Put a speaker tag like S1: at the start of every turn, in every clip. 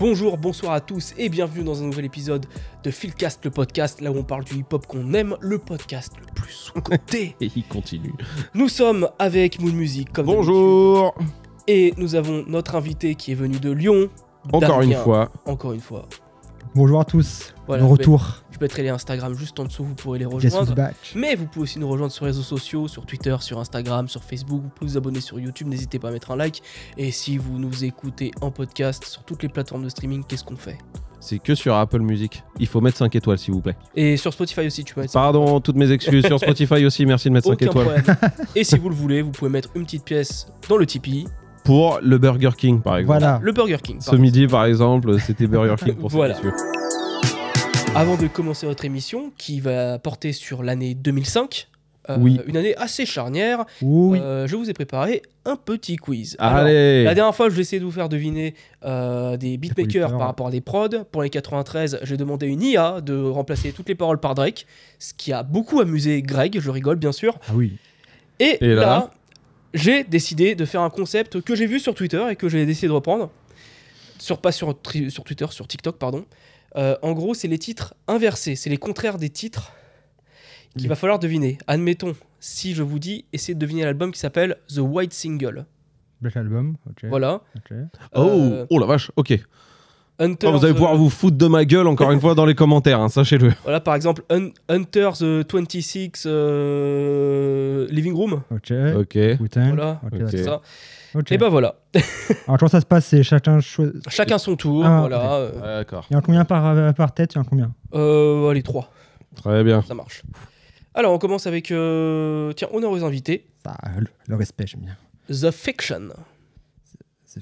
S1: Bonjour, bonsoir à tous et bienvenue dans un nouvel épisode de Philcast, le podcast, là où on parle du hip-hop qu'on aime, le podcast le plus sous-coté.
S2: Et il continue.
S1: Nous sommes avec Moon Music, comme
S2: Bonjour.
S1: d'habitude. Et nous avons notre invité qui est venu de Lyon.
S2: Encore
S1: Damien.
S2: une fois.
S1: Encore une fois.
S3: Bonjour à tous,
S1: Voilà,
S3: de retour.
S1: Je mettrai les Instagram juste en dessous, vous pourrez les
S3: Guess who's
S1: rejoindre.
S3: back.
S1: Mais vous pouvez aussi nous rejoindre sur les réseaux sociaux, sur Twitter, sur Instagram, sur Facebook. Vous pouvez vous abonner sur YouTube, n'hésitez pas à mettre un like. Et si vous nous écoutez en podcast sur toutes les plateformes de streaming, qu'est-ce qu'on fait ?
S2: C'est que sur Apple Music. Il faut mettre 5 étoiles, s'il vous plaît.
S1: Et sur Spotify aussi, tu peux mettre ça.
S2: Pardon, toutes mes excuses. Sur Spotify aussi, merci de mettre 5
S1: Aucun
S2: étoiles.
S1: problème. Et si vous le voulez, vous pouvez mettre une petite pièce dans le Tipeee.
S2: Pour le Burger King, par exemple.
S3: Voilà.
S1: Le Burger King.
S2: Ce midi, par exemple, c'était Burger King pour
S1: Voilà.
S2: ces messieurs.
S1: Avant de commencer notre émission, qui va porter sur l'année 2005,
S2: Oui.
S1: une année assez charnière,
S3: Oui.
S1: je vous ai préparé un petit quiz. Alors,
S2: Allez.
S1: la dernière fois, je vais essayer de vous faire deviner des beatmakers
S3: producteurs.
S1: par rapport à des prods. Pour les 93, j'ai demandé à une IA de remplacer toutes les paroles par Drake, ce qui a beaucoup amusé Greg, je rigole bien sûr.
S3: Ah oui.
S1: Et
S2: Et là
S1: là, j'ai décidé de faire un concept que j'ai vu sur Twitter et que j'ai décidé de reprendre. Pas sur Twitter, sur TikTok, pardon. En gros, c'est les titres inversés, c'est les contraires des titres qu'il va falloir deviner. Admettons, si je vous dis, essayez de deviner l'album qui s'appelle The White Single.
S3: Black Album. Ok.
S1: Voilà.
S3: Ok.
S2: Oh la vache, ok.
S1: Hunter
S2: Oh, vous allez pouvoir vous foutre de ma gueule encore une fois dans les commentaires, hein, sachez-le.
S1: Voilà, par exemple, Hunter the 26 Living Room.
S3: Ok.
S2: Ok.
S3: Wu-Tang.
S1: Voilà,
S3: Ok,
S2: Ok.
S3: d'accord.
S1: c'est ça.
S3: Ok.
S1: Et ben voilà.
S3: Alors comment ça se passe? C'est chacun choisit.
S1: Chacun son tour.
S3: Ah,
S1: Voilà.
S2: D'accord.
S3: Il y en a combien par tête? Il y en a combien?
S1: Allez, 3.
S2: Très bien.
S1: Ça marche. Alors, on commence avec... Tiens, honneur aux invités.
S3: Ça, le respect, j'aime bien.
S1: The Fiction.
S3: The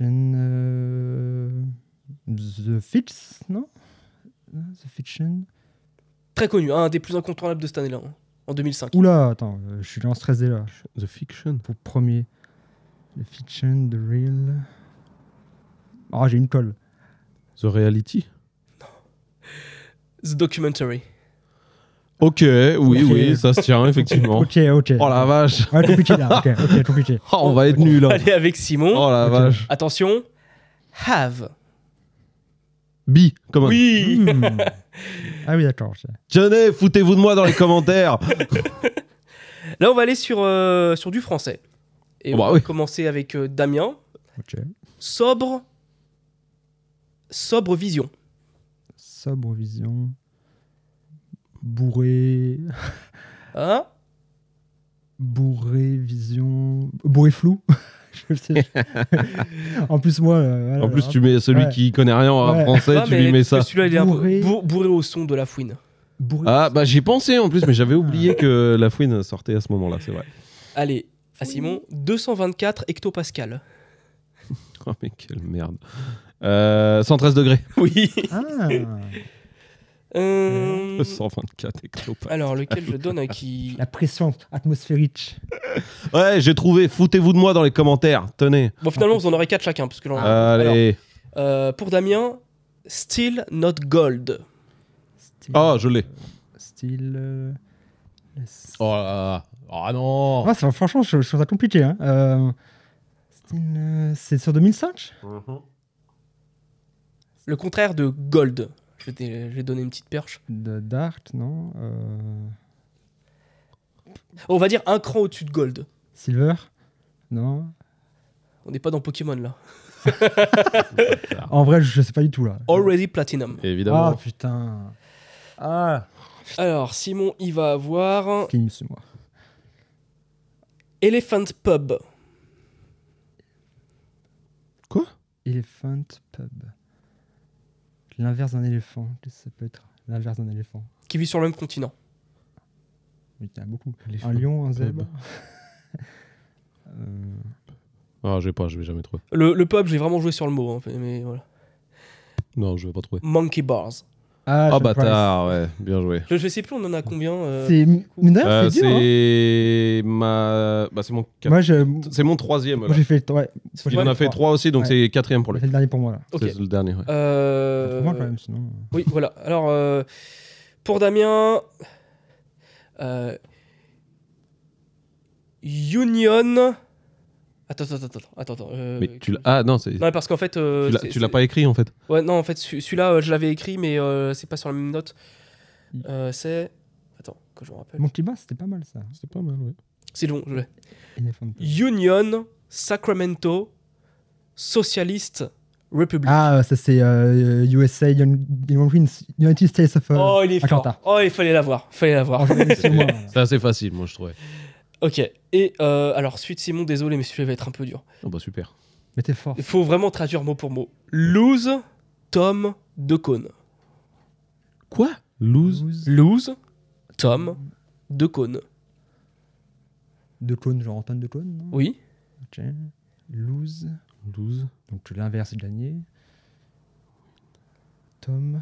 S3: Fiction. The Fits, non? The Fiction.
S1: Très connu, un des plus incontournables de cette année-là, hein, en 2005.
S3: Oula, attends, je suis en stress dès là.
S2: The Fiction.
S3: Pour premier. The Fiction, The Real. Ah, j'ai une colle.
S2: The Reality.
S1: The Documentary.
S2: Ok, oui,
S3: Ok.
S2: oui, ça se tient, effectivement.
S3: Ok.
S2: Oh la vache.
S3: Ouais, compliqué là. Ok, compliqué.
S2: Oh, on va être nul là.
S1: Allez, avec Simon.
S2: Oh la
S3: Ok.
S2: vache.
S1: Attention. Have.
S2: B, comment?
S1: Oui.
S3: Hmm. Ah oui, d'accord.
S2: Tenez, foutez-vous de moi dans les commentaires.
S1: Là, on va aller sur du français. Et
S2: Oh bah
S1: on va
S2: oui.
S1: commencer avec Damien.
S3: Ok.
S1: Sobre vision.
S3: Sobre vision. Bourré.
S1: Hein?
S3: Bourré vision. Bourré flou. Je le sais. En plus, moi. Voilà,
S2: En plus, tu mets celui
S3: Ouais.
S2: qui connaît rien en rap
S3: Ouais.
S2: français,
S1: Ah,
S2: tu
S1: mais
S2: lui mets
S1: parce que
S2: ça.
S1: Celui-là, il est un peu
S3: Bourré.
S1: bourré au son de la fouine.
S3: Bourré.
S2: Ah, bah j'y pensais en plus, mais j'avais oublié que la fouine sortait à ce moment-là, c'est vrai.
S1: Allez, à Simon. 224 hectopascal.
S2: Oh, mais quelle merde. 113 degrés.
S1: Oui.
S3: Ah.
S2: 124 hectopascales.
S1: Alors, lequel je donne à qui?
S3: La pression atmosphérique.
S2: Ouais, j'ai trouvé. Foutez-vous de moi dans les commentaires. Tenez.
S1: Bon, finalement, vous en aurez 4 chacun. Parce que
S2: Allez.
S1: pour Damien, Still Not Gold.
S3: Style.
S2: Oh, je l'ai.
S3: Style.
S2: Oh là là. Oh non.
S3: Ah, franchement, je trouve ça compliqué. Hein. Style, c'est sur 2005?
S1: Le contraire de Gold. Je vais donner une petite perche.
S3: De Dart, non?
S1: On va dire un cran au-dessus de Gold.
S3: Silver? Non?
S1: On n'est pas dans Pokémon là.
S3: En vrai, je sais pas du tout là.
S1: Already Platinum.
S2: Évidemment.
S3: Ah putain. Ah.
S1: Alors, Simon, il va avoir
S3: Qui c'est moi?
S1: Elephant Pub.
S2: Quoi?
S3: Elephant Pub. L'inverse d'un éléphant. Qu'est-ce que ça peut être? L'inverse d'un éléphant.
S1: Qui vit sur le même continent.
S3: Oui, il y en a beaucoup.
S2: Elephant
S3: Un lion, un
S2: Pub.
S3: zèbre.
S2: Ah, je vais jamais trouver.
S1: Le pub, j'ai vraiment joué sur le mot. Hein, mais voilà.
S2: Non, je vais pas trouver.
S1: Monkey Bars.
S3: Ah,
S2: Oh
S3: je
S2: bâtard, ouais, bien joué.
S1: Je sais plus, on en a combien
S3: C'est mine de rien, c'est dur. Hein.
S2: C'est ma. Bah, c'est mon.
S3: Moi,
S2: C'est mon troisième.
S3: moi,
S2: Là.
S3: j'ai fait. Ouais.
S2: Il en a fait 3 aussi, donc
S3: Ouais.
S2: c'est quatrième pour lui.
S3: C'est le dernier pour moi là.
S1: Ok.
S2: C'est le dernier. Ouais.
S3: Pour moi quand même, sinon.
S1: Oui, voilà. Alors, pour Damien, Union Attends.
S2: Mais tu l'as. Ah non,
S1: Non, parce qu'en fait.
S2: tu l'as pas écrit en fait.
S1: Ouais, non, en fait, celui-là, je l'avais écrit, mais c'est pas sur la même note. C'est. Attends, que je me rappelle.
S3: Mon climat, c'était pas mal ça.
S2: C'était pas mal, ouais.
S1: C'est long, je l'ai.
S3: Elephant.
S1: Union Sacramento Socialist Republic.
S3: Ah, ça c'est USA, United States of
S1: Oh, il est
S3: Atlanta.
S1: fort. Oh, il fallait l'avoir.
S3: Alors, je vais laisser moi.
S2: C'est assez facile, moi je trouvais.
S1: Ok. Et alors, suite Simon, désolé, mais celui-là va être un peu dur.
S2: Oh bah super.
S3: Mais t'es fort.
S1: Il faut vraiment traduire mot pour mot. Lose Tom DeCone.
S2: Quoi? Lose.
S1: Lose Tom DeCone.
S3: De clone, genre Antoine de clone, non?
S1: Oui.
S3: Ok. Lose.
S2: Lose.
S3: Donc l'inverse de gagner. Tom.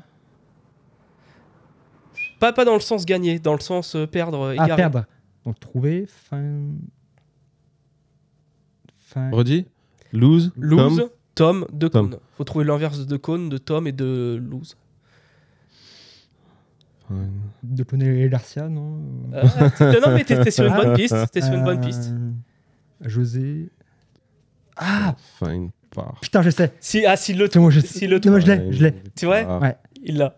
S1: Pas dans le sens gagner, dans le sens perdre,
S3: Ah,
S1: égarer.
S3: perdre. Donc trouver. Fin.
S2: Redis. Lose.
S1: Lose Tom DeCone.
S2: Tom.
S1: Faut trouver l'inverse de DeCone, de Tom et de lose.
S3: De clone et Garcia, non?
S1: Non, mais t'es sur une bonne piste. T'es sur une bonne piste.
S3: José. Ah
S2: Fine. Par.
S3: putain, je sais.
S1: Si le
S3: C'est moi, je
S1: si le
S3: Non, moi, je l'ai.
S1: C'est vrai
S2: Ah,
S3: Ouais.
S1: Il l'a.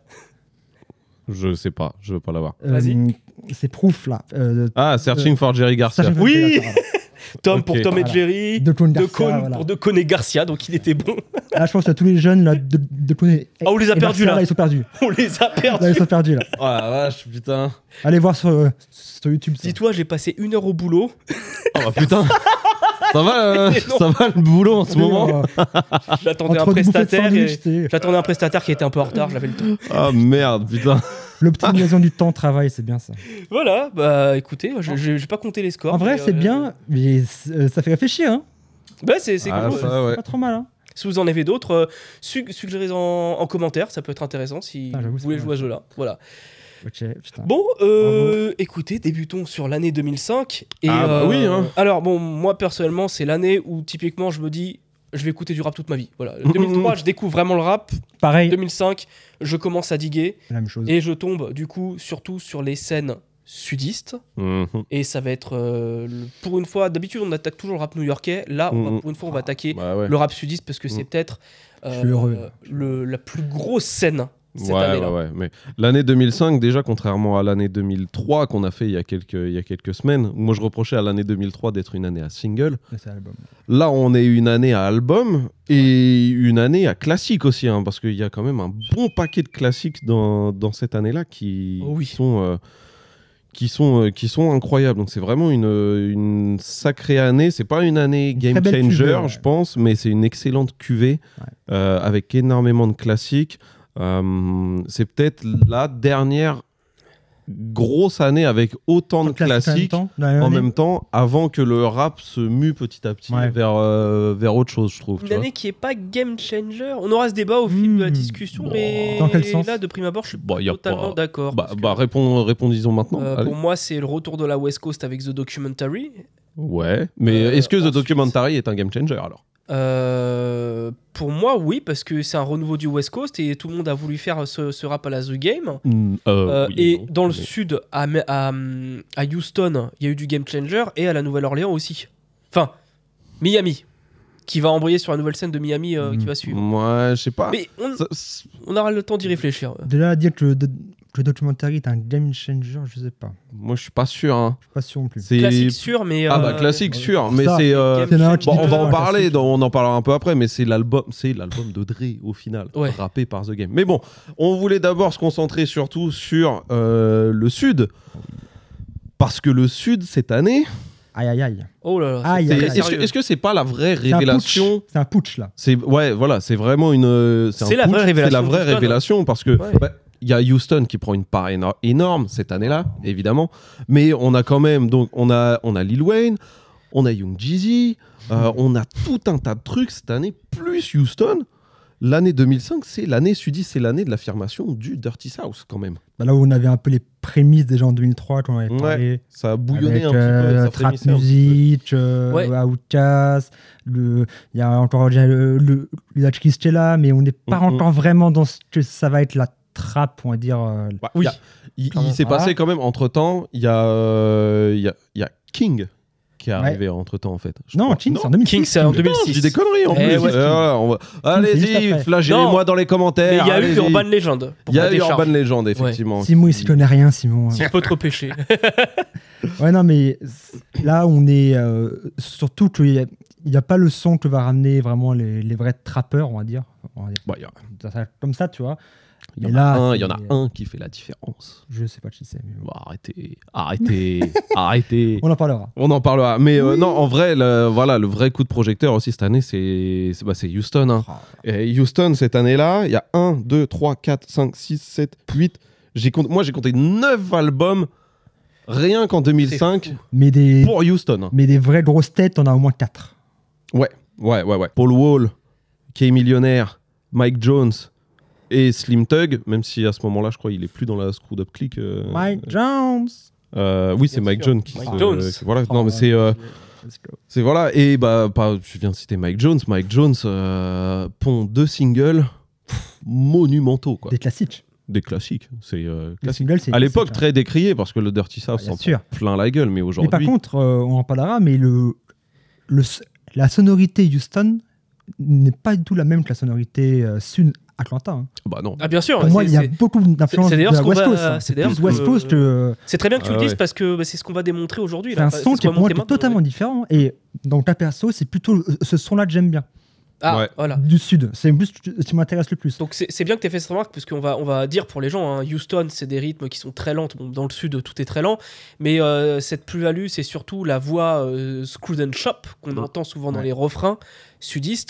S2: Je sais pas, je veux pas l'avoir.
S1: Vas-y.
S3: C'est Proof là.
S2: Ah, Searching for Jerry Garcia.
S3: Sachant que
S1: Oui.
S3: c'est Garcia,
S1: Tom
S2: Ok.
S1: pour Tom et
S3: Voilà.
S1: Jerry.
S3: De clone Garcia.
S1: DeCone
S3: Voilà.
S1: pour DeCone et Garcia, donc il était bon.
S3: Là, je pense que tous les jeunes là, de clone et
S1: Ah, on les a
S3: et
S1: perdus,
S3: Garcia,
S1: là.
S3: Ils sont perdus.
S1: On les a
S3: Là,
S1: perdus.
S3: ils sont perdus là.
S2: Oh la vache, putain.
S3: Allez voir sur YouTube. Ça.
S1: Dis-toi, j'ai passé 1 heure au boulot.
S2: Oh bah putain. Ça va,
S1: Mais non.
S2: ça va le boulot en ce moment.
S1: J'attendais un
S3: Entre des bouffées de
S1: prestataire.
S3: sandwich,
S1: Et...
S3: c'était
S1: J'attendais un prestataire qui était un peu en retard, j'avais le temps.
S2: Ah merde, putain.
S3: l'optimisation du temps de travail, c'est bien ça.
S1: Voilà, bah écoutez, j'ai pas compté les scores.
S3: En vrai,
S1: mais,
S3: c'est bien, mais ça fait réfléchir. Hein.
S1: Bah, c'est
S2: Ah,
S1: cool.
S2: ça, ouais.
S3: Pas trop mal. Hein.
S1: Si vous en avez d'autres, suggérez en commentaire, ça peut être intéressant si
S3: Ah, j'avoue,
S1: vous voulez
S3: c'est
S1: jouer à ce jeu-là. Voilà.
S3: Ok, putain.
S1: Bon,
S3: Bravo.
S1: écoutez, débutons sur l'année 2005. Et,
S2: Ah, bah oui, hein.
S1: Alors, bon, moi personnellement, c'est l'année où typiquement je me dis, je vais écouter du rap toute ma vie. Voilà. 2003, je découvre vraiment le rap.
S3: Pareil,
S1: 2005, je commence à diguer.
S3: la même chose.
S1: Et je tombe du coup surtout sur les scènes sudistes.
S2: Mhm.
S1: Et ça va être, pour une fois, d'habitude on attaque toujours le rap new-yorkais. Là, pour une fois, on va attaquer
S2: Bah ouais.
S1: le rap sudiste parce que c'est peut-être
S3: Je suis heureux.
S1: la plus grosse scène cette
S2: Ouais,
S1: année-là.
S2: ouais. Mais l'année 2005, déjà, contrairement à l'année 2003 qu'on a fait il y a quelques semaines, moi je reprochais à l'année 2003 d'être une année à single.
S3: Mais c'est l'album.
S2: Là, on est une année à album et une année à classique aussi, hein, parce qu'il y a quand même un bon paquet de classiques dans cette année-là qui,
S1: Oh oui.
S2: qui sont incroyables. Donc c'est vraiment une sacrée année. C'est pas une année game
S3: très belle
S2: changer,
S3: cuvée, ouais.
S2: je pense, mais c'est une excellente cuvée avec énormément de classiques. C'est peut-être la dernière grosse année avec autant de classiques en même temps, avant que le rap se mue petit à petit
S3: Ouais.
S2: vers autre chose, je trouve.
S1: Une
S2: tu vois.
S1: année qui est pas game changer. On aura ce débat au fil de la discussion,
S2: Bon.
S1: mais
S3: Dans quel sens
S1: là, de prime abord, je suis
S2: Bon, y a
S1: totalement
S2: pas-
S1: d'accord.
S2: Bah,
S1: parce que,
S2: répondons maintenant. Allez.
S1: pour moi, c'est le retour de la West Coast avec The Documentary.
S2: Ouais, mais est-ce que The
S1: ensuite-
S2: Documentary est un game changer alors?
S1: Pour moi, oui, parce que c'est un renouveau du West Coast et tout le monde a voulu faire ce rap à la The Game.
S2: Oui
S1: Et
S2: non,
S1: dans le
S2: mais-
S1: sud, à Houston, il y a eu du Game Changer et à la Nouvelle-Orléans aussi. Enfin, Miami, qui va embrayer sur la nouvelle scène de Miami qui va suivre.
S2: Moi, je sais pas.
S1: Mais
S2: Ça-
S1: on aura le temps d'y réfléchir.
S3: De là à dire que le documentaire est un game changer, je sais pas.
S2: Moi, je suis pas sûr. Hein.
S3: Je suis pas sûr non plus.
S2: C'est
S1: Classique sûr, mais.
S2: ah bah classique sûr, mais
S3: ça,
S2: c'est.
S1: Game
S3: C'est un
S1: Changer.
S3: qui
S2: Bon,
S3: dit
S2: on va
S3: que
S2: en
S3: c'est un
S2: parler,
S3: classique.
S2: on en parlera un peu après, mais c'est l'album de Dre au final,
S1: Ouais.
S2: rappé par The Game. Mais bon, on voulait d'abord se concentrer surtout sur le Sud, parce que le Sud cette année,
S3: Aïe aïe aïe.
S1: Oh là là.
S3: Aïe,
S1: c'est
S3: aïe,
S1: très
S3: aïe.
S1: sérieux.
S2: est-ce que c'est pas la vraie
S3: C'est un
S2: révélation?
S3: putsch. C'est un putsch là.
S2: C'est ouais, voilà, c'est vraiment une.
S1: C'est
S2: un
S1: la vraie
S2: putsch,
S1: révélation
S2: C'est la vraie
S1: d'Houston.
S2: révélation parce que.
S1: Ouais.
S2: bah, il y a Houston qui prend une part énorme cette année-là, évidemment, mais on a quand même donc on a Lil Wayne, on a Young Jeezy, on a tout un tas de trucs cette année plus Houston. L'année 2005, c'est l'année sudiste, c'est l'année de l'affirmation du Dirty South quand même.
S3: Bah, là où on avait un peu les prémices déjà en 2003 quand on avait parlé.
S2: Ça a bouillonné
S3: Avec
S2: un petit peu, ça
S3: Trap
S2: frémissait un petit
S3: Music,
S1: Ouais.
S3: Outkast, il y a encore déjà le Kiss qui est là, mais on n'est pas encore vraiment dans ce que ça va être la trap, on va dire.
S2: peu. Bah,
S1: Oui.
S2: il
S3: Clairement.
S2: s'est passé quand même entre temps, il y a King qui est arrivé entre temps en fait.
S3: Non, King, c'est en 2006.
S1: King, c'est en 2006.
S2: Je dis des conneries en plus.
S1: Ouais.
S2: Voilà, allez-y,
S3: après.
S2: flagellez-moi dans les commentaires.
S1: Mais il y a eu
S2: allez-y.
S1: Urban Legend.
S2: Il y a eu Urban Legend, effectivement.
S3: Simon, il s'y connaît rien, Simon.
S1: Si je peux te repêcher.
S3: Ouais, non, mais là, on est surtout qu'il n'y a pas le son que va ramener vraiment les vrais trappeurs, on va dire.
S2: Bah,
S3: Ça, comme ça, tu vois.
S2: il y
S3: Mais
S2: en a
S3: là,
S2: un, il y en a
S3: c'est-
S2: un qui fait la différence.
S3: Je sais pas qui c'est. Mais bon.
S2: Bon, arrêtez.
S3: On en parlera.
S2: On en parlera. Mais non, en vrai, le vrai coup de projecteur aussi cette année, c'est Houston. Hein. Et Houston, cette année-là, il y a 1, 2, 3, 4, 5, 6, 7, 8. Moi, j'ai compté 9 albums rien qu'en 2005
S3: Mais des,
S2: pour Houston. Hein.
S3: mais des vraies grosses têtes, on a au moins 4.
S2: Ouais. Paul Wall, K-Millionaire, Mike Jones et Slim Tug, même si à ce moment-là, je crois qu'il est plus dans la Screwed Up Clique.
S3: Mike Jones.
S2: Oui, c'est
S1: Bien
S2: Mike
S1: sûr.
S2: Jones qui
S1: Mike
S2: se-
S1: Jones.
S2: voilà, non, mais c'est voilà. Et je viens de citer Mike Jones. Mike Jones pond 2 singles monumentaux, quoi.
S3: Des classiques.
S2: Des classiques. C'est
S3: Les
S2: classique.
S3: singles, c'est
S2: À l'époque,
S3: classique,
S2: très décrié parce que le Dirty South
S3: bien
S2: s'en
S3: sûr.
S2: prend plein la gueule, mais
S3: Mais
S2: aujourd'hui.
S3: par contre, on en parlera, mais la sonorité Houston n'est pas du tout la même que la sonorité sud Atlanta. Hein.
S2: Bah non.
S1: Ah bien sûr.
S3: Pour moi, il y a
S1: c'est-
S3: beaucoup d'influence
S1: c'est
S3: de
S1: d'ailleurs
S3: la
S1: ce qu'on
S3: West
S1: va-
S3: Coast. Hein.
S1: c'est
S3: C'est
S1: d'ailleurs
S3: plus
S1: ce
S3: West
S1: que-
S3: Coast que...
S1: c'est très bien que tu le
S2: Ah
S1: dises
S2: ouais.
S1: parce que c'est ce qu'on va démontrer aujourd'hui.
S3: C'est
S1: là.
S3: un
S1: C'est
S3: son
S1: ce
S3: qui est
S1: qu'on va
S3: pour moi
S1: montrer maintenant,
S3: totalement
S1: ouais.
S3: différent. Et dans ta perso, c'est plutôt ce son-là que j'aime bien.
S1: Ah
S2: Ouais.
S1: voilà.
S3: Du sud. C'est plus ce qui m'intéresse le plus.
S1: Donc c'est bien que tu aies fait cette remarque, parce qu'on va, on va dire pour les gens, hein, Houston, c'est des rythmes qui sont très lents. Bon, dans le sud, tout est très lent. Mais cette plus-value, c'est surtout la voix Screwed and Chop qu'on entend souvent dans
S3: Ouais.
S1: les refrains sudistes.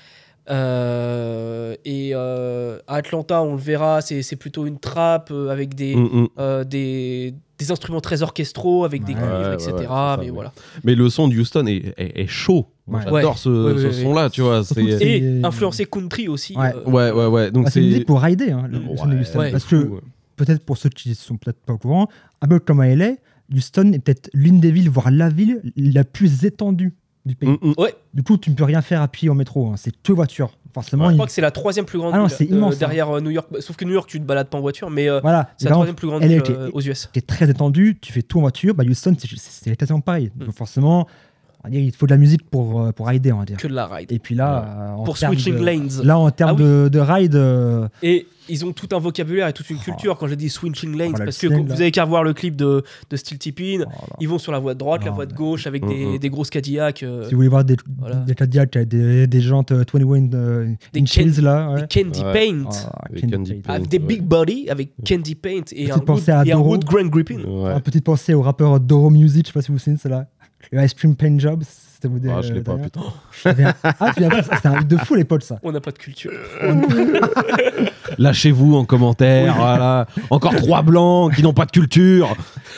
S1: Et à Atlanta, on le verra, c'est plutôt une trappe avec des instruments très orchestraux, avec des
S3: Ouais.
S1: cuivres,
S2: Ouais,
S1: etc.
S2: ouais, c'est ça,
S1: mais
S2: oui.
S1: voilà.
S2: Mais le son de Houston est chaud. Moi,
S3: Ouais.
S2: j'adore
S1: Ouais.
S2: ce
S1: Ouais.
S2: son-là, tu vois.
S3: Surtout que
S2: C'est...
S3: c'est-
S1: Et influencé country aussi.
S3: Ouais.
S2: Ouais. Donc
S3: C'est une musique pour rider, hein, le
S2: Ouais,
S3: son de Houston.
S1: ouais.
S3: Parce que, peut-être pour ceux qui sont peut-être pas au courant, un peu comme à LA, Houston est peut-être l'une des villes, voire la ville la plus étendue du pays.
S1: Ouais,
S3: Du coup, tu ne peux rien faire à pied en métro. Hein. C'est que voiture. Forcément,
S1: je
S3: il-
S1: crois que c'est la 3e plus grande
S3: Ah non,
S1: ville
S3: c'est immense,
S1: derrière New York. Sauf que New York, tu te balades pas en voiture, mais
S3: voilà.
S1: c'est la
S3: Vraiment,
S1: 3e plus grande
S3: elle
S1: ville
S3: est-
S1: aux US.
S3: t'es très étendu, tu fais tout en voiture. Bah, Houston, c'est quasiment pareil.
S1: Mm.
S3: Donc forcément, on va dire, il faut de la musique pour rider, on va dire.
S1: Que de la ride.
S3: Et puis là, en
S1: Pour
S3: termes
S1: switching
S3: de-
S1: lanes.
S3: Là, en termes
S1: Ah
S3: de ride,
S1: Et ils ont tout un vocabulaire et toute une culture quand j'ai dit switching lanes,
S3: Voilà,
S1: parce
S3: le
S1: que
S3: slang,
S1: vous
S3: là.
S1: avez qu'à voir le clip de Steel Tippin.
S3: oh là.
S1: Ils vont sur la voie de droite, la
S3: Non,
S1: voie de
S3: mais-
S1: gauche avec des grosses Cadillacs,
S3: Si vous voulez voir des
S1: voilà.
S3: Cadillacs avec des jantes 21
S1: Des
S3: inches là, ouais.
S1: des Candy
S2: Ouais.
S1: Paint.
S3: Ah,
S2: Des
S3: Candy
S2: Candy
S3: Paint.
S2: Paint.
S1: Avec des
S2: Ouais.
S1: big body, avec Candy Paint et
S3: Petite
S1: un
S3: pensée à Doro.
S1: wood grain gripping.
S2: Ouais.
S3: Une petite pensée au rappeur Doro Music, je sais pas si vous savez celle-là. Le Ice Cream Paint Job, c'était vous
S2: Ah, je l'ai pas, putain.
S3: tu viens pas, c'était un de fou les potes ça.
S1: On n'a pas de culture.
S2: Lâchez-vous en commentaire. Voilà. Encore 3 blancs qui n'ont pas de culture.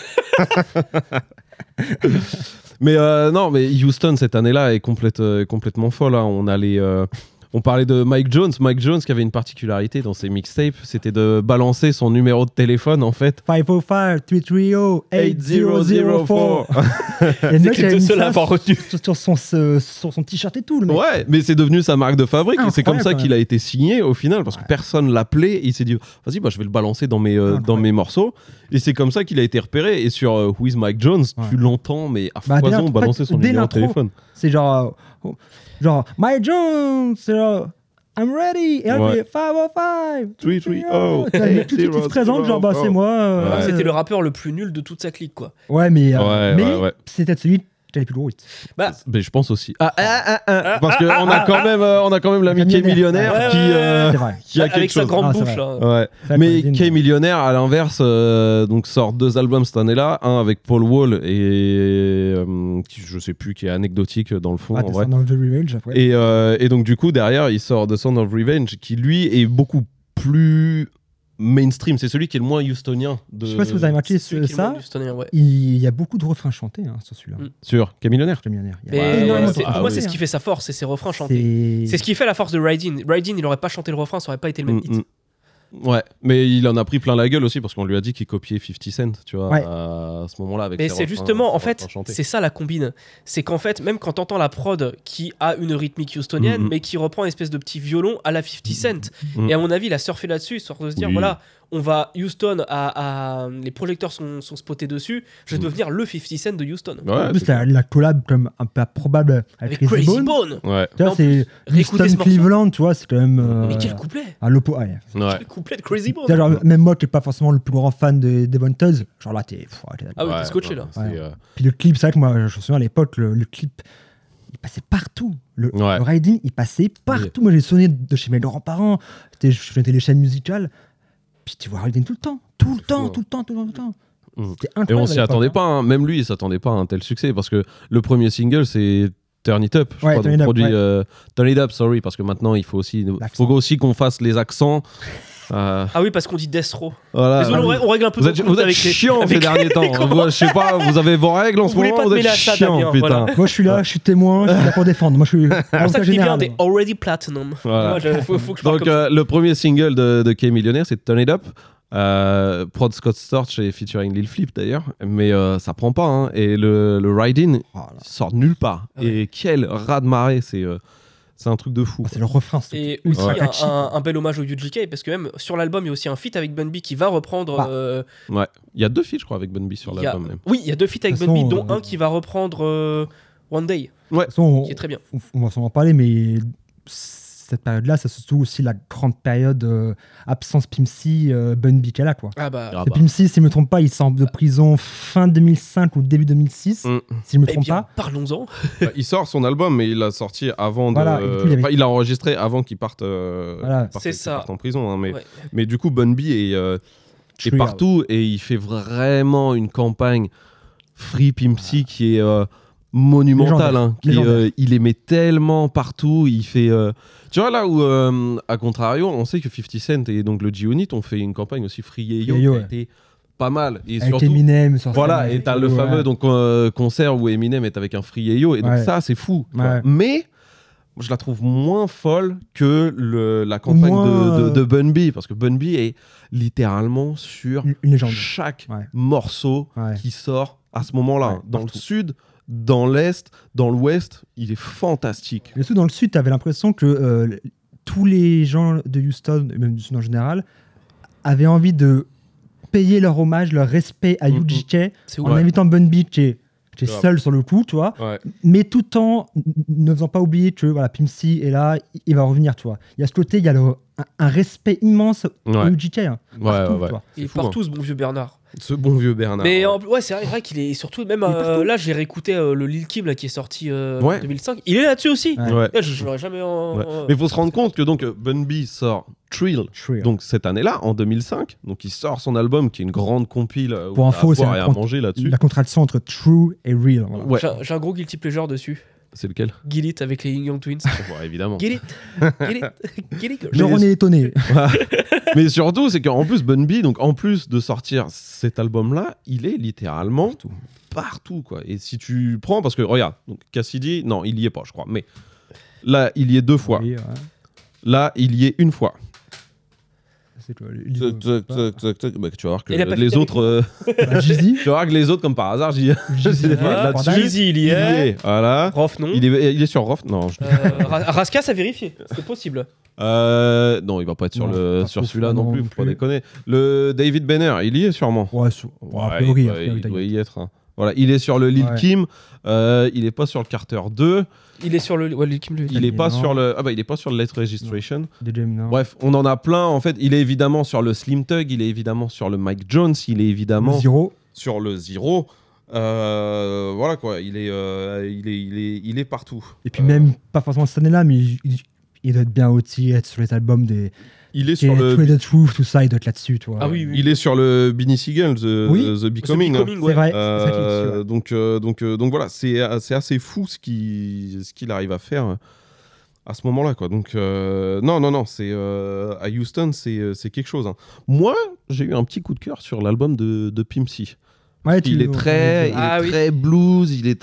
S2: Mais non, mais Houston cette année-là est complètement folle. Hein. On parlait de Mike Jones. Mike Jones qui avait une particularité dans ses mixtapes, c'était de balancer son numéro de téléphone en fait.
S3: 505-330-8004. Et le mec,
S1: C'est
S3: il avait
S1: le
S3: mis
S1: seul
S3: ça
S1: à avoir retenu.
S3: sur son t-shirt et tout. Le mec.
S2: Ouais, mais c'est devenu sa marque de fabrique et c'est comme ça
S3: Incroyable,
S2: qu'il a été signé au final parce que personne l'appelait. Il s'est dit vas-y, je vais le balancer dans mes morceaux et c'est comme ça qu'il a été repéré. Et sur Who is Mike Jones, tu l'entends mais à
S3: Bah, dès
S2: foison
S3: l'intro,
S2: balancer son
S3: dès
S2: numéro de
S3: l'intro,
S2: téléphone.
S3: C'est genre Mike Jones, c'est genre I'm ready,
S2: Ouais.
S3: 505,
S2: 330,
S3: tout qui se présente, genre bah c'est moi.
S2: Ouais.
S1: C'était le rappeur le plus nul de toute sa clique, quoi.
S3: Ouais, mais
S2: Ouais.
S3: c'est peut-être celui qui a les plus gros hits.
S1: Bah,
S2: Mais je pense aussi. Parce qu'on a quand même l'ami K Millionnaire
S1: Ouais,
S2: qui,
S3: C'est vrai.
S2: qui a quelque
S1: avec sa
S2: chose.
S1: grande
S3: Ah, c'est
S1: bouche,
S3: vrai.
S1: là.
S2: Ouais.
S3: Ça,
S2: Mais
S3: Claudine,
S2: K Millionnaire, à l'inverse, donc sort 2 albums cette année-là, un avec Paul Wall et qui, je sais plus, qui est anecdotique dans le fond
S3: Ah,
S2: en
S3: t'es
S2: vrai.
S3: Son of the Revenge après.
S2: Et donc du coup derrière il sort The Sound of Revenge qui lui est beaucoup plus mainstream. C'est celui qui est le moins houstonien.
S3: Je sais pas si vous avez remarqué
S1: Celui qui est le
S3: ça.
S1: moins houstonien, ouais.
S3: Il y a beaucoup de refrains chantés hein, sur celui-là.
S1: Mm.
S2: Sur K Millionnaire.
S3: Millionnaire. Il y a
S1: Mais
S3: énormément de
S1: pour
S3: refrains
S1: moi,
S3: chantés,
S1: c'est ce
S3: hein.
S1: qui fait sa force, c'est ses refrains chantés. C'est ce qui fait la force de Rydin. Rydin, il aurait pas chanté le refrain, ça aurait pas été le même hit.
S2: Ouais, mais il en a pris plein la gueule aussi parce qu'on lui a dit qu'il copiait 50 Cent, tu vois,
S3: Ouais.
S2: à ce moment-là. Avec
S1: Mais
S2: ses
S1: c'est
S2: refrains-
S1: justement,
S2: ses
S1: en fait,
S2: refrains chantés.
S1: c'est ça la combine. C'est qu'en fait, même quand t'entends la prod qui a une rythmique houstonienne,
S2: Mhm.
S1: mais qui reprend une espèce de petit violon à la 50 Cent,
S2: Mhm.
S1: et à mon avis, il a surfé là-dessus, histoire de se dire,
S2: Oui.
S1: voilà, Houston les projecteurs sont spotés dessus, je vais devenir le 50 Cent de Houston.
S2: Ouais,
S3: En plus,
S2: c'est clair.
S3: la collab comme un peu improbable avec
S1: Crazy
S3: Bone.
S1: Bone.
S2: Ouais.
S3: Tu vois,
S1: En
S3: c'est
S1: réécoutez ce
S3: Houston
S1: morceau.
S3: Cleveland, tu vois, c'est quand même
S1: Mais quel couplet
S3: à l'oppo. Ouais.
S2: Ouais.
S1: Quel couplet de Crazy Bone.
S3: Tu vois, genre, même moi qui n'ai pas forcément le plus grand fan de Devon Tuz, genre là, t'es.
S1: Ah oui,
S2: Ouais,
S1: t'es scotché
S2: ouais,
S1: là.
S2: c'est,
S3: Ouais. Puis le clip, c'est vrai que moi, je me souviens à l'époque, le clip, il passait partout. Le riding, il passait partout. Moi, j'ai sonné de chez mes grands-parents. Je faisais les chaînes musicales. Puis tu vois riding tout le temps. Tout le temps. C'était incroyable.
S2: Et on s'y
S3: à l'époque,
S2: attendait
S3: hein.
S2: pas, hein. Même lui, il s'attendait pas à un tel succès parce que le premier single, c'est Turn It Up, je
S3: Ouais,
S2: crois,
S3: Turn
S2: donc
S3: It Up,
S2: produit
S3: ouais.
S2: Turn It Up, sorry, parce que maintenant il faut aussi qu'on fasse les accents.
S1: Ah oui, parce qu'on dit Death Row.
S2: Voilà.
S1: Désolé, on règle un peu
S2: Vous
S1: nos
S2: êtes,
S1: comptes
S2: vous êtes
S1: avec
S2: chiant
S1: les,
S2: ces derniers temps. Je sais pas, vous avez vos règles en
S1: On
S2: ce
S1: voulait
S2: moment,
S1: pas te
S2: vous
S1: mêler
S2: êtes
S1: à ça,
S2: chiant,
S1: Damien,
S2: putain.
S1: voilà.
S3: Moi, je suis là, je suis témoin, je suis là pour défendre. Moi, je suis.
S1: C'est pour ça que je dis bien,
S3: général,
S1: t'es already platinum.
S2: Voilà.
S1: Moi, faut que je parle
S2: Donc
S1: comme ça.
S2: le premier single de K-Millionaire, c'est Turn It Up. Prod Scott Storch et featuring Lil Flip d'ailleurs, mais ça prend pas, hein. Et le Riding sort de nulle part.
S1: Ouais.
S2: Et quel raz-de-marée, c'est un truc de fou.
S3: C'est le refrain. c'est
S1: Et
S3: ultra
S1: aussi
S3: catchy, quoi.
S1: un bel hommage au UGK, parce que même sur l'album, il y a aussi un feat avec Bun B qui va reprendre.
S2: Ouais, il y a 2 feats je crois avec Bun B sur l'album même.
S1: Oui, il y a 2 feats avec
S3: De toute
S1: Bun B,
S3: façon,
S1: dont un qui va reprendre One Day,
S3: De toute façon,
S1: qui est très bien.
S3: on va s'en parler, mais cette période-là, c'est surtout aussi la grande période absence Pimp C, Bun B qu'elle a, quoi.
S1: Ah bah.
S2: Ah
S3: Parce que Pimp C, si je ne me trompe pas, il sort de prison fin 2005 ou début 2006, si je ne me
S1: Eh
S3: trompe
S1: bien,
S3: pas.
S1: parlons-en.
S2: Bah, il sort son album, mais il l'a sorti avant de.
S3: Voilà, et du coup, il avait-
S2: Enfin, il l'a enregistré avant qu'il parte,
S3: Voilà.
S1: C'est ça.
S2: parte en prison. Hein, mais,
S1: Ouais.
S2: mais du coup, Bun B est
S3: True,
S2: partout et il fait vraiment une campagne Free Pimp C qui est monumentale. Hein,
S3: Légendaire.
S2: il les met tellement partout. Il fait. Tu vois, là où, à contrario, on sait que 50 Cent et donc le G-Unit ont fait une campagne aussi Free Yayo qui
S3: Yayo,
S2: a
S3: ouais.
S2: été pas mal. Et
S3: Avec
S2: surtout.
S3: Eminem sur
S2: Voilà,
S3: scène,
S2: et t'as
S3: tout,
S2: le
S3: ouais.
S2: fameux donc, concert où Eminem est avec un Free Yayo, et donc
S3: Ouais.
S2: ça, c'est fou. tu vois.
S3: Ouais.
S2: Mais je la trouve moins folle que la campagne
S3: Moins,
S2: de Bun B, parce que Bun B est littéralement sur
S3: Une légende.
S2: chaque
S3: Ouais.
S2: morceau
S3: Ouais.
S2: qui sort à ce moment-là.
S3: Ouais,
S2: Dans
S3: partout.
S2: le sud, dans l'est, dans l'ouest, il est fantastique.
S3: Mais surtout dans le sud, tu avais l'impression que tous les gens de Houston, et même du sud en général, avaient envie de payer leur hommage, leur respect à UGK
S1: C'est
S3: en
S1: ouf.
S3: invitant Bun B qui est
S2: Grave.
S3: seul sur le coup, tu vois,
S2: Ouais.
S3: mais tout en ne faisant pas oublier que voilà, Pimp C est là, il va revenir, tu vois. Il y a ce côté, il y a un respect immense au
S2: Ouais.
S3: UGK. Hein, partout,
S2: ouais.
S3: tu vois.
S1: Il est
S2: fou, hein.
S1: partout, ce bon vieux Bernard.
S2: Ce bon vieux Bernard.
S1: Mais
S2: ouais.
S1: ouais, c'est vrai qu'il est surtout même
S3: Il est partout.
S1: là j'ai réécouté le Lil Kim là, qui est sorti en
S2: Ouais.
S1: 2005. Il est là-dessus aussi.
S3: Ouais.
S2: Ouais.
S1: Là, je l'aurais jamais
S2: Ouais. Mais il faut se rendre compte que donc Bun B sort Trill.
S3: True.
S2: Donc cette année-là, en 2005, donc il sort son album qui est une grande compile où
S3: Pour
S2: on a
S3: info,
S2: à
S3: c'est
S2: boire et
S3: la
S2: à manger là-dessus.
S3: La contradiction entre true et real. Voilà.
S2: Ouais,
S1: J'ai un gros guilty pleasure dessus.
S2: c'est lequel
S1: Get It avec les Young Twins.
S2: Ouais, évidemment.
S1: Get It, Get It, Get It.
S3: Genre, on est étonné.
S2: Mais surtout, c'est qu'en plus Bun B, donc en plus de sortir cet album-là, il est littéralement partout, quoi. Et si tu prends, parce que regarde, donc Cassidy, non, il y est pas, je crois. Mais là, il y est 2 fois.
S3: Oui, ouais.
S2: Là, il y est 1 fois.
S3: C'est quoi,
S2: Bah, tu vas voir que
S1: Il a pas
S2: les
S1: fait
S2: autres,
S3: Jay-Z.
S2: tu vas voir que les autres, comme par hasard, j'y
S3: Jay-Z,
S1: Voilà,
S2: là-dessus,
S1: Jeezy, il y est.
S2: Voilà.
S1: Rof, non.
S2: Il est sur Rof. Non,
S1: Raskas a vérifié. C'est possible.
S2: non, il va pas être sur
S3: Non, pas
S2: sur
S3: trop
S2: celui-là
S3: fou,
S2: non
S3: non,
S2: plus,
S3: non
S2: faut pas
S3: plus.
S2: déconner. Le David Banner, il y est sûrement.
S3: Ouais, a priori,
S2: il doit y être. Hein. Voilà, il est sur le Lil
S3: Ouais.
S2: Kim, il est pas sur le Carter 2,
S1: Il est sur le. Ouais, Lil Kim le.
S2: il est pas
S3: non.
S2: sur le il est pas sur le Late Registration.
S3: DJ, non.
S2: Bref, on en a plein en fait, il est évidemment sur le Slim Tug, il est évidemment sur le Mike Jones, il est évidemment
S3: Zero.
S2: sur le Zero. Voilà quoi, il est partout.
S3: Et puis même, pas forcément cette année-là, mais il doit être bien aussi être sur les albums des
S2: Il est sur le
S3: The Truth, tout ça, il doit être là-dessus, tu vois.
S1: Ah oui, oui.
S2: il est sur le Beanie Siegel,
S3: Oui.
S2: The Becoming. hein.
S1: ouais.
S3: C'est vrai. c'est ça qu'il est dessus, ouais.
S2: Donc voilà, c'est assez fou ce qu'il arrive à faire à ce moment-là, quoi. Donc non, c'est à Houston, c'est quelque chose. Hein. Moi, j'ai eu un petit coup de cœur sur l'album de Pimp C.
S3: Ouais,
S2: Il est très, très blues, il est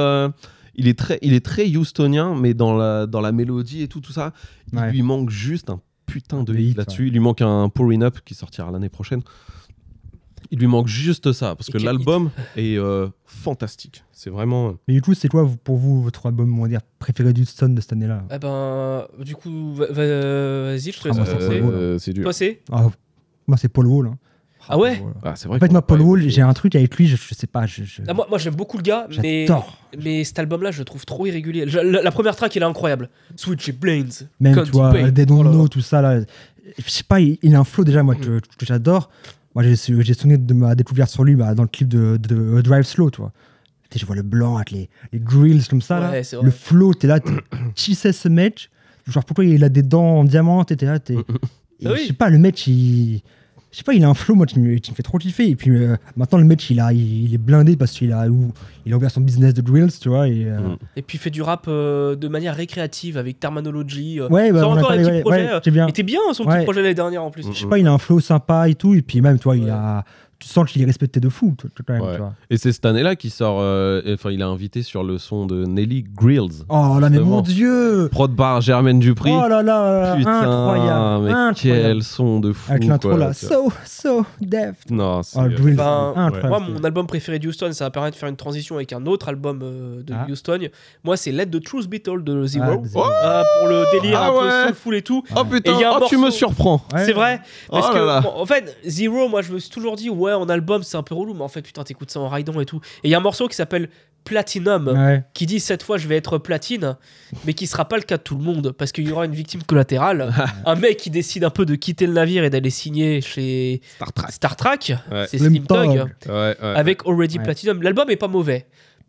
S2: très houstonien, mais dans la mélodie et tout ça,
S3: Ouais.
S2: il lui manque juste un putain de
S3: Le
S2: hit
S3: hit,
S2: là-dessus.
S3: ouais.
S2: Il lui manque un Pouring Up qui sortira l'année prochaine. Il lui manque juste ça, parce
S1: Et
S2: que
S1: quel
S2: l'album est fantastique. C'est vraiment...
S3: Mais du coup, c'est quoi pour vous votre album, on va dire, préféré d'Houston de cette année-là?
S1: Eh ben, du coup, vas-y, je te laisse
S3: Ah, moi,
S1: commencer.
S3: c'est
S2: c'est dur.
S1: Toi, c'est
S3: Ah, Moi, c'est Paul Wall. Hein.
S1: Ah ouais.
S3: Paul Wall.
S2: Ah, c'est vrai.
S3: En fait, moi, Paul Wall, j'ai un truc avec lui, je sais pas.
S1: Ah, moi j'aime beaucoup le gars, mais cet album-là, je le trouve trop irrégulier. La première track, elle est incroyable. Switch Blains.
S3: Même, tu vois, Dead Don't Know, tout ça, là. Je sais pas, il a un flow déjà, moi, que j'adore. Moi, j'ai souvenir de ma découverte sur lui dans le clip de Drive Slow, tu vois. Je vois le blanc avec les grills comme ça, là. Le flow, t'es là, qui sait ce mec? Genre, pourquoi il a des dents en diamant? T'es là, je sais pas, le mec, je sais pas, il a un flow, moi, qui me fait trop kiffer. Et puis maintenant, le mec, il est blindé parce qu'il a ouvert son business de drills, tu vois. Et
S1: puis, il fait du rap de manière récréative avec Terminology.
S3: Ouais, bah,
S1: encore des petits projets.
S3: Bien.
S1: Il était bien, son petit projet l'année dernière, en plus.
S3: Je sais pas, il a un flow sympa et tout. Et puis, même, toi, tu sens qu'il est respecté de fou, quand même. Tu vois.
S2: Et c'est cette année-là qu'il sort. Il a invité sur le son de Nelly Grills.
S3: Oh là, mais mon Dieu!
S2: Prod bar Germaine Dupri.
S3: Oh là là,
S2: putain,
S3: incroyable!
S2: Mais quel son de fou!
S3: Avec l'intro là, so deft.
S2: Non, c'est
S3: Grills,
S1: incroyable. Moi, mon album préféré de Houston, ça va permettre de faire une transition avec un autre album de Houston. Moi, c'est Let the Truth Be Told de Zero. Pour le délire un peu soulful et tout.
S2: Oh putain, tu me surprends.
S1: C'est vrai. Parce que, en fait, Zero, moi, je me suis toujours dit, en album, c'est un peu relou, mais en fait, putain, t'écoutes ça en ridant et tout. Et il y a un morceau qui s'appelle Platinum, qui dit cette fois je vais être platine, mais qui sera pas le cas de tout le monde, parce qu'il y aura une victime collatérale. Un mec qui décide un peu de quitter le navire et d'aller signer chez Star Trek. C'est Slim Thug, avec Already Platinum. L'album est pas mauvais,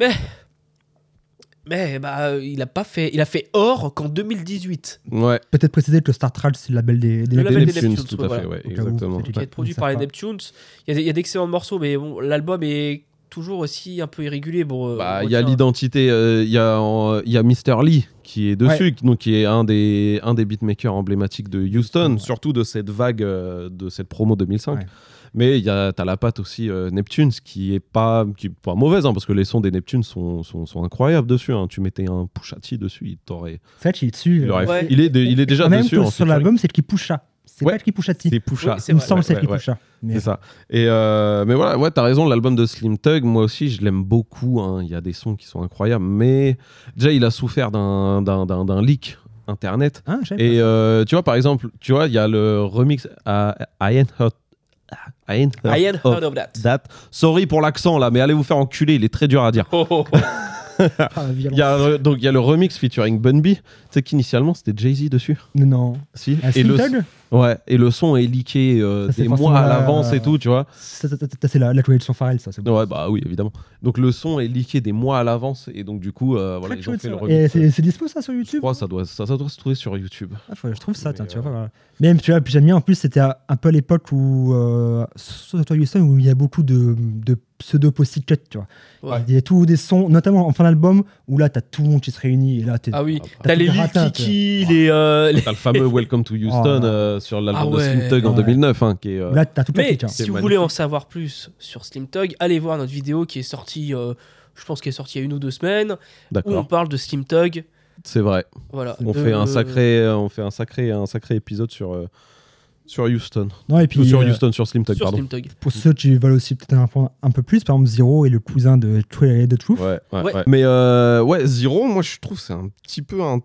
S1: mais il a fait or qu'en 2018.
S3: Peut-être préciser que le Star Trek, c'est le label des
S1: Neptunes,
S2: tout à fait, exactement.
S1: Qui est produit par les Neptunes. Il y a d'excellents morceaux, mais bon, l'album est toujours aussi un peu irrégulier.
S2: Il y a l'identité, il y a Mr. Lee qui est dessus, donc qui est un des beatmakers emblématiques de Houston, surtout de cette vague, de cette promo 2005. Mais t'as la patte aussi Neptunes qui est pas mauvaise, parce que les sons des Neptunes sont incroyables dessus. Tu mettais un Pusha T dessus, il t'aurait.
S3: C'est vrai qu'il est dessus.
S2: Il est déjà dessus.
S3: Même sur l'album, c'est qui Pusha. C'est pas qui Pusha T.
S2: C'est Pusha.
S3: Il me semble c'est qui Pusha.
S2: C'est ça. Et mais voilà, t'as raison, l'album de Slim Thug, moi aussi, je l'aime beaucoup. Il y a des sons qui sont incroyables, mais déjà, il a souffert d'un leak internet. Et tu vois, par exemple, il y a le remix I ain't heard of that. Sorry pour l'accent là, mais allez vous faire enculer, il est très dur à dire. Il y a le remix featuring Bun B. Tu sais qu'initialement c'était Jay-Z dessus.
S3: Non.
S2: Si. Et le son est leaké des mois à l'avance et tout, tu vois.
S3: C'est la coalition Pharrell, ça. C'est bon.
S2: Ouais, bah oui, évidemment. Donc le son est leaké des mois à l'avance et donc du coup, voilà, ils ont fait le remix.
S3: Et c'est dispo ça sur YouTube?
S2: Je crois ça doit se trouver sur YouTube.
S3: Je trouve ça, tu vois. Voilà. Même tu vois, puis j'aime bien. En plus, c'était un peu à l'époque où sur Houston où il y a beaucoup de pseudo post-cut, tu vois. Il y a tous des sons, notamment en fin d'album, où là t'as tout le monde qui se réunit et là
S1: t'as les Lil Kiki,
S2: t'as le fameux Welcome to Houston sur l'album de Slim Thug en 2009 qui est
S3: là t'as tout
S1: mais si vous voulez en savoir plus sur Slim Thug, allez voir notre vidéo qui est sortie je pense qu'elle est sortie il y a 1 ou 2 semaines où on parle de Slim Thug.
S2: C'est vrai.
S1: Voilà.
S2: On fait un sacré épisode sur Houston.
S3: Non, et puis,
S2: sur Slim Thug, pardon.
S3: Pour ceux qui veulent aussi peut-être un peu plus, par exemple, Zero est le cousin de The Truth.
S2: Ouais. Mais Zero, moi je trouve c'est un petit peu un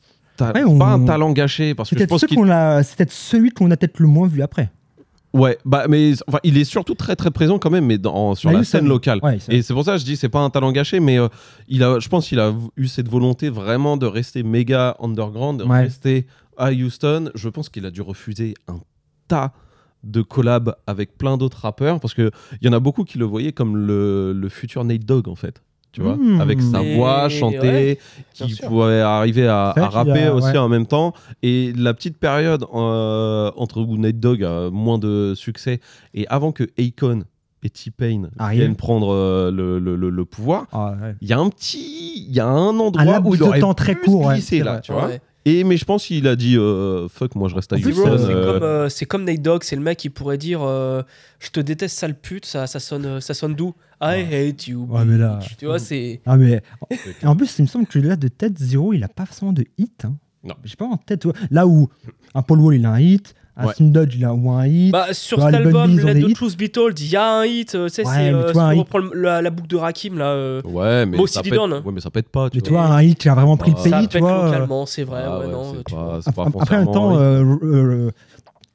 S2: talent gâché. Parce que je pense
S3: c'est peut-être celui qu'on a peut-être le moins vu après.
S2: Ouais, mais il est surtout très très présent quand même, mais sur la scène locale. Et c'est pour ça que je dis c'est pas un talent gâché, mais je pense qu'il a eu cette volonté vraiment de rester méga underground, de rester à Houston. Je pense qu'il a dû refuser un tas de collabs avec plein d'autres rappeurs parce qu'il y en a beaucoup qui le voyaient comme le futur Nate Dogg en fait. Tu vois, avec sa voix chantée, qui pouvait arriver à rapper aussi en même temps. Et la petite période entre où Nate Dogg a moins de succès et avant que Akon et T-Pain viennent prendre le pouvoir, il y a un endroit où il aurait pu
S3: très court,
S2: glisser là, tu vois. Mais je pense qu'il a dit fuck, moi je reste à Houston.
S1: C'est comme Nate Dogg, c'est le mec qui pourrait dire je te déteste sale pute, ça sonne doux. I hate you.
S3: Mais là,
S1: tu vois, c'est.
S3: Et en plus, il me semble que là de tête Zero, il a pas forcément de hit.
S2: Non.
S3: J'ai pas en tête. Là où un Paul Wall il a un hit. Slim Thug, il a au moins un hit.
S1: Sur cet album, Let the Truth Be Told, il y a un hit. Tu sais, c'est pour reprendre la boucle de Rakim là.
S2: Mais ça pète pas.
S3: Mais tu vois, un hit qui a vraiment pris le pays,
S1: tu vois. Localement, c'est vrai.
S2: C'est pas
S3: après, un temps,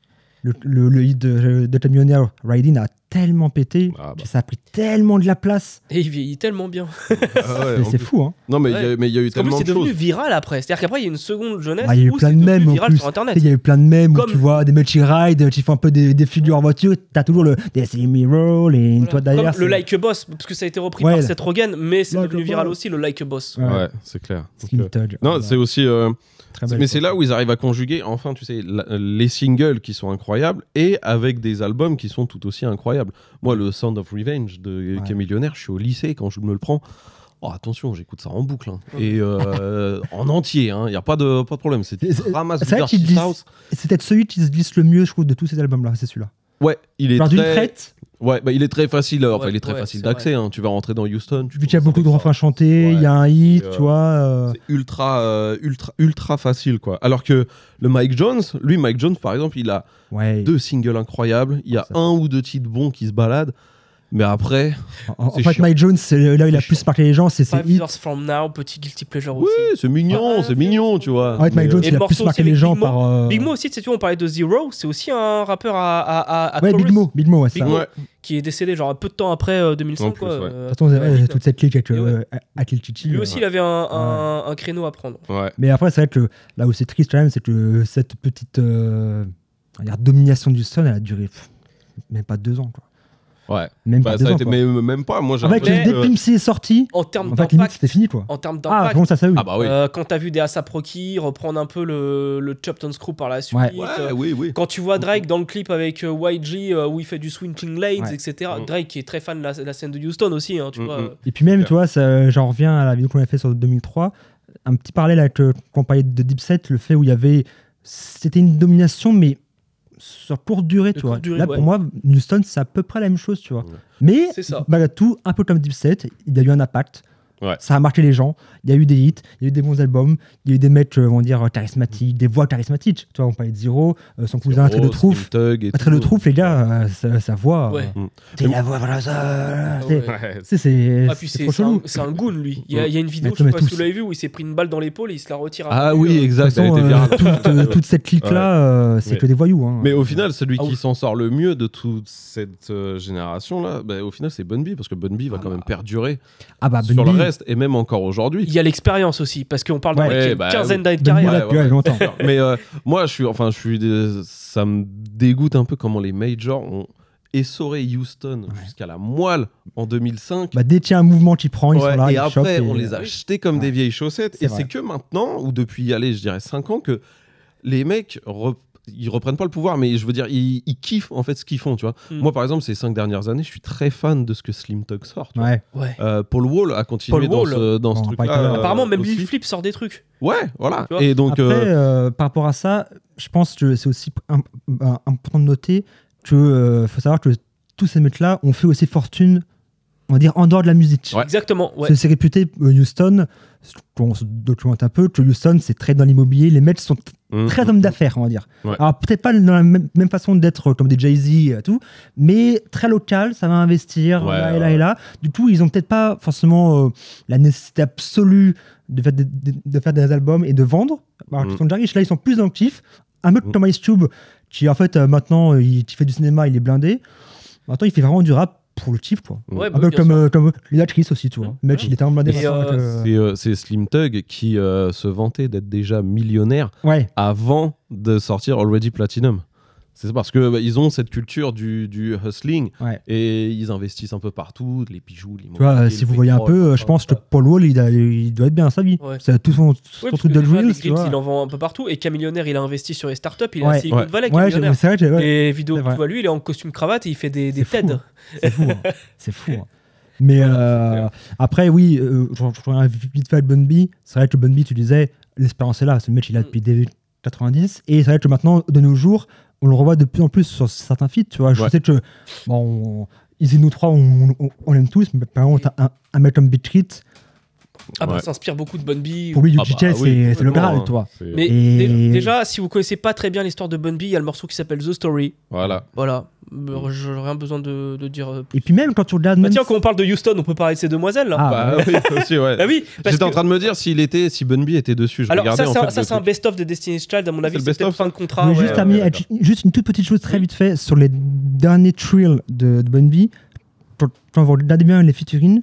S3: le hit de Camionnaire, Riding, a tellement pété, ça a pris tellement de la place.
S1: Et il vieillit tellement bien.
S3: C'est fou, hein.
S2: Non, mais il y a eu tellement de choses.
S1: C'est devenu viral après. C'est-à-dire qu'après, il y a une seconde jeunesse.
S3: Il y a eu plein de mèmes en plus.
S1: Sur Internet.
S3: Il y a eu plein de mèmes où tu vois des mecs qui ride, tu fais un peu des figures en voiture, t'as toujours le They see me roll et une toi derrière.
S1: Comme le Like a Boss, parce que ça a été repris par Seth Rogen, mais c'est devenu viral aussi, le Like a Boss.
S2: Ouais, c'est clair. Non, c'est aussi. Mais c'est là où ils arrivent à conjuguer, enfin, tu sais, les singles qui sont incroyables et avec des albums qui sont tout aussi incroyables. Moi, le Sound of Revenge de Camillionaire, je suis au lycée quand je me le prends. Oh, attention, j'écoute ça en boucle. Hein. Et en entier, il n'y a pas de problème. C'est ramasse du Dirty South.
S3: C'est peut-être celui qui se glisse le mieux, je trouve, de tous ces albums-là, c'est celui-là.
S2: Ouais, il est
S3: genre
S2: très...
S3: d'une traite.
S2: Ouais, il est très facile, il est très facile d'accès. Hein. Tu vas rentrer dans Houston.
S3: Vu qu'il y a beaucoup de refrains chantés, il y a un hit, tu vois.
S2: C'est ultra facile, quoi. Alors que le Mike Jones, par exemple, il a 2 singles incroyables. Il y a 1 ou 2 titres bons qui se baladent. Mais après.
S3: En fait, Mike Jones, là où il a plus marqué les gens, c'est ses hits.
S1: 5 Years From Now, petit guilty pleasure aussi.
S2: Oui, c'est mignon, tu vois.
S3: En fait, Mike Jones, il a plus marqué les gens par.
S1: Big Mo aussi, tu sais, on parlait de Zero, c'est aussi un rappeur à
S3: ouais, Big Mo, ouais, ça.
S1: Qui est décédé genre un peu de temps après 2005. Quoi.
S3: De toute façon, toute cette clique avec Lil Chichi.
S1: Lui aussi, il avait un créneau à prendre.
S2: Ouais.
S3: Mais après, c'est vrai que là où c'est triste quand même, c'est que cette petite domination du Sun, elle a duré même pas 2 ans, quoi.
S2: Ouais.
S3: Même pas 2 ans.
S2: Même pas. Moi, j'ai
S3: dès que Pimp C est sorti,
S1: en termes
S3: d'impact, limite, c'était fini, quoi.
S1: En termes d'impact.
S3: Bon, ça oui.
S2: Ah bah oui.
S1: Quand t'as vu des A$AP Rocky reprendre un peu le Chopped and Screw par la suite.
S2: Oui.
S1: Quand tu vois Drake dans le clip avec YG où il fait du Switching Lanes, etc. Drake qui est très fan de la scène de Houston aussi, hein, tu vois.
S3: Et puis même, tu vois, j'en reviens à la vidéo qu'on a fait sur 2003. Un petit parallèle avec quand on parlait de Dipset, le fait où il y avait, c'était une domination, mais sur courte durée, tu vois. Là, pour moi, Houston, c'est à peu près la même chose, tu vois. Mais, malgré tout, un peu comme Dipset, il y a eu un impact.
S2: Ouais.
S3: Ça a marqué les gens. Il y a eu des hits, il y a eu des bons albums, il y a eu des mecs, on va dire, charismatiques, des voix charismatiques. Tu vois, on parlait de Zero, son cousin, Trait de Trouf. Trait de Trouf, les gars, sa voix. C'est la voix, voilà, ça. C'est trop chelou.
S1: C'est un goon, lui. Il y a une vidéo, je sais pas si vous l'avez vu, où il s'est pris une balle dans l'épaule et il se la retire.
S2: Ah oui, exact.
S3: Toute cette clique-là, c'est que des voyous.
S2: Mais au final, celui qui s'en sort le mieux de toute cette génération-là, au final, c'est Bun B, parce que Bun B va quand même perdurer sur le reste. Et même encore aujourd'hui.
S1: Il y a l'expérience aussi, parce qu'on parle d'une quinzaine d'années de carrière.
S2: Mais moi, ça me dégoûte un peu comment les majors ont essoré Houston jusqu'à la moelle en 2005.
S3: Dès qu'il y a un mouvement qui prend, ils sont là.
S2: Et après, on les a jetés comme des vieilles chaussettes. Et c'est que maintenant, ou depuis, je dirais 5 ans, que les mecs ils reprennent pas le pouvoir, mais je veux dire, ils kiffent en fait ce qu'ils font, tu vois. Moi, par exemple, ces 5 dernières années, je suis très fan de ce que Slim Thug sort. Paul Wall a continué dans ce truc-là.
S1: Apparemment, même Lil Flip sort des trucs.
S2: Ouais, voilà. Et donc,
S3: après, par rapport à ça, je pense que c'est aussi important de noter que faut savoir que tous ces mecs-là ont fait aussi fortune, on va dire, en dehors de la musique.
S1: Exactement.
S3: C'est réputé, Houston, on se documente un peu, que Houston, c'est très dans l'immobilier. Les mecs sont très hommes d'affaires, on va dire. Alors, peut-être pas dans la même façon d'être comme des Jay-Z et tout, mais très local, ça va investir là et là. Du coup, ils ont peut-être pas forcément la nécessité absolue de faire des albums et de vendre. Alors qu'ils sont déjà riches, là, ils sont plus dans le kiff. Un mec comme Ice Cube, qui en fait, maintenant, qui fait du cinéma, il est blindé. Maintenant, il fait vraiment du rap pour le kiff, quoi. Un peu comme l'actrice aussi, tu vois. Le mec, il était tellement blindé.
S2: C'est Slim Thug qui se vantait d'être déjà millionnaire avant de sortir Already Platinum. C'est parce que ils ont cette culture du hustling et ils investissent un peu partout, les bijoux, l'immobilier.
S3: Tu vois, si vous voyez un peu, je pense que Paul Wall, il doit être bien à sa vie. C'est tout son truc de Reels.
S1: Il en vend un peu partout. Et Camillionnaire, il a investi sur les startups. Il est à Silicon Valley.
S3: C'est vrai.
S1: Les vidéos que tu vois, lui, il est en costume cravate et il fait des TED.
S3: C'est fou. Mais après, oui, je reviens vite fait avec Bun B. C'est vrai que Bun B, tu disais, l'espérance est là. Ce mec, il a depuis début 90. Et c'est vrai que maintenant, de nos jours, on le revoit de plus en plus sur certains feats, tu vois. Je sais que, Easy nous trois, on aime tous, mais par exemple, un mec comme Beat Street,
S1: Ah bah, ça s'inspire beaucoup de Bun B.
S3: Pour lui, UGK, c'est le Graal, toi.
S1: Mais déjà, si vous connaissez pas très bien l'histoire de Bun B, il y a le morceau qui s'appelle The Story.
S2: Voilà.
S1: J'aurais rien besoin de dire.
S3: Et puis même quand tu regardes.
S1: Tiens, quand on parle de Houston, on peut parler de ces demoiselles là.
S2: Ah, bah oui, aussi, ouais.
S1: Bah oui.
S2: J'étais en train de me dire si Bun B était dessus.
S1: Alors ça, c'est un best-of de Destiny's Child, à mon avis, c'est peut-être fin de contrat.
S3: Je juste terminer, juste une toute petite chose très vite fait sur les derniers trills de Bun B. Quand vous regardez bien les featuring,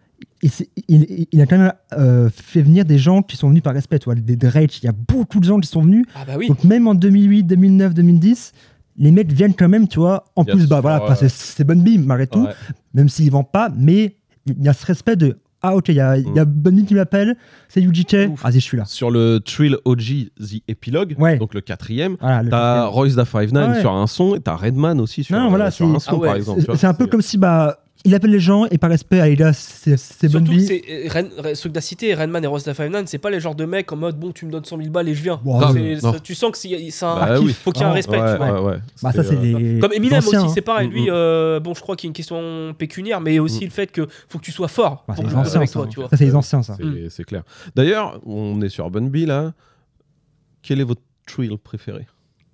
S3: il a quand même fait venir des gens qui sont venus par respect, des Drake. Il y a beaucoup de gens qui sont venus.
S1: Ah bah oui.
S3: Donc même en 2008, 2009, 2010, les mecs viennent quand même, tu vois. En plus, parce que c'est Bun B malgré tout, même s'ils vendent pas, mais il y a ce respect de ok, il y a Bun B qui m'appelle, c'est UGK, vas-y, je suis là.
S2: Sur le Trill OG The Epilogue, donc le 4e, t'as Royce da 5'9" sur un son, et t'as Redman aussi sur un son, par exemple.
S3: C'est un peu comme si il appelle les gens et par respect, là, c'est Bun B.
S1: Ceux que t'as cités, Redman et Royce da 5'9", c'est pas les genres de mecs en mode bon, tu me donnes 100 000 balles et je viens. Tu sens que c'est un kiff, faut qu'il y ait un respect.
S3: Ça, c'est
S1: comme Eminem
S3: anciens,
S1: aussi, c'est pareil. Lui, bon, je crois qu'il y a une question pécuniaire, mais aussi le fait que faut que tu sois fort pour que je bosse avec toi.
S3: Ça, c'est les anciens, ça.
S2: C'est clair. D'ailleurs, on est sur Bun B là. Quel est votre trill préféré?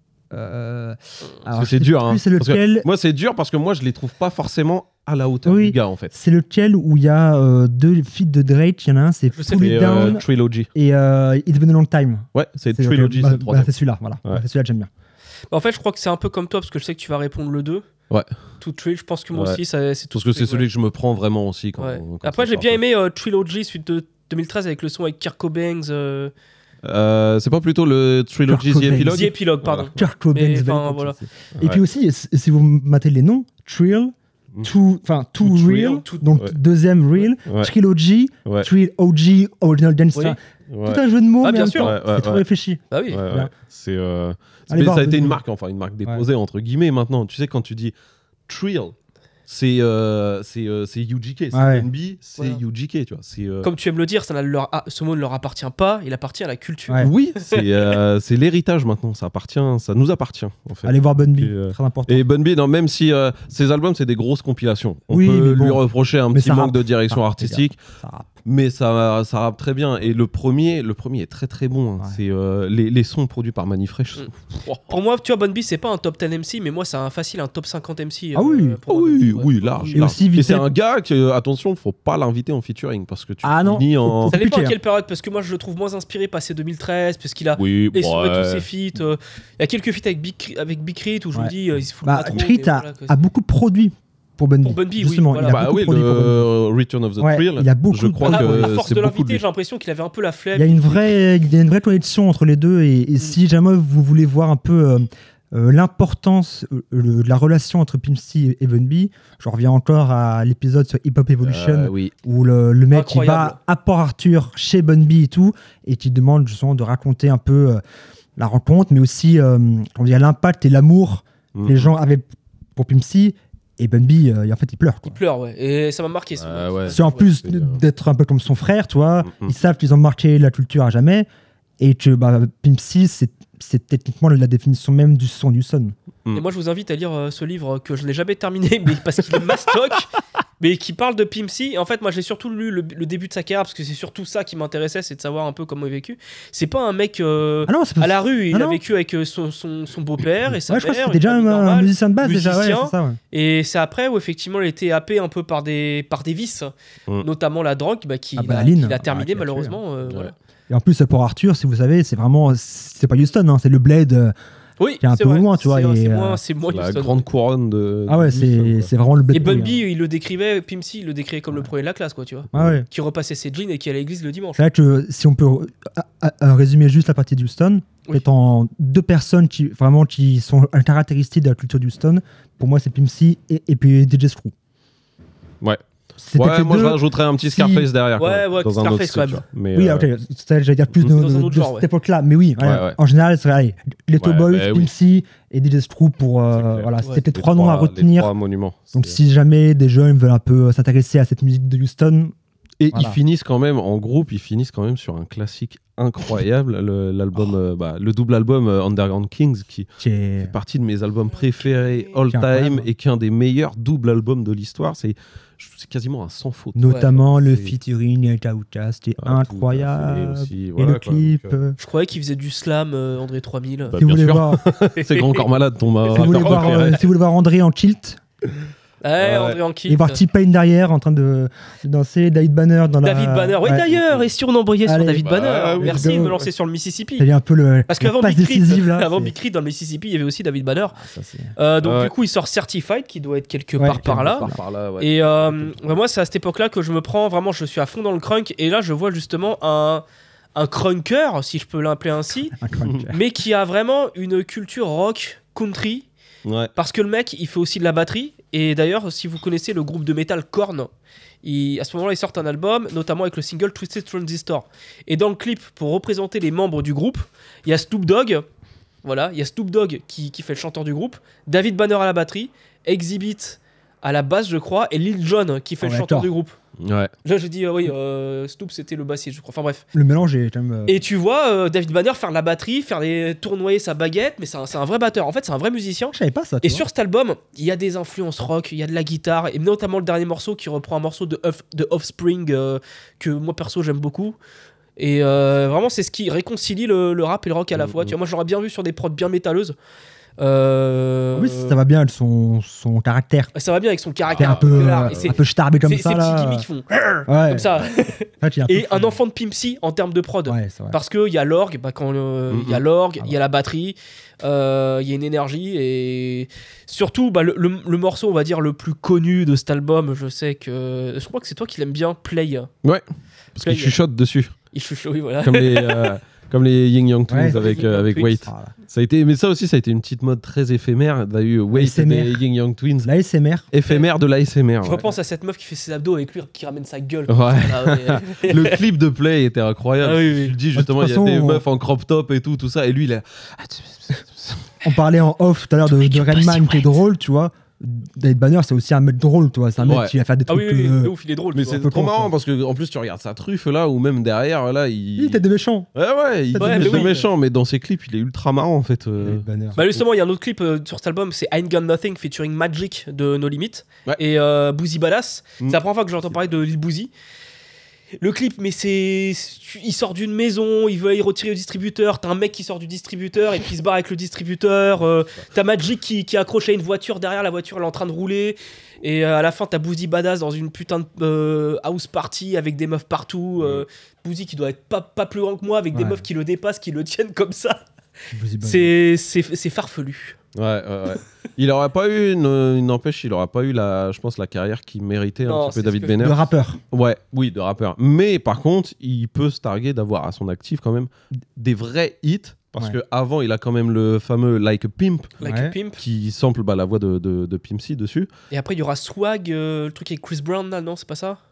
S3: Alors
S2: c'est dur, hein.
S3: C'est lequel...
S2: Moi, c'est dur parce que moi, je les trouve pas forcément à la hauteur du gars, en fait.
S3: C'est lequel où il y a deux feats de Drake. Il y en a un, c'est Pull It Down
S2: Trilogy.
S3: Et It's Been a Long Time.
S2: Ouais, c'est Trilogy, c'est le troisième.
S3: C'est celui-là, voilà. C'est celui-là que j'aime bien.
S1: En fait, je crois que c'est un peu comme toi, parce que je sais que tu vas répondre le 2.
S2: Ouais.
S1: Tout Trill, je pense que moi aussi, c'est tout.
S2: Parce que c'est celui que je me prends vraiment aussi.
S1: Après, j'ai bien aimé Trilogy, suite de 2013, avec le son avec Kurt Cobain.
S2: C'est pas plutôt le Trilogy The Epilogue?
S1: The Epilogue, pardon.
S3: Kurt Cobain,
S1: voilà.
S3: Et puis aussi, si vous matez les noms, Trill, Two Real, donc deuxième Real, Trilogy, Trill OG, Original Dance. Tout un jeu de mots, mais
S1: bien sûr.
S3: C'est trop réfléchi.
S1: Ah oui.
S2: Ça a été une marque déposée entre guillemets maintenant. Tu sais, quand tu dis Trill, c'est UGK, c'est Bun B, c'est UGK, tu vois.
S1: Comme tu aimes le dire, ce mot ne leur appartient pas, il appartient à la culture.
S2: Oui, c'est l'héritage maintenant, ça nous appartient en fait.
S3: Allez voir Bun B, très important.
S2: Et Bun B, même si ces albums c'est des grosses compilations, on peut lui reprocher un petit manque de direction artistique. Mais ça rappe très bien. Et le premier est très très bon. C'est les sons produits par Manifresh.
S1: Pour moi, tu vois, Bun B, c'est pas un top 10 MC, mais moi, c'est facile un top 50 MC.
S2: Oui, large. Et c'est un gars que, attention, faut pas l'inviter en featuring parce que tu finis en.
S1: Ça dépend à quelle période, parce que moi, je le trouve moins inspiré passé 2013, parce qu'il a tous ses feats. Il y a quelques feats avec Big Crit où je me dis, il se fout pas trop.
S3: Crit a beaucoup produit. Pour Bun B, justement,
S1: oui,
S3: il a beaucoup produit
S2: le Return of the Thrill.
S3: Il y a beaucoup.
S2: Je crois que
S1: à force de l'inviter, j'ai l'impression qu'il avait un peu la flemme.
S3: Il y a une vraie connexion entre les deux, et si jamais vous voulez voir un peu l'importance de la relation entre Pimp C et Bun B, je reviens encore à l'épisode sur Hip Hop Evolution où le mec il va à Port Arthur chez Bun B et tout, et qui demande justement de raconter un peu la rencontre, mais aussi l'impact et l'amour que les gens avaient pour Pimp C. Et Bun B, en fait, il pleure.
S1: Il pleure, ouais. Et ça m'a marqué.
S3: C'est en plus d'être un peu comme son frère, tu vois. Ils savent qu'ils ont marqué la culture à jamais. Et que Pimp C, c'est techniquement la définition même du son du son.
S1: Et moi, je vous invite à lire ce livre que je n'ai jamais terminé, mais parce qu'il est mastoc, mais qui parle de Pimp C. Et en fait, moi, j'ai surtout lu le début de sa carrière, parce que c'est surtout ça qui m'intéressait, c'est de savoir un peu comment il a vécu. C'est pas un mec à la rue, il a vécu avec son beau-père et sa mère.
S3: Je crois que c'était déjà un musicien de base, déjà. C'est ça,
S1: Et c'est après où, effectivement, il a été happé un peu par des vices, notamment la drogue, qu'il a terminé, malheureusement.
S3: Et en plus, pour Arthur, si vous savez, c'est pas Houston, c'est le Bled.
S1: Oui,
S3: qui est un peu loin, tu vois.
S1: C'est moins
S2: la grande couronne de.
S3: Ah ouais, c'est vraiment le Bled.
S1: Et Bun B, il le décrivait, Pimp C, il le décrivait comme le premier de la classe, quoi, tu vois. Qui repassait ses jeans et qui allait à l'église le dimanche.
S3: C'est vrai que si on peut résumer juste la partie d'Houston, étant deux personnes qui sont caractéristiques de la culture d'Houston, pour moi, c'est Pimp C et puis DJ Screw.
S2: Ouais. Moi je rajouterais un petit Scarface derrière.
S1: Dans Scarface quand même.
S2: Mais
S3: ok, j'allais dire plus de cette époque-là, mais oui, en général, c'est Ghetto Boys, Pimp C et DJ Screw pour c'était trois noms à retenir.
S2: Les trois monuments.
S3: Donc si jamais des jeunes veulent un peu s'intéresser à cette musique de Houston,
S2: Et
S3: Voilà.
S2: ils finissent quand même, en groupe, sur un classique incroyable, le double album Underground Kings, qui fait partie de mes albums préférés all
S3: Qui est
S2: time
S3: incroyable.
S2: et qui est un des meilleurs doubles albums de l'histoire. C'est quasiment un sans faute.
S3: Notamment le
S2: c'est-
S3: featuring avec Outkast, c'était
S2: Ah, tout à
S3: incroyable.
S2: fait aussi,
S3: Et
S2: voilà,
S3: le
S2: quoi,
S3: clip.
S2: donc,
S1: Je croyais qu'il faisait du slam, André 3000.
S2: Bah,
S3: si, vous
S2: bien
S3: voulez
S2: sûr.
S3: voir,
S2: C'est Grand Corps Malade, ton
S3: si vous voulez
S2: rappeur
S3: voir,
S2: préféré.
S3: si vous voulez voir André en kilt,
S1: Ouais, André en
S3: et voir T-Pain derrière en train de danser, David Banner dans
S1: David Banner. Oui,
S3: Ouais.
S1: d'ailleurs, et si on embrayait sur
S3: Allez.
S1: David
S2: Bah,
S1: Banner,
S2: oui,
S1: merci de me
S3: go.
S1: lancer sur le Mississippi.
S3: C'était un peu le
S1: Parce
S3: la
S1: qu'avant
S3: passe
S1: Big Crit,
S3: décisive là.
S1: avant
S3: c'est-
S1: Big Crit dans le Mississippi, il y avait aussi David Banner.
S3: Ah, ça, c'est-
S1: Donc
S2: Ouais.
S1: du coup, il sort Certified, qui doit être quelque
S3: Ouais,
S1: part par là.
S2: Par là, ouais.
S1: Et moi, c'est à cette époque-là que je me prends vraiment, je suis à fond dans le crunk. Et là, je vois justement un crunker, si je peux l'appeler ainsi,
S3: un crunch.
S1: mais qui a vraiment une culture rock, country.
S2: Ouais.
S1: Parce que le mec, il fait aussi de la batterie. Et d'ailleurs, si vous connaissez le groupe de metal Korn, à ce moment-là, ils sortent un album, notamment avec le single Twisted Transistor. Et dans le clip, pour représenter les membres du groupe, il y a Snoop Dogg. Voilà, il y a Snoop Dogg qui fait le chanteur du groupe, David Banner à la batterie, Exhibit à la basse, je crois, et Lil Jon qui fait le
S3: Ouais,
S1: chanteur
S3: tort.
S1: du groupe.
S2: Ouais.
S1: Là, je dis, oui, Snoop, c'était le bassiste, je crois. Enfin bref.
S3: Le mélange est quand même.
S1: Et tu vois David Banner faire de la batterie, tournoyer sa baguette, mais c'est un vrai batteur. En fait, c'est un vrai musicien.
S3: Je savais pas ça. tu
S1: Et
S3: vois.
S1: sur cet album, il y a des influences rock, il y a de la guitare, et notamment le dernier morceau qui reprend un morceau de Offspring que moi perso j'aime beaucoup. Et vraiment, c'est ce qui réconcilie le rap et le rock à la fois. Tu vois, moi, je l'aurais bien vu sur des prods bien métalleuses.
S3: Oui, ça va bien avec son caractère.
S1: Ça va bien avec son
S3: C'est
S1: caractère.
S3: un peu,
S1: gueulard. Et
S3: un peu starbé comme
S1: ces
S3: ça
S1: petits
S3: là.
S1: gimmicks qui font
S3: Ouais.
S1: comme ça.
S3: En fait, il est
S1: Et
S3: peu
S1: un
S3: fou.
S1: enfant de Pimp C en termes de prod.
S3: Ouais, c'est vrai.
S1: Parce qu'il y a l'orgue, il y a l'orgue,
S3: Ah
S1: il y a la batterie, il y a une énergie et surtout le morceau, on va dire, le plus connu de cet album, je crois que c'est toi qui l'aimes bien, Play.
S2: Ouais. Parce qu'il chuchote dessus.
S1: Il chuchote, oui, voilà.
S2: Comme les Ying Yang Twins
S3: Ouais,
S2: avec
S1: Ying Yang Twins.
S2: Wait.
S3: Voilà.
S2: Mais ça aussi, ça a été une petite mode très éphémère. Il y a eu Wait
S3: ASMR.
S2: des Ying Yang Twins.
S3: L'ASMR.
S2: Éphémère de l'ASMR.
S1: Je repense à cette meuf qui fait ses abdos avec lui qui ramène sa gueule.
S2: Ouais.
S1: Ah, ouais.
S2: Le clip de Play était incroyable.
S1: Ah oui, oui.
S2: Tu le dis justement,
S3: De
S2: il y
S3: toute
S2: a des
S3: façon,
S2: meufs en crop top et tout ça. Et lui, il est.
S3: On parlait en off tout à l'heure de Redman qui est drôle, tu vois. David Banner, c'est aussi un mec drôle, tu vois. C'est un mec
S2: Ouais.
S3: qui va faire des
S1: Ah
S3: trucs.
S1: oui, oui, de ouf, il est drôle.
S2: Mais
S1: tu
S2: c'est
S1: vois.
S2: trop
S3: con,
S2: marrant
S3: quoi.
S2: parce que en plus tu regardes sa truffe là ou même derrière là
S3: Il était des méchants.
S2: ouais il
S1: Ouais,
S2: est
S1: mais oui.
S2: méchant mais dans ses clips il est ultra marrant en fait.
S3: David Banner.
S1: Bah justement, il y a un autre clip sur cet album, c'est Ain't Got Nothing featuring Magic de No Limit
S2: Ouais.
S1: et Boozy Badass.
S2: Mm.
S1: C'est la première fois que j'entends parler de Lil Boozy. Le clip, mais il sort d'une maison, il veut aller retirer le distributeur. T'as un mec qui sort du distributeur et puis il se barre avec le distributeur. T'as Magic qui est accroché à une voiture derrière, la voiture elle est en train de rouler. Et à la fin, t'as Boozy Badass dans une putain de house party avec des meufs partout. Boozy qui doit être pas plus grand que moi avec des
S3: Ouais.
S1: meufs qui le dépassent, qui le tiennent comme ça.
S3: Boozy Banner.
S1: C'est farfelu.
S2: Ouais. Il aurait pas eu n'empêche il aurait pas eu je pense la carrière qu'il méritait
S1: Non,
S2: un petit
S1: c'est
S2: peu David
S1: ce que-
S2: Banner.
S3: Le rappeur.
S2: Ouais, oui, de rappeur. Mais par contre, il peut se targuer d'avoir à son actif quand même des vrais hits. Parce
S3: Ouais.
S2: que avant, il a quand même le fameux Like a Pimp
S1: Like
S3: Ouais.
S1: a Pimp.
S2: qui sample la voix de Pimp C dessus.
S1: Et après, il y aura Swag, le truc avec Chris Brown, là, non, c'est pas ça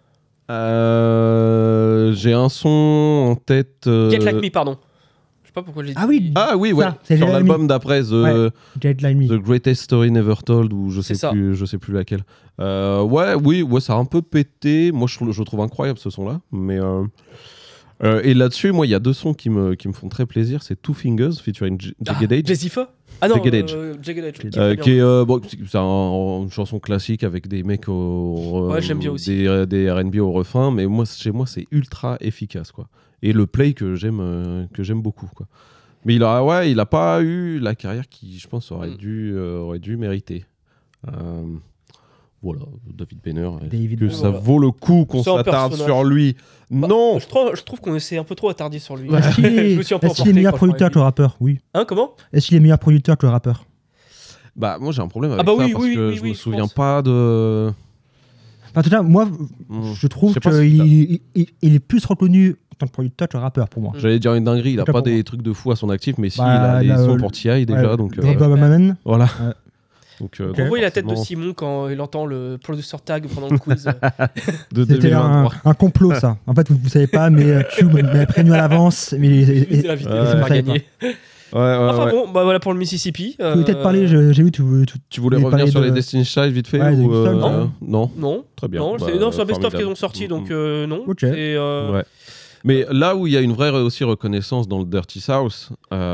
S2: J'ai un son en tête.
S1: Get Like Me, pardon. Je sais pas pourquoi j'ai dit.
S3: Ah oui,
S2: Ah oui, ouais.
S3: Ça, c'est
S2: Sur
S3: Jeremy.
S2: l'album d'après,
S3: Ouais. Deadline Me.
S2: The Greatest Story Never Told, ou je
S1: C'est
S2: sais
S1: ça.
S2: plus, laquelle. Ouais, ça a un peu pété. Moi, je trouve incroyable ce son-là. Mais et là-dessus, moi, il y a deux sons qui me font très plaisir. C'est Two Fingers featuring Jagged Edge.
S1: Jazzifa Ah non,
S2: Jagged Edge.
S1: Jagged Edge.
S2: Qui est bon, c'est une chanson classique avec des mecs
S1: Ouais, j'aime bien aussi.
S2: des R&B au refrain, mais chez moi c'est ultra efficace quoi. Et le play que j'aime beaucoup quoi. Mais il a pas eu la carrière qui je pense aurait dû mériter. Voilà, David Banner. Est-ce
S3: David
S2: que
S3: Banner.
S2: ça vaut le coup qu'on
S1: C'est un
S2: s'attarde
S1: personnage.
S2: sur lui? Non.
S1: Je trouve qu'on s'est un peu trop attardé sur lui.
S3: Est-ce qu'il
S1: Je me suis un peu
S3: est
S1: emporté
S3: meilleur
S1: quand je
S3: producteur
S1: parlais
S3: que le rappeur? Oui.
S1: Hein, comment
S3: Est-ce qu'il est meilleur producteur que le rappeur?
S2: Bah moi j'ai un problème avec
S1: bah
S2: ça
S1: oui,
S2: parce
S1: oui,
S2: que
S1: oui,
S2: je
S1: oui,
S2: me
S1: je
S2: souviens
S1: pense.
S2: pas de.
S3: Enfin, en tout cas, moi, je trouve
S2: Je sais pas
S3: qu'il il est plus reconnu en tant que producteur que le rappeur pour moi.
S2: J'allais dire une dinguerie, il a
S3: Pas
S2: pas
S3: pour
S2: des
S3: moi.
S2: trucs de fou à son actif, mais si,
S3: Bah,
S2: il a les
S3: là,
S2: sons pour T.I. déjà,
S3: Ouais,
S2: donc
S3: Drop Bob Maman.
S2: voilà.
S3: Ouais.
S2: Donc,
S1: On voit la tête de
S2: forcément,
S1: Simon quand il entend le producer tag pendant le quiz.
S2: de
S3: C'était
S2: 2023.
S3: un complot, ça. En fait, vous savez pas, mais Q m'avait prévenu à l'avance. Mais
S1: C'est l'invité,
S2: Ouais.
S1: c'est pas
S3: Je savais
S1: gagné. Enfin bon, bah voilà pour le Mississippi.
S3: Tu voulais peut-être parler, j'ai vu,
S2: tu voulais revenir sur les Destiny's Child vite fait
S1: Non.
S2: Très bien.
S1: Non, c'est un best-of qu'ils ont sorti, donc non.
S3: Ok.
S2: Ouais. Mais là où il y a une vraie aussi reconnaissance dans le Dirty South,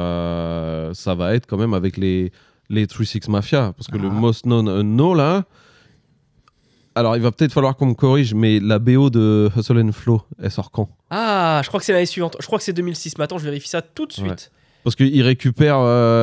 S2: ça va être quand même avec les 3-6 Mafia. Parce que le Most Known Unknown, là... Alors, il va peut-être falloir qu'on me corrige, mais la BO de Hustle and Flow, elle sort quand ?
S1: Ah, je crois que c'est l'année suivante. Je crois que c'est 2006. Mais attends, je vérifie ça tout de suite.
S2: Ouais. Parce qu'il récupère...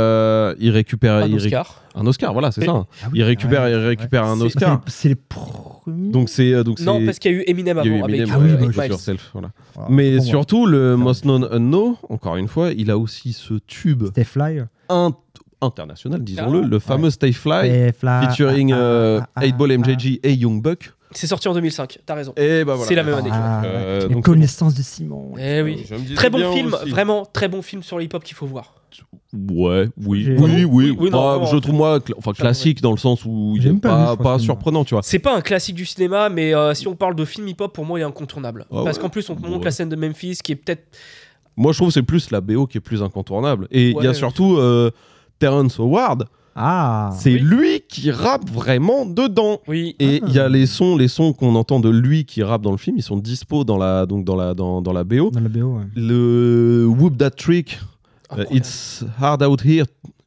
S1: Un Oscar.
S2: Un Oscar, voilà, c'est ça. Hein. Il récupère un Oscar.
S3: C'est les premiers.
S2: Donc c'est
S1: non, parce qu'il y a eu Eminem avant.
S2: Avec
S3: Miles.
S2: Yourself, voilà. Mais surtout, le Most Known Unknown, encore une fois, il a aussi ce tube
S3: Stay Fly.
S2: International, disons-le, le fameux Stay Fly, featuring 8Ball MJG et Young Buck.
S1: C'est sorti en 2005, t'as raison.
S2: Et bah voilà.
S1: C'est la même année.
S3: Donc connaissance de Simon.
S1: Eh oui. Très bon film, aussi. Vraiment très bon film sur le hip-hop qu'il faut voir.
S2: Ouais, oui.
S1: Non,
S2: je trouve moi classique dans le sens où il est pas surprenant, tu vois.
S1: C'est pas un classique du cinéma, mais si on parle de film hip-hop, pour moi il est incontournable. Parce qu'en plus on montre la scène de Memphis qui est peut-être...
S2: Moi je trouve que c'est plus la BO qui est plus incontournable. Et il y a surtout Terrence Howard. C'est lui qui rappe vraiment dedans.
S1: Oui.
S2: Et il y a les sons qu'on entend de lui qui rappe dans le film, ils sont dispo dans la BO.
S3: Dans la BO, ouais.
S2: Le Whoop That Trick, It's hard out here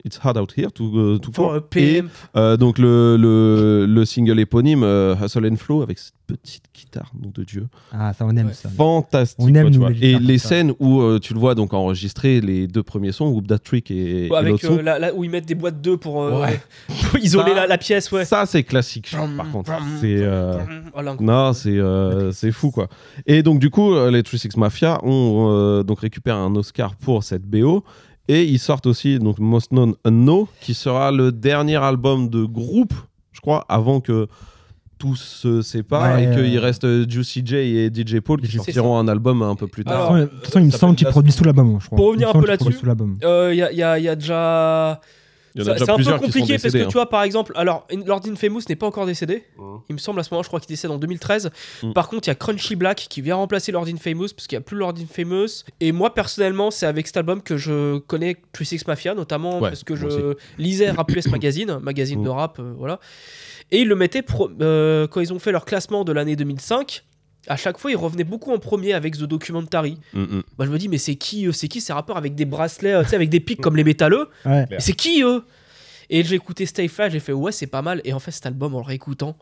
S2: to
S1: for a pimp.
S2: Et donc le single éponyme Hustle and Flow avec cette petite guitare, nom de Dieu.
S3: Ah, ça on aime ça.
S2: Fantastique.
S3: On aime,
S2: tu vois. Et les scènes où tu le vois donc enregistrer les deux premiers sons, Whoop That Trick et
S1: avec
S2: l'autre son.
S1: Là où ils mettent des boîtes d'œufs pour isoler la pièce, ouais.
S2: Ça c'est classique. Par contre, c'est non, c'est fou quoi. Et donc du coup les 3-6 Mafia ont donc récupéré un Oscar pour cette BO. Et ils sortent aussi donc Most Known Unknown, qui sera le dernier album de groupe, je crois, avant que tout se sépare et qu'il reste Juicy J et DJ Paul qui sortiront un album un peu plus tard.
S3: De toute façon, il me semble qu'ils produisent tout l'album, je crois.
S1: Pour revenir un peu là-dessus, il y a déjà... C'est un peu compliqué parce que tu vois, par exemple, alors Lord Infamous n'est pas encore décédé. Il me semble à ce moment, je crois qu'il décède en 2013. Par contre, il y a Crunchy Black qui vient remplacer Lord Infamous parce qu'il n'y a plus Lord Infamous. Et moi, personnellement, c'est avec cet album que je connais 3-6 Mafia, notamment parce que je lisais Rap US magazine de rap, voilà. Et ils le mettaient quand ils ont fait leur classement de l'année 2005. À chaque fois, ils revenaient beaucoup en premier avec The Documentary. Moi, je me dis, mais c'est qui ces rappeurs avec des bracelets, avec des pics comme les métalleux c'est qui eux? Et j'ai écouté Stay Fly, j'ai fait ouais, c'est pas mal. Et en fait, cet album, en le réécoutant,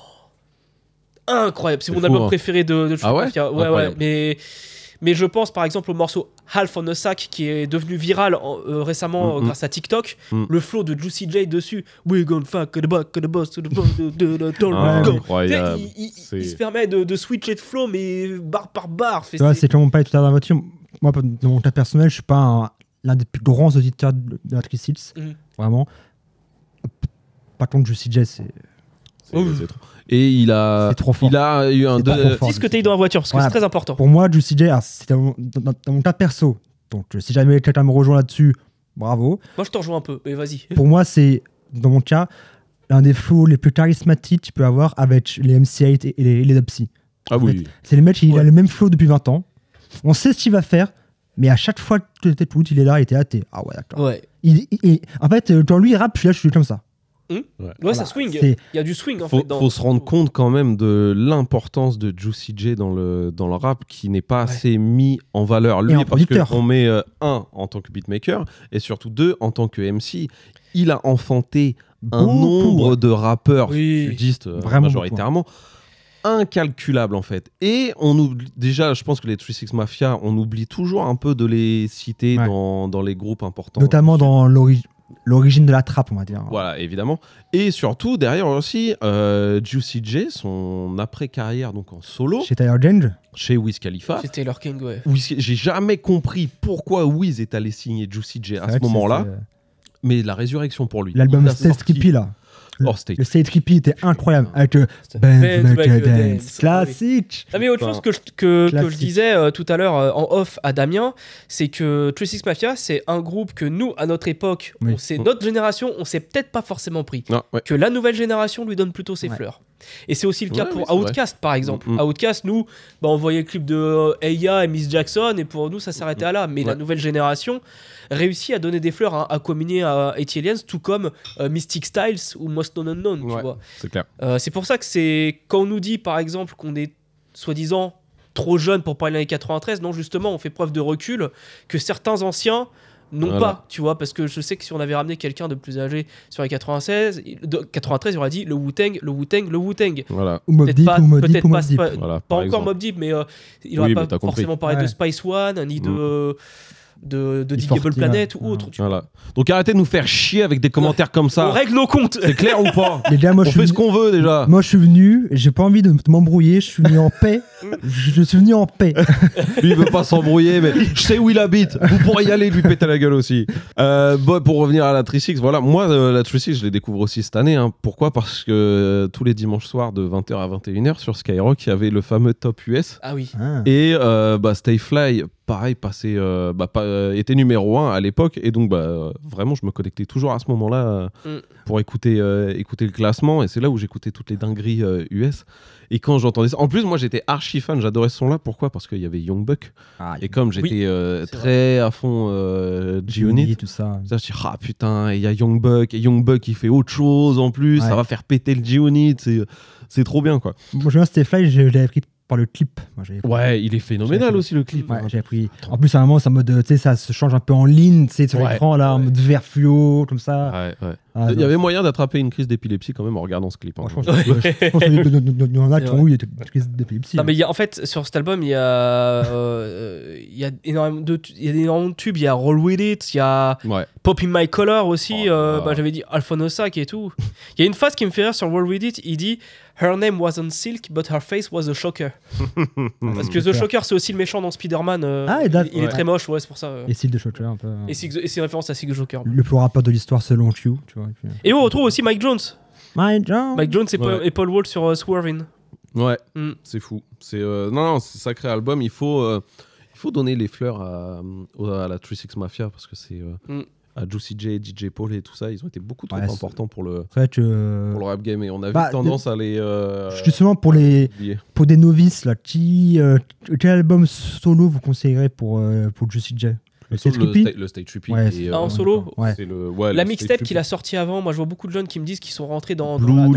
S1: incroyable. C'est mon album préféré de Mafia. Ouais. Mais je pense par exemple au morceau Half on a Sack qui est devenu viral récemment grâce à TikTok. Le flow de Juicy J dessus. We gonna fuck the boss to the
S2: incroyable.
S1: Il se permet de switcher de flow, mais barre par barre.
S3: C'est comme on parlait tout à l'heure dans la voiture. Moi, dans mon cas personnel, je suis pas l'un des plus grands auditeurs de la 3-6. Vraiment. Par contre, Juicy J, c'est
S2: trop. Et il a eu un
S1: dis ce que t'as eu dans la voiture parce que c'est très important.
S3: Pour moi, Juicy J, c'était dans mon cas perso. Donc, si jamais quelqu'un me rejoint là-dessus, bravo.
S1: Moi, je t'en rejoins un peu, mais vas-y.
S3: Pour moi, c'est dans mon cas l'un des flows les plus charismatiques que tu peux avoir avec les MC8 et les Dopsy. C'est le mec, il a le même flow depuis 20 ans. On sait ce qu'il va faire, mais à chaque fois que il est là, il était là, ah ouais, d'accord.
S1: Ouais.
S3: En fait, quand lui il rappe, je suis comme ça.
S1: Ça swing. Il y a du swing en fait.
S2: Faut se rendre compte quand même de l'importance de Juicy J dans le rap qui n'est pas assez mis en valeur. Lui, parce qu'on met en tant que beatmaker et surtout 2 en tant que MC. Il a enfanté un nombre de rappeurs sudistes majoritairement incalculable en fait. Et on oublie, déjà, je pense que les 3-6 Mafia, on oublie toujours un peu de les citer dans les groupes importants.
S3: Notamment dans l'origine de la trappe, on va dire.
S2: Voilà, évidemment. Et surtout, derrière aussi, Juicy J, son après-carrière donc en solo.
S3: Chez Tyler James.
S2: Chez Wiz Khalifa.
S1: Chez Taylor King,
S2: J'ai jamais compris pourquoi Wiz est allé signer Juicy J à ce moment-là. Mais la résurrection pour lui.
S3: L'album Stay Skippy, là. Le Stay Trippy était incroyable. Avec le Benz Make a Dance. Classique.
S1: Ah, mais autre chose que je disais tout à l'heure en off à Damien, c'est que 36 Mafia, c'est un groupe que nous, à notre époque, notre génération, on s'est peut-être pas forcément pris.
S2: Non,
S1: que la nouvelle génération lui donne plutôt ses fleurs. Et c'est aussi le cas pour Outkast, par exemple. Outkast, nous, on voyait le clip de Aya et Miss Jackson, et pour nous, ça s'arrêtait à là. Mais la nouvelle génération réussit à donner des fleurs à communier à Aliens, tout comme Mystic Styles ou Most Known Unknown, tu vois.
S2: C'est clair.
S1: C'est pour ça que quand on nous dit, par exemple, qu'on est soi-disant trop jeune pour parler des années 93, non, justement, on fait preuve de recul, que certains anciens n'ont pas, tu vois, parce que je sais que si on avait ramené quelqu'un de plus âgé sur les 93, il aurait dit le Wu-Tang.
S2: Voilà.
S3: Ou Mobb Deep,
S1: peut-être pas,
S2: voilà,
S1: pas encore Mobb Deep, mais il n'aurait pas forcément parlé de Spice One, ni de Digable Planet ou autre.
S2: Voilà. Donc arrêtez de nous faire chier avec des commentaires comme ça.
S1: On règle nos comptes.
S2: C'est clair ou pas?
S3: Les gars,
S2: on fait ce qu'on veut déjà.
S3: Moi je suis venu, j'ai pas envie de m'embrouiller, je suis venu en paix. Je suis venu en paix.
S2: Lui il veut pas s'embrouiller, mais je sais où il habite. Vous pourrez y aller, lui péter la gueule aussi. Pour revenir à la 36, voilà, moi la 36 je les découvre aussi cette année. Hein. Pourquoi? Parce que tous les dimanches soirs de 20h à 21h sur Skyrock, il y avait le fameux Top US.
S1: Ah oui.
S2: Et Stay Fly, pareil, était numéro 1 à l'époque, et donc vraiment je me connectais toujours à ce moment-là pour écouter le classement, et c'est là où j'écoutais toutes les dingueries US. Et quand j'entendais ça, en plus moi j'étais archi fan, j'adorais ce son-là. Pourquoi? Parce qu'il y avait Young Buck, et comme j'étais très à fond G-Unit,
S3: tout ça,
S2: je dis putain, il y a Young Buck, et Young Buck il fait autre chose en plus, ça va faire péter le G-Unit, c'est trop bien quoi.
S3: Moi je me souviens, Stay Fly, je l'avais pris par le clip.
S2: Ouais, il est phénoménal aussi le clip.
S3: Ouais, j'ai appris. En plus, à un moment, c'est en mode, tu sais, ça se change un peu en ligne, tu sais, sur l'écran, là, en mode vert fluo, comme ça.
S2: Ouais. Il y avait moyen d'attraper une crise d'épilepsie quand même en regardant ce clip. Hein.
S3: Je pense qu'il y en a qui ont eu des crises d'épilepsie.
S1: Non, mais en fait, sur cet album, il y a énormément de tubes. Il y a Roll With It, il y a Pop In My Color aussi. J'avais dit Alphonosac et tout. Il y a une phrase qui me fait rire sur Roll With It. Il dit Her name wasn't Silk, but her face was a Shocker. Parce que The Shocker, c'est aussi le méchant dans Spider-Man. Il est très moche, c'est pour ça.
S3: Et Silk the Shocker, un peu.
S1: Et c'est une référence à Silk the Shocker.
S3: Le plus rappeur de l'histoire selon Q, tu vois.
S1: Et on retrouve aussi Mike Jones. Mike Jones et Paul Wall sur Swervin.
S2: Ouais, c'est fou. C'est c'est sacré album. Il faut donner les fleurs à la 36 Mafia, parce que c'est à Juicy J, DJ Paul et tout ça, ils ont été beaucoup trop importants pour le rap game, et on a vite tendance à les
S3: justement pour des novices là, quel album solo vous conseillerez pour Juicy J? Le
S2: Stay Trippy.
S1: En solo,
S2: c'est
S1: la mixtape qu'il a sorti avant. Moi je vois beaucoup de jeunes qui me disent qu'ils sont rentrés dans
S2: Blue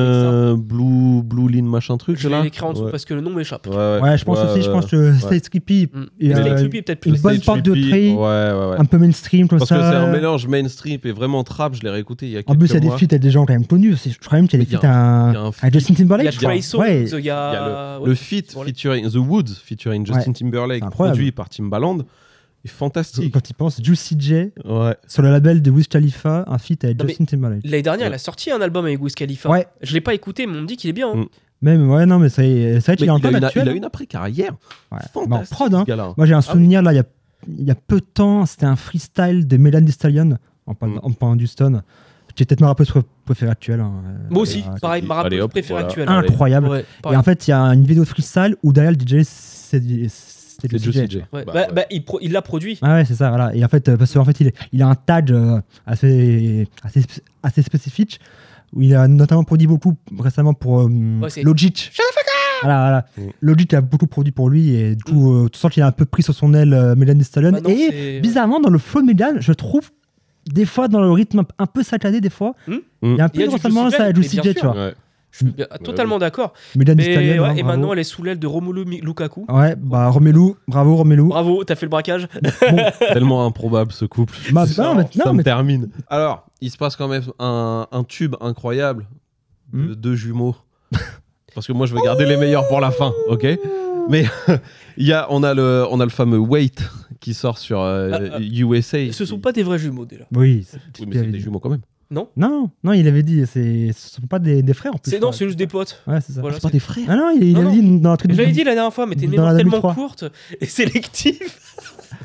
S2: Lean machin truc.
S1: Je vais l'écrire en dessous parce que le nom m'échappe.
S3: Je pense aussi, que Stay Trippy,
S1: peut-être plus
S3: une bonne porte de trait, un peu mainstream comme ça.
S2: Parce que c'est un mélange mainstream et vraiment trap. Je l'ai réécouté il y a quelques mois.
S3: En plus il y a des feats avec des gens quand même connus. Je crois même qu'il y a des feats à Justin Timberlake.
S1: Il y a Trey Songz, il y
S2: a le feat featuring The Woods featuring Justin Timberlake, produit par Timbaland. Fantastique.
S3: Quand il pense Juicy J sur le label de Wiz Khalifa, un feat avec Justin Timberlake.
S1: L'année dernière, elle a sorti un album avec Wiz Khalifa. Je l'ai pas écouté, mais on me dit qu'il est bien.
S3: Même mais c'est vrai qu'il est encore actuel.
S2: Il a une après-carrière.
S3: Fantastique. Prod, hein. Moi j'ai un souvenir là, il y a peu de temps, c'était un freestyle de Megan Thee Stallion en parlant d'Houston. J'ai peut-être ma rappeuse préférée actuelle.
S1: Moi aussi, pareil, ma rappeuse préférée actuelle.
S3: Incroyable. Et en fait, il y a une vidéo de freestyle où derrière le DJ, c'est
S2: Juicy J.
S1: Il l'a produit.
S3: C'est ça, voilà. Et en fait, parce qu'en fait, il a un tag assez spécifique, où il a notamment produit beaucoup récemment pour Logic. Voilà. Logic a beaucoup produit pour lui, et du coup, tu sens qu'il a un peu pris sur son aile Megan Thee Stallion. Et bizarrement, dans le flow de Megan, je trouve des fois dans le rythme un peu saccadé, des fois, il y a un peu de ressemblance à Juicy J, tu vois.
S1: Je suis totalement d'accord. Et maintenant, elle est sous l'aile de Romelu Lukaku.
S3: Romelu, bravo Romelu.
S1: Bravo, t'as fait le braquage.
S2: Tellement improbable ce couple. Ça me termine. Alors, il se passe quand même un tube incroyable de deux jumeaux. Parce que moi, je vais garder les meilleurs pour la fin, ok? Mais on a le fameux Wait qui sort sur USA.
S1: Ce sont pas des vrais jumeaux déjà.
S3: Oui,
S2: mais c'est des jumeaux quand même.
S3: Non, il avait dit, ce sont pas des frères en plus.
S1: C'est juste des potes.
S3: Ouais, c'est ça.
S1: Voilà,
S2: c'est pas des frères.
S3: Ah non, il a dit dans un truc.
S1: Je l'avais dit la dernière fois, mais t'es une mémoire tellement courte et sélective.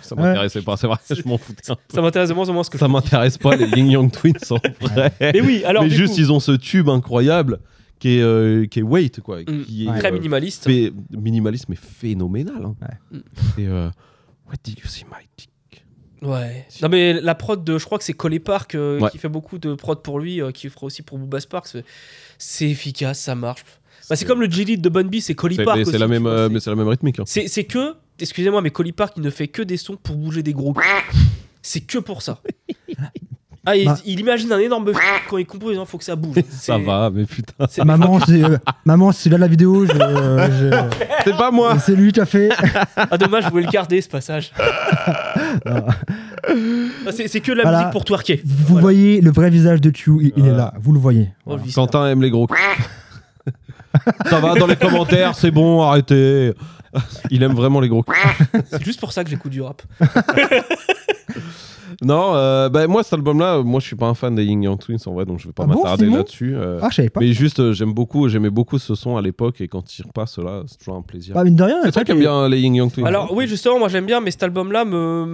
S2: Ça m'intéressait pas, c'est vrai, je m'en foutais.
S1: Ça m'intéresse de moins en moins ce que
S2: Ça m'intéresse pas, les Ying Yang Twins, en vrai.
S1: Mais oui, alors.
S2: Mais
S1: du
S2: juste,
S1: coup,
S2: ils ont ce tube incroyable qui est Wait, quoi. Qui est,
S1: très minimaliste.
S2: Minimaliste, mais phénoménal. Hein.
S3: Ouais.
S2: Et What did you see, my dick?
S1: Ouais. Non, mais la prod de. Je crois que c'est Coley Park qui fait beaucoup de prod pour lui, qui fera aussi pour Booba Sparks. C'est efficace, ça marche. Bah, c'est comme le G-Lead de Bun B, c'est Coley Park.
S2: C'est la même, mais c'est la même rythmique. Hein.
S1: C'est que. Excusez-moi, mais Coley Park, il ne fait que des sons pour bouger des gros. C'est que pour ça. Ah, il imagine un énorme quand il compose, il faut que ça bouge.
S2: Ça va, mais putain.
S3: Maman, c'est là la vidéo.
S2: C'est pas moi.
S3: C'est lui qui a fait.
S1: Ah, dommage, je voulais le garder ce passage. C'est que la musique pour twerker.
S3: Vous voyez le vrai visage de Q, il est là, vous le voyez.
S1: Oh,
S2: Quentin aime les gros. Ça va dans les commentaires, c'est bon, arrêtez. Il aime vraiment les gros.
S1: C'est juste pour ça que j'écoute du rap.
S2: Non, moi cet album-là, moi je suis pas un fan des Ying Yang Twins en vrai, donc je vais pas m'attarder là-dessus.
S3: Je savais pas.
S2: Mais juste, j'aimais beaucoup ce son à l'époque et quand il repasse là, c'est toujours un plaisir.
S3: Mine de rien.
S2: C'est toi qui aimes bien les Ying Yang Twins.
S1: Alors oui, justement, moi j'aime bien, mais cet album-là,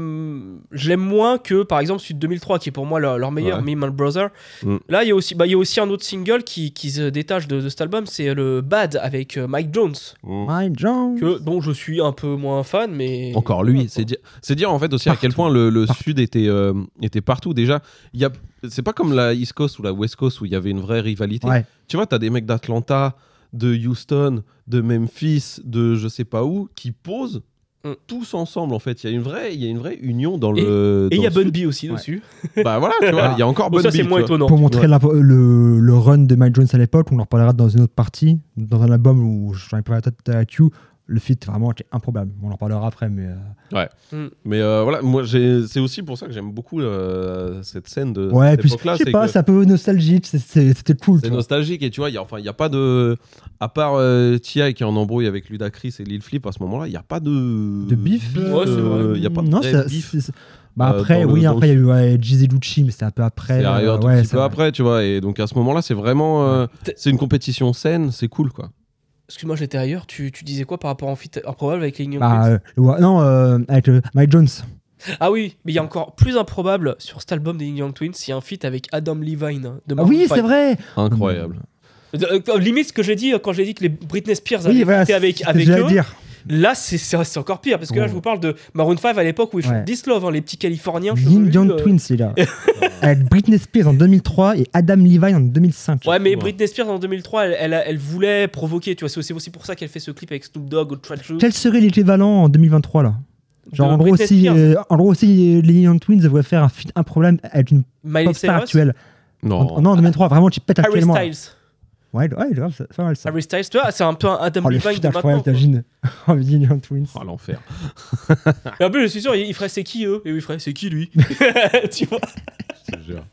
S1: je l'aime moins que par exemple celui de 2003, qui est pour moi leur meilleur, Me and Brother. Là, il y a aussi un autre single qui se détache de cet album, c'est le Bad avec Mike Jones.
S3: Mike Jones.
S1: Dont je suis un peu moins fan, mais.
S2: Encore lui, c'est dire en fait aussi à quel point le Sud était partout. Déjà, c'est pas comme la East Coast ou la West Coast où il y avait une vraie rivalité.
S3: Ouais.
S2: Tu vois, t'as des mecs d'Atlanta, de Houston, de Memphis, de je sais pas où, qui posent tous ensemble en fait. Il y a une vraie union dans le.
S1: Et il y a Bun B aussi dessus.
S2: Bah voilà, tu vois, il y a encore Bun B.
S1: Ça c'est moins étonnant.
S3: Pour montrer le run de Mike Jones à l'époque, on en reparlera dans une autre partie, dans un album où j'en ai parlé à Q. Le feat vraiment était improbable. On en reparlera après, mais.
S2: Ouais. Mais voilà, moi c'est aussi pour ça que j'aime beaucoup cette scène de
S3: cette
S2: époque-là.
S3: Je sais pas, c'est un peu nostalgique. C'était cool.
S2: C'est nostalgique et tu vois, il y a pas de, à part T.I. qui est en embrouille avec Ludacris et Lil Flip à ce moment-là, il y a pas de
S3: bif.
S1: Ouais, c'est vrai.
S2: Il y a pas de vrai bif.
S3: Bah après, après il y a eu Jeezy Lucci, mais c'était un peu après.
S2: C'est arrivé un petit peu après, tu vois. Et donc à ce moment-là, c'est vraiment, c'est une compétition saine, c'est cool, quoi.
S1: Excuse-moi, j'étais ailleurs. Tu disais quoi par rapport à un feat improbable avec les Ying Yang
S3: Twins Non, avec Mike Jones.
S1: Ah oui, mais il y a encore plus improbable sur cet album des Ying Yang Twins, il y a un feat avec Adam Levine de Maroon 5.
S3: Oui, c'est vrai.
S2: Incroyable.
S1: Limite ce que j'ai dit quand j'ai dit que les Britney Spears avaient fait avec eux.
S3: Dire.
S1: Là, c'est encore pire parce que là, je vous parle de Maroon 5 à l'époque où ils font This Love, les petits Californiens.
S3: Ying Yang Twins, c'est là. Avec Britney Spears en 2003 et Adam Levine en 2005.
S1: Ouais, mais Britney Spears en 2003, elle voulait provoquer, tu vois. C'est aussi pour ça qu'elle fait ce clip avec Snoop Dogg ou Trash.
S3: Quel serait l'équivalent en 2023 là? Genre en gros aussi les Young Twins devraient faire un problème avec une pop star actuelle.
S2: Non,
S3: en 2003, vraiment tu pètes actuellement.
S1: Harry Styles.
S3: Ouais, grave, c'est pas mal ça.
S1: Harry Styles, tu vois, c'est un peu un Adam Levine de maintenant.
S3: T'imagines. Oh, les Young Twins.
S2: Oh, l'enfer.
S1: Et en plus, je suis sûr, il ferait c'est qui eux? Et oui, il ferait c'est qui lui? Tu vois?
S2: Je te jure.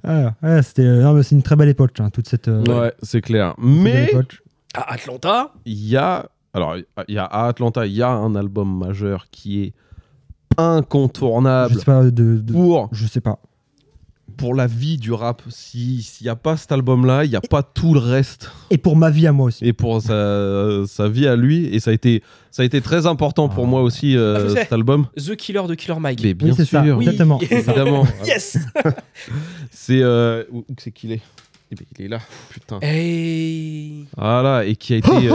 S3: C'est une très belle époque, hein, toute cette.
S2: Ouais, c'est clair. Mais
S1: à Atlanta,
S2: il y a à Atlanta, il y a un album majeur qui est incontournable.
S3: Je sais pas
S2: je sais pas. Pour la vie du rap, s'il n'y a pas cet album-là, il n'y a pas tout le reste.
S3: Et pour ma vie à moi aussi.
S2: Et pour sa vie à lui. Et ça a été très important pour moi aussi, cet album.
S1: The Killer de Killer Mike.
S2: Mais bien sûr.
S3: Ça, exactement.
S2: Évidemment.
S1: Yes.
S2: C'est... où c'est qu'il est? Il est là, putain.
S1: Hey.
S2: Voilà, et qui a été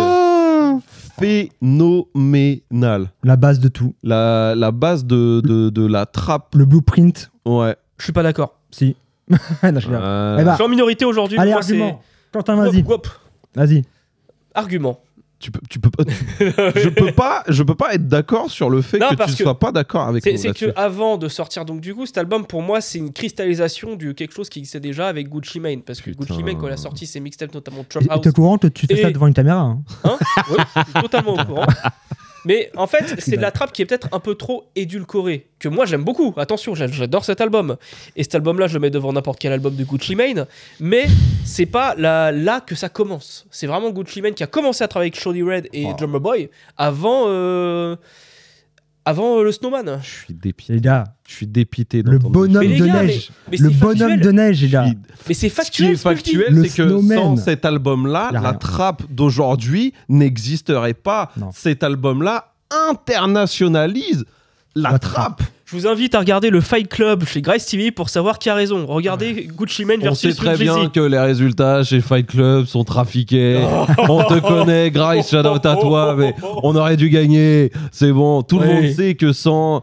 S2: phénoménal.
S3: La base de tout.
S2: La base de la trappe.
S3: Le blueprint.
S2: Ouais.
S1: Je suis pas d'accord.
S3: Si.
S1: Je suis en minorité aujourd'hui.
S3: Allez, argument. Quentin, vas-y. Vas-y.
S1: Argument.
S2: Tu peux pas. je peux pas être d'accord sur le fait que tu sois pas d'accord avec moi.
S1: C'est que avant de sortir donc du coup cet album pour moi c'est une cristallisation de quelque chose qui existait déjà avec Gucci Mane parce que Gucci Mane quand il a sorti ses mixtapes notamment Trap House.
S3: T'es au courant que tu fais ça devant une caméra
S1: hein oui, je suis totalement au courant. Mais en fait, c'est de la trappe qui est peut-être un peu trop édulcorée, que moi j'aime beaucoup. Attention, j'adore cet album. Et cet album-là, je le mets devant n'importe quel album de Gucci Mane. Mais c'est pas là que ça commence. C'est vraiment Gucci Mane qui a commencé à travailler avec Shawty Red et Drummer Boy avant le Snowman.
S2: Je suis dépité.
S3: Les gars,
S2: je suis dépité.
S3: Le bonhomme de neige.
S1: Mais
S3: le bonhomme de neige, les gars.
S1: Mais c'est factuel.
S2: Ce qui est factuel, c'est que sans cet album-là, la trappe d'aujourd'hui n'existerait pas.
S3: Non.
S2: Cet album-là internationalise La trappe.
S1: Je vous invite à regarder le Fight Club chez Grace TV pour savoir qui a raison. Regardez Gucci Mane
S2: On
S1: versus
S2: sait très
S1: Jay-Z.
S2: bien que les résultats chez Fight Club sont trafiqués. On te connaît, Grace, shout out à toi, mais on aurait dû gagner. C'est bon. Tout le monde sait que sans.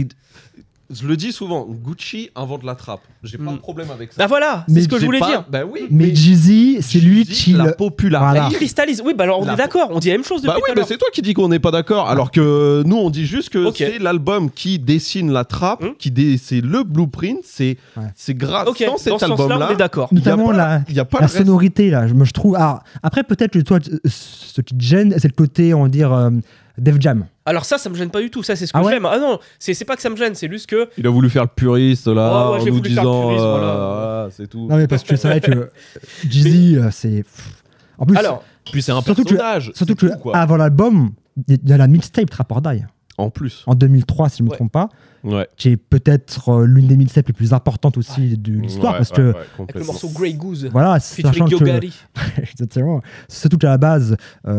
S2: Je le dis souvent, Gucci invente la trappe. J'ai pas de problème avec ça.
S1: Bah voilà, c'est
S3: Mais
S1: ce que je voulais dire.
S2: Bah oui.
S3: Mais Jeezy, c'est lui
S2: Jeezy
S3: qui
S2: l'a popularisé.
S1: Il cristallise. Oui, bah alors on est d'accord. On dit la même chose depuis
S2: Bah oui,
S1: tout à
S2: mais
S1: l'heure.
S2: c'est toi qui dis qu'on n'est pas d'accord. Alors que nous, on dit juste que
S1: Ok.
S2: c'est l'album qui dessine la trappe, c'est le blueprint, c'est grâce
S1: Ok,
S2: sans cet
S1: dans ce sens-là,
S2: album-là.
S1: on est d'accord.
S3: Notamment
S2: Il y a pas
S3: la
S2: le reste.
S3: sonorité, là, je trouve. Alors, après, peut-être que toi, ce qui te gêne, c'est le côté, on va dire, Def Jam.
S1: Alors ça me gêne pas du tout. Ça, c'est ce que
S3: Ah ouais
S1: j'aime. Ah non, c'est pas que ça me gêne, c'est juste que.
S2: Il a voulu faire le puriste là,
S1: Ouais,
S2: en
S1: j'ai
S2: nous
S1: voulu faire le
S2: disant
S1: puriste, voilà.
S2: c'est tout.
S3: Non, mais parce que c'est vrai que Jeezy, c'est. En plus,
S1: Alors,
S2: Puis c'est un
S3: surtout
S2: personnage.
S3: surtout
S2: c'est
S3: que
S2: tout, quoi.
S3: avant l'album, il y a la mixtape Trap or Die
S2: En plus.
S3: en 2003, si je ne me
S1: Ouais.
S3: trompe pas,
S2: Ouais.
S3: qui est peut-être l'une des mixtapes les plus importantes aussi de l'histoire, parce que
S1: avec le
S2: complètement.
S1: morceau Grey Goose,
S3: voilà,
S1: featuring
S3: sachant
S1: Yo
S3: que
S1: Gotti.
S3: exactement, surtout qu'à la base,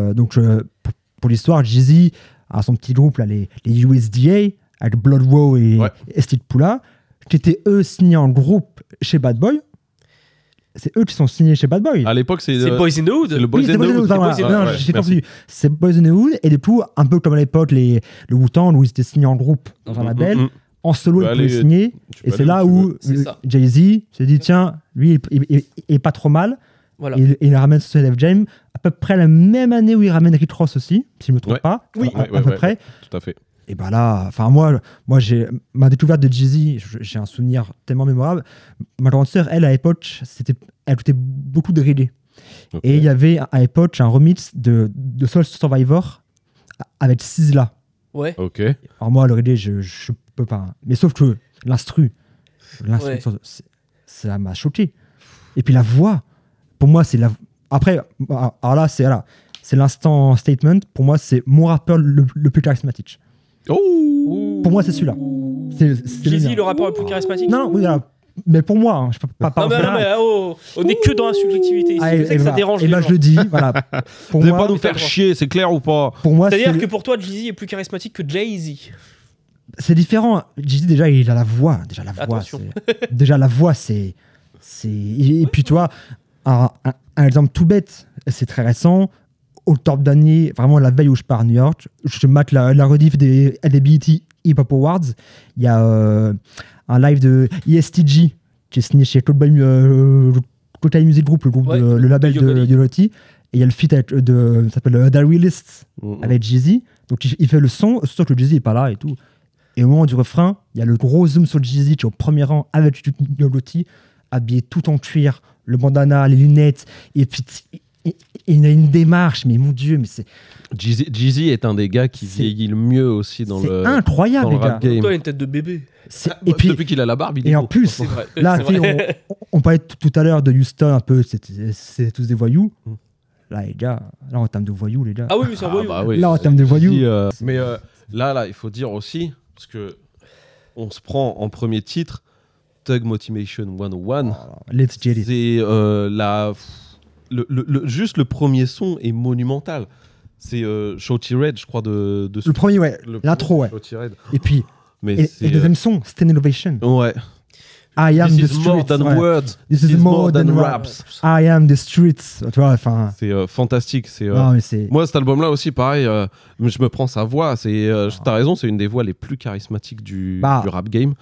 S3: pour l'histoire, Jeezy a son petit groupe là, les USDA avec Blood Wow et Steve Pula, qui étaient eux signés en groupe chez Bad Boy. C'est eux qui sont signés chez Bad Boy.
S2: À l'époque, c'est
S1: C'est Boys in the Hood.
S2: c'est le Boys
S3: Oui, c'est
S2: in the
S3: Boys in the
S2: Hood.
S3: Hood, voilà.
S1: Boys in the
S3: Non,
S1: Hood.
S3: j'ai
S2: Merci.
S3: confondu. C'est Boys in the Hood, et du coup, un peu comme à l'époque, le Wu-Tang, où ils étaient signés en groupe dans un label, en solo,
S2: Tu
S3: ils
S2: peux
S3: pouvaient
S2: aller-
S3: signer.
S2: tu peux
S3: Et c'est
S2: aller
S3: là
S2: où tu
S3: où
S2: veux.
S1: C'est ça.
S3: Jay-Z s'est dit, tiens, lui, il est pas trop mal.
S1: Voilà.
S3: Et il ramène ce Def Jam à peu près la même année où il ramène Rick Ross aussi, si je me trompe
S2: Ouais.
S3: pas.
S1: Oui.
S3: à peu près.
S2: Tout à fait.
S3: Et ben là, enfin moi j'ai ma découverte de Jeezy, j'ai un souvenir tellement mémorable. Ma grande sœur, elle à l'époque, elle écoutait beaucoup de reggae.
S2: Ok.
S3: Et il y avait à l'époque un remix de Soul Survivor avec Sizzla.
S1: Ouais.
S2: Ok.
S3: Alors moi le reggae je peux pas. Hein. Mais sauf que l'instru,
S1: Ouais.
S3: ça m'a choqué. Et puis la voix, pour moi c'est la. Après, alors là c'est l'instant statement. Pour moi c'est mon rappeur le plus charismatique.
S2: Oh.
S3: Pour moi, c'est celui-là. C'est
S1: Jay-Z,
S3: mien.
S1: le rappeur le plus charismatique.
S3: Non, oui, voilà. Mais pour moi, hein, je peux pas
S1: Non,
S3: parler.
S1: mais on est que dans la subjectivité ici. Je sais que ça dérange
S3: Et
S1: les
S3: ben
S1: gens.
S3: je le dis, voilà. Pour
S2: Vous n'allez
S3: moi,
S2: pas nous faire chier, c'est clair ou pas?
S3: pour moi
S1: C'est-à-dire
S3: c'est
S1: que pour toi, Jay-Z est plus charismatique que Jay-Z.
S3: c'est différent. J'ai dit déjà, il a la voix. Déjà la voix,
S1: Attention.
S3: déjà la voix, c'est et puis tu vois, un exemple tout bête, c'est très récent. Au top d'année, vraiment la veille où je pars à New York, je mate la rediff des BET Hip Hop Awards. Il y a un live de ESTG qui est signé chez Cloud Music Group, le groupe
S1: Ouais,
S3: le label
S1: Yo Gotti.
S3: de Lotti. Et il y a le feat ça s'appelle The Realist avec Jeezy. Donc il fait le son, sauf que Jeezy est pas là et tout. Et au moment du refrain, il y a le gros zoom sur Jeezy qui est au premier rang avec Yo Gotti, habillé tout en cuir, le bandana, les lunettes, et puis il a une démarche, mais mon Dieu, mais c'est
S2: Jeezy est un des gars qui
S3: C'est-
S2: vieillit le mieux aussi dans le
S3: incroyable,
S2: dans
S3: les
S2: le
S3: gars.
S2: rap game.
S1: Toi, il a une tête de bébé.
S3: Et puis,
S2: Depuis qu'il a la barbe, il est
S3: et en
S2: beau.
S3: plus,
S1: C'est vrai.
S3: là,
S1: C'est
S3: tu sais,
S1: vrai.
S3: on parlait tout à l'heure de Houston, un peu, c'est tous des voyous.
S2: Mm.
S3: Là, les gars, là, en termes de voyous, les gars.
S1: Ah oui, c'est un voyou.
S2: bah oui.
S3: Là, en termes de voyous.
S2: Jeezy, mais là, il faut dire aussi, parce que on se prend en premier titre Thug Motivation 101.
S3: Let's get it.
S2: C'est juste le premier son est monumental. C'est Shawty Red, je crois, de
S3: Le premier, ouais.
S2: le
S3: L'intro,
S2: premier
S3: ouais.
S2: Shawty Red.
S3: Et puis,
S2: Mais
S3: et
S2: c'est
S3: le deuxième son, Stand Innovation.
S2: ouais.
S3: I am
S2: This
S3: the
S2: is more
S3: streets.
S2: than
S3: ouais.
S2: words.
S3: This is more than
S2: raps.
S3: I am the streets. Tu vois, enfin.
S2: C'est fantastique. C'est
S3: Non, mais c'est.
S2: moi, cet album-là aussi, pareil. Je me prends sa voix. T'as raison, c'est une des voix les plus charismatiques du rap game.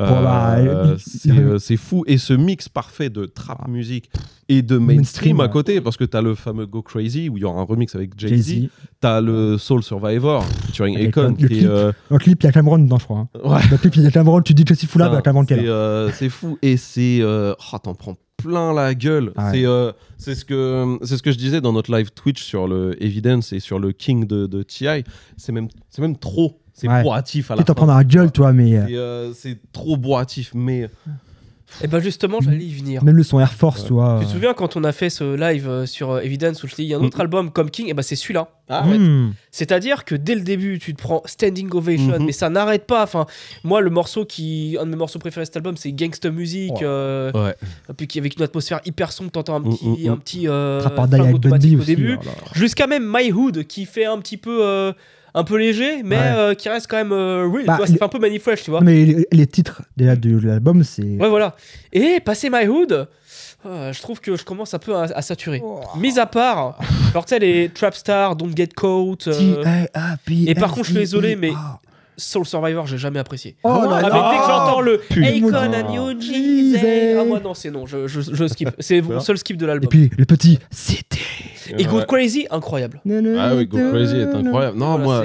S2: C'est fou. Et ce mix parfait de trap music et de mainstream à côté, parce que t'as le fameux Go Crazy où il y aura un remix avec Jay-Z. T'as le Soul Survivor featuring
S3: Avec
S2: Akon.
S3: le
S2: qui est,
S3: clip. Dans le clip, il y a Cameron dedans, je crois. Hein.
S2: ouais.
S3: Dans le clip, il y a Cameron, tu dis que c'est fou là, il y a Cameron qui est là.
S2: C'est fou. Et c'est. T'en prends plein la gueule.
S3: Ah ouais.
S2: C'est ce que je disais dans notre live Twitch sur le Evidence et sur le King de T.I. C'est même trop. C'est
S3: Ouais.
S2: bourratif à la
S3: Tu t'en
S2: fin.
S3: prends la gueule, toi, mais
S2: C'est trop bourratif, mais
S1: Et ben justement, j'allais y venir.
S3: même le son Air Force, tu vois.
S1: Tu te souviens quand on a fait ce live sur Evidence où je t'ai dit il y a un autre album comme King, et ben c'est celui-là. C'est-à-dire que dès le début, tu te prends Standing Ovation, mais ça n'arrête pas. Enfin, moi, un de mes morceaux préférés de cet album, c'est Gangsta Music,
S2: ouais.
S1: puis avec une atmosphère hyper sombre, t'entends un petit
S3: Trap or Die
S1: flingue
S3: avec
S1: automatique
S3: Bundy
S1: au
S3: aussi.
S1: début,
S3: Oh là là.
S1: jusqu'à même My Hood qui fait un petit peu un peu léger, mais qui reste quand même real. Tu vois, ça fait un peu Manifresh, tu vois.
S3: Mais les titres déjà de l'album, c'est.
S1: Ouais, voilà. Et passer My Hood, je trouve que je commence un peu à saturer. Mis à part, genre, tu sais, les Trapstar, Don't Get Caught. Et par contre, je suis désolé, mais Soul Survivor, j'ai jamais apprécié.
S3: Oh là
S1: mais
S3: là.
S1: dès que j'entends le
S3: Putain.
S1: Akon and New Jeezy, moi non, c'est non, je skip. C'est mon seul skip de
S3: Et
S1: l'album.
S3: puis le petit City.
S1: Et Go Crazy, incroyable.
S2: Ah oui, Go Crazy est incroyable. Non,
S1: Voilà,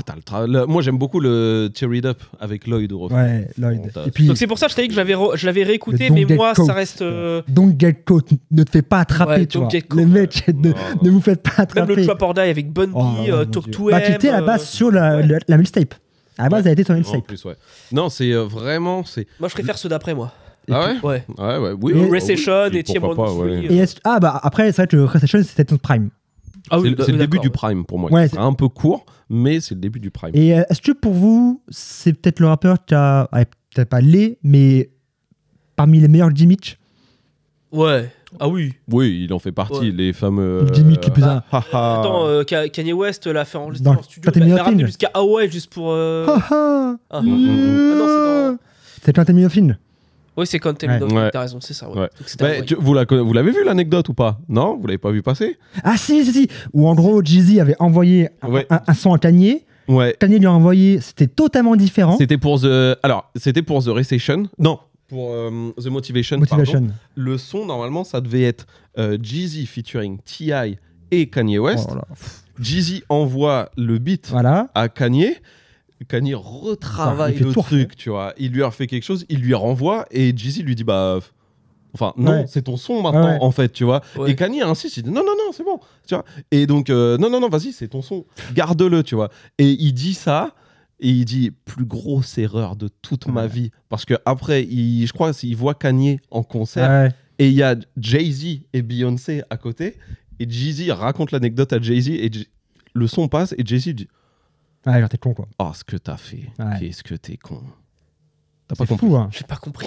S2: moi j'aime beaucoup le Tear It Up avec Lloyd au refrain.
S3: Ouais, Lloyd.
S2: Bon,
S3: Et puis,
S1: Donc c'est pour ça que je t'ai dit que je l'avais réécouté,
S3: Le
S1: mais
S3: Don't
S1: moi
S3: Get
S1: ça
S3: Caught.
S1: reste.
S3: Don't Get Caught, ne te fais pas attraper,
S1: Ouais,
S3: tu
S1: Don't
S3: vois.
S1: Get Caught.
S3: Les mecs, ne vous faites pas
S1: Même
S3: attraper.
S1: le Trap or Die avec Bun B,
S3: Oh, mon
S1: Talk
S3: Dieu.
S1: to
S3: Bah,
S1: M.
S3: qui était à la base sur la mixtape. À la base, elle était sur la
S2: En
S3: mixtape.
S2: plus, ouais. Non, c'est vraiment.
S1: Moi je préfère ceux d'après, moi.
S2: Ah ouais.
S1: Ouais.
S2: Ouais, oui.
S3: Et
S1: Recession
S2: oui,
S1: et Team
S2: pourquoi pas, ouais.
S1: Free.
S3: Après, c'est vrai que le Recession, c'était ton prime.
S1: Ah oui,
S2: C'est le début
S1: d'accord.
S2: du prime pour moi.
S3: Ouais,
S2: c'est un peu court, mais c'est le début du prime.
S3: Et est-ce que pour vous, c'est peut-être le rappeur qui a. Peut-être pas mais parmi les meilleurs gimmicks.
S1: Ouais. Ah oui.
S2: Oui, il en fait partie,
S1: Ouais.
S2: les fameux.
S3: Gimmick les plus un.
S1: Attends, Kanye West l'a fait enregistrer
S3: Dans
S1: en studio.
S3: Quantum
S1: Il l'a
S3: Minion
S1: ramené
S3: Film.
S1: jusqu'à Hawaii juste pour. Ah
S3: Ah,
S1: non,
S3: c'est Quantum Minion Film.
S1: Oui, c'est Quantum
S3: Ouais.
S1: Minion,
S2: Ouais.
S1: t'as raison, c'est ça. Ouais.
S2: Ouais.
S1: Donc, c'était
S2: Bah,
S1: Hawaii.
S2: vous l'avez vu l'anecdote ou pas? Non, vous l'avez pas vu passer?
S3: Ah si. Où en gros, Jeezy avait envoyé
S2: Ouais.
S3: un son à Kanye.
S2: Ouais.
S3: Kanye lui a envoyé, c'était totalement différent.
S2: C'était pour The Recession. Non, pour The Motivation.
S3: Motivation.
S2: Pardon. Le son, normalement, ça devait être Jeezy featuring T.I. et Kanye West.
S3: Oh là.
S2: Jeezy envoie le beat
S3: Voilà.
S2: à Kanye. Kanye retravaille
S3: Il fait
S2: le
S3: tout
S2: truc, tu vois. Il lui a refait quelque chose, il lui renvoie et Jeezy lui dit enfin non,
S3: Ouais.
S2: c'est ton son maintenant
S3: Ouais.
S2: en fait, tu vois.
S1: Ouais.
S2: Et Kanye insiste, il dit non, c'est bon, tu vois. Et donc non, vas-y, c'est ton son, garde-le, tu vois. Et il dit ça. Et il dit plus grosse erreur de toute ma vie parce que après je crois qu'il voit Kanye en concert
S3: Ouais.
S2: et il y a Jay-Z et Beyoncé à côté et Jay-Z raconte l'anecdote à Jay-Z et le son passe et Jay-Z dit
S3: Ouais, genre t'es con quoi.
S2: oh ce que t'as fait,
S3: Ouais.
S2: qu'est-ce que t'es con. T'as pas
S3: C'est
S2: compris.
S3: fou, hein.
S1: J'ai pas compris.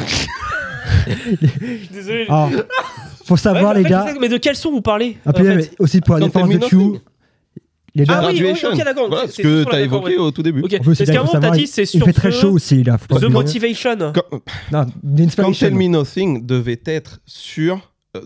S1: Je suis désolé.
S3: Ah, faut savoir,
S1: Ouais,
S3: les
S1: en fait,
S3: gars.
S1: je sais, mais de quel son vous parlez
S3: Ah, puis,
S1: en fait
S3: mais aussi pour la
S2: Quand
S3: défense
S2: t'as
S3: de
S2: mis
S3: Q.
S2: nothing.
S3: Les gars,
S1: Ah oui,
S2: Graduation.
S1: ok, d'accord.
S2: Voilà,
S1: C'est-
S2: ce que
S1: c'est
S2: t'as
S1: d'accord,
S2: évoqué
S1: ouais.
S2: au tout début.
S1: Ok.
S3: on peut aussi
S1: Parce
S3: dire,
S1: qu'avant,
S3: faut savoir,
S1: t'as dit, c'est
S3: il
S1: sur
S3: fait très chaud aussi là. Faut pas
S1: The
S3: oublier.
S1: Motivation.
S3: Non,
S2: Quand
S3: d'Inspiration.
S2: Tell Me Nothing devait être sur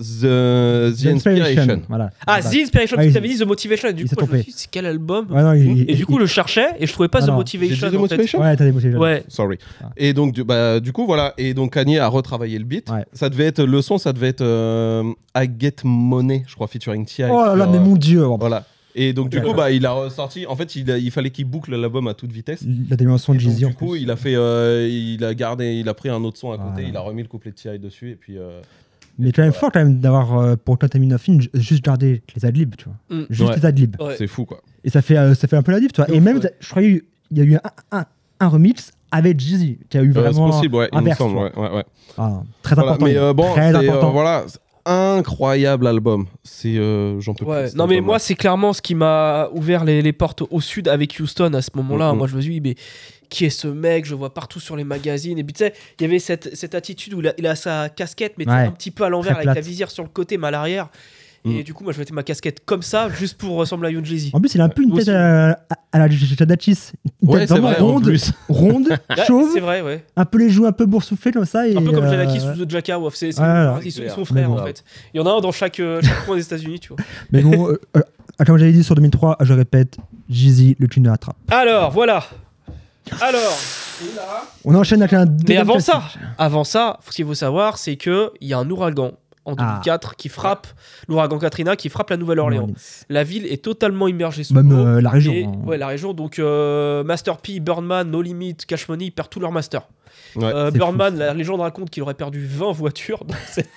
S2: The Inspiration.
S3: Voilà.
S1: Ah,
S3: Voilà.
S1: The Inspiration,
S3: Ouais,
S1: tu
S3: il-
S1: t'avais dit The Motivation. Du
S3: il
S1: coup,
S3: s'est
S1: moi, je me
S3: trompé.
S1: suis dit, c'est quel album
S3: Ouais, non,
S1: Et du coup, je cherchais et je trouvais pas
S3: Ah
S1: The
S3: non.
S1: Motivation.
S2: J'ai dit The
S1: en fait.
S2: Motivation
S3: Ouais, t'as des motivations.
S1: Ouais.
S2: Sorry.
S3: Ah.
S2: Et donc, du coup, voilà. Et donc, Kanye a retravaillé le beat.
S3: Ouais.
S2: Ça devait être le son, ça devait être I Get Money, je crois, featuring T.I.
S3: Oh là là,
S2: sur,
S3: mais mon dieu.
S2: Voilà. Et donc, du
S3: D'accord.
S2: coup, il a ressorti. En fait, il fallait qu'il boucle l'album à toute vitesse.
S3: La dimension de
S2: Et donc,
S3: Jeezy en
S2: du coup,
S3: plus.
S2: il a fait, il a pris un autre son à côté,
S3: Ah.
S2: il a remis le couplet de T.I. dessus, et puis.
S3: Mais quand même fort quand même d'avoir pour Quantum Minion Film juste gardé les adlibs, tu vois.
S1: Mm.
S3: Juste
S2: Ouais.
S3: les adlibs.
S1: Ouais.
S2: C'est fou, quoi.
S3: Et ça fait un peu la diff, tu vois. Et
S1: Ouf,
S3: même,
S1: ouais.
S3: je crois qu'il y a eu un remix avec Jeezy qui a eu
S2: C'est
S3: vraiment
S2: possible, ouais, il
S3: un
S2: me
S3: verse,
S2: semble,
S3: tu vois.
S2: ouais.
S3: Ah, très
S2: Voilà,
S3: important.
S2: mais bon,
S3: très
S2: c'est
S3: important.
S2: voilà, incroyable album. C'est j'en peux
S1: Ouais.
S2: plus. cet
S1: Non, mais
S2: album-là.
S1: moi, c'est clairement ce qui m'a ouvert les portes au sud avec Houston à ce moment-là.
S2: Mhm.
S1: Moi, je me suis dit, mais qui est ce mec? Je le vois partout sur les magazines. Et puis, tu sais, il y avait cette attitude où il a sa casquette, mais tu sais,
S3: Ouais.
S1: un petit peu à l'envers,
S3: Très
S1: avec la
S3: plate.
S1: visière sur le côté, mais à l'arrière. Et
S2: Mhm.
S1: du coup, moi, je mettais ma casquette comme ça, juste pour ressembler à Young Jeezy.
S3: En plus, il a un peu une
S1: Moi
S3: tête
S1: aussi.
S3: à la Jadachis. Une
S2: Ouais,
S3: tête
S2: c'est
S3: vraiment
S2: vrai, en
S3: ronde,
S2: plus.
S3: ronde,
S1: Ouais,
S3: chauve,
S1: c'est vrai, ouais.
S3: un peu les joues un peu boursouflées comme ça. Et,
S1: Un peu comme Janaki sous The Jacka.
S3: Voilà.
S1: Ils sont
S2: Clair.
S1: frères,
S3: Mais
S1: en
S3: bon.
S1: fait. Il y en a un dans chaque coin des États-Unis, tu vois.
S3: Mais bon, comme j'avais dit sur 2003, je répète, Jeezy, le king de la trappe.
S1: Alors, voilà. Alors.
S3: On enchaîne avec un
S1: Mais
S3: deuxième
S1: avant
S3: classique.
S1: ça, ce qu'il faut savoir, c'est qu'il y a un ouragan en 2004 qui frappe, l'ouragan Katrina, qui frappe la Nouvelle-Orléans. La ville est totalement immergée sous
S3: Même
S1: l'eau.
S3: la région.
S1: Et-
S3: hein.
S1: ouais, la région. Donc, Master P, Birdman, No Limit, Cash Money, ils perdent tous leurs masters.
S2: Ouais,
S3: c'est
S1: Birdman, la légende raconte qu'il aurait perdu 20 voitures. Donc c'est-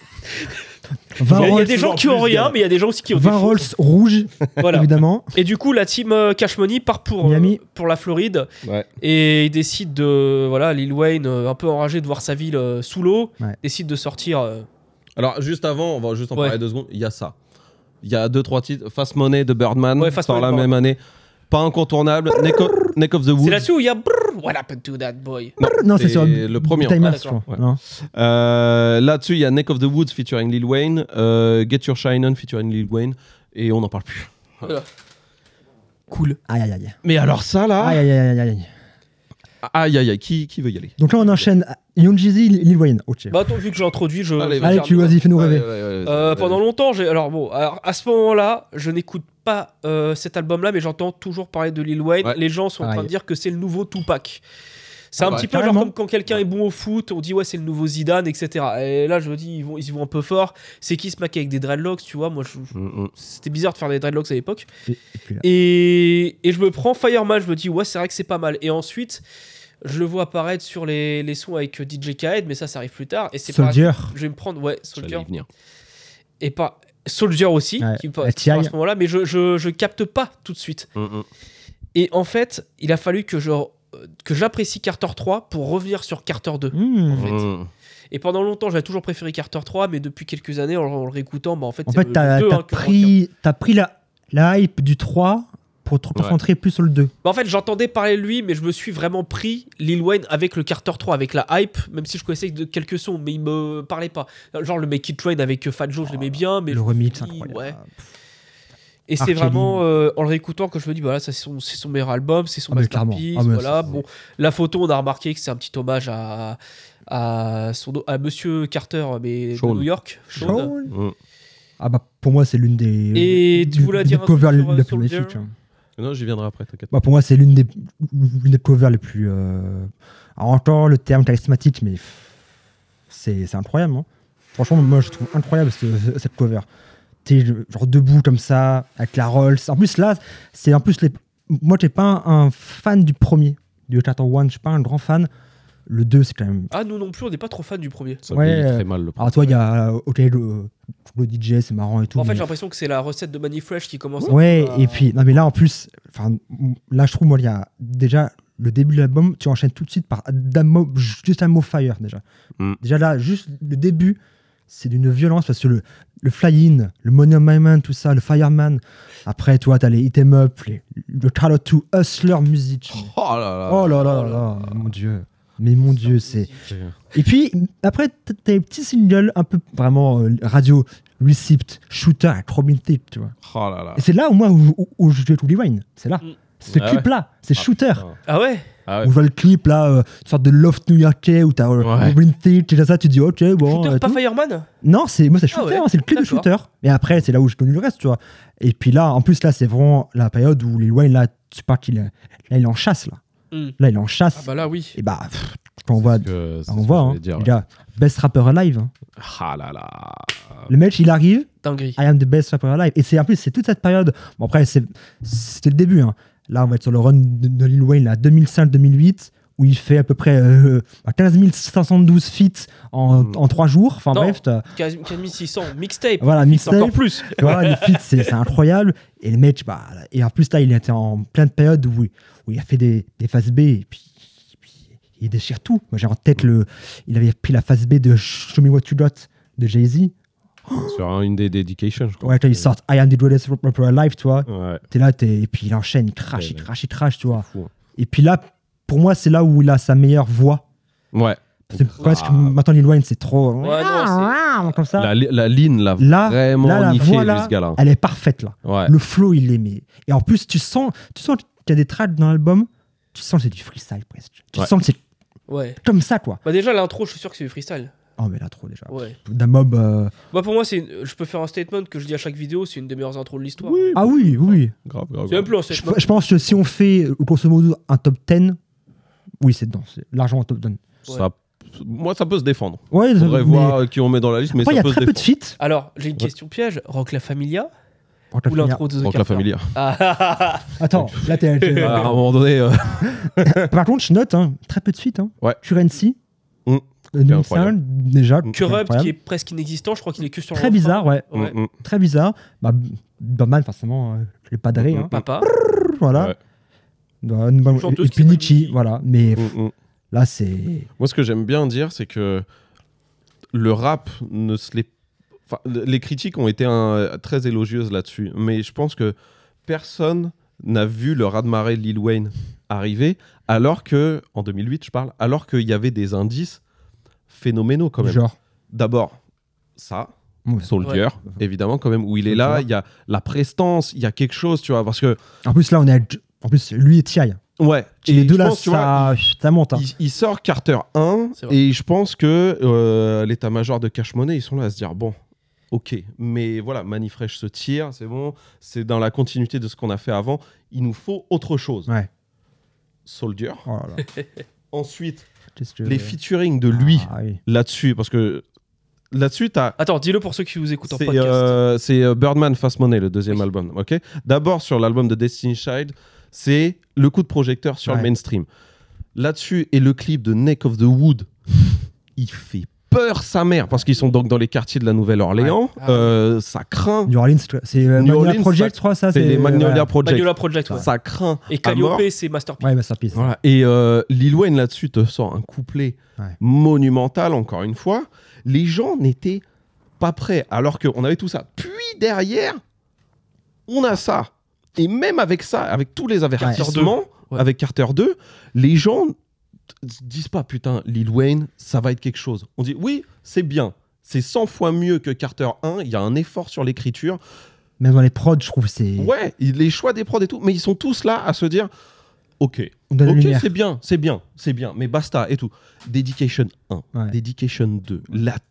S3: 20
S1: il y a
S3: Rolls,
S1: des gens qui ont
S2: plus,
S1: rien,
S2: gars.
S1: mais il y a des gens aussi qui ont
S3: 20
S1: des
S3: Rolls
S1: choses.
S3: rouges,
S1: Voilà.
S3: évidemment.
S1: Et du coup, la team Cash Money part
S3: Miami.
S1: pour la Floride.
S2: Ouais.
S1: Et il décide de. Voilà, Lil Wayne, un peu enragé de voir sa ville sous l'eau,
S3: Ouais.
S1: décide de sortir.
S2: Alors, juste avant, on va juste en
S1: Ouais.
S2: parler 2 secondes. Il y a ça. Il y a 2-3 titres. Fast Money de Birdman,
S1: Ouais, Fast
S2: sort
S1: Money
S2: la
S1: de
S2: même année. Pas incontournable. Neck of the Woods.
S1: C'est là-dessus où il y a Brrr, What happened to that boy?
S3: Non, c'est sur
S2: le premier.
S3: Time
S1: Ah,
S3: Lapse, je
S1: d'accord.
S3: crois.
S2: Ouais.
S3: Non.
S2: Là-dessus, il y a Neck of the Woods featuring Lil Wayne, Get Your Shine On featuring Lil Wayne, et on n'en parle plus.
S1: Voilà. Cool.
S3: Aïe, aïe, aïe.
S2: Mais alors ça là,
S3: Aïe, aïe, aïe, aïe.
S2: aïe aïe aïe, qui veut y aller?
S3: Donc là, on enchaîne Young Jeezy, Lil Wayne. Ok.
S1: Bah attends, vu que j'ai introduit,
S3: Allez, tu vas-y, fais-nous rêver.
S1: Pendant longtemps, alors à ce moment-là, je n'écoute pas cet album-là, mais j'entends toujours parler de Lil Wayne.
S2: Ouais.
S1: Les gens sont en train de dire que c'est le nouveau Tupac. C'est un petit peu genre
S3: carrément.
S1: comme quand quelqu'un est bon au foot, on dit ouais c'est le nouveau Zidane, etc. Et là je me dis ils y vont un peu fort. C'est qui ce mec avec des dreadlocks, tu vois? Moi c'était bizarre de faire des dreadlocks à l'époque. Et je me prends Fireman, je me dis ouais c'est vrai que c'est pas mal. Et ensuite je le vois apparaître sur les sons avec DJ Khaled, mais ça arrive plus tard. Et c'est
S3: Soldier.
S1: Je vais me prendre Soldier.
S2: Venir.
S1: Et pas Soldier aussi
S3: Ouais.
S1: qui à ce moment-là, mais je capte pas tout de suite. Et en fait il a fallu que j'apprécie Carter 3 pour revenir sur Carter 2 en fait. Et pendant longtemps j'avais toujours préféré Carter 3, mais depuis quelques années en le réécoutant bah en fait
S3: t'as pris la hype du 3 pour te concentrer plus sur le 2.
S1: Bah en fait j'entendais parler de lui, mais je me suis vraiment pris Lil Wayne avec le Carter 3, avec la hype, même si je connaissais quelques sons, mais il me parlait pas. Genre le Make It Train avec Fat Joe, je l'aimais bien, mais
S3: le remix incroyable.
S1: Ouais. Et c'est vraiment en le réécoutant que je me dis bah là c'est son meilleur album, c'est son masterpiece, voilà. Bon, la photo on a remarqué que c'est un petit hommage à Monsieur Carter, mais de New York.
S3: Sean. Ah bah pour moi c'est l'une des
S1: et tu voulais dire
S3: covers les plus magnifiques.
S2: Non, j'y viendrai après, t'inquiète.
S3: Bah pour moi c'est l'une des covers les plus encore le terme charismatique, mais c'est incroyable, hein. Franchement moi je trouve incroyable cette cover. T'es genre debout comme ça avec la Rolls. En plus là c'est moi j'étais pas un fan du premier, du Carter 1, je suis pas un grand fan. Le 2 c'est quand même
S1: nous non plus on n'est pas trop fan du premier.
S2: Ça vieillit très mal le premier.
S3: Alors toi il y a le DJ c'est marrant et tout.
S1: En fait j'ai l'impression que c'est la recette de Money Fresh qui commence
S3: et puis non mais là en plus là je trouve moi il y a déjà le début de l'album, tu enchaînes tout de suite par juste un mot fire déjà. Déjà là juste le début c'est d'une violence parce que le fly-in, le Money on My Man, tout ça, le Fireman. Après, toi, t'as les Hit 'em Up, le Call of to Hustler Music.
S2: Oh là
S3: là, mon Dieu. Mais mon Dieu, c'est... Et puis, après, t'as les petits singles un peu vraiment radio, Receipt, Shooter, avec Robin Thicke, tu vois.
S2: Oh là là.
S3: Et c'est là où je trouve Lil Wayne. C'est là. Ce clip-là, c'est Shooter.
S1: Ah ouais.
S3: On voit le clip là, une sorte de loft new-yorkais où t'as Robin Thicke, et ça, tu dis ok, bon.
S1: Shooter, pas Fireman?
S3: Non, moi c'est Shooter, c'est le clip de Shooter. Et après, c'est là où j'ai connu le reste, tu vois. Et puis là, en plus, là, c'est vraiment la période où Lil Wayne, là, tu parles qu'il est en chasse, là. Là, il est en chasse.
S1: Ah bah là, oui.
S3: Et bah, quand on voit, il y a Best Rapper Alive. Hein.
S2: Ah là là.
S3: Le mec, il arrive.
S1: Dinguerie.
S3: I am the best rapper alive. Et en plus, c'est toute cette période. Bon, après, c'était le début, hein. Là, on va être sur le run de Lil Wayne, là, 2005-2008, où il fait à peu près 15 512 feats en 3 jours. Enfin bref.
S1: 15 600 mixtape.
S3: Voilà, mixtape.
S1: Encore plus.
S3: Voilà, les feats, c'est incroyable. Et le mec, et en plus, là, il était en pleine période où il a fait des phases B, et puis il déchire tout. Moi, j'ai en tête il avait pris la phase B de Show Me What You Got de Jay-Z.
S2: Sur une des Dedications, je crois.
S3: Ouais, il sort I Am the Greatest Rapper Alive, tu vois.
S2: Ouais.
S3: T'es là, et puis il enchaîne, il crache, tu vois.
S2: Fou, hein.
S3: Et puis là, pour moi, c'est là où il a sa meilleure voix.
S2: Ouais.
S3: Parce que maintenant, Lil Wayne, c'est trop.
S1: Ouais, non,
S3: comme ça.
S2: La ligne, là, vraiment
S3: la
S2: niqué,
S3: voix,
S2: lui, ce gars-là.
S3: Elle est parfaite, là.
S2: Ouais.
S3: Le flow, il l'aimait. Et en plus, tu sens qu'il y a des tracks dans l'album, tu sens que c'est du freestyle presque. Tu sens que c'est comme ça, quoi.
S1: Bah, déjà, l'intro, je suis sûr que c'est du freestyle.
S3: Oh, mais là, trop déjà.
S1: Ouais.
S3: D'un mob.
S1: Bah, pour moi, je peux faire un statement que je dis à chaque vidéo, c'est une des meilleures intros de l'histoire.
S3: Oui. Ah oui.
S2: Grave.
S1: C'est un peu un statement.
S3: Je pense que si on fait, grosso modo, un top 10, oui, c'est dedans. C'est largement un top 10.
S2: Moi, ça peut se défendre.
S3: Ouais,
S2: faudrait voir qui on met dans la liste, mais
S3: après,
S2: ça
S3: peut
S2: peut
S3: se défendre. Il y a très peu de feats.
S1: Alors, j'ai une question piège. Rock La Familia ou l'intro de The
S2: Rock La Familia.
S3: Attends, là, t'es...
S2: À un moment donné...
S3: Par contre, je note, très peu de feats.
S2: Ouais.
S3: Currency.
S2: 2005,
S3: déjà.
S1: Corrupt, qui est presque inexistant. Je crois qu'il est que sur
S3: très bizarre, ouais. Très bizarre. Batman, forcément, je l'ai padré.
S1: Papa.
S3: Voilà. Et puis Nietzsche, voilà. Mais là, c'est...
S2: Moi, ce que j'aime bien dire, c'est que le rap ne se l'est... Enfin, les critiques ont été très élogieuses là-dessus, mais je pense que personne n'a vu le raz-de-marée de Lil Wayne arriver, alors que, en 2008, je parle, alors qu'il y avait des indices phénoménaux quand même.
S3: Genre.
S2: D'abord, ça, Soldier, évidemment, quand même, où il est là, il y a la prestance, il y a quelque chose, tu vois, parce que...
S3: En plus, là, en plus, lui et T.I.
S2: Ouais.
S3: Et les deux, là, ça monte. Hein.
S2: Il sort Carter 1, et je pense que l'état-major de Cash Money, ils sont là à se dire, bon, ok, mais voilà, Manifresh se tire, c'est bon, c'est dans la continuité de ce qu'on a fait avant, il nous faut autre chose.
S3: Ouais.
S2: Soldier.
S3: Oh là là.
S2: Ensuite, les featuring de lui là-dessus, parce que là-dessus, t'as...
S1: Attends, dis-le pour ceux qui vous écoutent en podcast.
S2: C'est Birdman Fast Money, le deuxième album. Ok. D'abord, sur l'album de Destiny's Child, c'est le coup de projecteur sur le mainstream. Là-dessus, et le clip de Neck of the Wood, il fait peur sa mère, parce qu'ils sont donc dans les quartiers de la Nouvelle-Orléans. Ça craint.
S3: New Orleans, c'est Magnolia Project, je crois, ça.
S2: C'est les Magnolia Project.
S1: Magnolia Project,
S2: Ça craint.
S1: Et Calliope, c'est Masterpiece.
S3: Ouais, Masterpiece.
S2: Voilà. Et Lil Wayne, là-dessus, te sort un couplet monumental, encore une fois. Les gens n'étaient pas prêts, alors qu'on avait tout ça. Puis derrière, on a ça. Et même avec ça, avec tous les avertissements, avec Carter 2, les gens disent pas, putain, Lil Wayne, ça va être quelque chose. On dit, oui, c'est bien. C'est 100 fois mieux que Carter 1. Il y a un effort sur l'écriture.
S3: Même dans les prods, je trouve, c'est...
S2: Ouais, les choix des prods et tout. Mais ils sont tous là à se dire, ok, c'est bien, mais basta et tout. Dedication 1, Dedication 2,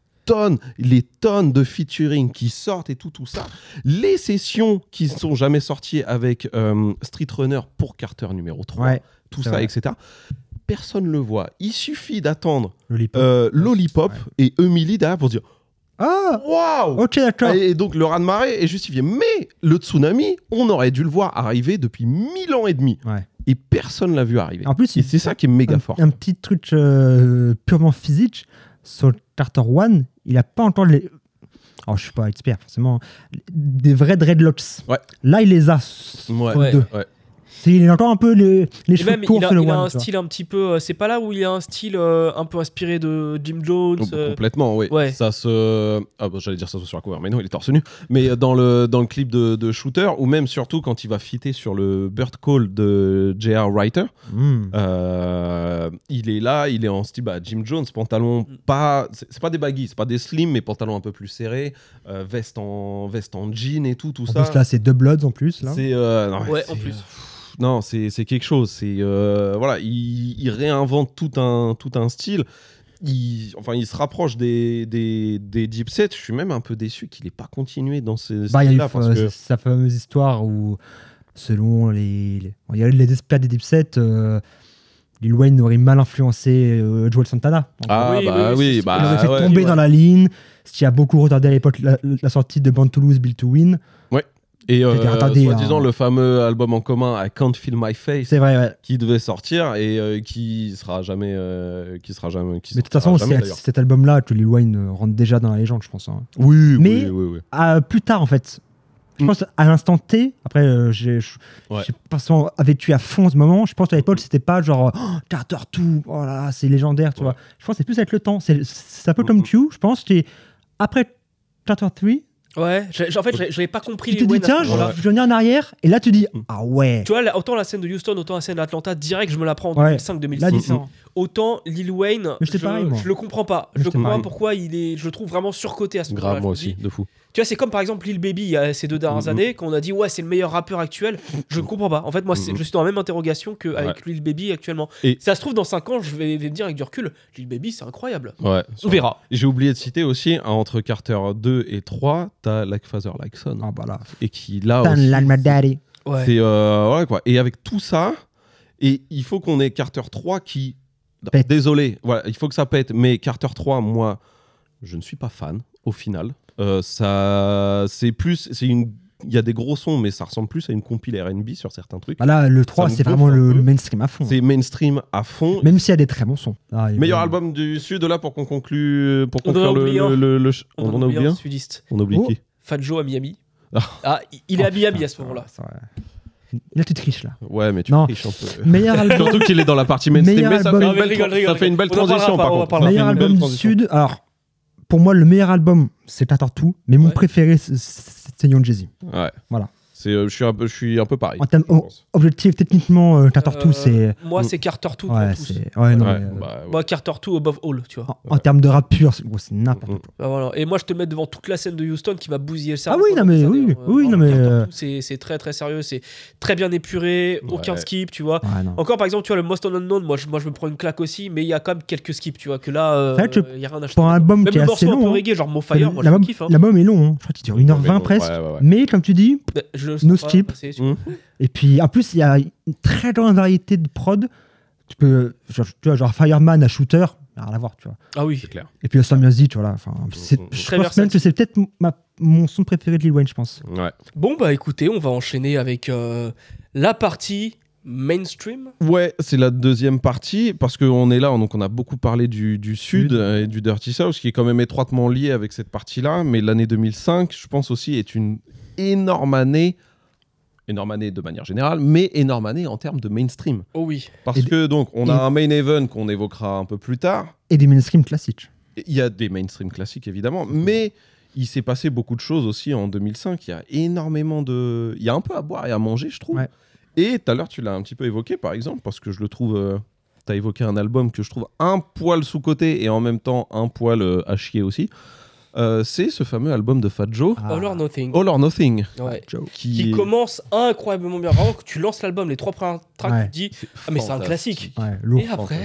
S2: les tonnes de featuring qui sortent et tout ça. Les sessions qui ne sont jamais sorties avec Street Runner pour Carter numéro 3, tout ça, etc. Personne ne le voit. Il suffit d'attendre Lollipop et Emily derrière pour dire waouh!
S3: Ok, d'accord.
S2: Et donc le raz-de-marée est justifié. Mais le tsunami, on aurait dû le voir arriver depuis 1000 ans et demi. Et personne ne l'a vu arriver.
S3: En plus,
S2: et c'est ça qui est méga fort.
S3: Un petit truc purement physique, sur Carter 1, il n'a pas encore les... Alors, je ne suis pas expert, forcément. Des vrais dreadlocks. Là, il les a. Deux. Il a encore un peu les cheveux courts.
S1: Il a un style un petit peu... c'est pas là où il a un style un peu inspiré de Jim Jones
S2: Complètement, oui. Ça se... j'allais dire ça sur la cover, mais non, il est torse nu. Mais dans le clip de Shooter, ou même surtout quand il va fitter sur le Bird Call de J.R. Writer, il est là, il est en style Jim Jones, pantalon pas... C'est pas des baggy, c'est pas des slim, mais pantalon un peu plus serré, veste en jean et tout ça.
S3: En plus, là, c'est deux Bloods en plus. Là.
S2: En plus. Non, c'est quelque chose. C'est voilà, il réinvente tout un style. Il se rapproche des Deep Set. Je suis même un peu déçu qu'il n'ait pas continué dans ces styles-là.
S3: Parce que sa fameuse histoire où, selon les experts des Deep Set, Lil Wayne aurait mal influencé Joel Santana.
S2: Il aurait
S3: fait tomber dans la ligne, ce qui a beaucoup retardé à l'époque la sortie de Born to Lose, Built to Win.
S2: Ouais. Et soi-disant le fameux album en commun I Can't Feel My Face,
S3: c'est vrai,
S2: qui devait sortir et qui sera jamais
S3: mais de toute façon, c'est cet album-là que Lil Wayne rentre déjà dans la légende, je pense. Hein.
S2: Oui.
S3: Plus tard, en fait. Je pense à l'instant T, après, j'ai pas vécu à fond ce moment. Je pense qu'à l'époque, c'était pas genre Carter 2, oh là là, c'est légendaire, tu vois. Je pense que c'est plus avec le temps. C'est un peu comme Q, je pense qu'après Carter 3,
S1: en fait, j'avais pas compris.
S3: Tu te dis, tiens, je viens en arrière, et là, tu dis, ah ouais.
S1: Tu vois, autant la scène de Houston, autant la scène d'Atlanta, direct, je me la prends en 2005-2006. Autant Lil Wayne, je le comprends pas. Je comprends pas pourquoi je le trouve vraiment surcoté à ce moment-là.
S2: Grave, moi aussi, de fou.
S1: Tu vois, c'est comme par exemple Lil Baby, il y a ces 2 dernières années, quand on a dit, c'est le meilleur rappeur actuel. Je ne comprends pas. En fait, moi, je suis dans la même interrogation qu'avec Lil Baby actuellement. Et ça se trouve, dans 5 ans, je vais me dire avec du recul, Lil Baby, c'est incroyable.
S2: On
S1: verra.
S2: J'ai oublié de citer aussi, entre Carter 2 et 3, t'as Like Father, Like Son.
S3: Ah bah là.
S2: Et qui, là aussi...
S3: Daddy.
S2: C'est, quoi. Et avec tout ça, et il faut qu'on ait Carter 3 qui...
S3: Pète.
S2: Désolé, voilà, il faut que ça pète. Mais Carter 3, moi, je ne suis pas fan, au final. C'est plus... Il y a des gros sons, mais ça ressemble plus à une compile R&B sur certains trucs.
S3: Là, le 3, c'est vraiment le mainstream à fond.
S2: C'est mainstream à fond.
S3: Même s'il y a des très bons sons.
S2: Meilleur album du Sud, là, pour qu'on conclue... Pour conclure le... On en a oublié un
S1: sudiste.
S2: On a oublié qui?
S1: Fat Joe à Miami. Il est à Miami à ce moment-là.
S3: Là, tu triches, là.
S2: Ouais, mais tu triches un peu.
S3: Meilleur album...
S2: Surtout qu'il est dans la partie mainstream, mais ça fait une belle transition, par contre.
S3: Meilleur album du Sud... Alors, pour moi, le meilleur album, c'est Carter 2, mais mon préféré, c'est Young Jeezy.
S2: Ouais.
S3: Voilà.
S2: Je suis un peu pareil.
S3: En termes objectifs, techniquement, Carter 2, c'est.
S1: Moi, c'est Carter 2
S3: Ouais,
S1: pour tous. Moi, Carter 2 above all, tu vois.
S3: En termes de rap pur, c'est n'importe quoi.
S1: Bah, voilà. Et moi, je te mets devant toute la scène de Houston qui m'a bousillé le cerveau.
S3: Ah oui, non, mais
S1: c'est très très sérieux, c'est très bien épuré, aucun skip, tu vois.
S3: Ouais,
S1: encore par exemple, tu vois, le Most Unknown, moi je me prends une claque aussi, mais il y a quand même quelques skips, tu vois, que là, il y a rien à acheter.
S3: Pour un album qui est assez long,
S1: un peu reggae, genre Mo Fire, moi je kiffe.
S3: L'album est long, je crois qu'il dure 1h20 presque, mais comme tu dis, no skip. Et puis en plus, il y a une très grande variété de prod. Tu peux, tu vois, genre Fireman à Shooter, rien à voir, tu vois.
S1: Ah oui,
S2: c'est clair.
S3: Et puis Some Music, voilà. Enfin, je pense même que c'est peut-être mon son préféré de Lil Wayne, je pense.
S2: Ouais.
S1: Bon, bah écoutez, on va enchaîner avec la partie mainstream.
S2: Ouais, c'est la deuxième partie, parce qu'on est là, donc on a beaucoup parlé du Sud et du Dirty South, qui est quand même étroitement lié avec cette partie-là, mais l'année 2005, je pense aussi, est une énorme année de manière générale, mais énorme année en termes de mainstream.
S1: Oh oui.
S2: Parce que donc, on a un main event qu'on évoquera un peu plus tard.
S3: Et des mainstream classiques.
S2: Il y a des mainstream classiques, évidemment, mais il s'est passé beaucoup de choses aussi en 2005. Il y a énormément de... Il y a un peu à boire et à manger, je trouve.
S3: Ouais.
S2: Et tout à l'heure, tu l'as un petit peu évoqué, par exemple, parce que je le trouve... tu as évoqué un album que je trouve un poil sous-coté et en même temps un poil à chier aussi. C'est ce fameux album de Fat Joe,
S1: All or Nothing.
S2: All or Nothing.
S1: Ouais. Qui commence incroyablement bien. Vraiment, que tu lances l'album, les 3 premiers tracks, tu te dis ah, mais c'est un classique.
S3: Ouais, lourd.
S1: Et après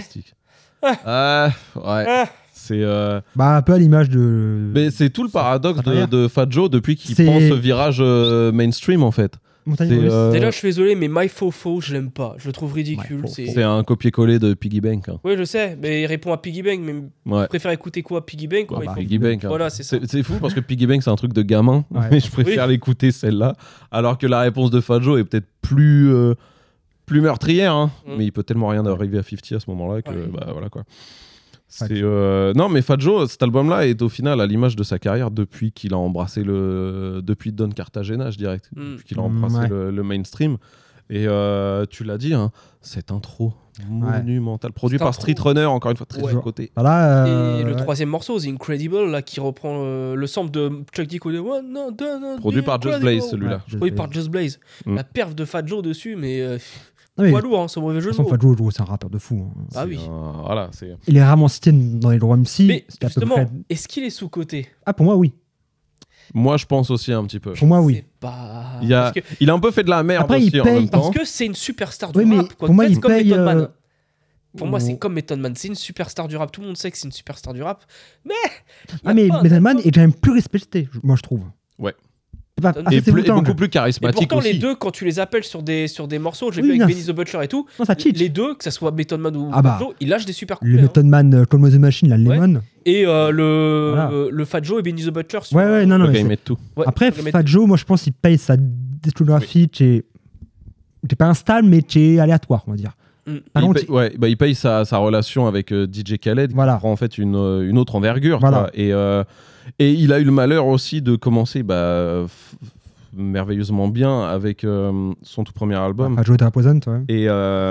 S2: c'est
S3: un peu à l'image de.
S2: Mais c'est tout le paradoxe de Fat Joe depuis qu'il prend ce virage mainstream en fait.
S1: Déjà, je suis désolé, mais My Fofo, je l'aime pas. Je le trouve ridicule.
S2: C'est un copier-coller de Piggy Bank. Hein.
S1: Oui, je sais, mais il répond à Piggy Bank. Mais je préfère écouter quoi, Piggy Bank ou
S2: Piggy Bank. Hein.
S1: Voilà, c'est ça.
S2: C'est fou parce que Piggy Bank, c'est un truc de gamin, mais je préfère l'écouter celle-là. Alors que la réponse de Fat Joe est peut-être plus meurtrière, hein. Mais il peut tellement rien arriver à 50 à ce moment-là que voilà quoi. Non, mais Fat Joe, cet album-là est au final à l'image de sa carrière depuis qu'il a embrassé depuis Don Cartagena, je dirais, depuis qu'il a embrassé le mainstream. Et tu l'as dit, hein, cette intro monumentale, produit par Street Runner, encore une fois très de côté.
S3: Voilà,
S1: et le troisième morceau, The Incredible, là, qui reprend le sample de Chuck D. Code.
S2: Produit par Just Blaze, celui-là.
S1: Produit par Just Blaze. La perf de Fat Joe dessus, mais... Poids lourd, hein, c'est mauvais jeu de mots.
S3: Fat Joe, c'est un rappeur de fou. Hein.
S1: Ah oui.
S2: Voilà,
S3: il est rarement cité dans les droits MC.
S1: Mais justement, est-ce qu'il est sous-coté ?
S3: Ah, pour moi, oui.
S2: Moi, je pense aussi un petit peu.
S3: Pour moi, oui.
S2: Il a un peu fait de la merde
S3: après,
S2: aussi en même temps.
S1: Parce que c'est une superstar du rap. Quoi.
S3: Pour moi, il
S1: comme
S3: paye...
S1: Method Man. Pour moi, c'est comme Method Man. C'est une superstar du rap. Tout le monde sait que c'est une superstar du rap. Mais...
S3: mais Method Man est quand même plus respecté, moi, je trouve.
S2: Ouais.
S3: Et
S2: beaucoup plus charismatique.
S1: Et pourtant,
S2: aussi.
S1: les deux, quand tu les appelles sur des morceaux, j'ai vu avec Benny the Butcher et tout, les deux, que ça soit Method Man ou Fat Joe, ils lâchent des super couplets.
S3: Le Method Man, Call Me the Machine, la Lemon.
S1: Et le Fat Joe et Benny the Butcher.
S3: Non.
S2: Ils mettent tout.
S3: Après, Fat Joe, moi je pense qu'il paye sa discographie. T'es pas instable, mais t'es aléatoire, on va dire.
S2: Il paye sa relation avec DJ Khaled, qui prend en fait une autre envergure.
S3: Voilà.
S2: Et il a eu le malheur aussi de commencer merveilleusement bien avec son tout premier album.
S3: Fat Joe Terra Poison, toi.
S2: Et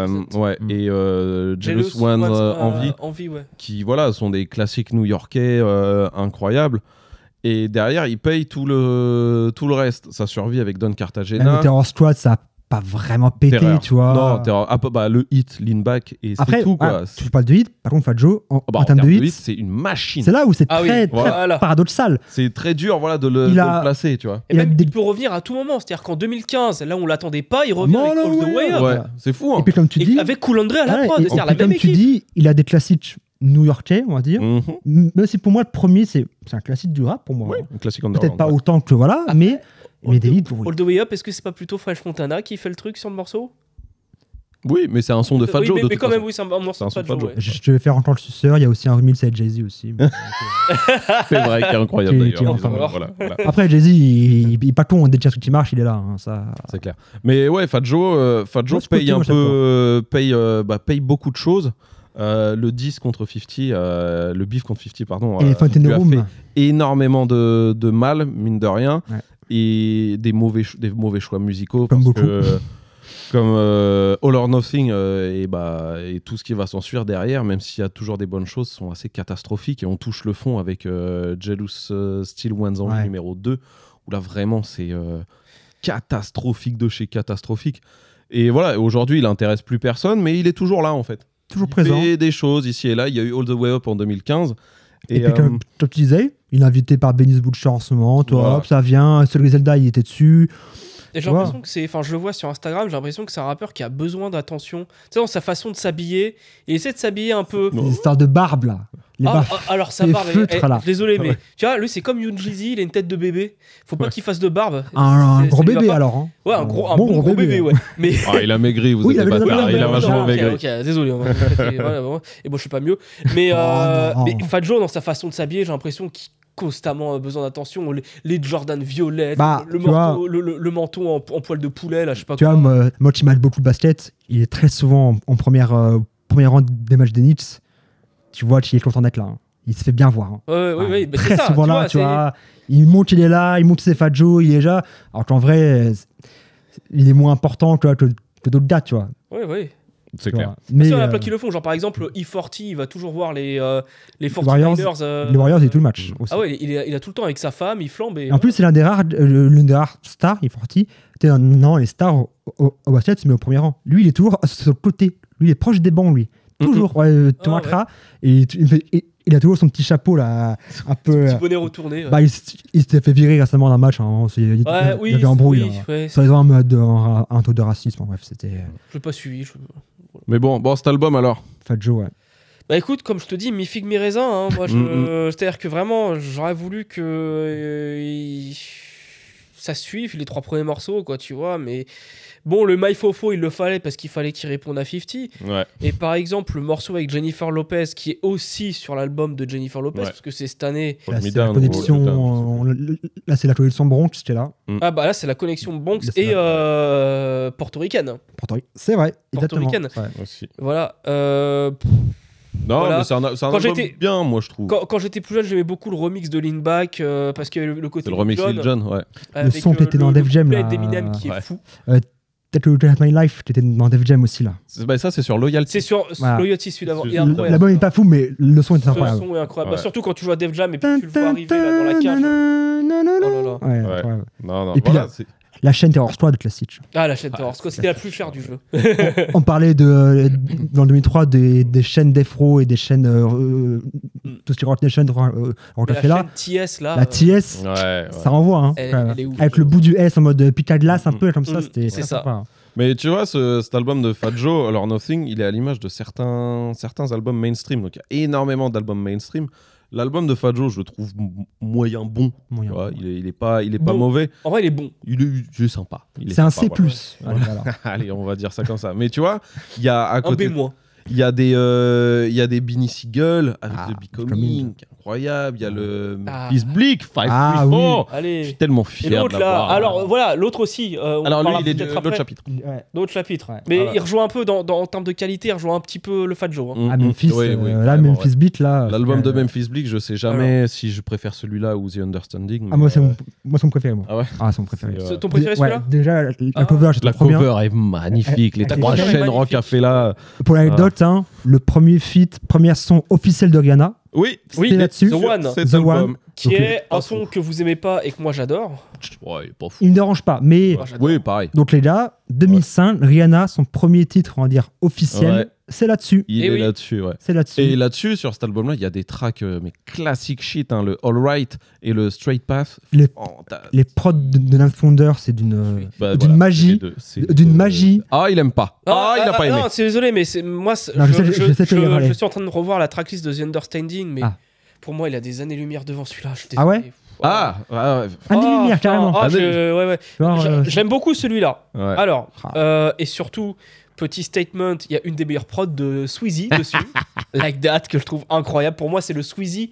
S2: Jealous Ones
S1: Envie,
S2: qui sont des classiques new-yorkais incroyables. Et derrière, il paye tout le reste. Sa survie avec Don Cartagena.
S3: Le Terror Squad, ça pas vraiment pété, tu vois.
S2: Non, le hit, Lean Back, et c'est tout, quoi.
S3: Tu parles de hit, par contre, Fat Joe, en termes de hit,
S2: c'est une machine.
S3: C'est là où c'est très paradoxal.
S2: C'est très dur, de le placer, tu vois.
S1: Et même, il peut revenir à tout moment. C'est-à-dire qu'en 2015, là où on l'attendait pas, il revient avec All the Way Up.
S2: Ouais, c'est fou, hein.
S3: Et puis, comme tu dis...
S1: avec Cool Andre à la prod, c'est-à-dire la même équipe.
S3: Comme tu dis, il a des classiques new-yorkais, on va dire. Même si pour moi, le premier, c'est un classique du rap, pour moi.
S2: Oui, un classique underground.
S3: Peut-être pas autant que mais des hits.
S1: All the Way Up, est-ce que c'est pas plutôt French Montana qui fait le truc sur le morceau ?
S2: Oui, mais c'est un son de Fat Joe.
S1: Mais quand même, c'est un morceau de Fat Joe.
S3: Je vais faire encore le suceur. Il y a aussi un remix avec Jay-Z aussi.
S2: C'est vrai, qui est incroyable d'ailleurs.
S3: Après, Jay-Z, il est pas con. Dès qu'il y a un truc qui marche, il est là. Hein, ça...
S2: C'est clair. Mais ouais, Fat Joe paye beaucoup de choses. Le 10 contre 50, le beef contre 50, pardon, lui a fait énormément de mal, mine de rien, et des mauvais choix musicaux.
S3: Comme beaucoup.
S2: Comme All or Nothing et tout ce qui va s'en suivre derrière, même s'il y a toujours des bonnes choses, sont assez catastrophiques, et on touche le fond avec Jealous Still Ones Envy numéro 2, où là vraiment c'est catastrophique de chez catastrophique. Et voilà, aujourd'hui, il intéresse plus personne, mais il est toujours là, en fait.
S3: Toujours
S2: Il
S3: présent.
S2: fait des choses ici et là. Il y a eu All the Way Up en 2015.
S3: Et puis, comme tu disais, il est invité par Benny Butcher en ce moment. Toi,
S2: Voilà.
S3: hop, ça vient. Seul Griselda, il était dessus.
S1: Et j'ai l'impression que c'est. Enfin, je le vois sur Instagram, j'ai l'impression que c'est un rappeur qui a besoin d'attention. Tu sais, dans sa façon de s'habiller. Il essaie de s'habiller un peu.
S3: Les histoires de barbe, là. Les barbes.
S1: Alors, sa
S3: les
S1: barbe,
S3: feutres, là.
S1: désolé, mais tu vois, lui, c'est comme Young Jeezy, il a une tête de bébé. Faut pas qu'il fasse de barbe.
S3: Un gros
S1: Ça lui va
S3: bébé,
S1: pas.
S3: alors. Hein.
S1: Ouais, un bon gros bébé, ouais. Mais.
S2: Ah, il a maigri, vous
S3: Oui,
S2: êtes
S3: il
S2: des
S3: avait
S2: bâtards.
S3: maigri,
S2: Il a
S3: ouais,
S2: vachement
S1: Ok,
S2: maigri.
S1: ok, désolé. Voilà, bon. Et moi, je suis pas mieux. Mais,
S3: non.
S1: mais Fat Joe, dans sa façon de s'habiller, j'ai l'impression qu'il constamment besoin d'attention, les Jordan violettes,
S3: Bah,
S1: le
S3: tu vois-
S1: manteau, le manteau en poil de poulet, là, je sais pas
S3: Tu vois,
S1: quoi.
S3: moi qui mate beaucoup de basket, il est très souvent en premier rang des matchs des Knicks. Tu vois qu'il est content d'être là. Hein. Il se fait bien voir. Hein.
S1: Ouais, bah, c'est
S3: Très
S1: ça,
S3: souvent là, tu
S1: c'est-
S3: vois. Il monte, il est là, il monte ses Fat Joe, il est là. Alors qu'en vrai, il est moins important que d'autres gars, tu vois.
S1: Ouais.
S2: C'est
S3: Tu
S2: clair.
S3: vois.
S1: Mais
S3: Mais
S1: il y en a plein qui le font, genre par exemple E40, il va toujours voir les
S3: Warriors,
S1: 49ers.
S3: les Warriors, il est tout le match. Aussi.
S1: Ah ouais, il a tout le temps avec sa femme, il flambe. Et
S3: Et en plus, c'est l'une des rares stars, il est forti. Non, les stars au basket, mais au premier rang. Lui, il est toujours sur le côté. Lui, il est proche des bancs, lui. Toujours. Ouais, tu remarqueras. Et il a toujours son petit chapeau, là, un peu.
S1: petit bonnet retourné.
S3: Bah, il s'était fait virer récemment d'un match. Hein. Il y avait embrouille.
S1: oui, ouais,
S3: Ça les a un taux de racisme. Bref, c'était
S1: je l'ai pas suivi.
S2: Mais bon, cet album alors.
S3: Fat Joe, ouais.
S1: Bah écoute, comme je te dis, mi figue mi raisin. Hein, moi, c'est-à-dire que vraiment, j'aurais voulu que ça suive les 3 premiers morceaux, quoi, tu vois. Mais bon, le My Fofo, il le fallait parce qu'il fallait qu'il réponde à 50.
S2: Ouais.
S1: Et par exemple, le morceau avec Jennifer Lopez, qui est aussi sur l'album de Jennifer Lopez,
S2: Ouais.
S1: parce que c'est cette année.
S3: Là,
S2: Me
S3: c'est la
S2: Down,
S3: connexion.
S2: Hold Me Down,
S3: Là, c'est la connexion Bronx, c'était là.
S1: Ah bah là, c'est la connexion Bronx
S3: Là, c'est
S1: et portoricaine.
S3: C'est vrai, exactement.
S1: Portoricaine.
S3: Ouais.
S2: Aussi.
S1: Voilà.
S2: Non,
S1: Voilà.
S2: mais c'est un
S1: Quand
S2: album
S1: j'étais-
S2: bien, moi, je trouve.
S1: Quand j'étais plus jeune, j'aimais beaucoup le remix de Lean Back parce qu'il y avait le côté
S2: C'est le remix
S1: Lil
S2: Lil Jon, ouais.
S1: avec,
S3: son qui était dans Def Jam,
S1: couplet
S3: là.
S1: d'Eminem qui est
S2: Ouais.
S1: fou.
S3: Peut-être le Just My Life, t'étais dans Def Jam aussi, là.
S2: Ça, c'est sur Loyalty.
S1: C'est sur
S3: Voilà.
S1: Loyalty, celui d'avant. Il est
S2: La
S1: incroyable.
S3: L'album n'est pas fou, mais le son est
S1: Ce
S3: incroyable.
S1: son est incroyable.
S2: Ouais.
S1: Bah, surtout quand tu joues à Def Jam et puis tu le vois arriver là dans la cage. Oh là là.
S3: Ouais,
S2: Ouais.
S3: incroyable.
S2: Non,
S3: Et puis
S2: voilà,
S3: là-
S2: c'est-
S3: La chaîne Terror Squad classique.
S1: Ah, la chaîne Torrance. C'était la plus chère du jeu.
S3: On parlait dans le 2003 des chaînes d'Efro et des chaînes tout ce qui est Rock Nation, on
S1: Mais
S3: l'a fait
S1: la
S3: là.
S1: chaîne TS là.
S3: La TS,
S2: Ouais.
S3: ça renvoie. Hein,
S1: Elle-
S3: quand même.
S1: elle est ouf.
S3: Avec le bout du S en mode pic à glace, un peu comme ça, c'était
S1: c'est
S3: très
S1: ça.
S3: sympa.
S2: Mais tu vois, cet album de Fat Joe, alors Nothing, il est à l'image de certains albums mainstream. Donc il y a énormément d'albums mainstream. L'album de Fat Joe, je le trouve moyen bon.
S3: Moyen.
S2: Tu vois, il est pas
S1: Bon.
S2: mauvais.
S1: En vrai, il est bon.
S2: Il est sympa. Il est
S3: C'est un
S2: sympa,
S3: C+.
S2: voilà.
S3: Allez, voilà.
S2: Allez, on va dire ça comme ça. Mais tu vois, il y a à
S1: Un
S2: côté,
S1: B-.
S2: il y a des Beanie Sigel avec
S3: Ah,
S2: The Becoming, qui est incroyable. Il y a le
S1: Ah.
S2: Memphis Bleak, 534.
S3: Ah, oui.
S2: Je
S1: Allez.
S2: suis tellement
S1: Et
S2: fier de
S1: l'autre là,
S2: l'avoir.
S1: alors voilà, l'autre aussi. On
S2: Alors lui,
S1: parlera
S2: il est de
S1: peut-être
S2: l'autre
S1: après.
S2: chapitre.
S3: Ouais.
S1: D'autres chapitres.
S3: Ouais.
S1: Mais
S2: Voilà.
S1: il rejoint un peu en termes de qualité, il rejoint un petit peu le Fat Joe. Hein.
S3: Ah, Memphis,
S2: Oui, oui,
S3: là,
S2: carrément,
S3: Memphis Beat, là.
S2: L'album de
S3: c'est-
S2: Memphis Bleak, je sais jamais si je préfère celui-là ou The Understanding.
S3: Ah, moi, c'est mon préféré, moi.
S2: Ah ouais.
S3: Ah, c'est mon préféré.
S2: C'est,
S1: C'est ton préféré
S3: Ouais,
S1: celui-là
S3: déjà, la
S1: Ah.
S3: cover, je
S2: La
S3: trouve trop bien.
S2: cover est magnifique. Les
S3: La
S2: trois
S1: cover est
S2: chaînes rock
S1: magnifique.
S2: café là.
S3: Pour l'anecdote, hein, le premier feat, premier son officiel de Rihanna,
S2: Oui,
S1: Oui,
S3: c'est là-dessus.
S1: The One.
S2: Cet
S3: The
S2: album.
S3: One.
S1: Qui
S3: Donc,
S1: est
S2: pas
S1: un son
S2: fou.
S1: que vous aimez pas et que moi j'adore.
S2: Ouais, il est pas fou.
S3: Il me dérange pas, mais
S1: Moi, j'adore.
S2: Oui, pareil.
S3: donc les gars, 2005, Rihanna, son premier titre, on va dire officiel,
S2: Ouais.
S3: c'est là-dessus.
S2: Il
S1: Et
S2: est
S1: oui.
S2: là-dessus, ouais.
S3: C'est là-dessus.
S2: Et là-dessus, sur cet album-là, il y a des tracks mais classiques shit, hein, le All Right et le Straight Path.
S3: Les-
S2: Oh, t'as-
S3: Les prods de Ninth Wonder, c'est d'une
S2: bah,
S3: d'une
S2: voilà,
S3: magie.
S2: c'est les deux, c'est les
S3: d'une
S2: deux.
S3: magie.
S2: Ah, il aime pas. Ah, il a pas aimé.
S1: Non, c'est désolé, mais moi,
S3: Non, je sais que il va
S1: je suis en train de revoir la tracklist de The Understanding, mais
S3: Ah.
S1: pour moi, il a des années-lumière devant celui-là. Je suis
S3: Ah ouais
S1: désolé.
S2: Ah, ouais, ouais.
S3: Années-lumière, carrément.
S1: Ah,
S2: Ah,
S1: ouais.
S3: Tu vois,
S1: J'aime beaucoup celui-là.
S2: Ouais.
S1: Alors,
S3: Ah.
S1: et surtout, petit statement, il y a une des meilleures prods de Sweezy dessus, Like That, que je trouve incroyable. Pour moi, c'est le Sweezy,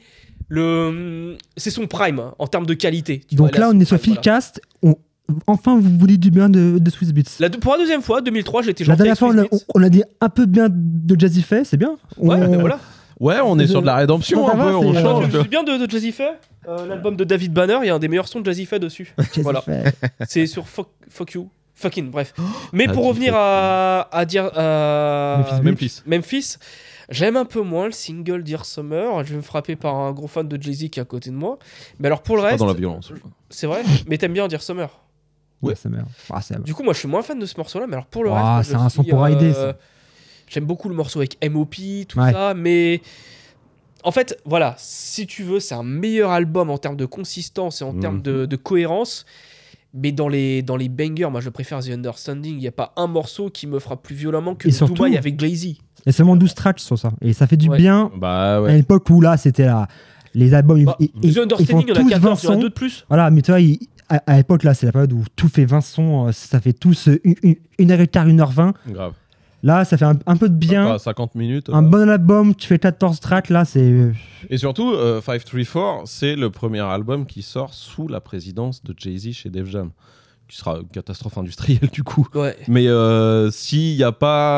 S1: c'est son prime hein, en termes de qualité. Tu
S3: donc
S1: vois,
S3: là,
S1: a
S3: on
S1: son
S3: est sur
S1: prime, voilà.
S3: Philcast. Enfin, vous vous dites du bien de Swiss Beats.
S1: Pour la deuxième fois, 2003, j'étais
S3: La
S1: gentil
S3: dernière
S1: avec
S3: fois,
S1: Swiss Beats.
S3: on a dit un peu bien de Jazzy Faye, c'est bien.
S1: Ouais,
S3: On-
S1: mais voilà.
S2: Ouais, on est sur de la rédemption
S3: Ça
S2: un
S3: va,
S2: peu, on
S3: c'est-
S2: change.
S1: Je suis bien de Jazzy Faye. L'album de David Banner, il y a un des meilleurs sons de Jazzy Faye dessus.
S3: Jazzy
S1: Voilà.
S3: Faye.
S1: C'est sur Fuck You. Fucking, bref. Mais
S2: Ah,
S1: pour
S2: tu
S1: revenir
S2: fais-
S1: à dire
S2: Memphis.
S1: Memphis, j'aime un peu moins le single Dear Summer. Je vais me frapper par un gros fan de Jay-Z qui est à côté de moi. Mais alors pour le
S2: Pas
S1: reste,
S2: dans la violence.
S1: c'est vrai. Mais t'aimes bien Dear Summer.
S2: Ouais.
S3: Sa mère.
S1: Du coup, moi, je suis moins fan de ce morceau-là, mais alors pour le reste, moi,
S3: c'est un son pour rider, ça.
S1: J'aime beaucoup le morceau avec M.O.P, tout
S3: Ouais.
S1: ça, mais en fait, voilà, si tu veux, c'est un meilleur album en termes de consistance et en termes de cohérence. Mais dans les bangers, moi, je préfère The Understanding. Il n'y a pas un morceau qui me frappe plus violemment que
S3: surtout,
S1: Dubaï avec Jay-Z.
S3: Il y a seulement 12 tracks sur ça. Et ça fait du bien
S2: Bah
S3: à
S2: ouais.
S3: l'époque où là, c'était les albums.
S1: The Understanding, il y en a 14, il y en a 2 de plus.
S3: Voilà, mais tu vois, à l'époque, là, c'est la période où tout fait 20 sons. Ça fait tous 1h15, 1h20.
S2: Grave.
S3: Là, ça fait un peu de bien.
S2: Pas 50 minutes.
S3: Un bon album, tu fais 14 tracks, là, c'est...
S2: Et surtout, 534, c'est le premier album qui sort sous la présidence de Jay-Z chez Def Jam, qui sera une catastrophe industrielle du coup.
S1: Ouais.
S2: Mais s'il n'y a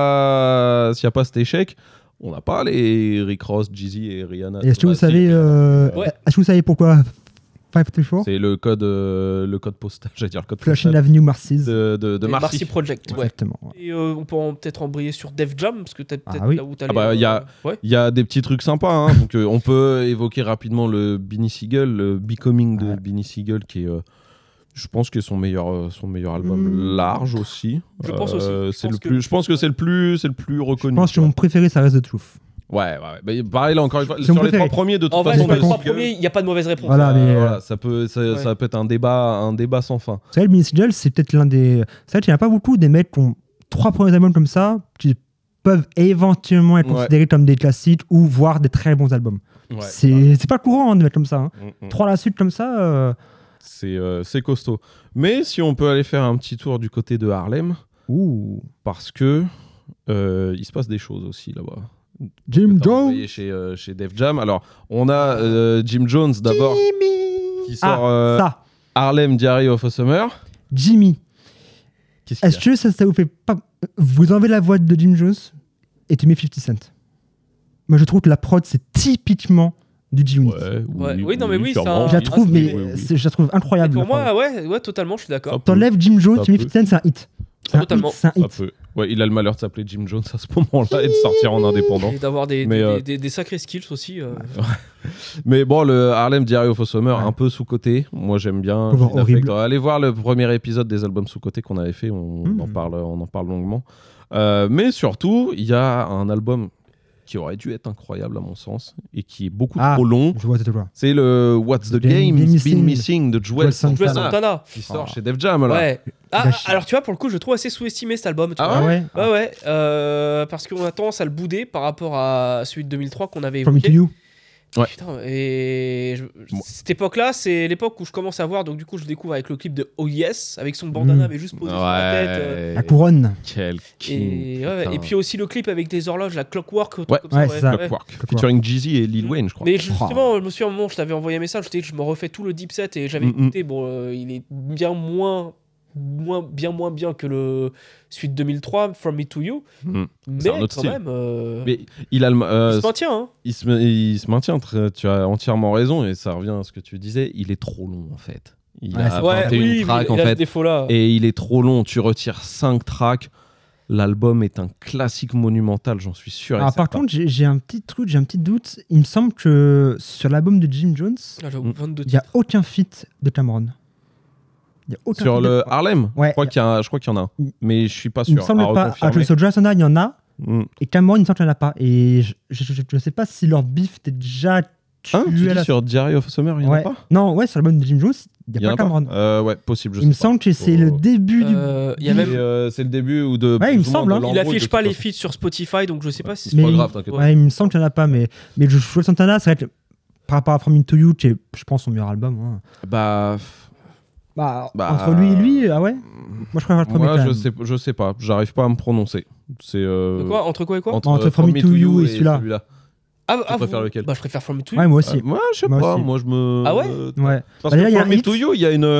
S2: pas cet échec, on n'a pas les Rick Ross, Jay-Z et Rihanna.
S3: Et est-ce que vous
S2: Bah, si,
S3: savez,
S1: Ouais.
S3: est-ce que vous savez pourquoi 534
S2: c'est le code postal, j'allais dire le code
S3: Flushing
S2: postal
S3: Avenue, Marcy's.
S2: de
S1: Et
S2: Marcy.
S1: Marcy Project. Ouais.
S3: Exactement. ouais.
S1: Et on peut peut-être embrayer sur Def Jam, parce que peut-être
S3: oui.
S1: là où t'allais,
S2: Ah bah, il y a-
S1: ouais.
S2: Il y a des petits trucs sympas, hein. Donc on peut évoquer rapidement le Beanie Siegel, le Becoming de
S3: Ouais.
S2: Beanie Siegel, qui est, je pense, que son meilleur album large aussi.
S1: Je pense aussi.
S2: Je pense que c'est le plus
S3: Je
S2: reconnu.
S3: pense que mon préféré, ça reste The Truth.
S2: Ouais. Bah, pareil là encore une fois,
S3: C'est mon
S2: sur les
S3: préféré.
S2: 3 premiers de toute
S1: En vrai,
S2: façon,
S1: sur les
S2: de
S1: 3
S2: Siegel,
S1: premiers, il n'y a pas de mauvaise réponse.
S3: Voilà, mais...
S2: voilà, ça peut être un débat sans fin.
S3: Vous savez, le Beanie Siegel, c'est peut-être l'un des... C'est vrai qu'il n'y en a pas beaucoup des mecs qui ont 3 premiers albums comme ça, qui peuvent éventuellement être
S2: Ouais.
S3: considérés comme des classiques ou voire des très bons albums.
S2: Ouais.
S3: C'est pas courant hein, de mettre comme ça. Hein. 3 à la suite comme ça...
S2: C'est costaud. Mais si on peut aller faire un petit tour du côté de Harlem,
S3: Ouh.
S2: parce que il se passe des choses aussi là-bas.
S3: Jim
S2: T'as
S3: Jones.
S2: envoyé chez Def Jam. Alors, on a Jim Jones d'abord qui sort
S3: Ça.
S2: Harlem Diary of a Summer.
S3: Jimmy.
S2: Qu'est-ce qu'il y
S3: Est-ce que ça vous fait pas... Vous enlevez la voix de Jim Jones et tu mets 50 Cent. Moi, je trouve que la prod, c'est typiquement du G-Unit.
S2: a
S1: Oui, non, mais oui,
S2: sûrement.
S1: ça-
S3: Je la trouve,
S1: Ah,
S3: mais je la trouve
S1: Et
S3: incroyable.
S1: pour
S3: la prod.
S1: moi, ouais, totalement, je suis d'accord.
S3: T'enlèves Jim Jones,
S2: Ça
S3: tu mets
S2: peut.
S3: 50 Cent, c'est un hit. C'est un
S1: Totalement.
S3: hit, c'est un
S2: Ça
S3: hit.
S2: peut. Ouais, il a le malheur de s'appeler Jim Jones à ce moment-là et de sortir en indépendant.
S1: Et d'avoir
S2: Mais,
S1: des sacrés skills aussi.
S2: Mais bon, le Harlem Diary of a Summer,
S3: Ouais.
S2: un peu sous-côté. Moi, j'aime bien.
S3: Cover
S2: J'ai une
S3: horrible.
S2: affect. Allez voir le premier épisode des albums sous-côté qu'on avait fait. On en parle longuement. Mais surtout, il y a un album qui aurait dû être incroyable à mon sens et qui est beaucoup trop long.
S3: Je vois, c'est toi.
S2: C'est le What's the
S3: Game
S2: Game's
S3: Missing.
S2: Been Missing de Joel
S3: Joel
S1: Joel
S2: Santana,
S1: Santana.
S2: qui sort
S3: Oh.
S2: chez Def Jam. Là.
S1: Ouais. Ah,
S3: Lâche.
S1: alors tu vois, pour le coup, je le trouve assez sous-estimé cet album. Tu
S2: Ah
S1: vois.
S2: ouais
S3: ouais.
S1: Ouais, parce qu'on a tendance à le bouder par rapport à celui de 2003 qu'on avait
S3: From Me to
S1: évoqué.
S3: You.
S2: Ouais.
S1: Putain, et cette époque-là, c'est l'époque où je commence à voir, donc du coup, je découvre avec le clip de Oh Yes, avec son bandana, mais juste posé sur la tête.
S3: La couronne.
S2: Quel king.
S1: Et puis aussi le clip avec des horloges, la Clockwork,
S2: Ouais.
S1: comme ça.
S3: Ouais, c'est ça.
S2: Clockwork. Featuring Jeezy et Lil Wayne, je crois.
S1: Mais justement, je me souviens, à un moment, je t'avais envoyé un message, je t'ai dit que je me refais tout le deep set et j'avais écouté. Bon, il est bien moins bien que le suite 2003, From Me to You.
S2: Mm.
S1: Mais
S2: C'est un autre
S1: quand
S2: style.
S1: même,
S2: Mais il a le,
S1: il se maintient. Hein.
S2: il se maintient. Tu as entièrement raison et ça revient à ce que tu disais. Il est trop long en fait. Il a 21 tracks en
S1: il a ce
S2: fait.
S1: défaut-là.
S2: Et il est trop long. Tu retires 5 tracks. L'album est un classique monumental, j'en suis sûr.
S3: Alors, par contre, j'ai un petit truc, j'ai un petit doute. Il me semble que sur l'album de Jim Jones,
S1: Ah, j'avoue, 22
S3: il n'y a
S1: titres.
S3: aucun feat de Cameron. Il y a aucun
S2: sur
S3: feat de-
S2: le Harlem,
S3: Ouais.
S2: je crois qu'il y en a, mais je suis pas
S3: Il me
S2: sûr.
S3: semble
S2: à
S3: pas.
S2: reconfirmer.
S3: Sur Jonas il y en a.
S2: Mm.
S3: Et Cameron, il me semble qu'il n'y en a pas. Et je ne sais pas si leur bif était déjà tué
S2: Hein, tu
S3: à
S2: dis
S3: la
S2: sur Diary of a Summer, il y en a
S3: Ouais.
S2: pas
S3: Non, ouais, sur l'album de Jim Jones, il
S2: Il
S3: n'y
S2: y en
S3: a pas Cameron.
S2: Ouais, possible, je
S3: Il me
S2: sais pas.
S3: semble que c'est le début du.
S1: Il y a même.
S2: C'est le début ou de.
S3: Ouais, il me
S2: plus ou moins
S3: semble,
S2: de
S3: hein.
S1: Il
S2: l'embrouille,
S1: affiche
S2: de
S1: pas
S2: toute
S1: les
S2: façon.
S1: feats sur Spotify, donc je sais pas si
S2: C'est pas
S3: Mais-
S2: grave, t'inquiète.
S3: Ouais, il me semble qu'il n'y en a pas. Mais Joel Santana, c'est vrai que par rapport à From Me to You, qui est, je pense, son meilleur album. Hein.
S2: Bah.
S3: Bah,
S2: Bah,
S3: entre lui et lui, ah ouais. Moi, je préfère le premier.
S2: Moi,
S3: quand
S2: je
S3: même.
S2: sais pas. J'arrive pas à me prononcer. C'est.
S1: De quoi Entre quoi et quoi
S3: Entre From Me to You et celui-là.
S2: tu préfères lequel
S1: Bah, je préfère From Me to You.
S3: Ouais, moi aussi.
S2: Moi, je sais
S3: Moi
S2: pas.
S3: aussi.
S2: Moi, je me.
S1: Ah ouais
S3: Ouais.
S2: Parce
S3: Bah, là,
S2: que
S3: il y a
S2: From
S3: un
S2: Me
S3: hit.
S2: to You, il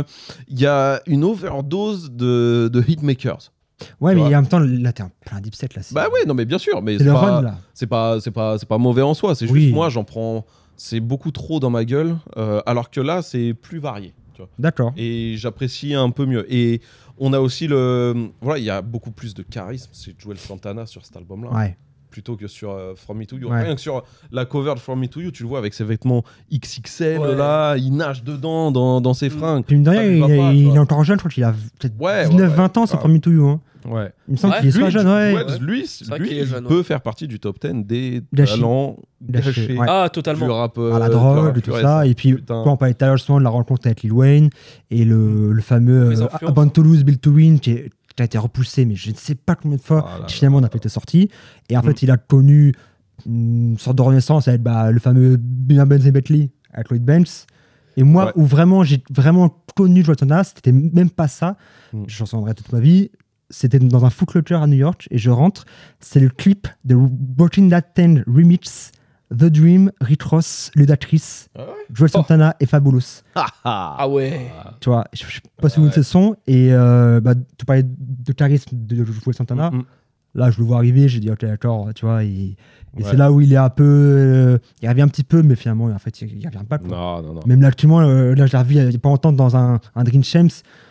S2: y a une overdose de hitmakers.
S3: Ouais,
S2: Tu
S3: mais
S2: vois.
S3: en même temps, là, t'es en plein deep set. Là, c'est-
S2: Bah ouais, non, mais bien sûr. Mais
S3: c'est le run, là.
S2: c'est pas mauvais en soi. C'est
S3: Oui.
S2: juste moi, j'en prends. C'est beaucoup trop dans ma gueule. Alors que là, c'est plus varié. Tu vois.
S3: D'accord.
S2: Et j'apprécie un peu mieux. Et on a aussi le. Voilà, il y a beaucoup plus de charisme. C'est Joel Santana sur cet album-là.
S3: Ouais.
S2: plutôt que sur From Me To You.
S3: Ouais.
S2: Rien que sur la cover de From Me To You, tu le vois avec ses vêtements XXL
S1: Ouais.
S2: là, il nage dedans dans ses fringues.
S3: Puis mine de
S2: Ça
S3: rien,
S2: lui va pas, tu
S3: il
S2: vois.
S3: est encore jeune, je crois qu'il a peut-être
S2: Ouais,
S3: 19-20 ans, c'est
S2: grave.
S3: From Me To You. Hein.
S2: Ouais.
S3: Il me semble
S1: Ouais.
S3: qu'il est super
S2: Lui,
S3: jeune, ouais.
S2: lui,
S1: vrai
S2: lui,
S1: qu'il est
S2: il
S1: jeune,
S2: peut faire partie du top 10 des
S3: Gâchis.
S2: talents gâchés
S3: Ouais.
S1: Ah,
S2: du
S1: totalement.
S2: rap.
S3: À la
S2: du
S3: drogue,
S2: rap
S3: tout
S2: US.
S3: ça. Et puis,
S2: Putain.
S3: on parlait tout à l'heure justement de la rencontre avec Lil Wayne et le fameux
S1: Les influences,
S3: Born to Lose, Built to Win qui a été repoussé, mais je ne sais pas combien de fois,
S2: Ah là
S3: qui finalement n'a pas été sorti. Et en fait, il a connu une sorte de renaissance avec le fameux Benz et Bentley avec Lloyd Banks. Et moi,
S2: Ouais.
S3: où vraiment j'ai vraiment connu Joel Santana, c'était même pas ça.
S2: Mm.
S3: Je chanson en vrai toute ma vie. C'était dans un Foot Locker à New York et je rentre. C'est le clip de Watching That 10 Remix, The Dream, Rick Ross, Ludacris,
S2: Ah ouais
S3: Joel Santana et Fabulous.
S1: Ah ouais.
S3: Tu vois, je sais pas si vous connaissez ce son. Et tu parlais de charisme de Joel Santana. Là, je le vois arriver, j'ai dit ok, d'accord, tu vois. Et
S2: Ouais.
S3: c'est là où il est un peu. Il revient un petit peu, mais finalement, en fait, il revient pas. Quoi.
S2: Non.
S3: Même là, actuellement, là, je l'ai revu il y a pas longtemps dans un Dream Shams.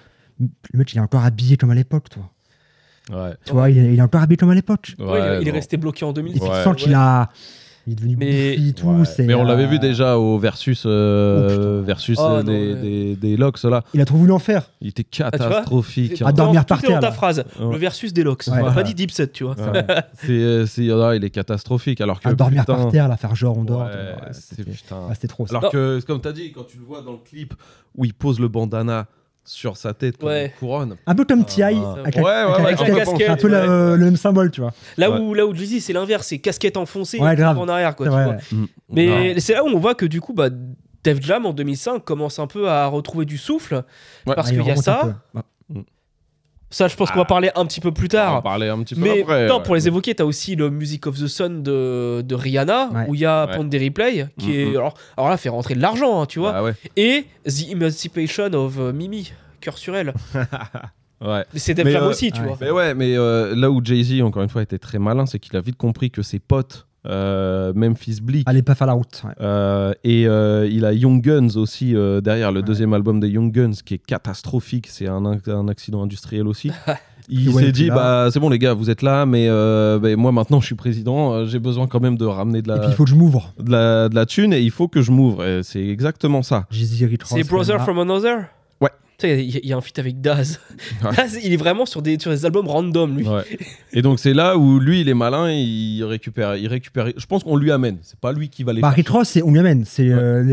S3: Le mec, il est encore habillé comme à l'époque, toi.
S2: Ouais.
S3: Tu vois, il est encore habillé comme à l'époque.
S1: Ouais, il est
S2: non.
S1: resté bloqué en
S3: Et
S1: 2010.
S3: puis, tu
S2: Ouais.
S3: sens qu'il a. Il est devenu
S1: Mais-
S3: bouffi et tout.
S2: Ouais.
S3: c'est,
S2: Mais on l'avait vu déjà au versus, versus
S1: Oh, non,
S2: des Locks là.
S3: Il a trop voulu en faire.
S2: Il était
S1: tu vois,
S2: catastrophique.
S1: C'est-
S3: À dormir par
S1: tout est dans
S3: terre,
S1: ta
S3: là.
S1: phrase.
S2: Ouais.
S1: Le versus des locks.
S3: Ouais.
S1: On n'a
S2: Ouais.
S1: pas dit Dipset, tu vois.
S2: Il est catastrophique. Alors que
S3: À dormir
S2: putain,
S3: par terre, là, faire genre on dort.
S2: ouais,
S3: Ouais,
S2: c'est
S3: c'était
S2: putain.
S3: c'était trop ça.
S2: Alors que, comme t'as dit, quand tu le vois dans le clip où il pose le bandana sur sa tête comme
S1: Ouais.
S2: une couronne.
S3: Un peu comme T.I.
S2: Ouais,
S3: avec
S2: ouais,
S1: avec la
S3: c'est
S1: casquette,
S3: un peu
S1: ouais.
S3: le même symbole, tu vois.
S1: Là
S2: Ouais.
S1: où Jay-Z, c'est l'inverse. C'est casquette enfoncée
S3: Ouais,
S1: et
S3: grave.
S1: en arrière, quoi.
S3: C'est
S1: Tu
S3: vrai,
S1: vois.
S3: ouais.
S1: Mais c'est là où on voit que du coup, Def Jam en 2005 commence un peu à retrouver du souffle.
S2: Ouais.
S1: Parce
S3: Ah, il
S1: qu'il y a
S3: remonte un
S1: ça.
S3: peu. Ouais.
S1: Ça, je pense qu'on va parler un petit peu plus
S2: On va en
S1: tard.
S2: parler un petit peu
S1: Mais
S2: après.
S1: non,
S2: ouais.
S1: pour les évoquer, t'as aussi le Music of the Sun de Rihanna,
S3: Ouais.
S1: où il y a
S2: Ouais.
S1: Pon de Replay, qui est. Alors là, fait rentrer de l'argent, hein, tu vois.
S2: Ah ouais.
S1: Et The Emancipation of Mimi, cœur sur elle.
S2: Ouais.
S1: Mais c'est Def
S2: Mais,
S1: Jam aussi, tu
S3: ouais.
S1: vois.
S2: Mais ouais, mais là où Jay-Z, encore une fois, était très malin, c'est qu'il a vite compris que ses potes, Memphis Bleak,
S3: Allez pas faire la route. Ouais.
S2: et il a Young Guns aussi derrière, le deuxième album de Young Guns, qui est catastrophique, c'est un accident industriel aussi. Il
S3: Ouais,
S2: s'est
S3: puis
S2: dit,
S3: là-
S2: c'est bon les gars, vous êtes là, mais moi maintenant je suis président, j'ai besoin quand même de ramener de
S3: Et puis
S2: la,
S3: il faut que je m'ouvre.
S2: de la thune, et il faut que je m'ouvre. Et c'est exactement ça.
S3: Jay-Z, Rick Ross,
S1: C'est Brother
S3: Rihanna.
S1: from Another.
S2: Ouais.
S1: Tu sais, il y a un feat avec Daz.
S2: Ouais.
S1: Daz, il est vraiment sur des albums random, lui.
S2: Ouais. Et donc c'est là où lui il est malin, il récupère. Je pense qu'on lui amène. C'est pas lui qui va les.
S3: Bah,
S2: chercher.
S3: Rick Ross, on lui amène. C'est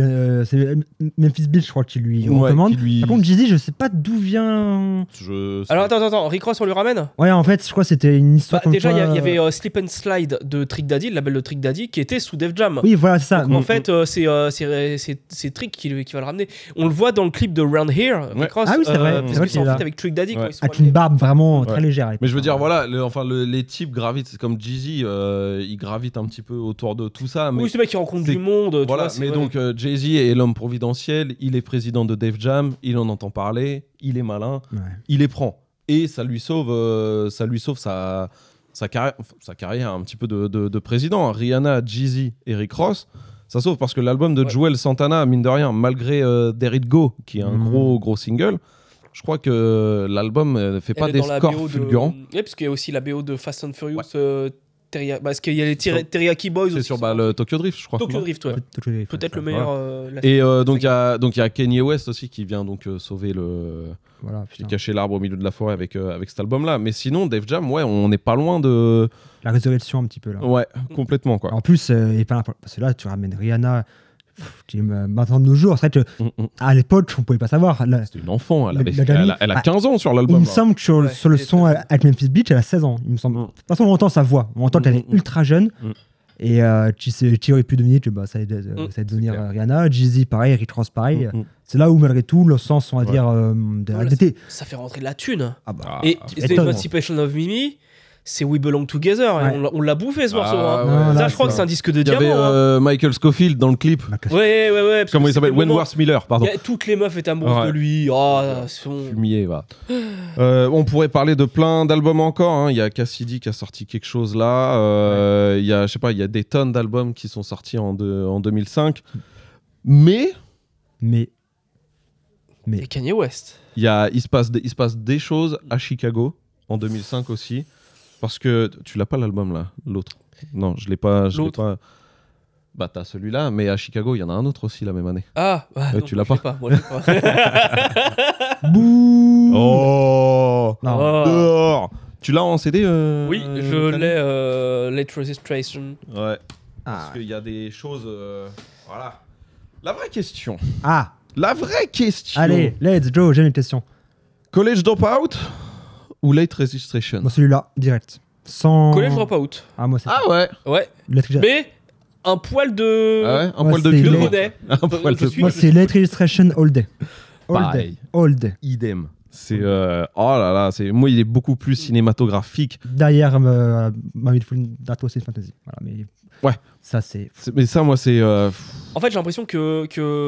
S3: Memphis Bleak, je crois, qui lui
S2: Ouais,
S3: recommande.
S2: qui lui-
S3: Par contre, Jay-Z, je sais pas d'où vient.
S1: Alors attends, Rick Ross, on lui ramène.
S3: Ouais, en fait, je crois que c'était une histoire comme
S1: Déjà, il
S3: quoi,
S1: y avait Slip and Slide de Trick Daddy, le label de Trick Daddy, qui était sous Def Jam.
S3: Oui, voilà, c'est ça.
S1: Donc, en fait, c'est Trick qui va le ramener. On le voit dans le clip de Round Here, Rick
S2: Ouais.
S1: Ross.
S3: Ah oui, c'est vrai.
S1: Parce
S3: C'est vrai
S1: qu'ils sont en
S3: qu'il est
S1: feat
S3: là.
S1: avec Trick Daddy.
S2: Ouais.
S1: Quand ils sont
S3: Avec une barbe vraiment
S2: Ouais.
S3: très légère.
S2: Mais je veux dire, voilà, les types gravitent. C'est comme Jay-Z, il gravite un petit peu autour de tout ça. Mais
S1: Oui, ce mec qui rencontre
S2: c'est-
S1: du monde. tu
S2: voilà.
S1: vois, c'est
S2: Mais
S1: vrai.
S2: donc Jay-Z est l'homme providentiel. Il est président de Def Jam. Il en entend parler. Il est malin.
S3: Ouais.
S2: Il les prend. Et ça lui sauve sa carrière un petit peu de président. Rihanna, Jay-Z et Rick Ross, ça sauve parce que l'album de
S1: Ouais.
S2: Joel Santana, mine de rien, malgré There It Go, qui est un gros single, je crois que l'album ne fait
S1: Elle
S2: pas
S1: est
S2: des
S1: dans la
S2: scores
S1: BO de-
S2: fulgurants.
S1: Ouais, parce qu'il y a aussi la BO de Fast and Furious. Parce qu'il y a les Teriyaki Boys
S2: C'est
S1: aussi.
S2: sur le Tokyo Drift, je crois.
S1: Tokyo
S2: non
S1: Drift, ouais. Peut-être le
S3: Ouais.
S1: meilleur.
S2: Et donc il y a Kanye West aussi qui vient donc sauver
S3: Voilà,
S2: qui
S3: putain.
S2: cacher l'arbre au milieu de la forêt avec cet album-là. Mais sinon, Def Jam, ouais, on n'est pas loin de...
S3: La résurrection un petit peu là.
S2: Ouais, complètement, quoi.
S3: En plus, et pas parce que là, tu ramènes Rihanna, qui est maintenant de nos jours. C'est vrai qu'à l'époque, on pouvait pas savoir. Là,
S2: C'est une enfant,
S3: La gamine-
S2: elle a
S3: Ah,
S2: 15 ans sur
S3: il
S2: l'album.
S3: me
S2: là.
S3: semble que sur
S1: Ouais,
S3: le
S1: c'est
S3: son
S1: très-
S3: avec Memphis Bleak, elle a 16 ans. Il me semble. De toute façon, on entend sa voix. On entend qu'elle est ultra jeune. Et tu aurais pu deviner que ça allait devenir
S2: clair.
S3: Rihanna. Jay-Z, pareil. Rick Ross, pareil.
S2: Mm, mm.
S3: C'est là où, malgré tout, le sens, on va
S2: Ouais.
S3: dire, de la
S1: Voilà,
S3: d'été.
S1: Ça fait rentrer de la thune.
S3: Ah bah.
S2: Ah,
S1: Et
S2: c'est
S1: The
S3: étonnant.
S1: Emancipation of Mimi, c'est We Belong Together. Et
S3: Ouais.
S1: on l'a bouffé ce
S2: Ah,
S1: morceau. hein.
S2: ouais,
S3: Non,
S1: Ça,
S3: là,
S1: je crois
S3: c'est-
S1: que c'est un disque de
S2: Il y avait
S1: diamant. hein.
S2: Michael Scofield dans le clip.
S1: Ouais. parce
S2: Comment
S1: que
S2: il s'appelle
S1: c'était le moment-
S2: Wentworth Miller, pardon.
S1: Il y a- Toutes les meufs étaient amoureuses
S2: Ouais.
S1: de lui. Ah, son-
S2: Fumier, va. On pourrait parler de plein d'albums encore. Hein. Il y a Cassidy qui a sorti quelque chose là. Il y a, je sais pas, il y a des tonnes d'albums qui sont sortis en 2005. Mais
S1: Et Kanye West.
S2: il se passe des choses à Chicago en 2005 aussi. Parce que tu l'as pas l'album là, l'autre. Non, je l'ai pas. Bah t'as celui-là, mais à Chicago, il y en a un autre aussi la même année.
S1: Ah, non,
S2: tu l'as pas.
S1: Moi, je l'ai pas.
S3: Bouh.
S2: Oh,
S3: Non.
S2: dehors. Tu l'as en CD
S1: Oui, je l'ai. Late Registration.
S2: Ouais. Parce
S3: Ah.
S2: qu'il y a des choses. Voilà. La vraie question.
S3: Ah.
S2: La vraie question.
S3: Allez, let's go, j'ai une question.
S2: College Dropout ou Late Registration?
S3: Bon, celui-là, direct. Sans.
S1: College Dropout.
S3: Ah, moi, c'est
S2: Ah ouais.
S1: Ouais.
S3: Let's-
S1: Mais un poil de.
S2: Ah ouais. Un
S3: Moi,
S2: poil de
S3: c'est
S2: cul.
S3: les-
S1: Bonnet.
S2: Un poil de
S3: Moi, c'est Late Registration All Day. All
S2: Pareil.
S3: Day. All Day.
S2: Idem. C'est oh là là, moi il est beaucoup plus cinématographique.
S3: Derrière ma Beautiful Dark Twisted Fantasy. Voilà, mais
S2: Ouais.
S3: Ça, c'est.
S2: Mais ça moi c'est
S1: En fait, j'ai l'impression que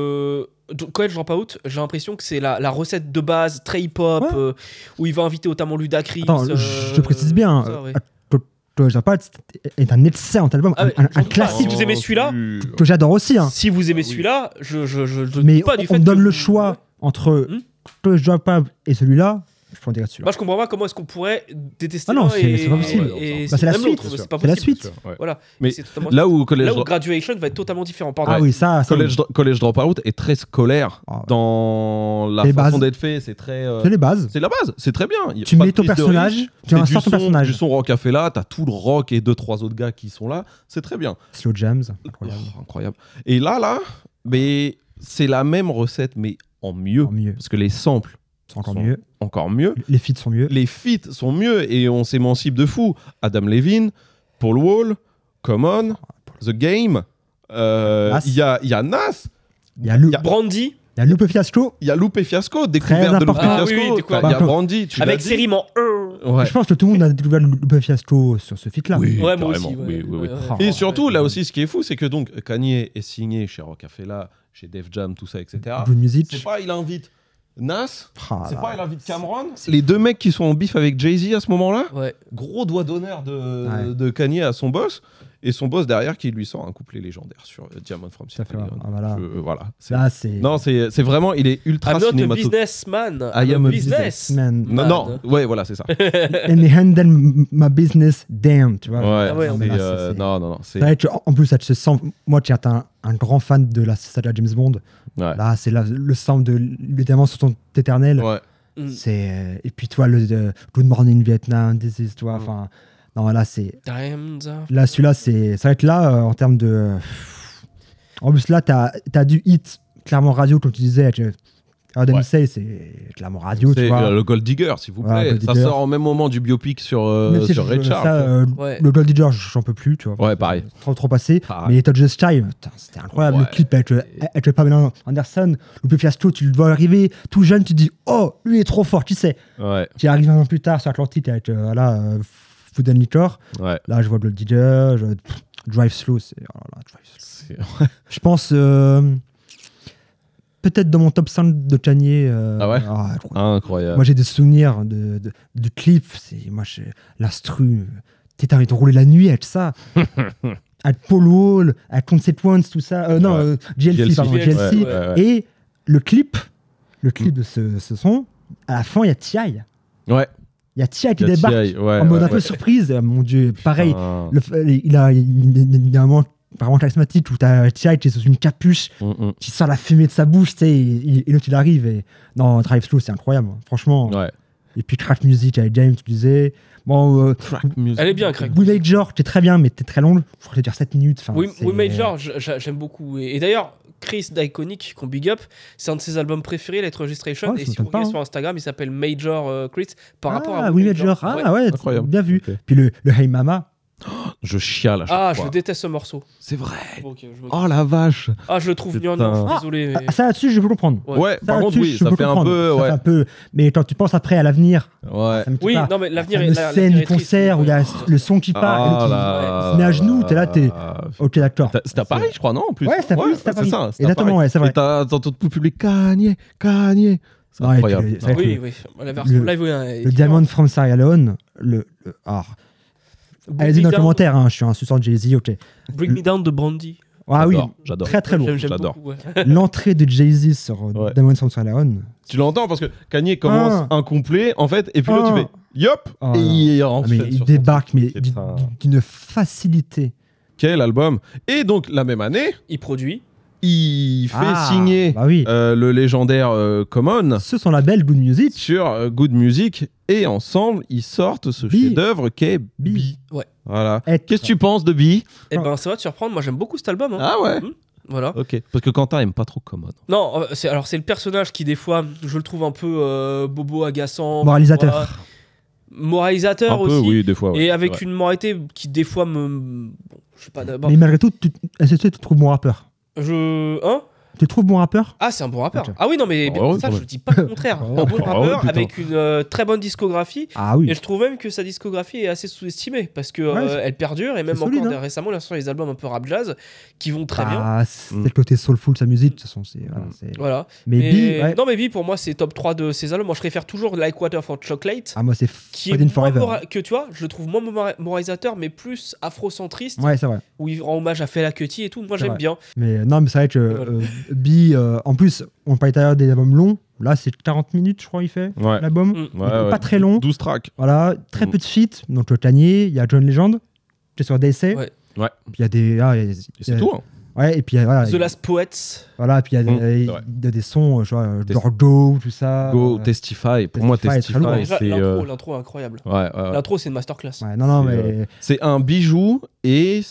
S1: College Dropout, j'ai l'impression que c'est la recette de base très hip-hop
S3: Ouais.
S1: où il va inviter notamment Ludacris.
S3: Attends, je précise bien.
S1: ça, ouais.
S3: College Dropout est un excellent album,
S1: Ah, mais
S3: un
S1: j'en doute pas.
S3: classique
S1: Si vous aimez celui-là,
S3: que j'adore aussi. Hein.
S1: Si vous aimez celui-là, je doute
S3: Mais
S1: pas du
S3: on
S1: fait
S3: me donne
S1: que
S3: le
S1: vous-
S3: choix entre
S1: Hmm.
S3: College Dropout et celui-là. Je prends direct celui-là.
S1: Moi, je comprends pas comment est-ce qu'on pourrait détester
S3: Ah non,
S1: l'un
S3: c'est
S1: et
S3: pas possible.
S1: et
S3: Bah, c'est la
S1: même
S3: suite.
S1: l'autre, c'est pas
S3: C'est la
S1: possible.
S3: suite.
S1: Voilà.
S2: Mais
S1: C'est totalement-
S2: là où
S1: Là où Graduation va être totalement différent. Pardon.
S3: Ah oui, ça.
S2: College Dropout est très scolaire
S3: Ah ouais.
S2: dans la
S3: Les
S2: façon
S3: bases.
S2: d'être fait, c'est très
S3: C'est les bases.
S2: c'est la base, c'est très bien. Il y a
S3: Tu
S2: pas
S3: mets
S2: de
S3: ton
S2: prise de
S3: personnage,
S2: risque.
S3: tu
S2: C'est
S3: insères ton
S2: du
S3: personnage.
S2: son rock café là, t'as tout le rock et 2-3 autres gars qui sont là, c'est très bien.
S3: Slow Jams. Incroyable.
S2: Oh, incroyable. Et là, mais c'est la même recette mais en mieux,
S3: Encore mieux.
S2: parce que les samples
S3: C'est encore
S2: sont
S3: mieux.
S2: encore mieux.
S3: Les feats sont mieux.
S2: Les feats sont mieux et on s'émancipe de fou. Adam Levine, Paul Wall, Common, The Game,
S3: Nas.
S2: il y a Nas,
S3: Il y a Lupe
S1: Brandy
S3: Fiasco.
S2: il y a Lupe Fiasco, découverte de Lupe
S3: important.
S1: Ah oui,
S2: Fiasco,
S1: oui, découverte.
S2: il y a
S3: Bah,
S2: Brandy, tu
S1: avec
S2: l'as dit.
S1: ses rimes en
S2: Ouais.
S3: Je pense que tout le monde a découvert Lupe Fiasco sur ce feat-là.
S2: Oui,
S1: Ouais, moi
S2: carrément.
S1: aussi. ouais,
S2: Oui, oui, oui.
S1: ouais,
S3: Ah.
S1: ouais.
S2: Et surtout, là aussi, ce qui est fou, c'est que donc Kanye est signé chez Rockefeller, chez Def Jam, tout ça, etc.
S3: Good Music.
S2: C'est pas, il invite Nas,
S3: Ah
S2: c'est
S3: là.
S2: pas, il invite Cameron. Les deux mecs qui sont en bif avec Jay-Z à ce moment-là,
S1: Ouais.
S2: gros doigt d'honneur
S3: Ouais.
S2: de Kanye à son boss, et son boss derrière qui lui sort un couplet légendaire sur Diamond from
S3: Ça fait
S2: Sierra Leone.
S3: ah, voilà.
S2: Voilà. C'est-
S3: Là, c'est.
S2: Non, c'est vraiment, il est ultra
S1: I'm not a
S2: cinématographique.
S1: businessman.
S2: I am a
S3: businessman.
S2: Non, non, ouais, voilà, c'est ça.
S3: And they handle my business damn, tu vois.
S2: Ouais,
S1: ouais,
S3: non,
S2: c'est,
S3: mais là, c'est-
S2: non, non, non, c'est.
S3: C'est vrai que, en plus, ça te sent. Moi, tu es un grand fan de la saga James Bond.
S2: Ouais.
S3: Là, c'est le sample de Les Diamants sont éternels.
S2: Ouais.
S1: Mm.
S3: Et puis, toi, le Good Morning Vietnam, This Is, toi. Enfin, non, là, c'est.
S1: Diamonds are-
S3: Là, celui-là, ça va être là, en termes de. En plus, là, t'as du hit, clairement radio, comme tu disais. Adam
S2: Ouais.
S3: Say, c'est clairement radio, tu
S2: C'est
S3: vois.
S2: le Gold Digger, s'il vous
S3: Ouais,
S2: plaît.
S3: Gold
S2: Ça
S3: Digger.
S2: sort au même moment du biopic sur
S3: Même si
S2: Ray Charles.
S1: Ouais.
S3: Le Gold Digger, j'en peux plus, tu vois.
S2: Ouais, pareil.
S3: Trop passé.
S2: Pareil.
S3: Mais Touch the Sky, putain, c'était incroyable.
S2: Ouais.
S3: Le clip avec le Pamela Anderson, le Fiasco, tu le vois arriver tout jeune, tu te dis, oh, lui est trop fort, tu sais.
S2: Ouais,
S3: Tu arrives un an plus tard sur Atlantique avec Food and Liquor.
S2: ouais.
S3: Là, je vois Gold Digger, Drive Slow, c'est. Oh là là, Drive Slow.
S2: C'est-
S3: Je pense. Peut-être dans mon top 5 de Kanye.
S2: Ah ouais
S3: je crois.
S2: Incroyable.
S3: Moi, j'ai des souvenirs de clips. L'instru. T'étais envie de rouler la nuit avec ça. Avec Paul Wall, avec Consequence, tout ça. Non, GLC, pardon.
S2: ouais,
S3: GLC.
S2: ouais.
S3: Et le clip de ce son, à la fin, il y a T.I.
S2: Ouais.
S3: Il y a T.I. qui
S2: Il y a
S3: débarque
S2: T.I., ouais,
S3: en mode
S2: ouais,
S3: un peu
S2: ouais.
S3: surprise. Mon Dieu, pareil.
S2: Ah.
S3: Il a un moment vraiment charismatique où t'as T.I. qui est sous une capuche, qui sort la fumée de sa bouche, tu sais, et l'autre il arrive. Et... Non, Drive Slow, c'est incroyable, franchement.
S2: Ouais.
S3: Et puis Crack Music avec James, tu disais. Bon,
S2: Track music.
S1: Elle est bien, Craig.
S3: We Major, t'es très bien, mais t'es très longue. Je crois que ça dure 7 minutes. Enfin,
S1: Oui,
S3: c'est-
S1: oui, Major, j'aime beaucoup. Et d'ailleurs, Chris d'Iconic, qu'on big up, c'est un de ses albums préférés, Let Registration.
S3: Ouais,
S1: et
S3: ça
S1: si vous
S3: m'étonne pas,
S1: regardez
S3: hein.
S1: sur Instagram, il s'appelle Major Chris par rapport à
S3: Ah,
S1: We
S3: We Major. Ah, ouais,
S2: Incroyable.
S3: bien vu.
S2: Ok.
S3: Puis le Hey Mama.
S2: Je chiale à chaque
S1: Ah,
S2: fois.
S1: je déteste ce morceau.
S2: C'est vrai.
S1: Ok, je me-
S2: Oh la vache.
S1: Ah, je le trouve
S2: Putain.
S1: gnangnan, je suis
S3: Ah,
S1: désolé. Mais...
S3: Ah, ça là-dessus, je peux comprendre.
S2: Ouais,
S3: Ça,
S2: par contre,
S3: là-dessus,
S2: oui,
S3: je
S2: ça
S3: peux
S2: fait un
S3: comprendre.
S2: peu.
S3: Ça fait
S2: Ouais.
S3: un peu. Mais quand tu penses après à l'avenir,
S2: Ouais.
S3: ça me tue
S1: Oui,
S3: pas.
S1: non, mais l'avenir
S3: La
S1: est.
S3: scène du concert où il y a le son qui part et l'autre qui se met à genoux, t'es là, t'es. Ok, d'accord.
S2: C'était à Paris, je crois, non en plus.
S3: Ouais, c'était à Paris, c'était à Paris.
S2: C'est ça. c'était à
S3: Exactement,
S2: Paris.
S3: ouais, c'est vrai.
S2: Et t'entends tout le public Kanye. C'est
S3: Ouais,
S2: incroyable.
S3: c'est vrai que
S1: Oui, oui. La version live, oui.
S3: Le Diamond from Sierra Leone, allez-y dans le commentaire, hein, je suis un suceur de Jay-Z, ok.
S1: Bring Me Down de Brandy.
S3: Ah oui,
S2: j'adore.
S3: très très lourd.
S1: J'aime
S2: J'adore.
S1: beaucoup, ouais.
S3: L'entrée de Jay-Z sur
S2: Ouais.
S3: Diamonds on Skyline.
S2: Tu l'entends parce que Kanye commence un couplet en fait et puis là tu fais yop
S3: Oh
S2: et
S3: là.
S2: il
S3: Ah,
S2: enchaîne
S3: mais il
S2: sur son
S3: débarque mais
S2: truc.
S3: d'une facilité.
S2: Quel album. Et donc la même année,
S1: Il produit.
S2: il fait
S3: Ah,
S2: signer
S3: bah oui.
S2: le légendaire Common
S3: Ce sont labels Good Music.
S2: sur Good Music et ensemble ils sortent ce
S3: B.
S2: chef-d'œuvre qu'est B.
S1: Ouais.
S2: Voilà.
S3: Être-
S2: Qu'est-ce que tu penses de B?
S1: Eh ben, ça va te surprendre. Moi, j'aime beaucoup cet album. Hein.
S2: Ah ouais.
S1: Voilà.
S2: Ok. Parce que Quentin aime pas trop Common.
S1: Non, c'est le personnage qui, des fois, je le trouve un peu bobo, agaçant.
S3: Moralisateur.
S1: Voilà. Moralisateur
S2: Un peu,
S1: aussi.
S2: oui, des fois. Ouais.
S1: Et avec
S2: Ouais.
S1: une moralité qui, des fois, me. Bon, je sais pas d'abord.
S3: Mais malgré tout, est-ce que tu trouves bon rappeur
S1: Hein
S3: Tu trouves bon rappeur
S1: Ah, c'est un bon rappeur.
S3: Ok.
S1: Ah oui, non, mais
S2: Ah ouais,
S1: ça,
S2: quand
S1: je
S2: même.
S1: dis pas le contraire.
S3: Ah
S1: Un
S3: ouais,
S1: bon
S2: ah ouais,
S1: rappeur
S2: putain.
S1: avec une très bonne discographie.
S3: Ah oui.
S1: Et je trouve même que sa discographie est assez sous-estimée parce que
S3: Ouais, c'est-
S1: elle perdure et même
S3: c'est solide,
S1: encore
S3: hein.
S1: récemment, il y a des albums un peu rap jazz qui vont très bien.
S3: Ah, c'est le côté soulful de sa musique, de toute façon.
S1: Voilà.
S3: Mais B, ouais.
S1: Non, mais B, pour moi, c'est top 3 de ses albums. Moi, je préfère toujours Like Water for Chocolate.
S3: Ah, moi, c'est
S1: Qui est
S3: Fighting
S1: moins
S3: Forever.
S1: que tu vois, je le trouve moins moralisateur, mais plus afrocentriste,
S3: Ouais, c'est vrai.
S1: où il rend hommage à Fela Kuti et tout. Moi,
S3: C'est
S1: j'aime
S3: vrai.
S1: bien.
S3: Mais non, mais c'est vrai que
S1: Voilà.
S3: B, en plus, on parlait tout à l'heure des albums longs. Là, c'est 40 minutes, je crois, il fait
S2: Ouais.
S3: l'album.
S1: Mm.
S2: Ouais,
S3: Il est
S2: ouais.
S3: pas très long.
S2: 12 tracks.
S3: Voilà, très
S2: Mm.
S3: peu de feats. Donc, le Kanye, il y a John Legend, qui est sur DC.
S1: Ouais.
S2: Ouais.
S3: Puis il y a des. Ah,
S2: Et c'est tout. Hein.
S3: Ouais, et puis voilà.
S1: The Last Poets.
S3: Voilà, puis il y a
S2: Mm,
S3: des,
S2: c'est vrai.
S3: il y a des sons, je vois,
S2: Test-
S3: genre Go, tout ça.
S2: Go, Testify. Pour moi,
S3: Testify est très lourd.
S2: Testify,
S1: Déjà,
S2: c'est.
S1: l'intro est incroyable.
S2: Ouais, ouais.
S1: L'intro, c'est une masterclass.
S3: Ouais, non,
S2: C'est,
S3: mais.
S2: C'est un bijou et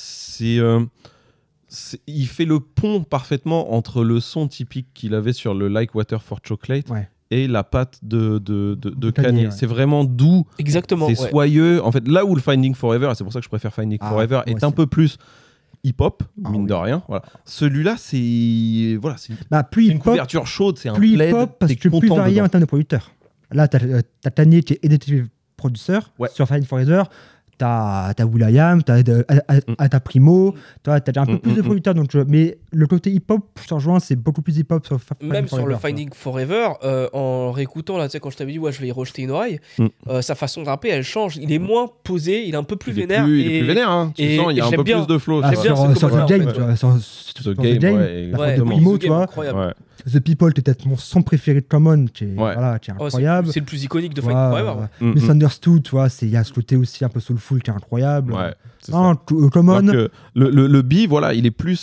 S2: il fait le pont parfaitement entre le son typique qu'il avait sur le Like Water for Chocolate
S3: Ouais.
S2: et la patte de
S3: Kanye,
S2: Kanye.
S3: ouais.
S2: C'est vraiment doux,
S1: Exactement.
S2: c'est
S1: ouais.
S2: soyeux. En fait, là où le Finding Forever, et c'est pour ça que je préfère Finding
S3: Ah,
S2: Forever,
S3: moi
S2: est un
S3: aussi.
S2: peu plus hip-hop,
S3: Ah
S2: mine
S3: oui.
S2: de rien. Voilà. Celui-là, c'est voilà, c'est
S3: Bah, plus
S2: une
S3: hip-hop,
S2: couverture chaude, c'est un
S3: plus
S2: plaid,
S3: hip-hop parce
S2: t'es
S3: que plus
S2: content
S3: varié
S2: dedans.
S3: en termes de producteurs. Là, t'as Kanye qui est executive producer
S2: Ouais.
S3: sur Fighting Forever. T'as will.i.am, t'as Primo, t'as un peu plus de producteurs. Donc, mais le côté hip-hop, je te rejoins, c'est beaucoup plus hip-hop sur Fighting
S1: Même sur le
S3: Forever, quoi.
S1: Finding Forever, en réécoutant, là, tu sais, quand je t'avais dit, ouais, je vais y rejeter une oreille, sa façon de rapper, elle change. Il est moins posé, il est un peu plus vénère.
S2: Il est plus vénère, hein. Tu
S1: et-
S2: sens, il y a
S1: et
S2: un
S1: j'aime
S2: peu
S1: bien.
S2: plus de flow.
S3: Ah,
S1: J'aime bien
S3: sur
S1: ce
S3: The
S1: combat,
S3: Game,
S1: en fait.
S3: tu vois, sur
S2: The
S3: The
S2: Game,
S3: Game,
S2: ouais,
S3: la
S1: Ouais,
S3: faute de
S2: exactement.
S3: Primo,
S1: The
S3: tu
S1: Game,
S3: vois.
S1: incroyable.
S2: Ouais.
S3: The People, qui est peut-être mon son préféré de Common, qui est,
S2: Ouais.
S3: voilà, qui est
S1: Oh,
S3: incroyable.
S1: c'est le plus iconique de
S3: Ouais,
S1: Finding Forever. ouais.
S2: Mm, mm.
S3: Misunderstood, tu vois, il y a ce côté aussi un peu soulful qui est incroyable.
S2: Ouais, c'est ça.
S3: Non, Common,
S2: Alors que le B, voilà, il est plus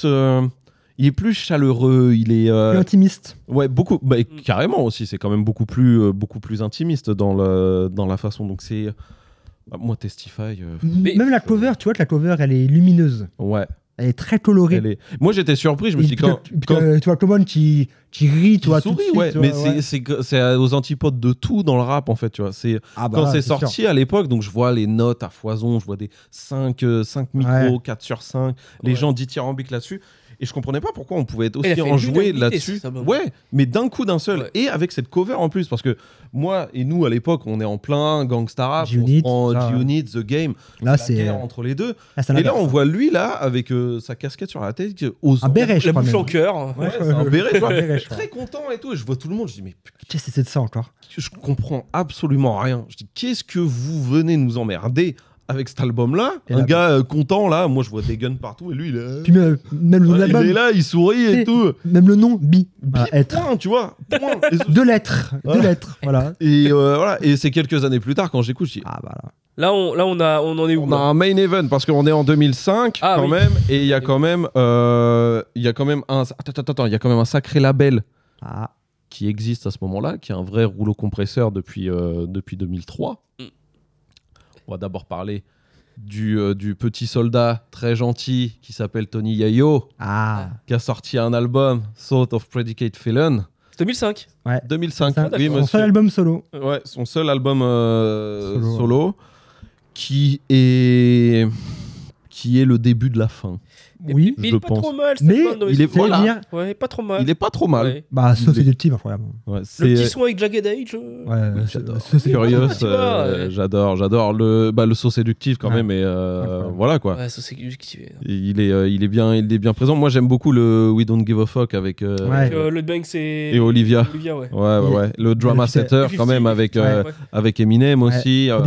S2: chaleureux, il est
S3: plus intimiste.
S2: ouais beaucoup, bah, carrément aussi, c'est quand même beaucoup plus intimiste dans la façon. Donc c'est bah, moi Testify,
S1: Mais-
S3: Même la cover, tu vois que la cover, elle est lumineuse.
S2: ouais,
S3: Elle est très colorée.
S2: Moi j'étais surpris, je me
S3: Et
S2: suis dit
S3: puis
S2: quand
S3: tu vois Common qui rit, tu vois, tout de
S2: souris,
S3: suite.
S2: ouais,
S3: tu
S2: mais
S3: vois, ouais.
S2: c'est aux antipodes de tout dans le rap en fait, tu vois. C'est
S3: Ah bah
S2: quand
S3: là,
S2: c'est
S3: sûr.
S2: sorti à l'époque, donc je vois les notes à foison, je vois des 5 micros,
S3: Ouais.
S2: 4 sur 5, les
S1: Ouais.
S2: gens dithyrambiques là-dessus. Et je comprenais pas pourquoi on pouvait être
S1: Elle a
S2: aussi
S1: fait
S2: enjoué
S1: l'unanimité,
S2: là-dessus.
S1: cet album.
S2: Ouais, mais d'un coup d'un seul.
S1: Ouais.
S2: Et avec cette cover en plus, parce que moi et nous à l'époque, on est en plein gangsta rap, on
S3: G-Unit,
S2: se prend
S3: ça, ouais.
S2: G-Unit, The Game,
S3: Là,
S2: la
S3: c'est.
S2: guerre entre les deux.
S3: Là, c'est
S2: Et là,
S3: l'inverse.
S2: on voit lui là avec sa casquette sur la tête,
S3: Un béret, je
S1: La
S3: crois.
S1: bouche
S3: même.
S1: en cœur.
S2: Ouais, c'est un béret, tu vois.
S3: Un béret, je crois.
S2: Très content et tout. Et je vois tout le monde, je dis mais
S3: Qu'est-ce que c'est de ça encore
S2: je comprends absolument rien. Je dis, qu'est-ce que vous venez nous emmerder avec cet album-là?
S3: Et
S2: Un
S3: là-
S2: gars content, là, moi je vois des guns partout, et lui, il est,
S3: Puis même le nom de
S2: il
S3: l'album,
S2: est là, il sourit et
S3: Et-
S2: tout.
S3: même le nom, B. Voilà,
S2: Bien,
S3: être.
S2: point, tu vois, point. Et,
S3: Deux lettres. Deux
S2: Voilà.
S3: lettres. Voilà.
S2: voilà. Et c'est quelques années plus tard, quand j'écoute, je dis,
S3: Ah bah là.
S1: Là, on en est où
S2: on a un main event, parce qu'on est en 2005,
S1: Ah,
S2: quand
S1: oui.
S2: même, et il y a quand même un... Attends, il y a quand même un sacré label
S3: Ah.
S2: qui existe à ce moment-là, qui est un vrai rouleau compresseur depuis 2003.
S1: Mm.
S2: On va d'abord parler du petit soldat très gentil qui s'appelle Tony Yayo,
S3: Ah.
S2: qui a sorti un album, Sort of Predicate Felon,
S1: 2005.
S2: 2005.
S3: C'est
S2: Oui,
S3: son
S2: monsieur.
S3: seul album solo.
S2: Ouais, son seul album
S3: Solo,
S2: solo, qui est le début de la fin.
S3: Oui.
S1: Mais il
S2: je
S1: est pas
S2: pense.
S1: trop mal.
S3: Mais
S1: il est
S2: voilà.
S3: dire,
S1: Ouais, pas trop mal.
S2: Il est pas trop mal.
S1: Ouais.
S3: bah, ça,
S2: Il
S3: c'est
S2: est-
S3: des petits, incroyable.
S2: Ouais,
S1: Le
S2: c'est
S1: petit son avec Jagged Edge.
S3: Ouais,
S2: Oui,
S3: ça,
S2: j'adore.
S3: ça, c'est
S2: Curious,
S1: tu vois, ouais.
S2: j'adore le saut séductif quand
S3: Ouais.
S2: même, et
S3: Incroyable.
S2: voilà quoi.
S1: Ouais, ça c'est cultivé.
S2: Il est bien présent. Moi j'aime beaucoup le We Don't Give a Fuck avec
S3: Ouais.
S1: Le Banks
S2: et Olivia.
S1: Olivia, ouais.
S2: Ouais. Le drama
S3: Et-
S2: setter quand même avec
S1: Ouais.
S2: avec Eminem aussi.
S3: Pour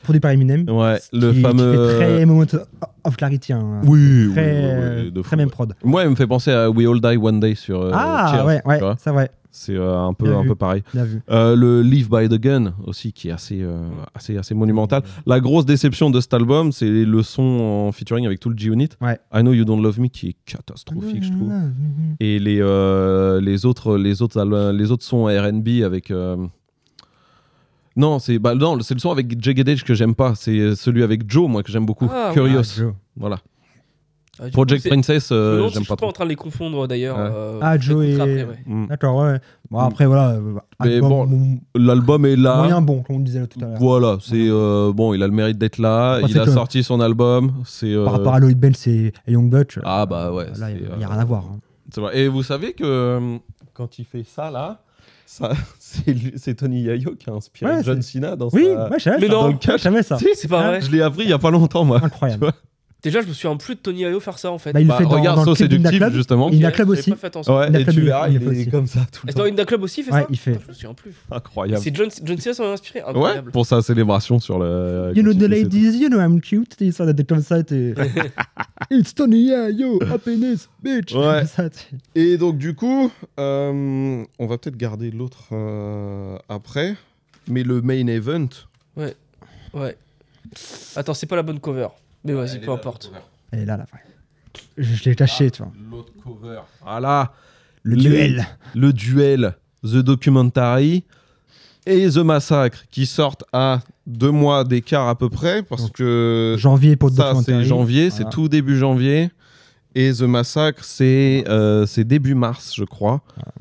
S3: produit par Eminem.
S2: Ouais, le
S3: qui
S2: fameux.
S3: fait très Moment of Clarity. Hein.
S2: Oui,
S3: Très,
S2: de
S3: très
S2: fou,
S3: même
S2: ouais.
S3: prod.
S2: Moi, il me fait penser à We All Die One Day sur Cheers,
S3: Ouais,
S2: tu vois.
S3: c'est vrai.
S2: C'est un
S3: Bien vu.
S2: peu pareil.
S3: Bien vu.
S2: Le Live by the Gun aussi, qui est assez monumental. La grosse déception de cet album, c'est le son en featuring avec tout le G-Unit.
S3: Ouais.
S2: I Know You Don't Love Me, qui est catastrophique, je trouve. Et les autres sons R&B avec... Non, c'est le son avec Jagged Edge que j'aime pas. C'est celui avec Joe, moi, que j'aime beaucoup.
S1: Ah,
S2: Curious.
S3: Ah, Joe.
S2: Voilà.
S1: Ah, du
S2: Project
S1: coup,
S2: Princess,
S1: je
S2: j'aime
S1: suis
S2: pas
S1: pas
S2: trop.
S1: en train de les confondre d'ailleurs.
S3: Ah, Joe et...
S1: après, ouais.
S3: D'accord, ouais. Bon, après, voilà.
S2: Mais
S3: album
S2: L'album est là.
S3: moyen bon, comme on disait tout à l'heure.
S2: Voilà, c'est bon, il a le mérite d'être là.
S3: Après,
S2: Il
S3: c'est
S2: a
S3: que-
S2: sorti son album. C'est
S3: Par rapport à Lloyd Benz et Young Buck,
S2: ah bah ouais.
S3: là, il
S2: c'est,
S3: n'y a rien à voir. Hein.
S2: c'est vrai. Et vous savez que quand il fait ça là, c'est Tony Yayo qui a inspiré
S3: Ouais,
S2: John Cena dans
S3: Oui,
S2: sa...
S3: moi, je savais
S1: Mais
S3: ça.
S1: non.
S2: dans le catch.
S3: Je savais ça.
S2: Si,
S1: C'est pas vrai.
S2: Je l'ai appris il y a pas longtemps moi.
S3: Incroyable.
S2: Tu vois.
S1: Déjà, je me souviens plus de Tony Ayo faire ça en fait.
S3: Bah, il le
S2: Bah,
S3: fait dans
S2: regarde,
S3: le
S2: So
S3: clip d'Inda
S2: Séductif
S3: Club.
S2: justement.
S3: Inda
S1: Ok,
S3: Club
S1: j'avais
S3: aussi.
S1: pas fait attention.
S2: Ouais,
S3: Inda
S2: et
S3: Club,
S2: tu
S3: il
S2: verras,
S3: le
S2: il
S3: fait
S2: est
S3: aussi.
S2: comme ça tout le
S1: Dans
S2: temps.
S1: Inda Club aussi, il fait
S3: Ouais,
S1: ça
S3: il fait.
S1: Je me souviens plus.
S2: Incroyable.
S1: C'est John Cena, ça m'a inspiré.
S2: Ouais,
S1: Incroyable.
S2: pour sa célébration sur le.
S3: You know
S2: quand
S3: the
S2: il fait
S3: ladies, you know I'm cute. T'es ça, d'être comme ça, t'es. It's Tony, yeah, yo, happiness, bitch.
S2: Ouais.
S3: Ça,
S2: ça. Et donc du coup, on va peut-être garder l'autre après, mais le main event.
S1: Ouais. Attends, c'est pas la bonne cover. Mais vas-y, peu importe.
S3: Elle est là, la vraie. Je l'ai caché, tu vois.
S2: L'autre cover. Voilà.
S3: Le duel.
S2: Le duel. The Documentary et The Massacre qui sortent à 2 mois d'écart à peu près parce
S3: Donc,
S2: que
S3: Janvier pour le
S2: ça
S3: documentaire.
S2: c'est janvier,
S3: Voilà.
S2: c'est tout début janvier et The Massacre c'est début mars je crois.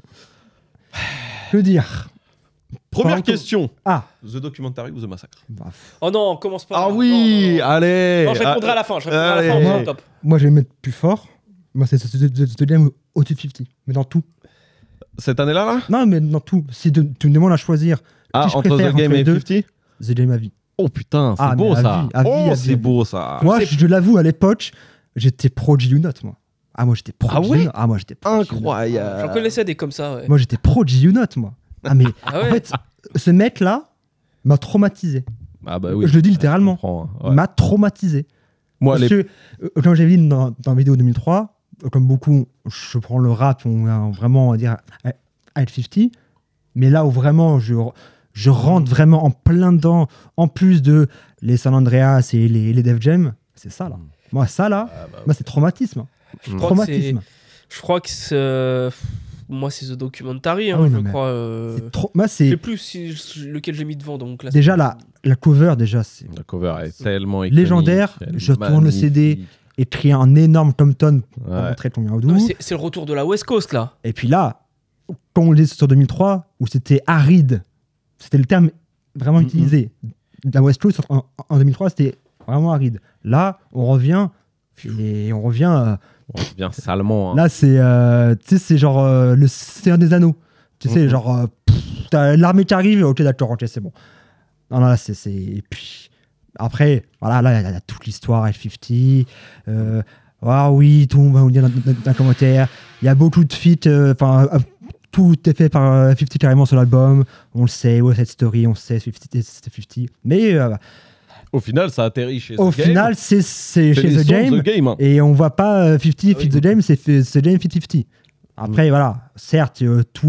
S3: Que dire
S2: Première
S3: Pas
S2: question.
S3: Ah.
S2: The Documentary ou The Massacre?
S3: Bah,
S1: Oh non, on commence pas.
S2: Ah
S1: Non,
S2: oui,
S1: non, non.
S2: allez.
S1: Non, je répondrai à la fin. Je répondrai à la fin.
S2: Allez.
S1: on est au top.
S3: moi, je vais mettre plus fort. Moi, c'est The Game au-dessus de 50. Mais dans tout.
S2: Cette année-là là?
S3: Non, mais dans tout. Si tu me demandes à choisir
S2: Ah,
S3: qui je
S2: entre
S3: préfère
S2: The Game
S3: entre les
S2: et
S3: deux,
S2: 50?
S3: The Game à vie.
S2: Oh putain, c'est
S3: Ah,
S2: beau
S3: mais à
S2: ça.
S3: vie, à vie,
S2: Oh,
S3: à vie,
S2: c'est
S3: à
S2: beau ça.
S3: Moi, je l'avoue, à l'époque, j'étais pro G-Unit, moi. Ah, moi, j'étais pro
S2: Ah
S3: G-Unit.
S2: ouais
S3: Ah, moi, j'étais pro G-Unit.
S2: Incroyable.
S1: J'en connaissais des comme ça. Ouais.
S3: Moi, j'étais pro G-Unit, moi. Ah, mais
S1: Ah ouais.
S3: en fait, ce mec-là m'a traumatisé.
S2: Ah bah oui.
S3: Je le dis littéralement.
S2: Je comprends, ouais.
S3: M'a traumatisé.
S2: Moi,
S3: Parce que, comme j'avais dit dans la vidéo 2003, comme beaucoup, je prends le rap, on va vraiment on va dire à 50, mais là où vraiment je rentre vraiment en plein dedans, en plus de les San Andreas et les Def Jam, c'est ça là. Moi, ça là, moi, c'est traumatisme.
S1: Je crois que
S3: Traumatisme.
S1: moi, c'est The Documentary.
S3: Ah
S1: Hein,
S3: oui,
S1: je
S3: non, mais
S1: crois.
S3: Moi,
S1: Je sais
S3: c'est
S1: plus lequel j'ai mis devant dans mon classement.
S3: déjà la cover, déjà, c'est
S2: La cover est tellement
S3: légendaire.
S2: iconique, elle est
S3: Je tourne le CD,
S2: magnifique.
S3: écrit en énorme Tom-Tom pour
S2: Ouais.
S3: montrer ton
S1: Non,
S3: doux.
S1: mais c'est le retour de la West Coast là.
S3: Et puis là, quand on le dit sur 2003, où c'était aride, c'était le terme vraiment utilisé. La West Coast en 2003, c'était vraiment aride. Là, on revient et on revient.
S2: On revient salement. Hein.
S3: Là, c'est tu sais, c'est genre le Seigneur des Anneaux. Tu sais, genre t'as l'armée qui arrive. Ok, d'accord, ok, c'est bon. Non, là, c'est et puis après, voilà, là, il y a toute l'histoire F50. Ah oui, tout le monde va vous dire dans un commentaire. Il y a beaucoup de feats. Enfin, tout est fait par 50 carrément sur l'album. On le sait, West Side Story, on sait, c'était 50. Mais
S2: Au final, ça atterrit chez
S3: au
S2: The Game.
S3: final, c'est chez
S2: les
S3: The
S2: sons
S3: Game.
S2: The Game. Hein.
S3: Et on voit pas 50
S1: Ah oui.
S3: Fit The Game, c'est The Game 50-50. Après, voilà, certes, tout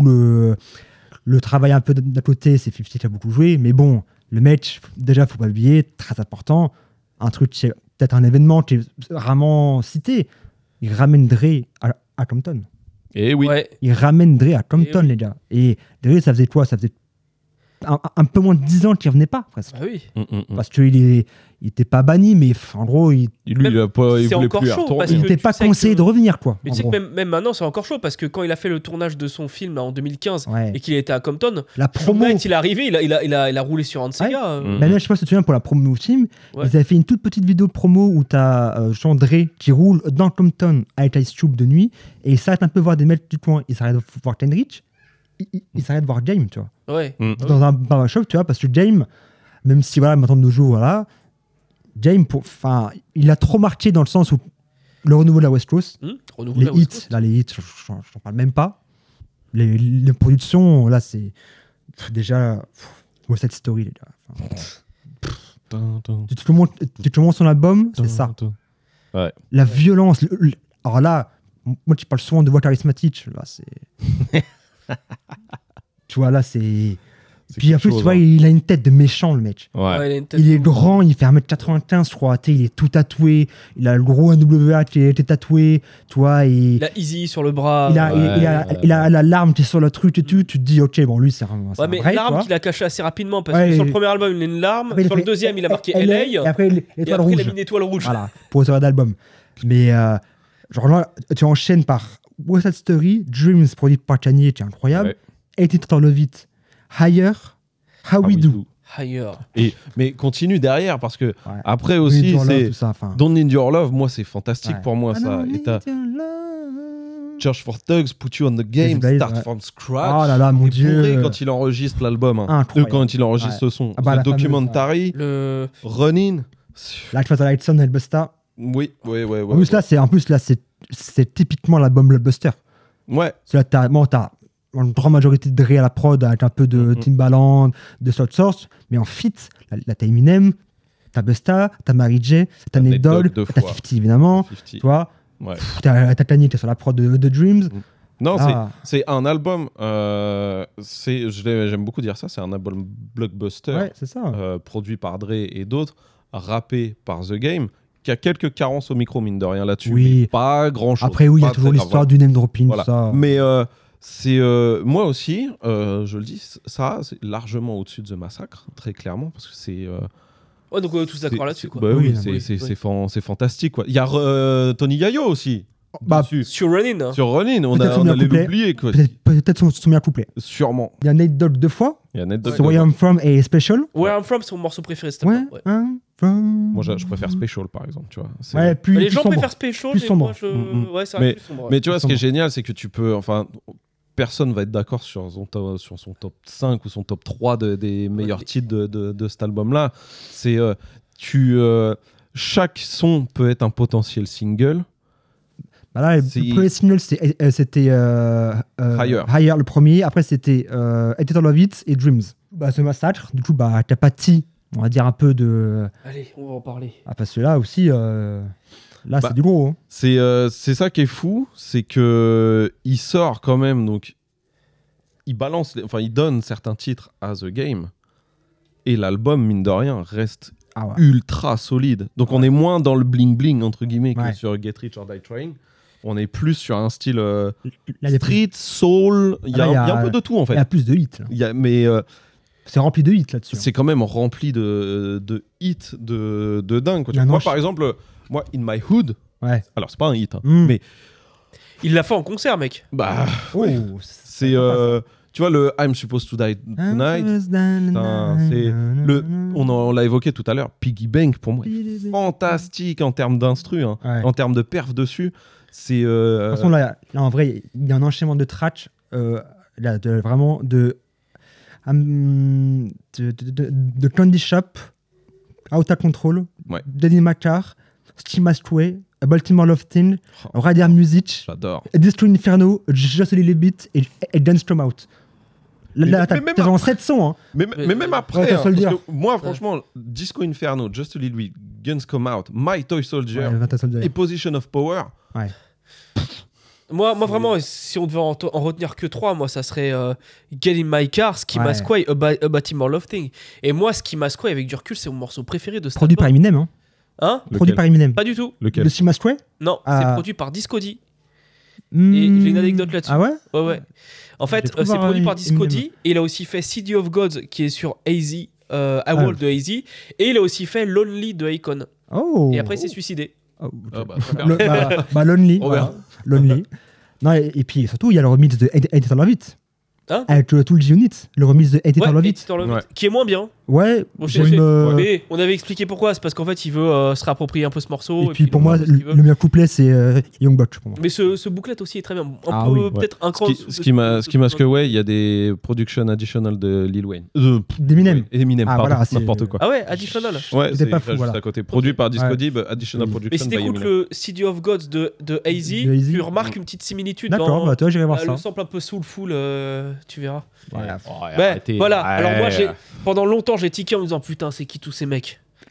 S3: le travail un peu d'à côté, c'est 50 qui a beaucoup joué. Mais bon, le match, déjà, faut pas oublier, très important. Un truc, c'est peut-être un événement qui est rarement cité. Il ramène Dre à Compton.
S2: Et oui.
S1: Ouais.
S3: Il ramène Dre à Compton,
S1: oui.
S3: les gars. Et Dre, ça faisait quoi? Ça faisait un peu moins de 10 ans qu'il revenait pas, presque.
S1: Ah oui.
S3: Parce qu'il était pas banni, mais en gros, il
S2: Lui, il
S1: C'est
S2: voulait
S1: encore
S2: plus y
S1: chaud,
S2: retourner.
S1: parce que
S3: n'était
S1: tu
S3: pas
S1: sais
S3: conseillé
S1: que-
S3: de revenir, quoi.
S1: Mais
S3: en
S1: tu sais
S3: gros.
S1: que même maintenant, c'est encore chaud parce que quand il a fait le tournage de son film en 2015
S3: Ouais.
S1: et qu'il était à Compton,
S3: La
S1: le
S3: promo.
S1: mec, il est arrivé, il a roulé sur un de ses gars.
S2: Mm.
S3: Même, je sais pas si tu te souviens, pour la promo film,
S1: Ouais.
S3: ils avaient fait une toute petite vidéo promo où tu as Jean Dre qui roule dans Compton avec Ice Cube de nuit et il s'arrête un peu voir des mecs du coin. Il s'arrête voir Kendrick, il s'arrête voir James, tu vois.
S1: Ouais.
S3: Dans un barbershop, tu vois, parce que James, même si voilà, maintenant de nos jours, voilà, James, il a trop marqué dans le sens où le renouveau de la West Coast,
S1: Renouveau
S3: les
S1: de la West
S3: hits,
S1: Coast.
S3: là, les hits, j'en parle même pas. Les productions, là, c'est déjà West Side Story, les gars. Tu te montres son album, c'est ça.
S2: Ouais.
S3: La violence. Alors là, moi, tu parles souvent de voix charismatique. Là, c'est. Tu vois, là, c'est. Puis en plus, tu vois, il a une tête de méchant, le mec.
S2: Ouais.
S3: Il est grand, il fait 1m95, je crois. Il est tout tatoué. Il a le gros NWA qui est tatoué. Tu vois,
S1: il a Easy sur le bras.
S3: Il a la larme qui est sur le truc et tout. Tu te dis, ok, bon, lui, c'est un
S1: mais
S3: vrai,
S1: l'arme qu'il a cachée assez rapidement. Parce que sur le premier album, il a une larme.
S3: Après,
S1: sur le deuxième, il a marqué LA.
S3: Et après, l'étoile rouge.
S1: Il a mis une étoile rouge.
S3: Voilà, pour le d'album. Mais, genre là, tu enchaînes par West Side Story, Dreams, produit par Kanye, qui est incroyable. 88 Love It, Higher, How We Do.
S1: Higher.
S2: Mais continue derrière parce que après aussi c'est Don't Need Your Love, moi c'est fantastique pour moi ça. Et t'as Church for Thugs, Put You on the Game, Start from Scratch.
S3: Oh là là, mon Dieu.
S2: Quand il enregistre l'album, quand il enregistre ce son, The Documentary, Running,
S3: Light for the Light Sun, Busta.
S2: Oui.
S3: En plus là c'est typiquement l'album Blockbuster.
S2: Ouais.
S3: Là t'as une grande majorité de Dre à la prod avec un peu de Timbaland, de South Source, mais en feat, là t'as Eminem, t'as Busta, t'as Mary J, t'as Nate Dogg, t'as 50 évidemment, 50. Tu vois, t'as Kanye qui est sur la prod de Dreams.
S2: Non, c'est un album, j'aime beaucoup dire ça, c'est un album blockbuster,
S3: c'est ça.
S2: produit par Dre et d'autres, rappé par The Game, qui a quelques carences au micro, mine de rien là-dessus, mais pas grand-chose.
S3: Après il y a toujours l'histoire du name dropping, ça.
S2: Mais c'est moi aussi, je le dis, ça c'est largement au-dessus de The Massacre, très clairement, parce que c'est.
S1: Ouais, donc on est tous d'accord là-dessus. Quoi.
S2: Bah oui, c'est fantastique. Quoi. Il y a Tony Yayo aussi.
S1: Sur Running. Hein.
S2: Sur Running, on allait l'oublier.
S3: Peut-être son meilleur couplet.
S2: Sûrement.
S3: Il y a Nate Dogg 2 fois. C'est Where I'm From et Special.
S1: Where I'm From, c'est mon morceau préféré.
S2: Moi, je préfère Special, par exemple. Tu vois.
S1: Les gens préfèrent Special.
S3: Plus sombre.
S1: Mais
S2: tu vois, ce qui est génial, c'est que tu peux. Enfin, personne va être d'accord sur son top 5 ou son top 3 des meilleurs titres de cet album-là. C'est chaque son peut être un potentiel single.
S3: Bah là, le premier single, c'était
S2: Higher,
S3: le premier. Après, c'était Editor Love It et Dreams. Ce massacre, du coup, t'as pâti, on va dire, un peu de.
S1: Allez, on va en parler.
S3: Parce que là aussi, c'est du gros. Hein.
S2: C'est ça qui est fou, c'est que il sort quand même, donc il donne certains titres à The Game, et l'album, mine de rien, reste ultra solide. Donc on est moins dans le bling-bling, entre guillemets, que sur Get Rich or Die Trying. On est plus sur un style street, soul, il y a un peu de tout en fait.
S3: Il y a plus de hits. C'est rempli de hits là-dessus.
S2: C'est quand même rempli de hits de dingue. Quoi. Moi par exemple, In My Hood, alors c'est pas un hit, mais...
S1: Il l'a fait en concert, mec.
S2: C'est... tu vois, le I'm Supposed to Die Tonight, on l'a évoqué tout à l'heure, Piggy Bank, pour moi, est fantastique en termes d'instru, en termes de perf dessus. C'est,
S3: de toute façon, là, en vrai, il y a un enchaînement de tracks, vraiment de Candy Shop, Out of Control, Danny McCarr, Steve Masquet, Baltimore Love Thing, Radiar Music, Destroy Inferno, Just a Little Bit et Dance Come Out. Là, t'as vraiment 7 sons. Hein.
S2: Mais même après, parce que moi, franchement, Disco Inferno, Just a Little Bit, Guns Come Out, My Toy Soldier et Position of Power.
S1: Moi, vraiment, si on devait en retenir que 3, moi, ça serait Get in My Car, Ski Masqué, A Baltimore Love Thing. Et moi, Ski Masqué, avec du recul, c'est mon morceau préféré de ce
S3: produit par Eminem,
S1: hein.
S3: Produit par Eminem.
S1: Pas du tout.
S2: Lequel?
S3: Le Ski Masqué?
S1: Non, c'est produit par Disco D. Et j'ai une anecdote là-dessus.
S3: Ah ouais?
S1: Ouais. En fait, c'est produit par Disco D, et il a aussi fait City of Gods, qui est sur AZ, World de AZ, et il a aussi fait Lonely de Akon. Et après, il s'est suicidé.
S3: Lonely. Lonely. Non, et puis surtout, il y a le remix de Editor Love It. Avec tout le G-Unit, le remix de Editor Love It.
S1: Qui est moins bien.
S3: Ouais,
S1: mais on avait expliqué pourquoi. C'est parce qu'en fait, il veut se réapproprier un peu ce morceau.
S3: Et puis pour moi, le meilleur couplet, c'est Young Buck. Pour moi.
S1: Mais ce bouclet aussi est très bien. Peut-être un cran.
S2: Ski Mask Away, il y a des production additional de Lil Wayne.
S3: D'Eminem.
S2: Pardon, n'importe quoi.
S1: Ah ouais, additional.
S2: Ouais, c'est pas fou. Juste à côté. Produit par Disco D, additional production.
S1: Mais si t'écoutes le City of Gods de AZ, tu remarques une petite similitude.
S3: D'accord, toi, j'irai voir ça.
S1: Le sample un peu soulful, tu verras.
S3: Voilà.
S1: Voilà. Alors moi, pendant longtemps, j'ai tiqué en me disant putain, c'est qui tous ces mecs?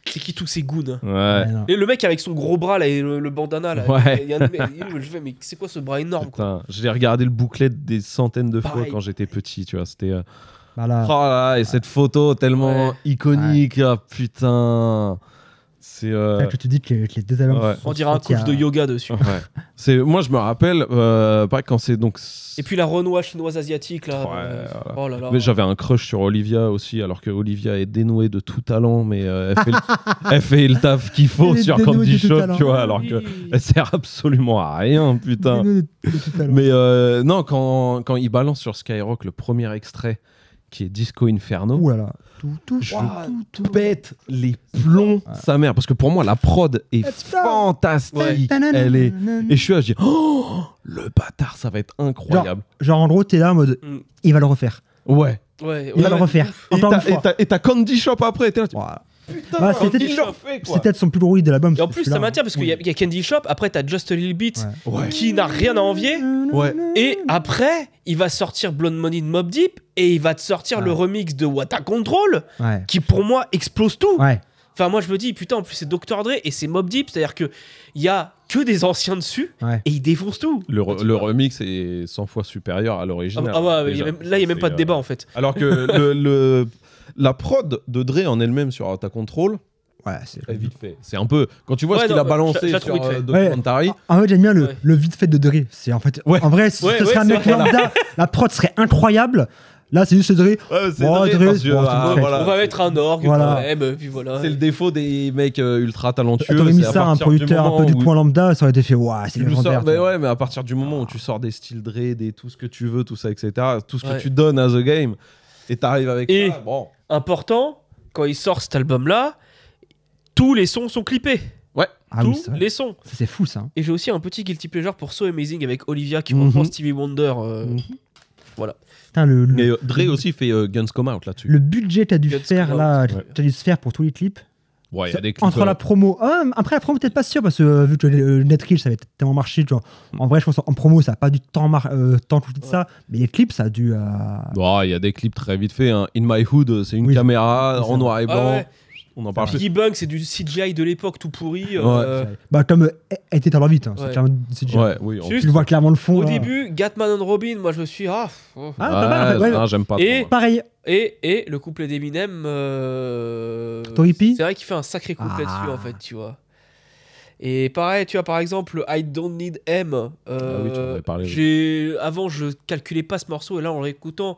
S1: C'est qui tous ces goons?
S2: Ouais.
S3: non.
S1: Et le mec avec son gros bras là et le bandana là.
S2: Ouais.
S1: Il y a un mec, je fais, mais c'est quoi ce bras énorme quoi?
S2: Putain, j'ai regardé le bouclet des centaines de fois
S1: Pareil.
S2: quand j'étais petit, tu vois. C'était.
S3: Bah là,
S2: Oh là là, et cette photo tellement
S1: Ouais.
S2: iconique, ah, putain. C'est.
S3: c'est vrai que tu dis que les deux albums.
S2: Ouais.
S1: On dirait un coach de yoga dessus.
S2: Ouais. Moi, je me rappelle, pas quand c'est donc.
S1: Et puis la Renoir chinoise asiatique là.
S2: Ouais, voilà.
S1: Oh là là.
S2: Mais j'avais un crush sur Olivia aussi, alors que Olivia est dénouée de tout talent, mais elle fait le taf qu'il faut
S3: Elle est
S2: sur
S3: dénouée
S2: Candy
S3: de tout
S2: Shop,
S3: talent.
S2: tu vois, alors
S1: Oui.
S2: que elle sert absolument à rien, putain. Mais non, quand il balance sur Skyrock le premier extrait, qui est Disco Inferno,
S3: Ouh là là. Tout.
S2: je pète les plombs, sa mère, parce que pour moi, la prod est
S3: Let's go.
S2: fantastique.
S1: Ouais.
S2: Elle est... Et je suis là, je dis, oh, le bâtard, ça va être incroyable.
S3: Genre, en gros, t'es là en mode,
S1: Mm.
S3: il va le refaire.
S2: Ouais.
S1: Ouais,
S3: Il va le refaire.
S2: Et
S3: Encore une fois.
S2: t'as Candy Shop après, t'es là, tu-
S3: Voilà.
S2: putain,
S3: Bah, c'est
S2: Candy
S3: peut-être-
S2: Shop fait, quoi.
S3: C'est peut-être son plus gros hit de l'album.
S1: Et en plus, ça maintient parce qu'il y a Candy Shop, après t'as Just a Little Bit
S2: Ouais.
S1: qui n'a rien à envier.
S2: Ouais.
S1: Et après, il va sortir Blonde Money de Mobb Deep et il va te sortir le remix de What a Control
S3: Ouais.
S1: qui pour moi explose tout.
S3: Ouais.
S1: Enfin, moi je me dis, putain, en plus c'est Dr. Dre et c'est Mobb Deep, c'est-à-dire qu'il y a que des anciens dessus
S3: Ouais.
S1: et ils défoncent tout.
S2: Le remix est 100 fois supérieur à l'original.
S1: Ah ouais,
S2: déjà.
S1: là il n'y a même pas de
S2: C'est,
S1: débat en fait.
S2: Alors que la prod de Dre en elle-même sur Out of Control
S3: Ouais, c'est
S2: est vite fait. C'est un peu. Quand tu vois
S1: Ouais,
S2: ce qu'il
S1: non,
S2: a balancé
S1: je la
S2: sur
S1: trouve vite fait.
S2: Documentary.
S3: En fait, j'aime bien
S1: Ouais.
S3: le vite fait de Dre. C'est en fait,
S2: Ouais.
S3: en vrai, si
S1: Ouais,
S3: ce serait
S1: ouais,
S3: un mec
S1: c'est vrai.
S3: lambda, la prod serait incroyable. Là, c'est juste Dre.
S2: Ouais, c'est
S3: Bon,
S2: Dre,
S3: Dre,
S2: parce que,
S3: bon,
S2: ah,
S3: c'est
S2: voilà.
S1: On va mettre un orgue,
S3: Voilà.
S1: ouais, bah, puis voilà.
S2: C'est le défaut des mecs ultra talentueux.
S3: T'aurais mis
S2: c'est à
S3: ça à un
S2: partir du
S3: producteur un
S2: moment
S3: peu du
S2: où
S3: point lambda, ça aurait été fait. Waouh, c'est
S2: tu lui
S3: légendaire.
S2: sors- mais ouais, mais à partir du moment où tu sors des styles Dre, tout ce que tu veux, tout ça, etc., tout ce que
S1: Ouais.
S2: tu donnes à The Game, et t'arrives avec
S1: Et-
S2: ça, bon.
S1: Important, quand il sort cet album-là, tous les sons sont clippés.
S3: Ah oui,
S1: tous
S3: c'est vrai.
S1: les sons.
S3: Ça, c'est fou ça. hein.
S1: Et j'ai aussi un petit guilty pleasure pour So Amazing avec Olivia qui
S2: Mhm.
S1: reprend Stevie Wonder.
S3: Putain,
S2: Et Dre aussi fait Guns Come Out là-dessus.
S3: le budget que t'as dû
S1: Guts
S3: faire
S1: Come
S3: là,
S1: Out, ouais.
S3: t'as dû se faire pour tous les clips.
S2: Ouais, il y a des clips.
S3: Entre la promo. Ah, après la promo, peut-être pas sûr parce que vu que Netflix ça avait tellement marché. Genre, en vrai, je pense en promo, ça a pas du temps tout de ça. Mais les clips, ça a dû.
S2: Bon, il y a des clips très vite faits. Hein. In My Hood, c'est une
S3: Oui,
S2: caméra
S3: c'est
S2: en
S3: ça.
S2: noir et
S1: Ah
S2: blanc.
S1: ouais.
S2: On en parle plus.
S1: Biggie Bang, c'est du CGI de l'époque tout pourri.
S3: Bah, comme était dans leur vite. Hein,
S1: Ouais.
S3: c'est clairement- c'est déjà-
S2: Ouais, oui.
S1: Juste-
S3: Tu le vois clairement le fond.
S1: Au
S3: là.
S1: début, Gatman and Robin, moi je me suis.
S3: Ah, pas mal, en fait, ouais.
S2: non, j'aime pas
S1: Et-
S2: trop.
S3: Pareil.
S1: Et le couplet d'Eminem.
S3: Story P
S1: C'est vrai qu'il fait un sacré couplet
S3: Ah.
S1: dessus en fait, tu vois. Et pareil, tu vois, par exemple, I Don't Need M.
S2: Ah oui, tu en avais parlé, oui.
S1: Avant, je calculais pas ce morceau et là, en l'écoutant,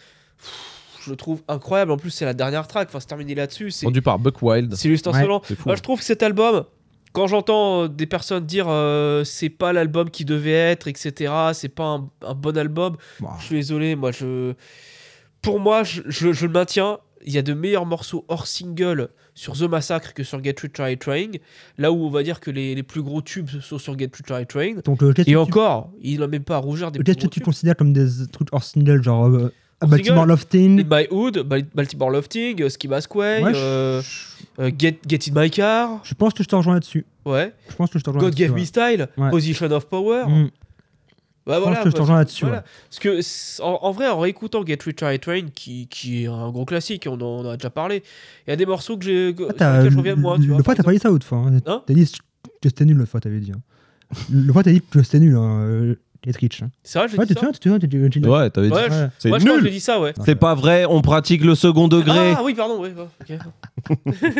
S1: je le trouve incroyable. En plus, c'est la dernière track. Enfin, c'est terminé là-dessus. C'est
S2: Rendu par Buck Wild.
S1: juste
S3: Ouais.
S1: insolent.
S2: C'est fou.
S1: Moi, je trouve que cet album, quand j'entends des personnes dire c'est pas l'album qui devait être, etc., c'est pas un bon album,
S3: Wow.
S1: je suis désolé. Pour moi, je le maintiens. Il y a de meilleurs morceaux hors single sur The Massacre que sur Get Rich or Die Trying. Là où on va dire que les plus gros tubes sont sur Get Rich or Die Trying.
S3: Donc,
S1: Et encore, il n'a même pas à rougir des plus
S3: qu'est-ce que
S1: gros
S3: tu
S1: tubes.
S3: considères comme des trucs hors single, genre
S1: Hors
S3: Baltimore
S1: single
S3: Lofting
S1: In My Hood, Baltimore Lofting, Ski Masqué,
S3: Ouais,
S1: Get In My Car,
S3: Je pense que je te rejoins là-dessus.
S1: ouais.
S3: Je pense que je te rejoins
S1: God
S3: là-dessus.
S1: Gave Me Style,
S3: Ouais.
S1: Position of Power.
S3: Mm.
S1: Bah,
S3: Je
S1: voilà,
S3: pense que je te rejoins là-dessus.
S1: voilà.
S3: ouais.
S1: Parce que en vrai, en réécoutant Get Rich or Die Trying, qui est un gros classique, on en a déjà parlé, il y a des morceaux que j'ai sur lesquels je reviens de moi. Tu vois,
S3: Le fois,
S1: par
S3: t'as pas dit ça l'autre fois. Hein.
S1: Hein
S3: T'as dit que c'était nul l'autre fois, t'avais dit. Hein. Le fois, t'as dit que c'était nul, les Twitch. Hein.
S1: C'est vrai, j'ai
S3: Ouais,
S1: dit
S3: tu
S1: ça.
S3: te souviens, t'as dit
S2: Ouais, t'avais dit.
S1: Ouais,
S3: Ouais.
S2: C'est
S1: moi, je crois que
S2: nul.
S1: j'ai dit ça, ouais.
S2: C'est pas vrai, on pratique le second degré.
S1: Ah oui, pardon, ouais, ok.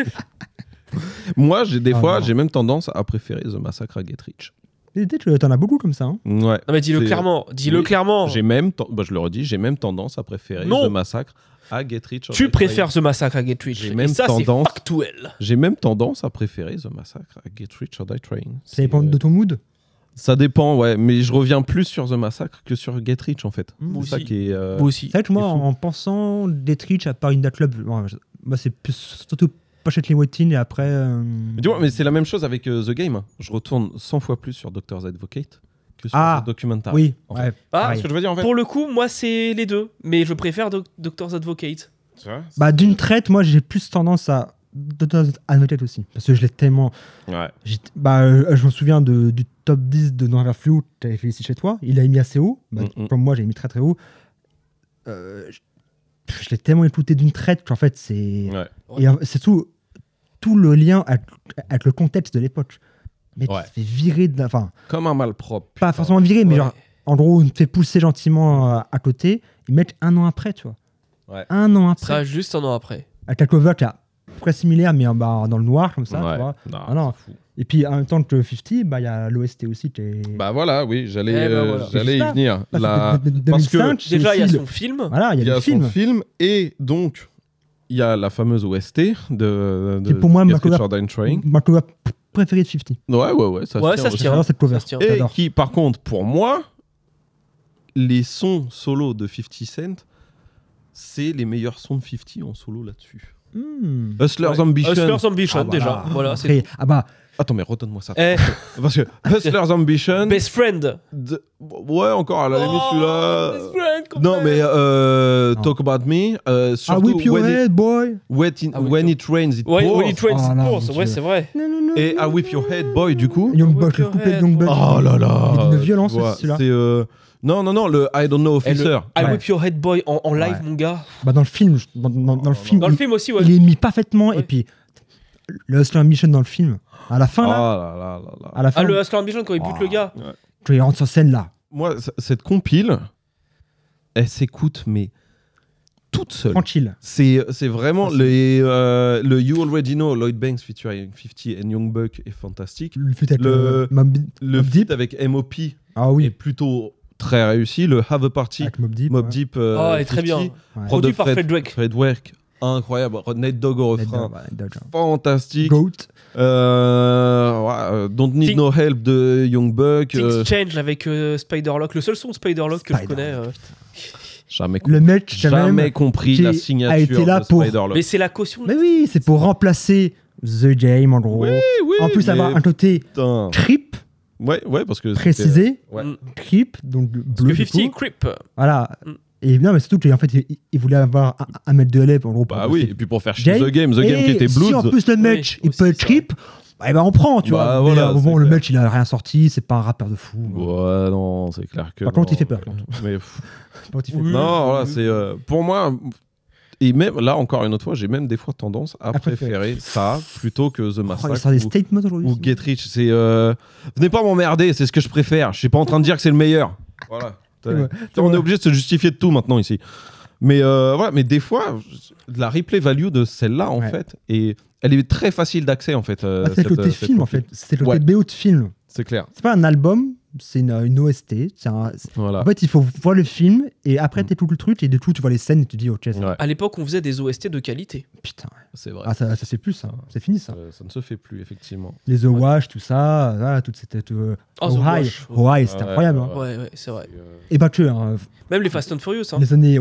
S2: Moi, des
S3: Ah,
S2: fois,
S3: non.
S2: j'ai même tendance à préférer The Massacre à Get Rich.
S3: T'en as beaucoup comme ça. Hein.
S2: Ouais.
S1: Non mais dis-le
S2: C'est-
S1: clairement, dis-le
S2: Oui.
S1: clairement.
S2: J'ai même, je le redis, j'ai même tendance à préférer
S1: Non.
S2: The Massacre à Get Rich or
S1: Tu
S2: Die
S1: préfères The Massacre à Get Rich.
S2: J'ai
S1: Et
S2: même
S1: ça, c'est
S2: tendance-
S1: factuel.
S2: Trying. J'ai même tendance à préférer The Massacre à Get Rich or Die Trying.
S3: Ça dépend de ton mood.
S2: Ça dépend, ouais, mais je reviens plus sur The Massacre que sur Get Rich en fait.
S3: Moi
S2: C'est ça
S1: aussi.
S2: qui est.
S1: Moi aussi.
S3: C'est vrai que moi,
S2: c'est fou.
S3: en pensant des Twitch à part Inda Club, moi, c'est plus surtout Pochette Waiting et après.
S2: Mais tu vois, mais c'est la même chose avec The Game. Je retourne 100 fois plus sur Doctor's Advocate que sur
S3: Ah,
S2: The Documentary.
S3: Oui,
S2: en
S3: ouais.
S2: fait.
S1: Ah,
S3: pareil.
S2: Ce que je veux dire en fait.
S1: Pour le coup, moi, c'est les deux. Mais je préfère Doctor's Advocate.
S2: Tu vois,
S3: Bah, d'une traite, moi, j'ai plus tendance à Advocate aussi. Parce que je l'ai tellement.
S2: ouais.
S3: Je me souviens du top 10 de Noir Flou, tu avais fait ici chez toi. Il a mis assez haut. Bah,
S2: Mm-mm.
S3: Comme moi, j'ai mis très très haut. Je l'ai tellement écouté d'une traite qu'en fait, c'est.
S2: Ouais.
S3: Et c'est tout tout le lien avec le contexte de l'époque. Mais
S2: Ouais.
S3: tu te fais virer, enfin,
S2: Comme un malpropre.
S3: pas forcément virer, mais
S1: Ouais.
S3: genre, en gros, on te fait pousser gentiment à côté, ils mettent 1 an après, tu vois.
S2: Ouais.
S3: 1 an après.
S1: Ça, juste un an après.
S3: Avec la cover qui est très similaire, mais dans le noir, comme ça,
S2: Ouais.
S3: tu vois.
S2: Non,
S3: Ah non.
S2: c'est fou.
S3: Et puis, en même temps que 50, bah, il y a l'OST aussi qui est...
S2: Bah voilà, oui, j'allais
S1: Eh ben voilà.
S2: j'allais y
S3: C'est ça.
S2: venir.
S3: Parce
S2: La-
S3: que 2005, c'est
S1: Déjà, il y a
S3: aussi
S1: son film.
S3: Voilà, il y a le
S2: son
S3: film.
S2: film et donc il y a la fameuse OST de
S3: Qui est pour moi
S2: Get
S3: ma cover,
S2: Rich or Die Trying.
S3: ma cover préférée de 50.
S2: Ouais, ça
S1: Ouais,
S2: se
S1: ça
S2: tient
S1: se
S2: aussi.
S1: tient.
S3: J'adore cette cover.
S1: Ça se tient.
S2: Et
S3: J'adore.
S2: qui, par contre, pour moi, les sons solo de 50 Cent, c'est les meilleurs sons de 50 en solo là-dessus. Hustler's
S1: Ouais.
S2: Ambition.
S1: Hustler's Ambition,
S3: Ah,
S1: déjà. Voilà, c'est
S3: Après,
S1: tout.
S3: ah bah,
S2: Attends, mais redonne-moi ça.
S1: Eh,
S2: Parce que Hustler's Ambition.
S1: Best Friend.
S2: Ouais, encore à la limite
S1: Oh,
S2: celui-là.
S1: Best Friend, quand
S2: Non,
S1: même.
S2: mais
S3: Non.
S2: Talk About Me.
S3: ah,
S2: Surtout
S3: whip your
S2: when,
S3: head, boy.
S1: Ah, Whip
S2: when
S1: Your-
S2: it rains, it
S1: Ouais,
S2: pours.
S1: When It Rains,
S3: Oh
S1: It
S3: là,
S1: Pours.
S3: mon
S1: Ouais,
S3: Dieu.
S1: c'est vrai.
S2: Et I Whip Your Head Boy, du coup.
S3: Young
S1: Whip
S3: Buck, le
S1: your
S3: couplet de
S1: head,
S3: Young
S1: boy.
S3: Buck.
S2: Oh là là.
S3: Il y a une violence
S2: Tu vois,
S3: aussi, celui-là.
S2: C'est non, le I Don't Know
S1: Et le
S2: Officer.
S1: I
S3: Ouais.
S1: Whip Your Head Boy en live,
S3: Ouais.
S1: mon gars.
S3: Bah, dans le film, dans le film,
S1: Dans le film aussi, ouais.
S3: il est mis parfaitement.
S1: Ouais.
S3: Et puis, le Hustler Mission dans le film, à la fin,
S2: Oh
S3: là,
S2: là là là là.
S3: à la fin,
S1: Ah, le Hustler Ambition, quand il bute
S3: Oh.
S1: le gars.
S3: quand il rentre sur scène, là.
S2: Moi, cette compile, elle s'écoute, mais toute seule.
S3: Tranquille.
S2: C'est vraiment
S3: Ça,
S2: le You Already Know, Lloyd Banks featuring 50 and Young Buck est fantastique.
S3: Le fait avec
S2: Le
S3: Mobb
S2: Le
S3: Mobb
S2: feat
S3: Deep.
S2: avec M.O.P.
S3: Ah
S2: est
S3: oui,
S2: plutôt très réussi. Le Have a Party,
S3: avec Mobb Deep.
S2: Mobb
S3: ouais.
S2: Deep.
S1: Oh, elle est très
S2: 50,
S1: bien.
S3: Ouais.
S2: Prod
S1: Produit
S2: de
S1: par Fred Drake.
S2: Fred Drake, incroyable. Nate Dogg au
S3: Ned
S2: refrain,
S3: Dogg, ouais, Dogg.
S2: fantastique.
S3: Goat.
S2: Don't Need
S3: Thing-
S2: No Help de Young Buck.
S1: Things Change avec Spider-Lock. Le seul son de Spider-Lock que je
S3: Spider-Lock.
S1: connais.
S2: Jamais,
S3: Le mec, quand
S2: jamais
S3: même,
S2: compris
S3: qui
S2: la
S3: a
S2: signature
S3: été là
S2: de
S3: pour-
S2: Spider-Lock.
S1: Mais c'est la caution.
S3: Mais oui, c'est pour remplacer The Game, en gros.
S2: Oui,
S3: En plus,
S2: mais
S3: avoir un côté
S2: putain.
S3: creep
S2: Ouais, parce que c'était-
S3: précisé.
S2: Ouais.
S1: Mm.
S3: Creep, donc
S1: Parce
S3: bleu.
S1: que
S3: du
S1: 50 est
S3: coup.
S1: creep.
S3: Voilà.
S1: Mm.
S3: Et non, mais surtout qu'en fait, il voulait avoir un mètre de lait, en gros. pour
S2: Bah oui,
S3: faire
S2: et puis pour faire chier
S3: Game.
S2: The Game qui était
S3: Si en
S2: Blood.
S3: plus le mec,
S1: Oui,
S3: il
S1: aussi,
S3: peut être
S1: ça.
S3: creep, bah, on prend, tu
S2: Bah,
S3: vois.
S2: voilà,
S3: Mais
S2: c'est
S3: bon, le
S2: clair.
S3: mec, il a rien sorti, c'est pas un rappeur de fou.
S2: Ouais, non, c'est clair que.
S3: Par contre,
S2: non.
S3: il fait peur, par contre.
S2: Mais
S3: Par contre, il fait
S1: Oui.
S3: peur.
S2: non, voilà,
S1: oui.
S2: c'est pour moi. Et même là, encore une autre fois, j'ai même des fois tendance à préférer ça plutôt que The
S3: Oh, il
S2: Massacre
S3: sort des
S2: ou,
S3: statements aujourd'hui.
S2: ou Get Rich. C'est venez pas m'emmerder, c'est ce que je préfère. Je suis pas en train de dire que c'est le meilleur. Voilà.
S3: Ouais,
S2: On
S3: ouais.
S2: est obligé de se justifier de tout maintenant ici. Mais voilà, mais des fois, la replay value de celle-là en
S3: Ouais.
S2: fait, et elle est très facile d'accès en fait.
S3: Ah, c'est le côté film, en fait. C'est le côté BO de film.
S2: C'est clair.
S3: C'est pas un album, c'est une OST.
S2: Voilà.
S3: En fait, il faut voir le film et après, t'écoutes le truc et du coup, tu vois les scènes et tu dis, ok, ça-
S2: Ouais,
S1: À l'époque, on faisait des OST de qualité.
S3: putain.
S2: c'est vrai.
S3: Ah, ça c'est plus, ça. C'est fini, ça.
S2: Ça ne se fait plus effectivement.
S3: Les The Wash, tout ça, là, toute cette.
S1: Oh, The
S3: High.
S1: Wash.
S3: High, c'était
S2: Ouais,
S3: incroyable.
S2: ouais,
S3: hein.
S1: Ouais, c'est vrai.
S3: Et pas que, hein.
S1: Même les Fast and Furious. Hein.
S3: Les années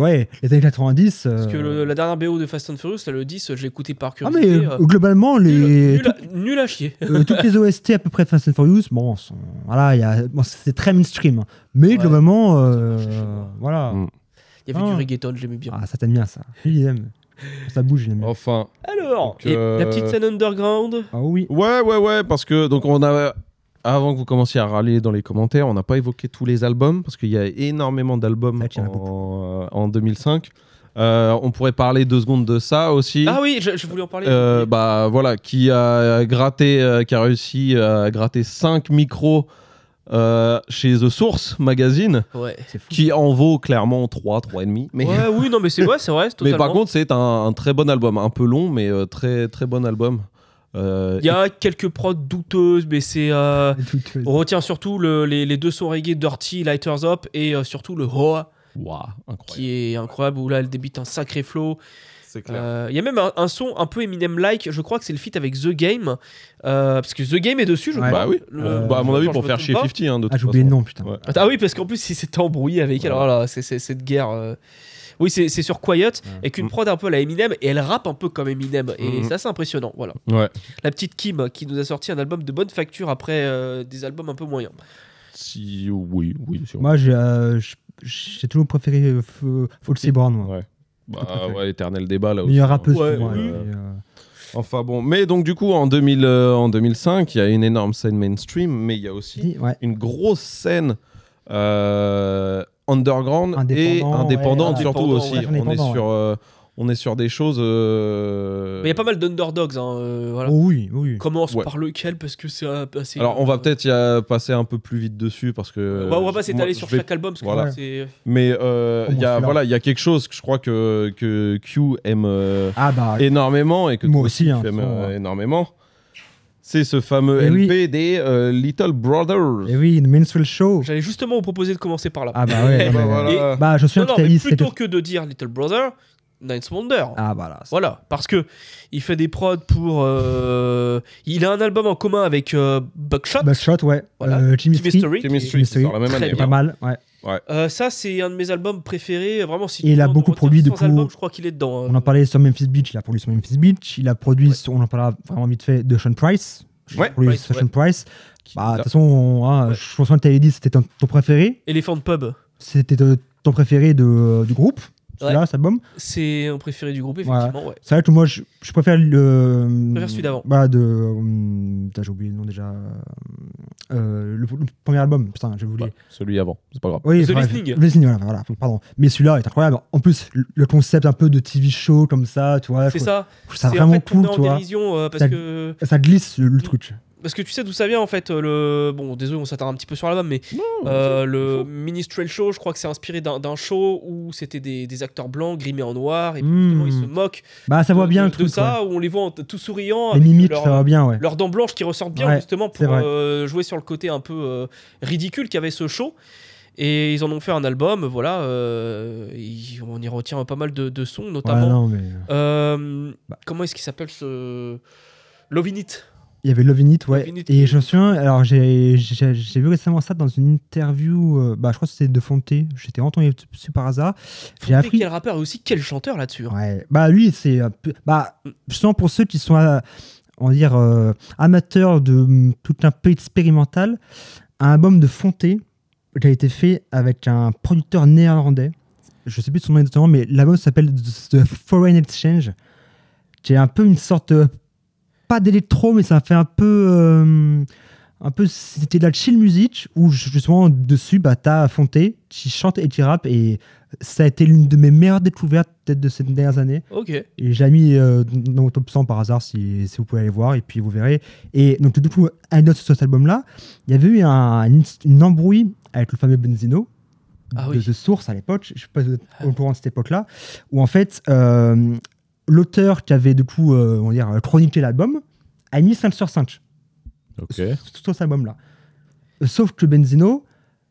S3: 90.
S1: Parce que la dernière BO de Fast and Furious, là, le 10, je l'ai écouté par
S3: Ah, mais
S1: curiosité.
S3: globalement,
S1: Nul à chier.
S3: toutes les OST à peu près Fast and Furious, bon, voilà, c'est très mainstream. Hein. Mais
S1: Ouais.
S3: globalement,
S1: Je sais pas.
S3: voilà.
S2: Mm.
S1: Il y avait
S3: Ah.
S1: du reggaeton, j'aimais bien.
S3: Ah, ça t'aime bien, ça. Lui, il aime. Quand ça bouge, il aime bien.
S2: Enfin.
S1: Alors,
S2: Donc,
S1: et la petite scène underground.
S3: Ah oui.
S2: Ouais, parce que donc on a. Avant que vous commenciez à râler dans les commentaires, on n'a pas évoqué tous les albums parce qu'il y a énormément d'albums
S3: Ça tient la
S2: en 2005. On pourrait parler 2 secondes de ça aussi.
S1: Ah oui, je voulais en parler.
S2: Bah voilà, qui a gratté, qui a réussi à gratter 5 micros chez The Source Magazine,
S1: Ouais.
S3: C'est fou.
S2: qui en vaut clairement 3,5. Mais,
S1: Ouais, oui, non, mais c'est vrai, c'est
S2: mais
S1: totalement.
S2: par contre, c'est un très bon album, un peu long, mais très très bon album.
S1: Il y a quelques prods douteuses, mais c'est.
S3: Tout,
S1: On retient surtout les deux sons reggae Dirty, Lighters Up et surtout le Hoa
S2: Waouh, incroyable.
S1: qui est incroyable où là elle débite un sacré flow.
S2: C'est clair.
S1: Il y a même un son un peu Eminem-like, je crois que c'est le feat avec The Game, parce que The Game est dessus, je
S3: Ouais.
S1: crois.
S2: Bah oui. Bah, à mon avis,
S1: quand
S2: pour
S1: je me
S2: faire
S1: trompe
S2: chier
S1: pas.
S2: 50, hein, de
S3: Ah,
S2: toute
S3: j'ai oublié
S2: façon.
S3: le nom, putain.
S2: Ouais.
S1: Ah oui, parce qu'en plus il s'était embrouillé avec.
S2: Ouais.
S1: Alors là, c'est cette guerre. Oui, c'est sur Quiet, avec une prod un peu à la Eminem, et elle rappe un peu comme Eminem, et
S2: Mhm.
S1: c'est assez impressionnant. Voilà.
S2: Ouais.
S1: La petite Kim qui nous a sorti un album de bonne facture après des albums un peu moyens.
S2: Si, oui. Si on-
S3: Moi, j'ai toujours préféré Foxy Brown, moi.
S2: Ouais. Bah
S3: préféré.
S2: ouais, éternel débat là aussi.
S3: Meilleure rappeuse
S1: Ouais,
S3: pour moi.
S1: oui.
S3: Et,
S2: Enfin bon, mais donc du coup en 2005, il y a une énorme scène mainstream, mais il y a aussi
S3: ouais.
S2: une grosse scène underground et
S3: Indépendant,
S2: indépendante
S3: ouais,
S2: surtout
S1: indépendant,
S2: aussi.
S1: ouais.
S2: On est
S3: Indépendant,
S2: sur on est sur des choses.
S1: Mais il y a pas mal d'underdogs. Voilà.
S3: Oh oui, oui.
S1: Commence
S2: Ouais.
S1: par lequel parce que c'est assez.
S2: Alors, on va peut-être passer un peu plus vite dessus parce que.
S1: on va pas s'étaler
S2: moi,
S1: sur
S2: je vais-
S1: chaque album parce que
S2: voilà.
S1: c'est.
S2: Mais il y a
S3: celui-là.
S2: il y a quelque chose que je crois que Q aime
S3: Ah bah,
S2: énormément et que
S3: Moi
S2: toi
S3: aussi,
S2: tu
S3: hein,
S2: aimes
S3: sans-
S2: énormément. C'est ce fameux
S3: Eh oui.
S2: LP des Little Brothers.
S3: et oui, The Minstrel Show.
S1: J'allais justement vous proposer de commencer par là.
S3: Ah bah ouais.
S2: Bah
S3: mais-
S2: voilà.
S3: Bah, je suis
S1: non,
S3: un
S1: non, mais
S3: capitaliste.
S1: plutôt que de dire Little Brother, Ninth Wonder.
S3: Ah voilà.
S1: Voilà, parce que il fait des prods pour. Il a un album en commun avec Buckshot.
S3: Backshot, ouais.
S1: Voilà.
S3: Jimmy
S1: Team
S3: Street.
S1: History.
S2: Chemistry,
S3: Chemistry,
S2: qui sort la même
S1: très
S2: année.
S1: bien.
S3: Pas mal, ouais.
S1: Ça, c'est un de mes albums préférés. Vraiment, si
S3: Et il a
S1: tu
S3: beaucoup
S1: demandes de
S3: produit,
S1: retenir
S3: du
S1: 100
S3: coup,
S1: albums, je crois qu'il est dedans.
S3: On en parlait sur Memphis Beach, il a produit sur Memphis Beach, il a produit, on en parlera vraiment vite fait, de Sean Price.
S2: Ouais,
S3: Pour les
S1: Price,
S3: Sean Price. Bah, de
S2: là.
S3: toute façon, hein,
S1: Ouais.
S3: je pense que tu avais dit que c'était ton préféré.
S1: Elephant Pub,
S3: C'était ton préféré du groupe. Celui-là, cet album.
S1: c'est un préféré du groupe, effectivement. Ouais.
S3: C'est vrai que moi, je préfère le.
S1: Je préfère celui d'avant.
S3: Bah, putain, j'ai oublié le nom déjà. Le premier album, putain, j'ai oublié.
S2: Ouais, celui avant, c'est pas grave.
S3: Oui,
S1: The
S3: bref,
S1: Listening.
S3: The Listening, voilà, pardon. Mais celui-là est incroyable. En plus, le concept un peu de TV show comme ça, tu vois.
S1: C'est
S3: je
S1: ça.
S3: trouve ça
S1: C'est
S3: vraiment
S1: en fait
S3: cool,
S1: tourné
S3: tu
S1: en
S3: vois.
S1: dérision parce
S3: Ça-
S1: que.
S3: Ça glisse le truc.
S1: Parce que tu sais d'où ça vient en fait. Bon, désolé, on s'attarde un petit peu sur l'album, mais le Minstrel Show, je crois que c'est inspiré d'un show où c'était des acteurs blancs grimés en noir et puis justement ils se moquent
S3: Bah, ça voit bien
S1: de
S3: le truc.
S1: ça, où on les voit tout souriants.
S3: Les
S1: avec
S3: mimiques,
S1: leur-
S3: ça va bien, ouais.
S1: leurs dents blanches qui ressortent bien
S3: Ouais,
S1: justement
S3: c'est
S1: pour
S3: vrai.
S1: jouer sur le côté un peu ridicule qu'avait ce show. Et ils en ont fait un album, voilà. On y retient pas mal de sons,
S3: Ouais,
S1: notamment.
S3: non, mais.
S1: Comment est-ce qu'il s'appelle ce Love In It?
S3: Il y avait Love In It, ouais.
S1: Love In It.
S3: Et je me souviens, alors j'ai vu récemment ça dans une interview, bah, je crois que c'était de Fonté. J'étais entendu dessus par hasard. J'ai appris.
S1: Quel rappeur et aussi quel chanteur là-dessus. Hein.
S3: Ouais, bah lui, c'est un peu. Bah, justement pour ceux qui sont, on va dire, amateurs de tout un peu expérimental, un album de Fonté qui a été fait avec un producteur néerlandais. Je sais plus son nom exactement, mais l'album s'appelle The Foreign Exchange, qui est un peu une sorte, pas d'électro, mais ça fait un peu, c'était de la chill music où justement dessus, bah, t'as Fonté qui chante et qui rappe, et ça a été l'une de mes meilleures découvertes peut-être de ces dernières années.
S1: Ok.
S3: Et j'ai mis dans mon top 100 par hasard si vous pouvez aller voir, et puis vous verrez. Et donc du coup, anecdote sur cet album-là, il y avait eu une embrouille avec le fameux Benzino
S1: Ah
S3: de
S1: oui.
S3: The Source à l'époque, je ne suis pas au courant de cette époque-là, où en fait l'auteur qui avait du coup on va dire chroniqué l'album a mis 5 sur 5
S2: Ok.
S3: sur cet album-là. Sauf que Benzino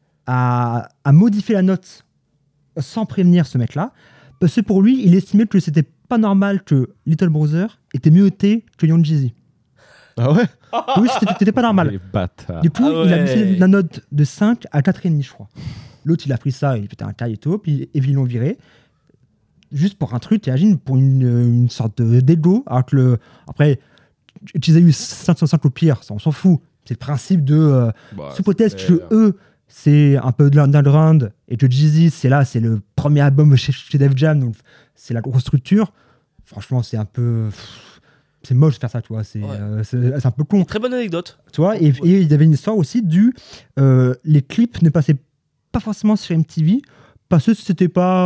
S3: a modifié la note sans prévenir ce mec-là, parce que pour lui, il estimait que c'était pas normal que Little Brother était mieux noté que Young Jeezy.
S2: Ah ouais.
S3: Oui, c'était pas normal.
S2: Les bâtards.
S3: Du coup,
S1: Ah
S3: il a
S1: ouais.
S3: baissé la note de 5 à 4,5, je crois. L'autre, il a pris ça, il pétait un caille et tout, puis ils l'ont viré. Juste pour un truc, t'imagines, pour une sorte d'ego. Alors que après, qu'ils aient eu 505 au pire, ça, on s'en fout. C'est le principe de.
S2: Bah,
S3: Sous hypothèse
S2: c'est-
S3: que eux, c'est un peu de l'underground, et que Jeezy, c'est le premier album chez Def Jam, donc c'est la grosse structure. Franchement, c'est un peu. C'est moche de faire ça, tu vois. C'est
S1: Ouais.
S3: c'est un peu con.
S1: Très bonne anecdote.
S3: Tu vois, et il y avait une histoire aussi les clips ne passaient pas forcément sur MTV parce que c'était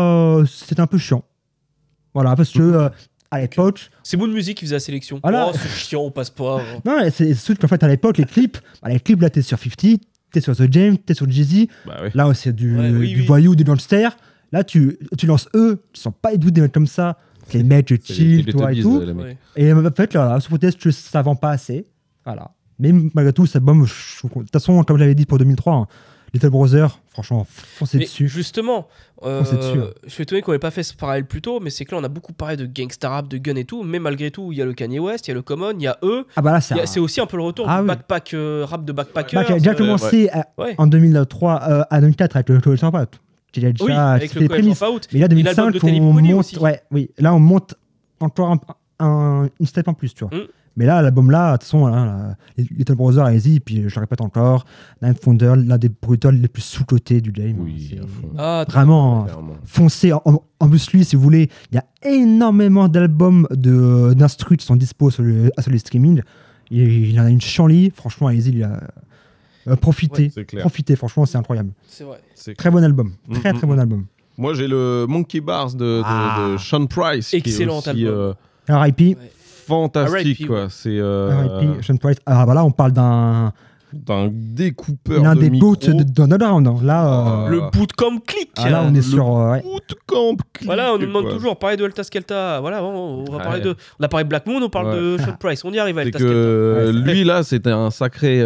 S3: un peu chiant. Voilà, parce que à l'époque,
S1: C'est Moon Music qui faisait la sélection.
S3: Voilà.
S1: Oh, c'est chiant, on passe pas.
S3: non, c'est sûr qu'en fait à l'époque les clips là t'es sur 50, t'es sur The Jam, t'es sur Jeezy,
S2: Bah oui.
S3: là c'est du
S1: Oui.
S3: voyou, du gangster. Là tu lances eux, qui sont pas des mecs comme ça, c'est les mecs
S2: C'est
S3: chill,
S2: les
S3: toi et
S2: Teletubbies,
S3: tout.
S2: les mecs.
S1: Ouais.
S3: Et en fait, là, sous prétexte que ça vend pas assez. Voilà. Mais malgré tout, cet album, de toute façon, comme j'avais dit pour 2003, hein, Little Brother, franchement, foncez
S1: Mais
S3: dessus.
S1: justement,
S3: Foncez dessus, hein.
S1: je suis étonné qu'on ait pas fait ce parallèle plus tôt, mais c'est que là on a beaucoup parlé de gangsta rap, de gun et tout, mais malgré tout, il y a le Kanye West, il y a le Common, il y a eux.
S3: Ah bah là,
S1: C'est aussi un peu le retour
S3: Ah
S1: du
S3: oui.
S1: backpack rap de backpacker.
S3: Bah, qui a déjà commencé
S1: Ouais.
S3: en 2003 à 2004 avec le College Dropout. Qui a déjà
S1: Oui, avec
S3: c'était
S1: le
S3: les
S1: College
S3: prémices.
S1: Dropout.
S3: Mais là,
S1: Et l'album
S3: 2005,
S1: de Talib
S3: on
S1: Kweli
S3: monte.
S1: aussi.
S3: Ouais, oui. Là, on monte encore une step en plus, tu vois.
S1: Mm.
S3: Mais là, l'album là, de toute façon, là, Little Brother, allez-y, puis je le répète encore, Ninth Wonder, l'un des producteurs les plus sous-cotés du game.
S2: Oui,
S3: C'est
S2: à fond.
S1: Ah,
S3: vraiment
S2: Clairement.
S3: foncé. En plus, lui, si vous voulez, il y a énormément d'albums d'instru qui sont dispo sur les streaming. Il en a une chanlie. Franchement, allez-y,
S2: Ouais,
S3: profitez.
S2: c'est clair.
S3: Profitez, franchement, c'est incroyable.
S1: c'est vrai.
S2: C'est
S3: Très bon album. Très,
S2: Mm,
S3: très
S2: mm,
S3: bon
S2: mm.
S3: album.
S2: Moi, j'ai le Monkey Bars de Sean Price.
S1: Excellent
S2: qui est aussi,
S3: R.I.P.
S1: Ouais.
S2: fantastique,
S1: R.I.P.,
S2: quoi.
S1: ouais.
S2: C'est
S3: R.I.P. Sean Price. Alors voilà, on parle d'un
S2: découpeur
S3: l'un
S2: de
S3: des
S2: micro.
S3: boats d'Underground. Hein. Là,
S1: Le bootcamp click.
S3: là, on est sur. Ouais.
S2: Bootcamp.
S1: Voilà, on nous demande
S2: quoi.
S1: toujours parler de Alta Skelta. Voilà, on va parler
S2: Ouais.
S1: on a parlé de Black Moon, on parle
S2: Ouais.
S1: de Sean Price. On y arrive à
S2: C'est
S1: Alta
S2: que
S1: Skelta.
S2: lui là, c'était un sacré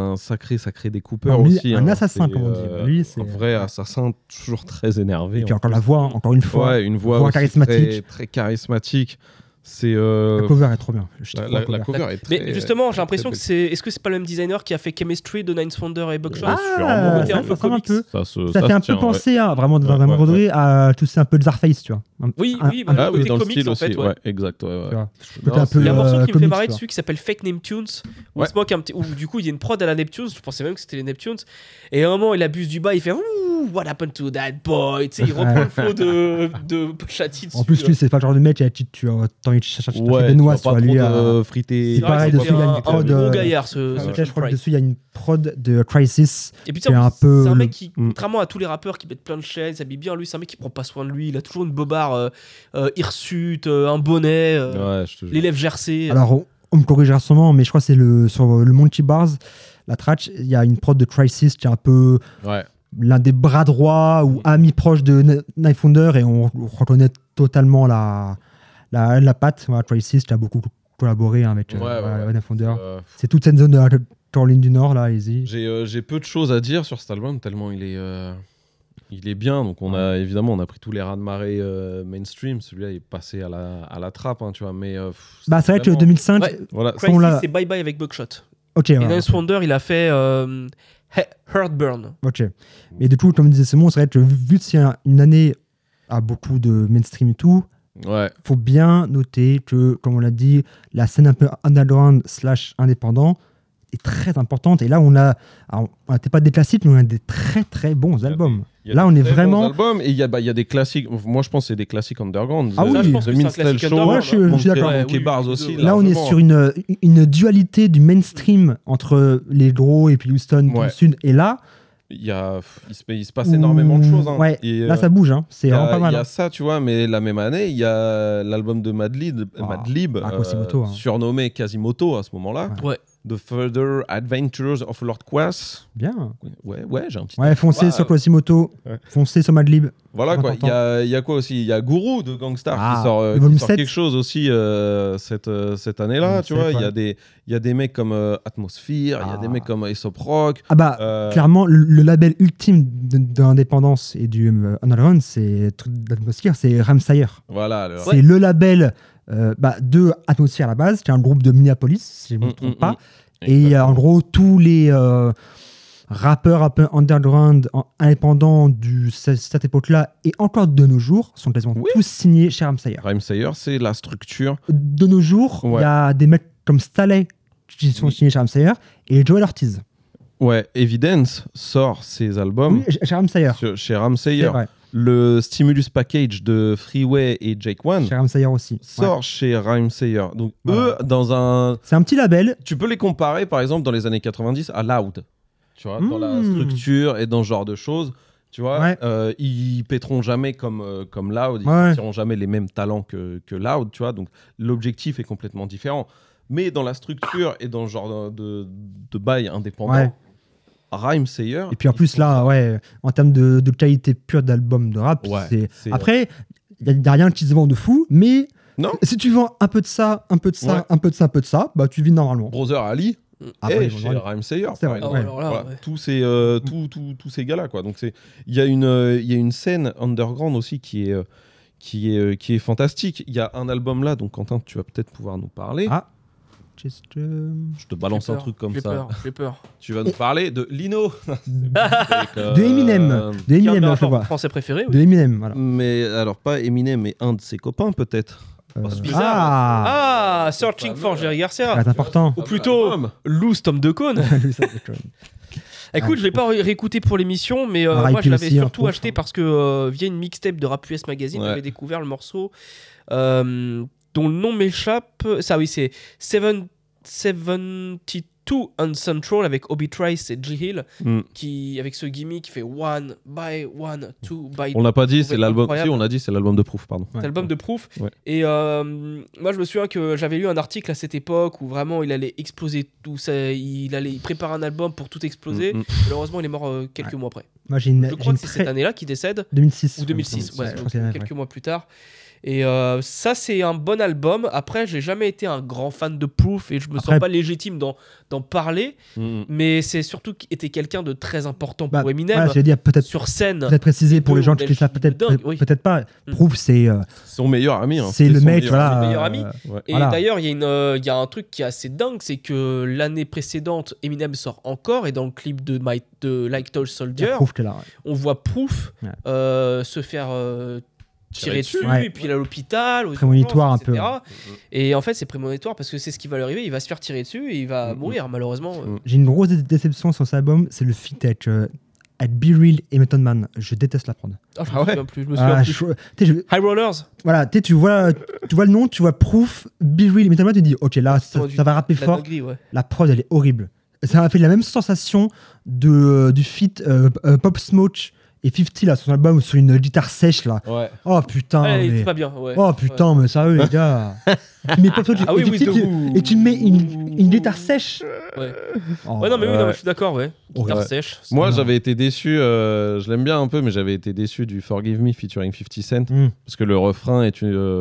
S2: découpeur
S3: Non, lui,
S2: aussi.
S3: un
S2: hein.
S3: assassin,
S2: C'est,
S3: comme on dit. Lui, c'est
S2: un vrai assassin, toujours très énervé.
S3: Et puis
S2: en
S3: encore
S2: plus.
S3: la voix, encore une fois.
S2: Ouais, une voix
S3: voix
S2: aussi
S3: charismatique.
S2: très, très charismatique. C'est
S3: La cover est trop bien. Je trouve
S2: la cover est très.
S1: Mais justement, j'ai
S2: très,
S1: l'impression que
S2: très
S1: c'est. Est-ce que c'est pas le même designer qui a fait Chemistry de Ninth Wonder et Buckshot
S2: Ah,
S3: Ah,
S1: côté un
S3: ça
S1: peu
S3: ressemble un
S1: comics.
S3: peu.
S2: Ça
S3: Ça fait un
S2: se tient,
S3: peu penser à, vraiment, dans
S2: Ouais,
S3: un
S2: ouais,
S3: redonné, à tout c'est un peu Zarface, tu vois.
S1: Oui,
S3: Un-
S1: oui,
S3: un-
S1: bah,
S2: Ah oui,
S1: côté
S2: dans le
S1: comics,
S2: style
S1: en
S2: aussi.
S1: fait, ouais.
S2: Ouais, exact. Ouais,
S3: Tu
S2: ouais.
S3: vois.
S2: Non,
S3: Côté un
S2: c'est-
S3: peu,
S1: Il y a un morceau qui me fait
S3: comics,
S1: marrer
S3: tu vois.
S1: dessus qui s'appelle Fake Name Tunes où,
S2: Ouais.
S1: il se moque où du coup il y a une prod à la Neptunes, je pensais même que c'était les Neptunes, et à un moment il abuse du bas, il fait Ouh, what happened to that boy, tu sais, il reprend le flow de Chati dessus.
S3: En plus, lui, c'est pas le genre de mec, tu as envie de chercher
S2: Ouais,
S3: des noix,
S2: tu vas pas
S3: soit lui.
S2: trop friter.
S3: C'est pareil,
S1: c'est
S3: dessus, il y a une
S1: un
S3: prod,
S1: gros gaillard ce
S3: je
S1: Sean
S3: crois que
S1: Price.
S3: dessus, il y a une prod de Crisis.
S1: Et puis
S3: qui est
S1: en
S3: un
S1: plus,
S3: peu
S1: c'est un
S3: le-
S1: mec qui,
S2: Mm.
S1: contrairement à tous les rappeurs qui mettent plein de chaînes, s'habille bien, lui c'est un mec qui prend pas soin de lui, il a toujours une bobarde hirsute, un bonnet,
S2: Ouais, je te jure.
S1: les lèvres gercées.
S3: Alors, on me corrigera sûrement, mais je crois que c'est sur le Monkey Bars, la trash, il y a une prod de Crisis qui est un peu
S2: Ouais.
S3: l'un des bras droits ou amis proches de Knife Wonder, et on reconnaît totalement la patte. Voilà, Crisis qui a beaucoup collaboré avec
S2: Ouais,
S3: voilà,
S2: ouais.
S3: Knife Wonder.
S2: C'est
S3: C'est toute cette zone de la Caroline du Nord, là, allez-y.
S2: J'ai peu de choses à dire sur cet album tellement il est bien. Donc on a pris tous les raz de marée mainstream. Celui-là est passé à la trappe, hein, tu vois. Mais
S3: Bah, c'est vrai que
S2: vraiment-
S3: 2005,
S1: Ouais.
S2: voilà.
S3: ça, on
S1: Crisis,
S3: l'a-
S1: c'est Bye Bye avec Buckshot.
S3: ok,
S1: Et
S3: voilà,
S1: Ninth Wonder, il a fait Heartburn.
S3: ok. Mais du coup, comme disait Simon, c'est vrai que vu que c'est une année à beaucoup de mainstream et tout,
S2: Ouais.
S3: faut bien noter que, comme on l'a dit, la scène un peu underground / indépendant est très importante. Et là, on n'était pas des classiques, mais on a des très très bons albums.
S2: Il y a
S3: Là,
S2: des
S3: on est
S2: très bons
S3: vraiment.
S2: albums et il y a des classiques. Moi, je pense que c'est des classiques underground.
S3: Ah oui,
S1: Ça, je pense
S2: The
S1: que c'est un
S2: Minstrel
S1: classique
S2: Show,
S1: underground,
S3: Ouais, je suis d'accord.
S2: Monkey
S1: Ouais,
S2: Bars
S1: oui,
S2: aussi.
S1: oui.
S3: Là, on est
S2: largement.
S3: sur une dualité du mainstream entre les gros et puis Houston,
S2: Ouais.
S3: le Sud. Et là,
S2: Il se passe énormément de choses. Hein.
S3: Ouais,
S2: Et,
S3: là, ça bouge. Hein. C'est
S2: il y a-
S3: vraiment pas mal.
S2: Il y a
S3: hein.
S2: ça, tu vois, mais la même année, il y a l'album de Madlib,
S3: Quasimoto, hein.
S2: surnommé Quasimoto à ce moment-là.
S1: Ouais.
S2: The Further Adventures of Lord Quas.
S3: Bien.
S2: Ouais, j'ai un petit.
S3: Ouais, foncez
S2: Ouais.
S3: sur Quasimoto,
S2: Ouais.
S3: foncez sur Madlib.
S2: Voilà quoi.
S3: Important.
S2: Il y a quoi aussi? Il y a Guru de Gangstar
S3: Ah,
S2: qui sort,
S3: le volume
S2: qui sort
S3: 7.
S2: quelque chose aussi cette année-là.
S3: Volume
S2: Tu vois,
S3: 7,
S2: il y a des mecs comme Atmosphere, il y a des mecs comme Aesop Rock.
S3: Ah bah, clairement, le label ultime de l'indépendance et du underground, c'est truc d'atmosphère, c'est Ramsayer.
S2: Voilà.
S3: C'est le label de Atmosphère à la base, qui est un groupe de Minneapolis, si je ne me trompe pas. Et en gros, tous les rappeurs un peu underground, indépendants de cette époque-là, et encore de nos jours, sont quasiment tous signés chez Ramsayer.
S2: Ramsayer, c'est la structure.
S3: De nos jours, il y a des mecs comme Staley qui sont signés chez Ramsayer, et Joel Ortiz.
S2: Ouais, Evidence sort ses albums
S3: Oui, chez Ramsayer.
S2: chez Ramsayer.
S3: C'est vrai.
S2: Le Stimulus Package de Freeway et Jake One
S3: Chez Ramsayer aussi.
S2: sort chez Ramsayer. Donc
S3: Voilà.
S2: eux, dans un...
S3: C'est un petit label.
S2: Tu peux les comparer, par exemple, dans les années 90 à Loud. Tu vois, dans la structure et dans ce genre de choses. Tu vois, ils péteront jamais comme Loud. Ils sortiront jamais les mêmes talents que Loud. Tu vois, donc l'objectif est complètement différent. Mais dans la structure et dans le genre de bail indépendant, Ramsayer.
S3: Et puis en plus, là, en termes de qualité pure d'album de rap, c'est... Après, il n'y a rien qui se vend de fou, mais
S2: non.
S3: Si tu vends un peu de ça, un peu de ça, un peu de ça, un peu de ça, bah tu vis normalement.
S2: Brother Ali.
S3: Après,
S2: chez Ramsayer,
S3: c'est vrai.
S2: tous ces gars-là, quoi. Donc il y a une scène underground aussi qui est fantastique. Il y a un album là, donc Quentin, tu vas peut-être pouvoir nous parler. Je te balance un truc comme ça.
S1: J'ai peur.
S2: Tu vas nous parler de Lino.
S3: De Eminem. De Eminem, je vois.
S1: Français préféré.
S3: De Eminem, voilà.
S2: Mais alors pas Eminem, mais un de ses copains peut-être.
S1: C'est bizarre. Searching for Jerry Garcia.
S3: C'est important.
S1: Ou plutôt Loose Tom DeCone. Écoute, je l'ai pas réécouté pour l'émission, mais moi je l'avais surtout acheté parce que via une mixtape de Rap US Magazine, j'avais découvert le morceau dont le nom m'échappe. Ça oui, c'est 72 Two on Central avec Obi Trice et G Hill, qui avec ce gimmick qui fait one by one, two by.
S2: On l'a pas dit, c'est
S1: trouvé
S2: l'album.
S1: incroyable.
S2: Si, on a dit, c'est l'album de Proof, pardon.
S1: C'est l'album de Proof.
S2: Ouais.
S1: Et moi, je me souviens que j'avais lu un article à cette époque où vraiment il allait exploser tout ça. Il prépare un album pour tout exploser. Malheureusement, il est mort quelques mois après.
S3: Moi,
S1: Je crois que c'est cette année-là qu'il décède.
S3: 2006.
S1: Ou 2006, ouais,
S3: je
S1: donc
S3: crois que c'est
S1: quelques mois plus tard. Et ça, c'est un bon album. Après, j'ai jamais été un grand fan de Proof et je me sens pas légitime d'en parler. Mais c'est surtout qu'il était quelqu'un de très important pour Eminem.
S3: Voilà, je veux dire, peut-être
S1: sur scène.
S3: Peut-être préciser pour les gens qui savent peut-être pas. Proof, c'est
S2: son meilleur ami. Hein.
S3: C'est le mec, voilà.
S1: Son meilleur ami. Et
S3: voilà.
S1: d'ailleurs, il y a un truc qui est assez dingue, c'est que l'année précédente, Eminem sort encore et dans le clip de Like Tall Soldier, on voit Proof se faire tirer dessus, et puis il est à l'hôpital,
S3: prémonitoire un peu.
S1: Et en fait, c'est prémonitoire parce que c'est ce qui va lui arriver. Il va se faire tirer dessus et il va mourir, malheureusement.
S3: J'ai une grosse déception sur cet album, c'est le feat avec Be Real et Method Man. Je déteste la prod.
S1: Je me souviens plus. High Rollers.
S3: Voilà, tu vois le nom, tu vois Proof, Be Real et Method Man, tu te dis, ok, là, ça va rapper fort. La prod, elle est horrible. Ça m'a fait la même sensation du feat Pop Smoke et 50 là, son album sur une guitare sèche là.
S2: Ouais.
S3: Oh putain.
S1: Il était pas bien. Ouais.
S3: Oh putain, mais sérieux les gars. Mais Pop Smoke et tu mets une guitare sèche.
S1: Ouais. Ouais, non, mais oui, non, je suis d'accord, ouais. Guitare sèche.
S2: Moi, j'avais été déçu, je l'aime bien un peu, mais j'avais été déçu du Forgive Me featuring 50 Cent. Parce que le refrain est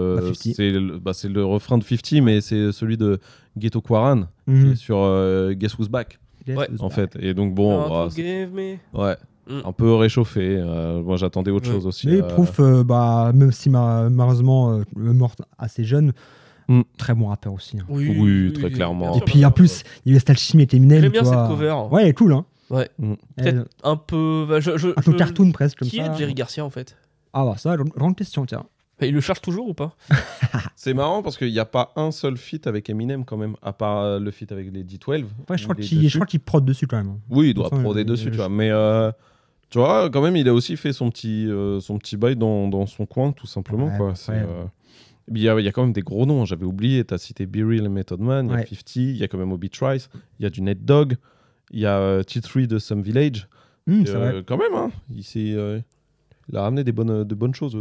S2: c'est le refrain de 50, mais c'est celui de Ghetto Quaran qui est sur Guess Who's Back. En fait. Et donc, bon.
S1: Forgive Me.
S2: Ouais. Un peu réchauffé. Moi, j'attendais autre chose aussi.
S3: Mais Proof, même si malheureusement mort assez jeune, très bon rappeur aussi. Hein.
S2: Oui, très clairement.
S3: Et puis en plus, il y avait cette alchimie avec Eminem.
S1: J'aime bien cette cover.
S3: Ouais, elle est cool. Hein.
S1: Ouais. Peut-être un peu.
S3: Un peu cartoon presque comme ça.
S1: Qui est Jerry Garcia en fait?
S3: Ah, bah ça, grande question, tiens.
S1: Il le cherche toujours ou pas?
S2: C'est marrant parce qu'il n'y a pas un seul feat avec Eminem quand même, à part le feat avec les D12.
S3: Ouais, je crois qu'il prod dessus quand même.
S2: Oui, il doit proder dessus, tu vois. Mais tu vois, quand même, il a aussi fait son petit bail dans son coin, tout simplement.
S3: Ouais,
S2: quoi. Il y a quand même des gros noms, j'avais oublié. Tu as cité Be Real et Method Man, il y a 50, il y a quand même Obi Trice, il y a du Nate Dogg, il y a T3 de Some Village.
S3: C'est vrai.
S2: Quand même, hein, il a ramené de bonnes choses,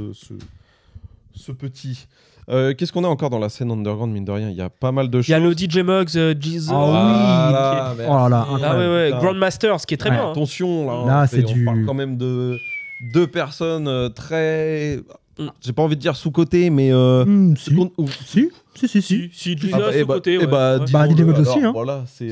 S2: ce petit. Qu'est-ce qu'on a encore dans la scène underground, mine de rien? Il y a pas mal de choses.
S1: Il y a le DJ Muggs, Jesus.
S3: Ah oui. Oh là là,
S1: Grandmaster, ce qui est très bien.
S2: Attention, là on parle quand même de deux personnes très. J'ai pas envie de dire sous-côté, mais.
S3: Si,
S1: DJ sous-côté.
S3: DJ Muggs aussi. Hein.
S2: Voilà, c'est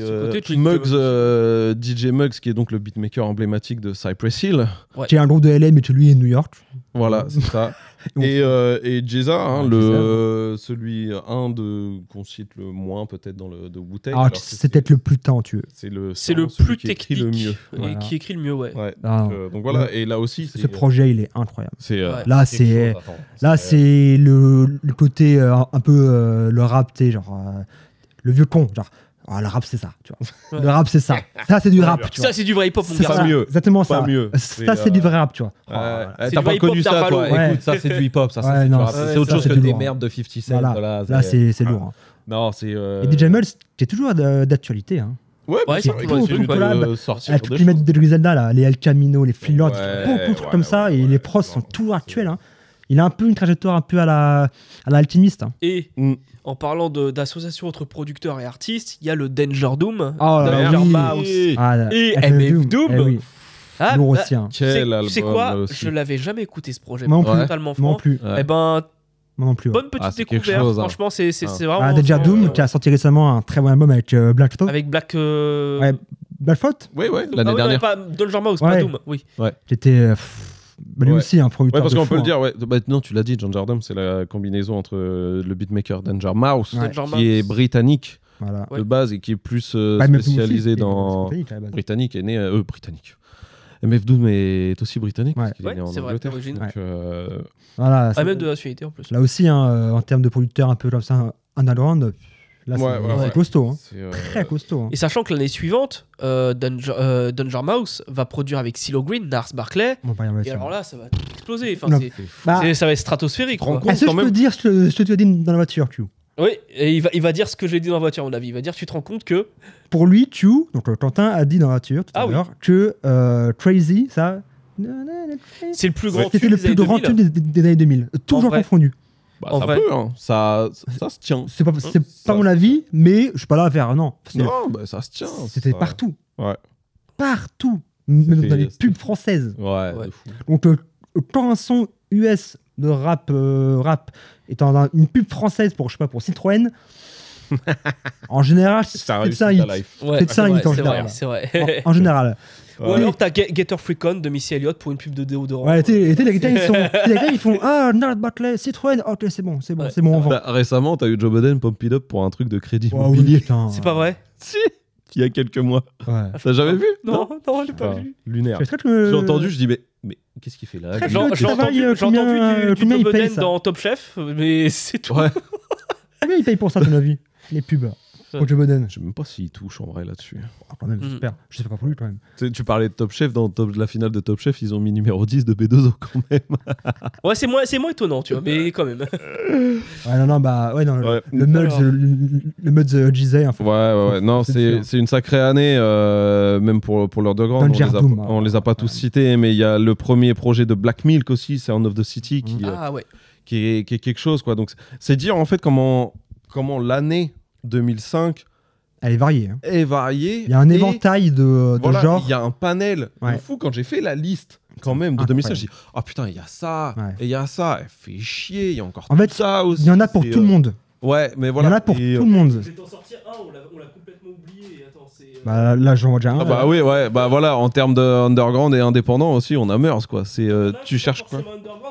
S2: DJ Muggs, qui est donc le beatmaker emblématique de Cypress Hill.
S3: Qui est un groupe de LA, mais qui lui est New York.
S2: Voilà, c'est ça. Et Jeza, hein, celui qu'on cite le moins peut-être dans le de Wu-Tang.
S3: Ah, c'est peut-être le plus talentueux.
S2: C'est le
S1: plus
S2: qui
S1: technique
S2: écrit le mieux.
S1: Et qui écrit le mieux, ouais.
S2: Donc voilà, et là aussi,
S3: ce projet, il est incroyable.
S2: Là,
S3: c'est le côté un peu le rap, tu sais, genre le vieux con, genre. Ah, le rap, c'est ça, tu vois. Le rap, c'est ça. Ça, c'est du rap, tu vois.
S1: Ça, c'est du vrai hip-hop, mon
S2: gars. C'est pas mieux.
S3: Exactement ça.
S2: Pas mieux.
S3: Ça, c'est du vrai rap, tu vois.
S2: T'as pas connu ça, toi. Écoute, ça, c'est du hip-hop. Ça, c'est du rap. C'est autre chose que des merdes de 50 Cent.
S3: Là, c'est lourd.
S2: Non, c'est.
S3: Et DJ Muggs, qui est toujours d'actualité, hein.
S2: Ouais,
S3: c'est tout collab avec les mecs de Griselda, là, les El Camino, les Freelord, beaucoup de trucs comme ça, et les pros sont toujours actuels, hein. Il a un peu une trajectoire un peu à la Alchemist. Hein.
S1: Et en parlant d'association entre producteurs et artistes, il y a le Danger Doom,
S3: Danger
S1: Mouse et MF Doom.
S3: Lourd aussi. Hein.
S1: Quel album, tu sais quoi, je l'avais jamais écouté ce projet.
S3: Moi non plus.
S1: Totalement franc.
S3: Moi non plus.
S1: Eh ben,
S3: moi non plus.
S1: Bonne petite découverte. Franchement, c'est vraiment.
S3: Danger Doom qui a sorti récemment un très bon album avec Black Thought.
S1: Avec Black.
S3: Black Thought.
S2: Oui, l'année dernière.
S1: Pas Danger Mouse, pas Doom. Oui.
S3: J'étais. Lui aussi, un producteur.
S2: Ouais, parce qu'on peut le dire. Non, tu l'as dit, Danger Doom, c'est la combinaison entre le beatmaker Danger Mouse, qui est britannique de base et qui est plus spécialisé dans. Britannique est né. Britannique. MF Doom est aussi britannique, parce qu'il est né en Angleterre.
S3: Voilà.
S1: Même de nationalité en plus.
S3: Là aussi, en termes de producteur un peu comme ça, underground. Là, c'est costaud, hein. Très costaud. Hein.
S1: Et sachant que l'année suivante, Danger Mouse va produire avec CeeLo Green, Nars Barkley. Et alors là, ça va tout exploser. Enfin, ça va être stratosphérique.
S3: Est-ce que je peux dire ce que tu as dit dans la voiture, Q?
S1: Oui, et il va dire ce que j'ai dit dans la voiture, à mon avis. Il va dire, tu te rends compte que...
S3: Pour lui, donc Quentin a dit dans la voiture tout à l'heure que Crazy, ça...
S1: C'est le plus grand
S3: C'était le plus grand tube des années 2000. Toujours confondu.
S2: Bah, ça peut, hein. Ça se tient.
S3: C'est pas mon avis, mais je suis pas là à faire, non.
S2: Non, bah ça se tient.
S3: C'était partout.
S2: Ouais.
S3: Partout. Même dans les pubs françaises.
S2: Ouais.
S3: Donc, quand un son US de rap est dans une pub française pour Citroën, en général, c'est ça un hit.
S1: Ouais,
S3: c'est un hit en général.
S1: C'est vrai.
S3: En général.
S1: Ou alors t'as Get Her Freak On de Missy Elliott pour une pub de déodorant.
S3: Ouais, les gars ils font Nard Bartley, Citroën, ok c'est bon, on vend.
S2: Récemment, t'as eu Joe Biden Pump It Up pour un truc de crédit immobilier.
S1: C'est pas vrai?
S2: Si, il y a quelques mois.
S3: Ouais.
S2: T'as jamais vu?
S1: Non, j'ai pas vu.
S2: Lunaire. J'ai entendu, je dis mais qu'est-ce qu'il fait là?
S1: J'ai entendu du Joe Biden dans Top Chef, mais c'est tout.
S2: Ouais.
S3: Combien il paye pour ça, à ton avis? Les pubs pour Joe Biden.
S2: Je sais même pas s'il touche en vrai là-dessus.
S3: Quand même, j'espère. Je sais pas pour lui quand même.
S2: Tu parlais de Top Chef, dans la finale de Top Chef, ils ont mis numéro 10 de B2O quand même.
S1: Ouais, c'est moins étonnant, tu vois, mais quand même.
S3: Le Muds Gisey.
S2: Ouais, non, c'est une sacrée année, même pour l'Underground. On les a pas tous cités, mais il y a le premier projet de Black Milk aussi, c'est Sound of the City, qui est quelque chose, quoi. Donc, c'est dire en fait comment l'année 2005
S3: elle est variée.
S2: Il
S3: y a un éventail de genres.
S2: Il y a un panel fou. Quand j'ai fait la liste quand même de 2005, je dis putain, il y a ça et il y a ça. Elle fait chier. Il y a encore ça aussi.
S3: Il y en a pour tout le monde.
S2: Ouais, mais voilà.
S3: Il y en a pour tout le monde.
S1: Je vais t'en sortir un, on l'a complètement oublié. Attends,
S3: bah là, j'en vois déjà un.
S2: Bah oui, ouais. Bah voilà, en termes de underground et indépendant aussi, on a Meurs, quoi. C'est tu cherches quoi?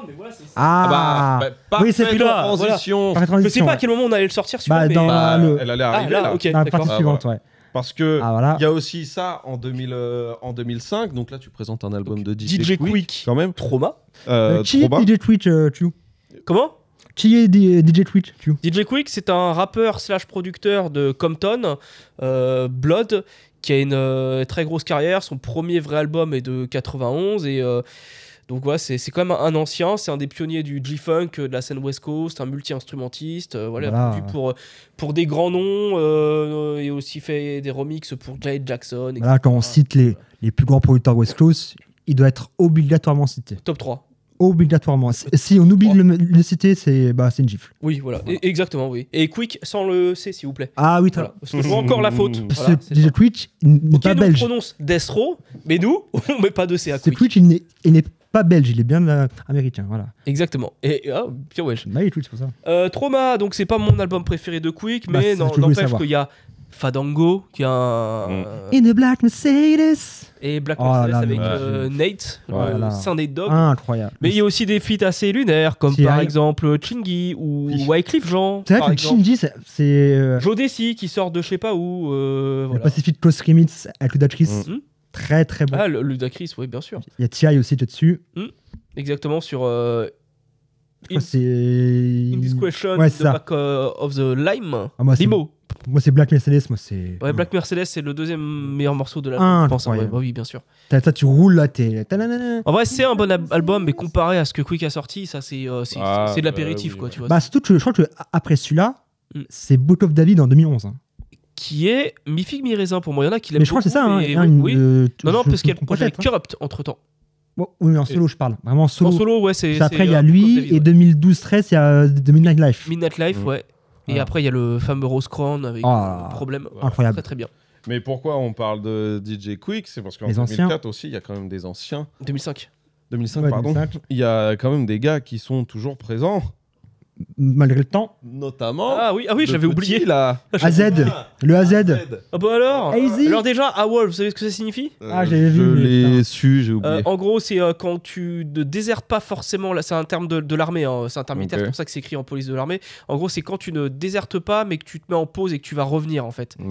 S3: Oui, c'est
S2: là. Transition.
S1: Je sais pas à quel moment on allait le sortir.
S2: Elle allait arriver là.
S3: Ok. La partie suivante, ouais.
S2: Parce que il y a aussi ça en 2005. Donc là, tu présentes un album de DJ Quick quand même.
S1: Trauma.
S3: Qui est DJ Twitch,
S1: Comment?
S3: Qui est DJ Twitch?
S1: DJ Quick, c'est un rappeur / producteur de Compton, Blood, qui a une très grosse carrière. Son premier vrai album est de 91 et donc voilà, c'est quand même un ancien. C'est un des pionniers du G-Funk, de la scène West Coast, un multi-instrumentiste. Produit pour des grands noms et aussi fait des remixes pour Janet Jackson. Etc.
S3: Voilà, quand on cite les plus grands producteurs West Coast, il doit être obligatoirement cité.
S1: Top 3.
S3: Obligatoirement. Si on oublie de le citer, c'est une gifle.
S1: Oui, voilà. Exactement, oui. Et Quick sans le C, s'il vous plaît.
S3: Ah oui,
S1: voilà. Parce que je vois encore la faute.
S3: Voilà, DJ Twitch n'est pas belge.
S1: On prononce Death Row, mais nous, on met pas de C à Quick.
S3: Twitch, il n'est pas belge, il est bien américain, voilà.
S1: Exactement. Et pire wesh.
S3: Bah, il est Twitch pour ça.
S1: Trauma, donc c'est pas mon album préféré de Quick, mais n'empêche qu'il y a Fadango, qui a un...
S3: In the Black Mercedes.
S1: Et Black Mercedes avec Nate, Saint Nate Dogg.
S3: Incroyable.
S1: Mais il y a aussi des feats assez lunaires, comme par exemple Chingy ou Wyclef Jean.
S3: C'est vrai que Chingy, c'est...
S1: Jodeci qui sort de je sais pas où.
S3: Le Pacific Coast Remix avec Ludacris. Très très bon.
S1: Ah, le Ludacris, oui, bien sûr.
S3: Il y a T.I. aussi dessus.
S1: Exactement, sur...
S3: c'est...
S1: Indiscretion the Back of the Lime. Limo.
S3: Moi, c'est Black Mercedes.
S1: Ouais, Black Mercedes, c'est le deuxième meilleur morceau de l'album, je pense. Oui, bien sûr.
S3: Tu roules là,
S1: En vrai, c'est un bon album, mais comparé à ce que Quick a sorti, ça, c'est de l'apéritif, quoi, tu vois.
S3: Bah, surtout que je crois qu'après celui-là, c'est Book of David en 2011.
S1: Qui est mi-figue, mi-raisin pour moi. Il y en a qui l'aiment.
S3: Mais je crois que c'est ça.
S1: Oui. Non, parce qu'il y a le projet avec Corrupt entre temps.
S3: Oui, mais en solo, je parle. Vraiment solo.
S1: En solo, ouais, c'est.
S3: Après, il y a lui, et 2012-13, il y a The Midnight Life.
S1: Midnight Life, ouais. Et après, il y a le fameux Rose Crown avec Problème.
S3: Incroyable.
S1: Très, très bien.
S2: Mais pourquoi on parle de DJ Quick? C'est parce qu'en 2004 aussi, il y a quand même des anciens.
S1: 2005,
S2: pardon. Il y a quand même des gars qui sont toujours présents.
S3: Malgré le temps.
S2: Notamment.
S1: Ah oui, j'avais oublié.
S3: Là. AZ. Le AZ.
S1: Ah bah alors.
S3: Easy.
S1: Alors déjà, AWOL, vous savez ce que ça signifie?
S2: Je l'ai su, j'ai oublié.
S1: En gros, c'est quand tu ne désertes pas forcément. Là, c'est un terme de l'armée. C'est un terme militaire, c'est pour ça que c'est écrit en police de l'armée. En gros, c'est quand tu ne désertes pas, mais que tu te mets en pause et que tu vas revenir en fait.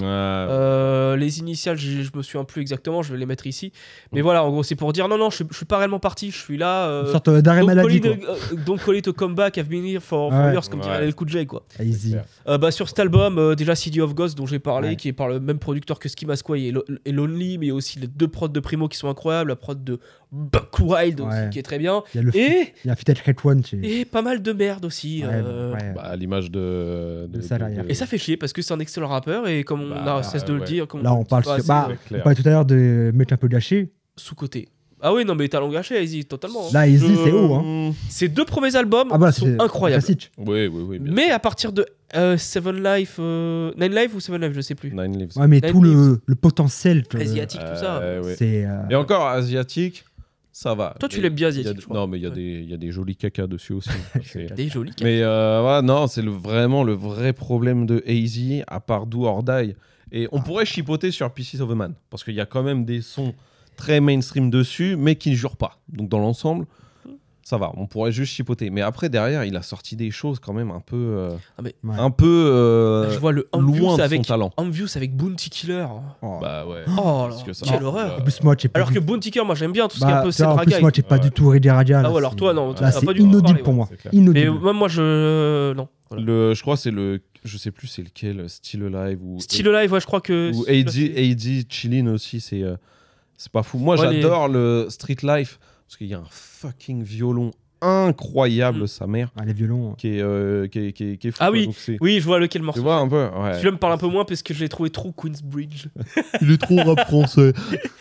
S1: Les initiales, je me souviens plus exactement. Je vais les mettre ici. Mais voilà, en gros, c'est pour dire non, je suis pas réellement parti. Je suis là.
S3: Une sorte d'arrêt maladie.
S1: Don't call it a comeback. I've been here for Destroyers, comme dirait le coup de J, quoi.
S3: Easy.
S1: Sur cet album, déjà City of Ghost, dont j'ai parlé,
S3: Ouais.
S1: qui est par le même producteur que Ski Masqué et Lonely, mais aussi les 2 prods de Primo qui sont incroyables, la prod de Buck Wild aussi, qui est très bien.
S3: Il y a le
S1: Et
S3: il y a un feat avec Red One.
S1: et pas mal de merde aussi.
S2: Bah, à l'image de
S3: ça, derrière.
S1: Et ça fait chier parce que c'est un excellent rappeur et comme on a cesse de le dire, comme
S3: Là, on parle
S1: pas
S3: sur-
S1: assez,
S3: on parlait tout à l'heure de mettre un peu gâché.
S1: sous-côté. Ah oui, non, mais talent gâché, Easy, totalement.
S3: Là, Easy, c'est haut. Hein.
S1: Ces 2 premiers albums sont
S3: c'est
S1: incroyables.
S3: classique.
S2: Oui, bien
S1: Mais
S2: sûr.
S1: à partir de Seven Life, Nine Life ou Seven Life, je sais plus.
S2: Nine Lives.
S3: Ouais, mais
S1: Nine
S3: tout
S1: Lives.
S3: le potentiel.
S1: Asiatique, tout ça.
S2: Ouais.
S3: C'est.
S2: Et encore, asiatique, ça va.
S1: Toi, tu
S2: Mais
S1: l'aimes bien,
S2: il y a
S1: asiatique,
S2: des-
S1: je crois.
S2: Non, mais il y a
S1: Ouais.
S2: il y a des jolis cacas dessus aussi. C'est-
S1: Des jolis.
S2: Mais voilà, non, c'est vraiment le vrai problème de AZ, à part Do or Die. Et on pourrait chipoter sur Pieces of a Man, parce qu'il y a quand même des sons très mainstream dessus, mais qui ne jurent pas. Donc dans l'ensemble, ça va, on pourrait juste chipoter. Mais après, derrière, il a sorti des choses quand même un peu...
S3: Ouais.
S1: Je vois le
S2: loin
S1: Envious
S2: de
S1: avec
S2: son talent.
S1: Bounty Killer.
S3: Oh.
S2: Bah ouais.
S1: Oh
S2: Parce
S1: là,
S2: que ça-
S1: quelle
S2: Oh,
S1: horreur.
S3: En plus, moi, j'ai pas.
S1: Alors
S3: du-
S1: que Bounty Killer, moi j'aime bien tout ce qui est un
S3: Bah,
S1: peu
S3: tu vois, en plus,
S1: Sedragaï.
S3: moi, j'ai pas
S2: Ouais.
S3: du tout Ready Radial.
S1: Ah ouais, alors toi, non,
S3: Là,
S1: t'as
S3: c'est
S1: pas du tout
S3: inaudible
S1: parlé,
S3: pour
S1: ouais.
S3: moi.
S2: C'est clair.
S1: Mais
S3: Inaudible.
S1: même moi, je. Non. Voilà.
S2: Je crois que c'est le... Je sais plus c'est lequel, Still Alive ou...
S1: Still Alive, ouais, je crois que.
S2: Ou
S1: celui-là,
S2: AD Chillin aussi, c'est pas fou. Moi,
S1: Ouais,
S2: j'adore le Street Life parce qu'il y a un fucking violon incroyable, sa mère,
S3: Ah, les violons.
S2: qui est fou.
S1: Ah
S2: quoi.
S1: oui.
S2: Donc c'est-
S1: Oui, je vois lequel
S2: Tu
S1: morceau.
S2: vois un peu, ouais.
S1: Celui-là me parle un peu moins parce que je l'ai trouvé trop Queensbridge.
S2: Il est trop rap français.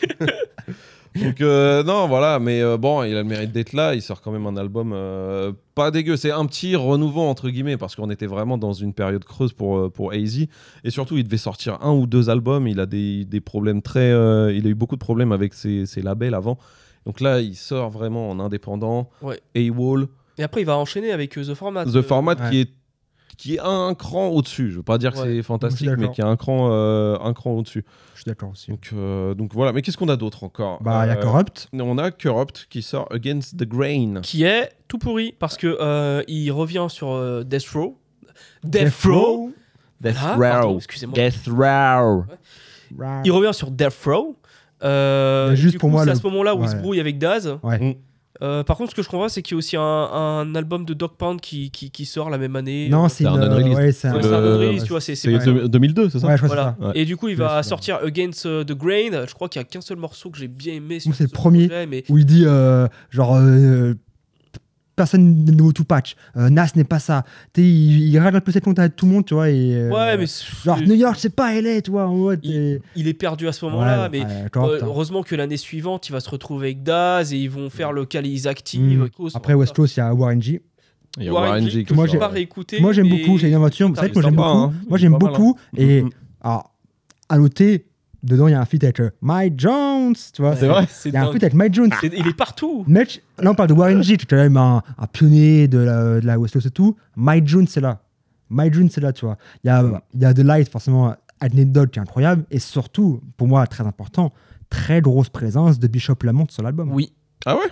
S2: Donc non, voilà, mais bon, il a le mérite d'être là. Il sort quand même un album pas dégueu. C'est un petit renouveau entre guillemets parce qu'on était vraiment dans une période creuse pour AZ. Et surtout, il devait sortir 1 ou 2 albums. Il a des problèmes très. Il a eu beaucoup de problèmes avec ses labels avant. Donc là, il sort vraiment en indépendant.
S1: Ouais.
S2: AWOL,
S1: Et après, il va enchaîner avec The Format.
S2: The Format
S3: ouais.
S2: qui est un cran au-dessus. Je veux pas dire que
S1: Ouais.
S2: c'est fantastique,
S3: Je suis
S2: mais
S3: d'accord.
S2: qui est un cran au-dessus.
S3: Je suis d'accord aussi.
S2: Donc voilà. Mais qu'est-ce qu'on a d'autre encore
S3: Bah, il y a Corrupt.
S2: On a Corrupt qui sort Against the Grain.
S1: Qui est tout pourri parce que il revient sur Death Row. Death Row. Ah, pardon, excusez-moi.
S2: Death Row.
S3: Row.
S1: Il revient sur Death Row.
S3: juste
S1: Du
S3: pour
S1: coup,
S3: moi,
S1: c'est à
S3: le-
S1: ce moment-là où il se
S3: ouais.
S1: brouille avec Daz.
S3: Ouais.
S1: Par contre, ce que je comprends, c'est qu'il y a aussi un album de Dog Pound qui sort la même année.
S3: Non, c'est
S2: un
S3: une.
S2: unreleased.
S3: Ouais, c'est
S1: Ouais,
S3: un.
S1: c'est un
S2: le-
S1: unreleased, tu vois. C'est
S2: C'est
S1: pas-
S2: 2002, c'est ça
S3: Ouais, je crois que
S1: Voilà.
S3: c'est ça.
S2: Ouais.
S1: Et du coup, il
S3: Ouais,
S1: va
S3: c'est
S1: sortir Against the Grain. Je crois qu'il y a qu'un seul morceau que j'ai bien aimé.
S3: Moi, c'est le
S1: ce
S3: premier.
S1: projet, mais
S3: Où il dit genre personne n'est nouveau tout patch. Nas n'est pas ça. Tu sais, il règle un peu cette compte avec tout le monde, tu vois. Et,
S1: ouais, mais
S3: genre New York, c'est pas LA, tu vois. En mode,
S1: il est perdu à ce moment-là.
S3: Ouais,
S1: Mais
S3: ouais, Corrupt, hein.
S1: heureusement que l'année suivante, il va se retrouver avec Daz et ils vont faire le Cali's Active.
S3: Après West Coast, il y a Warren G.
S2: Il y a
S1: Warren
S2: Warren
S1: G,
S2: G
S1: que
S3: moi,
S1: je
S3: j'ai-
S1: n'ai pas réécouté.
S3: Moi, j'aime
S1: mais-
S3: beaucoup. C'est une voiture. Vous savez que moi, j'aime
S2: sympa,
S3: beaucoup.
S2: hein.
S3: Moi, j'aime
S2: Pas mal,
S3: beaucoup.
S2: hein.
S3: Et
S2: Mhm.
S3: alors, à noter, dedans, il y a un feat avec Mike Jones, tu vois.
S2: C'est vrai.
S1: C'est
S3: Il y a un
S1: dingue.
S3: feat avec Mike Jones.
S1: Il est partout.
S3: Mec, là, on parle de Warren G, qui est quand même un pionnier de la West Coast et tout. Mike Jones, c'est là. Mike Jones, c'est là, tu vois. Il y a The Light, forcément, Anecdote, qui est incroyable. Et surtout, pour moi, très important, très grosse présence de Bishop Lamont sur l'album.
S1: Oui.
S2: Ah ouais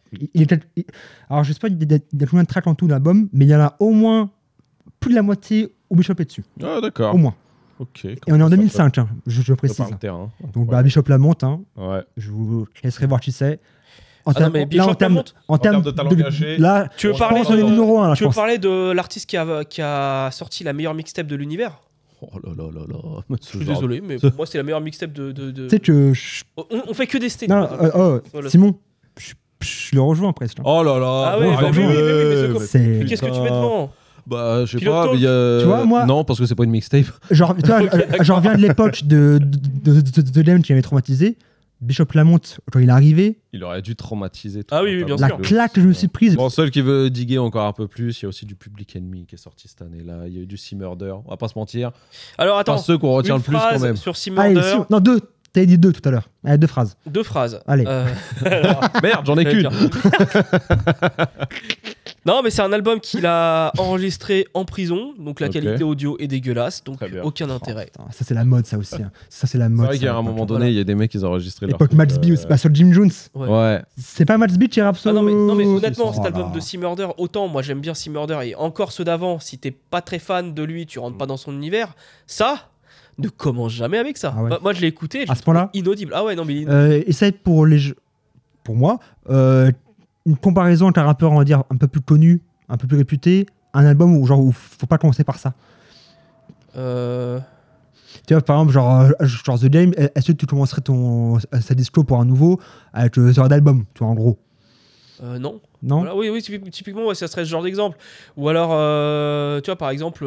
S3: Alors, je sais pas, il y a combien de tracks en tout l'album, mais il y en a au moins plus de la moitié où Bishop est dessus.
S2: Ah d'accord.
S3: Au moins.
S2: Ok.
S3: Et on est en 2005, hein, je précise.
S2: Par le terrain.
S3: Donc, bah, Bishop Lamont, hein,
S2: Ouais.
S3: je vous laisserai voir qui c'est. En
S1: Ah non, mais Bishop Lamont,
S3: en termes
S2: de talent caché,
S3: là,
S1: Tu veux
S3: je
S1: parler
S3: pense qu'on est
S1: de-
S3: numéro 1, là, je
S1: Tu veux
S3: pense.
S1: parler de l'artiste qui a sorti la meilleure mixtape de l'univers?
S2: Oh là là là là.
S1: Je suis désolé, mais pour moi, c'est la meilleure mixtape de.
S3: Tu sais que
S1: On fait que des stés.
S3: non,
S1: Voilà.
S3: Simon, je le rejoins presque. Là.
S2: Oh là là.
S1: Ah ouais,
S3: bah oui, oui,
S1: mais
S3: c'est-
S1: Mais qu'est-ce que tu mets devant?
S2: Bah, je sais
S1: Pilot
S2: pas.
S1: Talk.
S2: Mais y a...
S3: Tu vois, moi-
S2: Non, parce que c'est pas une mixtape.
S3: Genre, tu vois, je reviens de l'époque de Lem qui m'avait traumatisé. Bishop Lamont, quand il est arrivé,
S2: Il aurait dû traumatiser tout
S1: Ah oui,
S2: un
S1: oui,
S2: tas
S1: bien
S2: de
S3: la
S1: sûr.
S2: trucs.
S3: claque que je me suis prise.
S2: Bon, seul qui veut diguer encore un peu plus, il y a aussi du Public Enemy qui est sorti cette année-là. Il y a eu du Sea Murder, on va pas se mentir.
S1: Alors attends,
S2: Pas ceux qu'on retient
S1: une
S2: le plus
S1: phrase
S2: quand même.
S1: sur Sea
S3: Allez,
S1: Murder,
S3: non, deux. T'avais dit deux tout à l'heure. Allez, deux phrases.
S1: 2 phrases.
S3: Allez.
S1: Alors,
S2: Merde, j'en ai qu'une.
S1: Non, mais c'est un album qu'il a enregistré en prison, donc la
S2: Ok.
S1: qualité audio est dégueulasse, donc
S2: Très bien.
S1: aucun intérêt.
S3: Putain, ça, c'est la mode, ça aussi. Hein. Ça, c'est la
S2: C'est
S3: mode.
S2: vrai qu'à
S3: ça,
S2: un
S3: l'époque.
S2: moment donné, il y a des mecs qui ont enregistré leur.
S3: Époque
S2: truc,
S3: Max B aussi. Bah, sur Jim Jones.
S1: Ouais.
S2: Ouais.
S3: C'est pas Max B qui rappe
S1: Ah non, mais honnêtement,
S3: Oh
S1: cet
S3: là.
S1: album de Sea Murder, autant moi j'aime bien Sea Murder et encore ceux d'avant, si t'es pas très fan de lui, tu rentres pas dans son univers, ça, ne commence jamais avec ça.
S3: Ah ouais.
S1: Moi je l'ai écouté, je
S3: À ce point-là
S1: inaudible. Ah ouais, non, mais
S3: Essaye pour les jeux. Pour moi, une comparaison entre un rappeur, on va dire, un peu plus connu, un peu plus réputé, un album où faut pas commencer par ça. Tu vois, par exemple, genre The Game, est-ce que tu commencerais sa disco pour un nouveau avec ce genre d'album, tu vois, en gros?
S1: Non.
S3: Non.
S1: Voilà, oui, typiquement, ouais, ça serait ce genre d'exemple. Ou alors, tu vois, par exemple,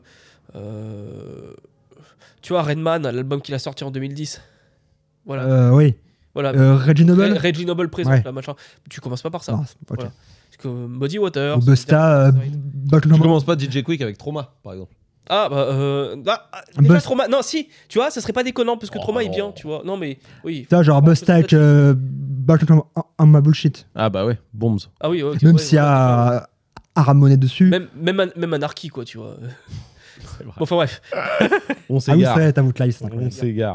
S1: tu vois, Redman, l'album qu'il a sorti en 2010. Voilà.
S3: Oui.
S1: Voilà.
S3: Reggie Noble.
S1: Reggie Noble présent,
S3: Ouais.
S1: là, machin. Tu commences pas par ça.
S3: Non, ok.
S1: Voilà. Parce que Muddy Water.
S3: Ou Busta.
S2: Tu commences pas DJ Quick avec Trauma, par exemple.
S1: Ah, déjà Trauma. Non, si, tu vois, ça serait pas déconnant parce que Trauma est bien, tu vois. Non, mais oui.
S3: Tu vois, genre Busta avec Button on my bullshit.
S2: Ah bah ouais, Bombs.
S1: Ah oui, ok.
S3: Même s'il y a Aramonet dessus.
S1: Même Anarchy, quoi, tu vois. Bon, enfin bref.
S2: On
S3: Ah oui,
S2: s'égare.
S3: c'est ta Woodlice.
S2: On s'égare.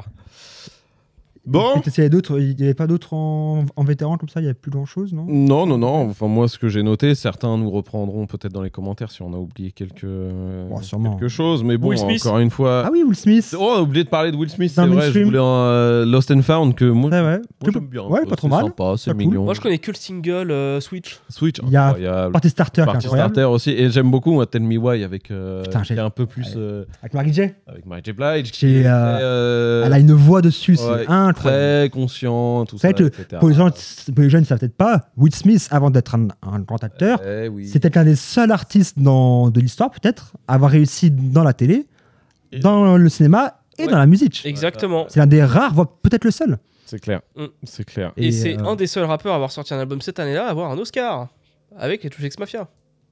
S2: Bon.
S3: Il n'y avait pas d'autres en vétéran comme ça, il n'y avait plus grand chose, non?
S2: Non. Enfin, moi, ce que j'ai noté, certains nous reprendront peut-être dans les commentaires si on a oublié quelque chose. Mais bon, encore une fois.
S3: Ah oui, Will Smith.
S2: Oh, on a oublié de parler de Will Smith, c'est
S3: Dans
S2: vrai. Je voulais un Lost and Found que moi,
S3: Ouais.
S2: moi j'aime bien.
S3: Ouais, pas trop mal.
S2: C'est sympa, c'est
S3: Pas
S2: mignon.
S1: Moi, je connais que le single Switch.
S2: Switch,
S3: Il y a
S2: incroyable.
S3: Party Starter qui est
S2: Party
S3: incroyable.
S2: Starter aussi. Et j'aime beaucoup, moi, Tell Me Why avec. qui est un peu plus.
S3: Avec Mary J.
S2: Avec Mary J. Blige.
S3: Elle a une voix dessus, c'est incroyable.
S2: Très conscient, tout ça.
S3: Pour les jeunes, ne savent peut-être pas, Will Smith, avant d'être un grand acteur, c'était l'un des seuls artistes de l'histoire, peut-être, à avoir réussi dans la télé, dans le cinéma et dans la musique.
S1: Exactement.
S3: C'est l'un des rares, voire peut-être le seul.
S2: C'est clair. C'est clair.
S1: Et c'est un des seuls rappeurs à avoir sorti un album cette année-là, à avoir un Oscar avec les Touch Ex Mafia.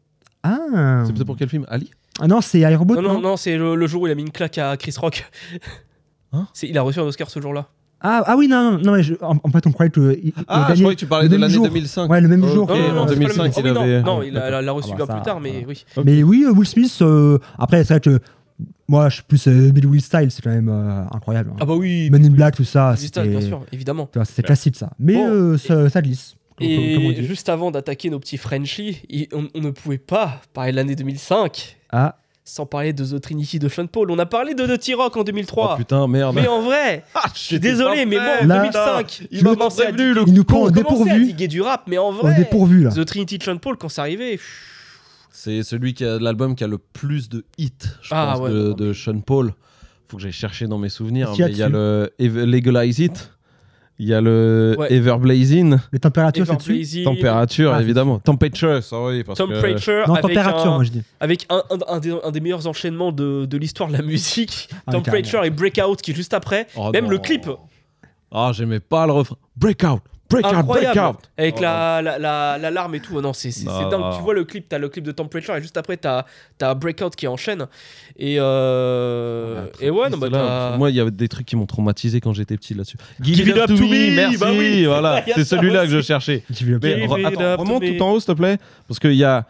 S3: Ah.
S2: C'est peut-être pour quel film? Ali?
S3: Ah non, c'est iRobot.
S1: Non, c'est le jour où il a mis une claque à Chris Rock.
S2: Hein?
S1: Il a reçu un Oscar ce jour-là.
S3: Ah oui, non, mais en fait, on croyait que.
S2: Je croyais que tu parlais de l'année 2005.
S3: Ouais, le même jour.
S2: En 2005, il avait.
S1: Non, il l'a reçu bien plus tard, mais oui.
S3: Mais oui, Will Smith, après, c'est vrai que. Moi, je suis plus Bill Will Style, c'est quand même incroyable.
S1: Ah bah oui.
S3: Men in Black, tout ça.
S1: Bien sûr, évidemment.
S3: C'est classique, ça. Mais ça glisse.
S1: Et juste avant d'attaquer nos petits Frenchies, on ne pouvait pas parler de l'année 2005 sans parler de The Trinity de Sean Paul. On a parlé de T-Rock en 2003.
S2: Oh putain, merde.
S1: Mais en vrai, je suis désolé, mais moi en 2005,
S3: il nous prend au dépourvu.
S1: À diguer du rap, mais en vrai,
S3: dépourvu, là.
S1: The Trinity de Sean Paul, quand c'est arrivé...
S2: C'est celui qui a l'album qui a le plus de hits, je pense, de Sean Paul. Faut que j'aille chercher dans mes souvenirs. Mais il y a le Legalize It. Il y a le Everblazing.
S3: Les températures, c'est dessus.
S2: Température, évidemment. Temperature, sorry.
S1: Temperature,
S3: non, température, moi je dis.
S1: Avec un des meilleurs enchaînements de l'histoire de la musique. Temperature et Breakout qui est juste après. Même le clip.
S2: Ah, j'aimais pas le refrain. Breakout. Breakout.
S1: Avec l'alarme et tout. Non, c'est dingue. Tu vois le clip, t'as le clip de Temperature et juste après t'as Breakout qui enchaîne. Et ouais, non, bah
S2: moi il y avait des trucs qui m'ont traumatisé quand j'étais petit là-dessus. Give it up to me, merci. Bah oui, voilà, c'est celui-là que je cherchais. Attends, remonte tout en haut s'il te plaît, parce qu'il y a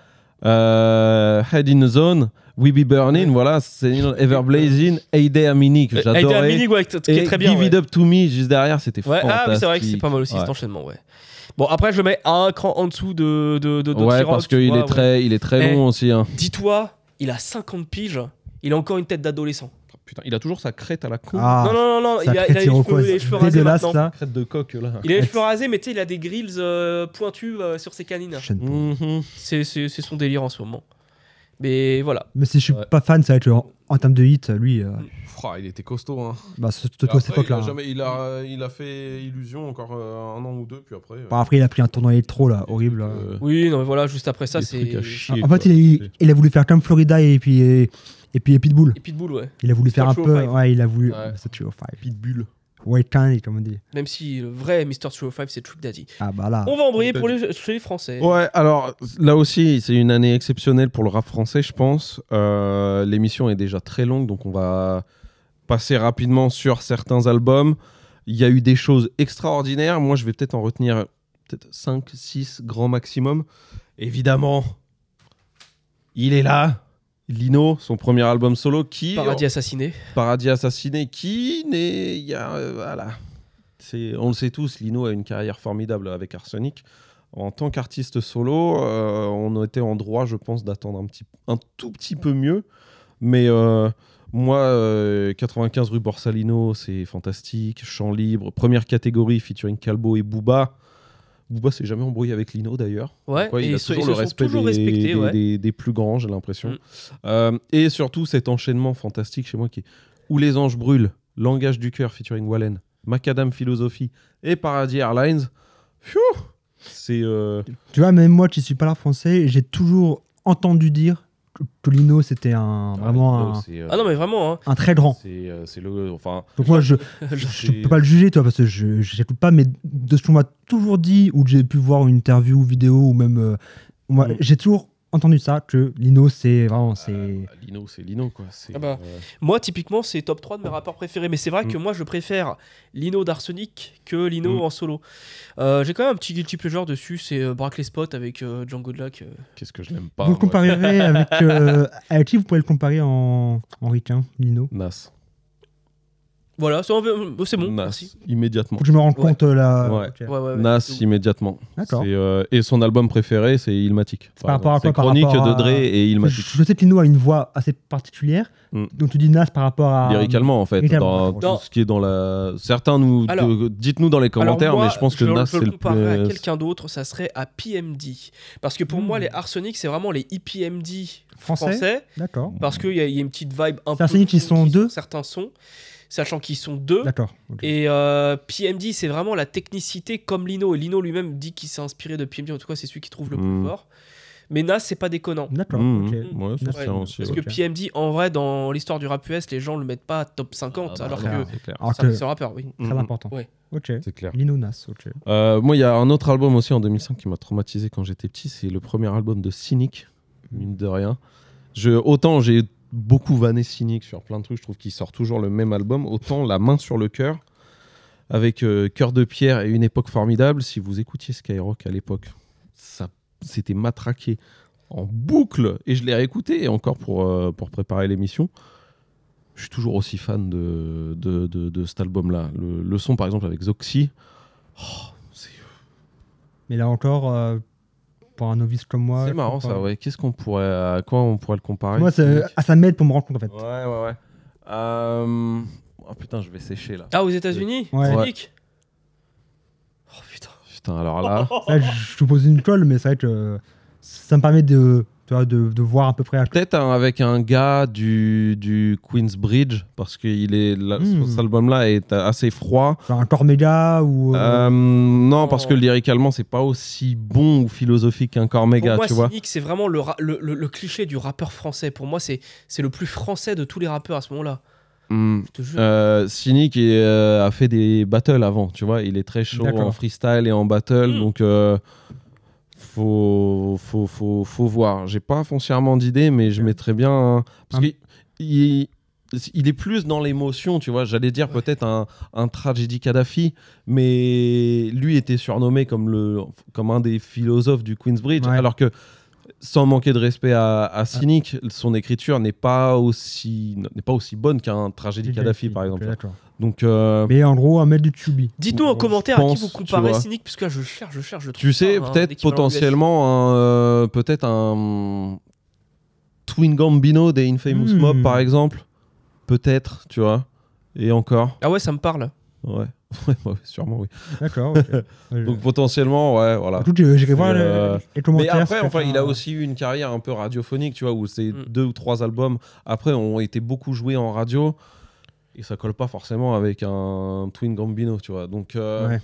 S2: Head in the Zone, We Be Burning, voilà, c'est Everblazing, Heyday Amini que j'adorais.
S1: Heyday Amini, ouais, qui est très bien.
S2: Give it up to me juste derrière, c'était fantastique.
S1: Ah oui, c'est vrai que c'est pas mal aussi cet enchaînement, ouais. Bon, après je le mets un cran en dessous de
S2: ouais,
S1: T-Rock,
S2: parce qu'il est très long aussi. Hein.
S1: Dis-toi, il a 50 piges, il a encore une tête d'adolescent.
S2: Putain, il a toujours sa crête à la con.
S1: Non, il a les cheveux rasés maintenant.
S3: Là.
S2: Crête de coq là.
S1: Il a les cheveux rasés, mais tu sais, il a des grills pointus sur ses canines. C'est son délire en ce moment. Mais voilà.
S3: Mais si je suis pas fan, c'est vrai que en termes de hit, lui.
S2: Il était costaud. Hein.
S3: Bah, surtout à cette époque-là.
S2: Il a fait Illusion encore un an ou deux, puis après.
S3: Après, il a pris un tournoi électro là, horrible.
S1: Oui, non, mais voilà, juste après ça, c'est.
S3: En fait, il a voulu faire comme Florida et puis Pitbull.
S1: Et Pitbull, ouais.
S3: Il a voulu faire un peu. Ouais, il a voulu.
S2: C'est Pitbull.
S3: White Candy, comme on dit.
S1: Même si le vrai Mr. 305, c'est Trick Daddy.
S3: Ah bah là.
S1: On va embrayer chez les Français.
S2: Ouais, alors là aussi, c'est une année exceptionnelle pour le rap français, je pense. L'émission est déjà très longue, donc on va passer rapidement sur certains albums. Il y a eu des choses extraordinaires. Moi, je vais peut-être en retenir 5, 6 grands maximum. Évidemment, il est là. Lino, son premier album solo,
S1: Paradis Assassiné,
S2: qui n'est... voilà. On le sait tous, Lino a une carrière formidable avec Arsenic. En tant qu'artiste solo, on était en droit, je pense, d'attendre un tout petit peu mieux. Mais moi, 95 rue Borsalino, c'est fantastique. Chant libre, première catégorie featuring Calbo et Booba. Booba s'est jamais embrouillé avec Lino d'ailleurs.
S1: Ouais,
S2: Quoi, il a toujours
S1: ils
S2: le
S1: se sont
S2: respect
S1: toujours respectés, ouais.
S2: des plus grands, j'ai l'impression. Et surtout cet enchaînement fantastique chez moi qui est Où les anges brûlent, Langage du cœur featuring Wallen, Macadam Philosophie et Paradis Airlines. Pfiou, c'est
S3: Tu vois, même moi qui suis pas là français, j'ai toujours entendu dire que Lino c'était vraiment
S1: Ah non mais vraiment hein.
S3: un très grand.
S2: C'est le enfin.
S3: Donc moi je peux pas le juger toi parce que je j'écoute pas, mais de ce qu'on m'a toujours dit ou que j'ai pu voir une interview vidéo ou même moi j'ai toujours entendu ça que Lino c'est vraiment
S2: Lino c'est Lino quoi.
S1: Moi typiquement c'est top 3 de mes rappeurs préférés, mais c'est vrai que moi je préfère Lino d'Arsenic que Lino en solo. J'ai quand même un petit guilty pleasure dessus, c'est Braque les spots avec Django Black.
S2: Qu'est-ce que je l'aime pas.
S3: Vous le comparerez avec qui vous pouvez le comparer en ricain, Lino?
S2: Nas.
S1: Voilà, c'est bon,
S2: Nas,
S1: merci.
S2: Immédiatement.
S3: Faut que je me rende compte là.
S2: Ouais.
S3: Okay.
S1: Ouais,
S2: Nas immédiatement.
S3: D'accord.
S2: Et son album préféré c'est Illmatic.
S3: Par rapport à quoi?
S2: Chronique de Dre et Illmatic.
S3: Je sais que Lino a une voix assez particulière. Donc tu dis Nas par rapport à
S2: lyricalement en fait, dans tout ce qui est dans la. Certains dites-nous dans les commentaires,
S1: moi,
S2: mais je pense que Nas c'est le plus.
S1: Comparer à quelqu'un d'autre, ça serait à PMD, parce que pour moi les Arsenic c'est vraiment les EPMD français.
S3: D'accord.
S1: Parce qu'il y a une petite vibe un peu.
S3: Arsenic ils sont deux.
S1: Certains sons. Sachant qu'ils sont deux.
S3: D'accord. Okay.
S1: Et PMD, c'est vraiment la technicité comme Lino. Et Lino lui-même dit qu'il s'est inspiré de PMD. En tout cas, c'est celui qu'il trouve le plus fort. Mais Nas, c'est pas déconnant.
S3: D'accord.
S2: Ouais, ça aussi,
S1: parce que PMD, en vrai, dans l'histoire du rap US, les gens le mettent pas top 50. alors que c'est un rappeur, oui.
S3: Très important.
S1: Ouais.
S3: Ok.
S2: C'est clair.
S3: Lino Nas, ok.
S2: Moi, il y a un autre album aussi en 2005 qui m'a traumatisé quand j'étais petit. C'est le premier album de Cynic, mine de rien. Autant j'ai beaucoup vanné Cynic sur plein de trucs, je trouve qu'il sort toujours le même album, autant La main sur le cœur avec Cœur de pierre et Une époque formidable. Si vous écoutiez Skyrock à l'époque, ça c'était matraqué en boucle et je l'ai réécouté et encore pour préparer l'émission. Je suis toujours aussi fan de cet album là. Le son par exemple avec Zoxy,
S3: mais là encore pour un novice comme moi.
S2: C'est marrant ça, ouais. À quoi on pourrait le comparer?
S3: Moi, ça m'aide pour me rendre compte en fait.
S2: Ouais. Oh putain, je vais sécher là.
S1: Ah, aux États-Unis?
S3: Ouais.
S1: Oh putain.
S2: Putain, alors là.
S3: Là, je te pose une colle, mais c'est vrai que ça me permet de voir à peu près.
S2: Peut-être avec un gars du Queensbridge, parce que cet album-là est assez froid.
S3: Genre un Cormega ou.
S2: Non, parce que lyricalement, c'est pas aussi bon ou philosophique qu'un Cormega,
S1: pour moi,
S2: tu vois.
S1: Cynic, c'est vraiment le cliché du rappeur français. Pour moi, c'est le plus français de tous les rappeurs à ce moment-là. Je te jure.
S2: Cynic a fait des battles avant, tu vois. Il est très chaud en freestyle et en battle, donc. Faut voir. J'ai pas foncièrement d'idée, mais je mettrais bien parce qu'il est plus dans l'émotion, tu vois. J'allais dire peut-être un tragédie Kadhafi, mais lui était surnommé comme un des philosophes du Queensbridge, alors que sans manquer de respect à Cynic, son écriture n'est pas aussi bonne qu'un tragédie Kadhafi, par exemple.
S3: D'accord.
S2: Donc,
S3: mais en gros, un mec du Tubi.
S1: Dites-nous en commentaire à qui vous comparez Cynic, puisque là, je cherche.
S2: Tu sais, peut-être potentiellement peut-être un Twin Gambino des Infamous Mob, par exemple. Peut-être, tu vois. Et encore.
S1: Ah ouais, ça me parle.
S2: Ouais, sûrement, oui.
S3: D'accord.
S2: Donc potentiellement, ouais, voilà.
S3: Écoute, j'irai voir les commentaires.
S2: Mais après, il a aussi eu une carrière un peu radiophonique, tu vois, où ces 2 ou 3 albums, après, ont été beaucoup joués en radio. Et ça colle pas forcément avec un Twin Gambino, tu vois. Donc, voilà.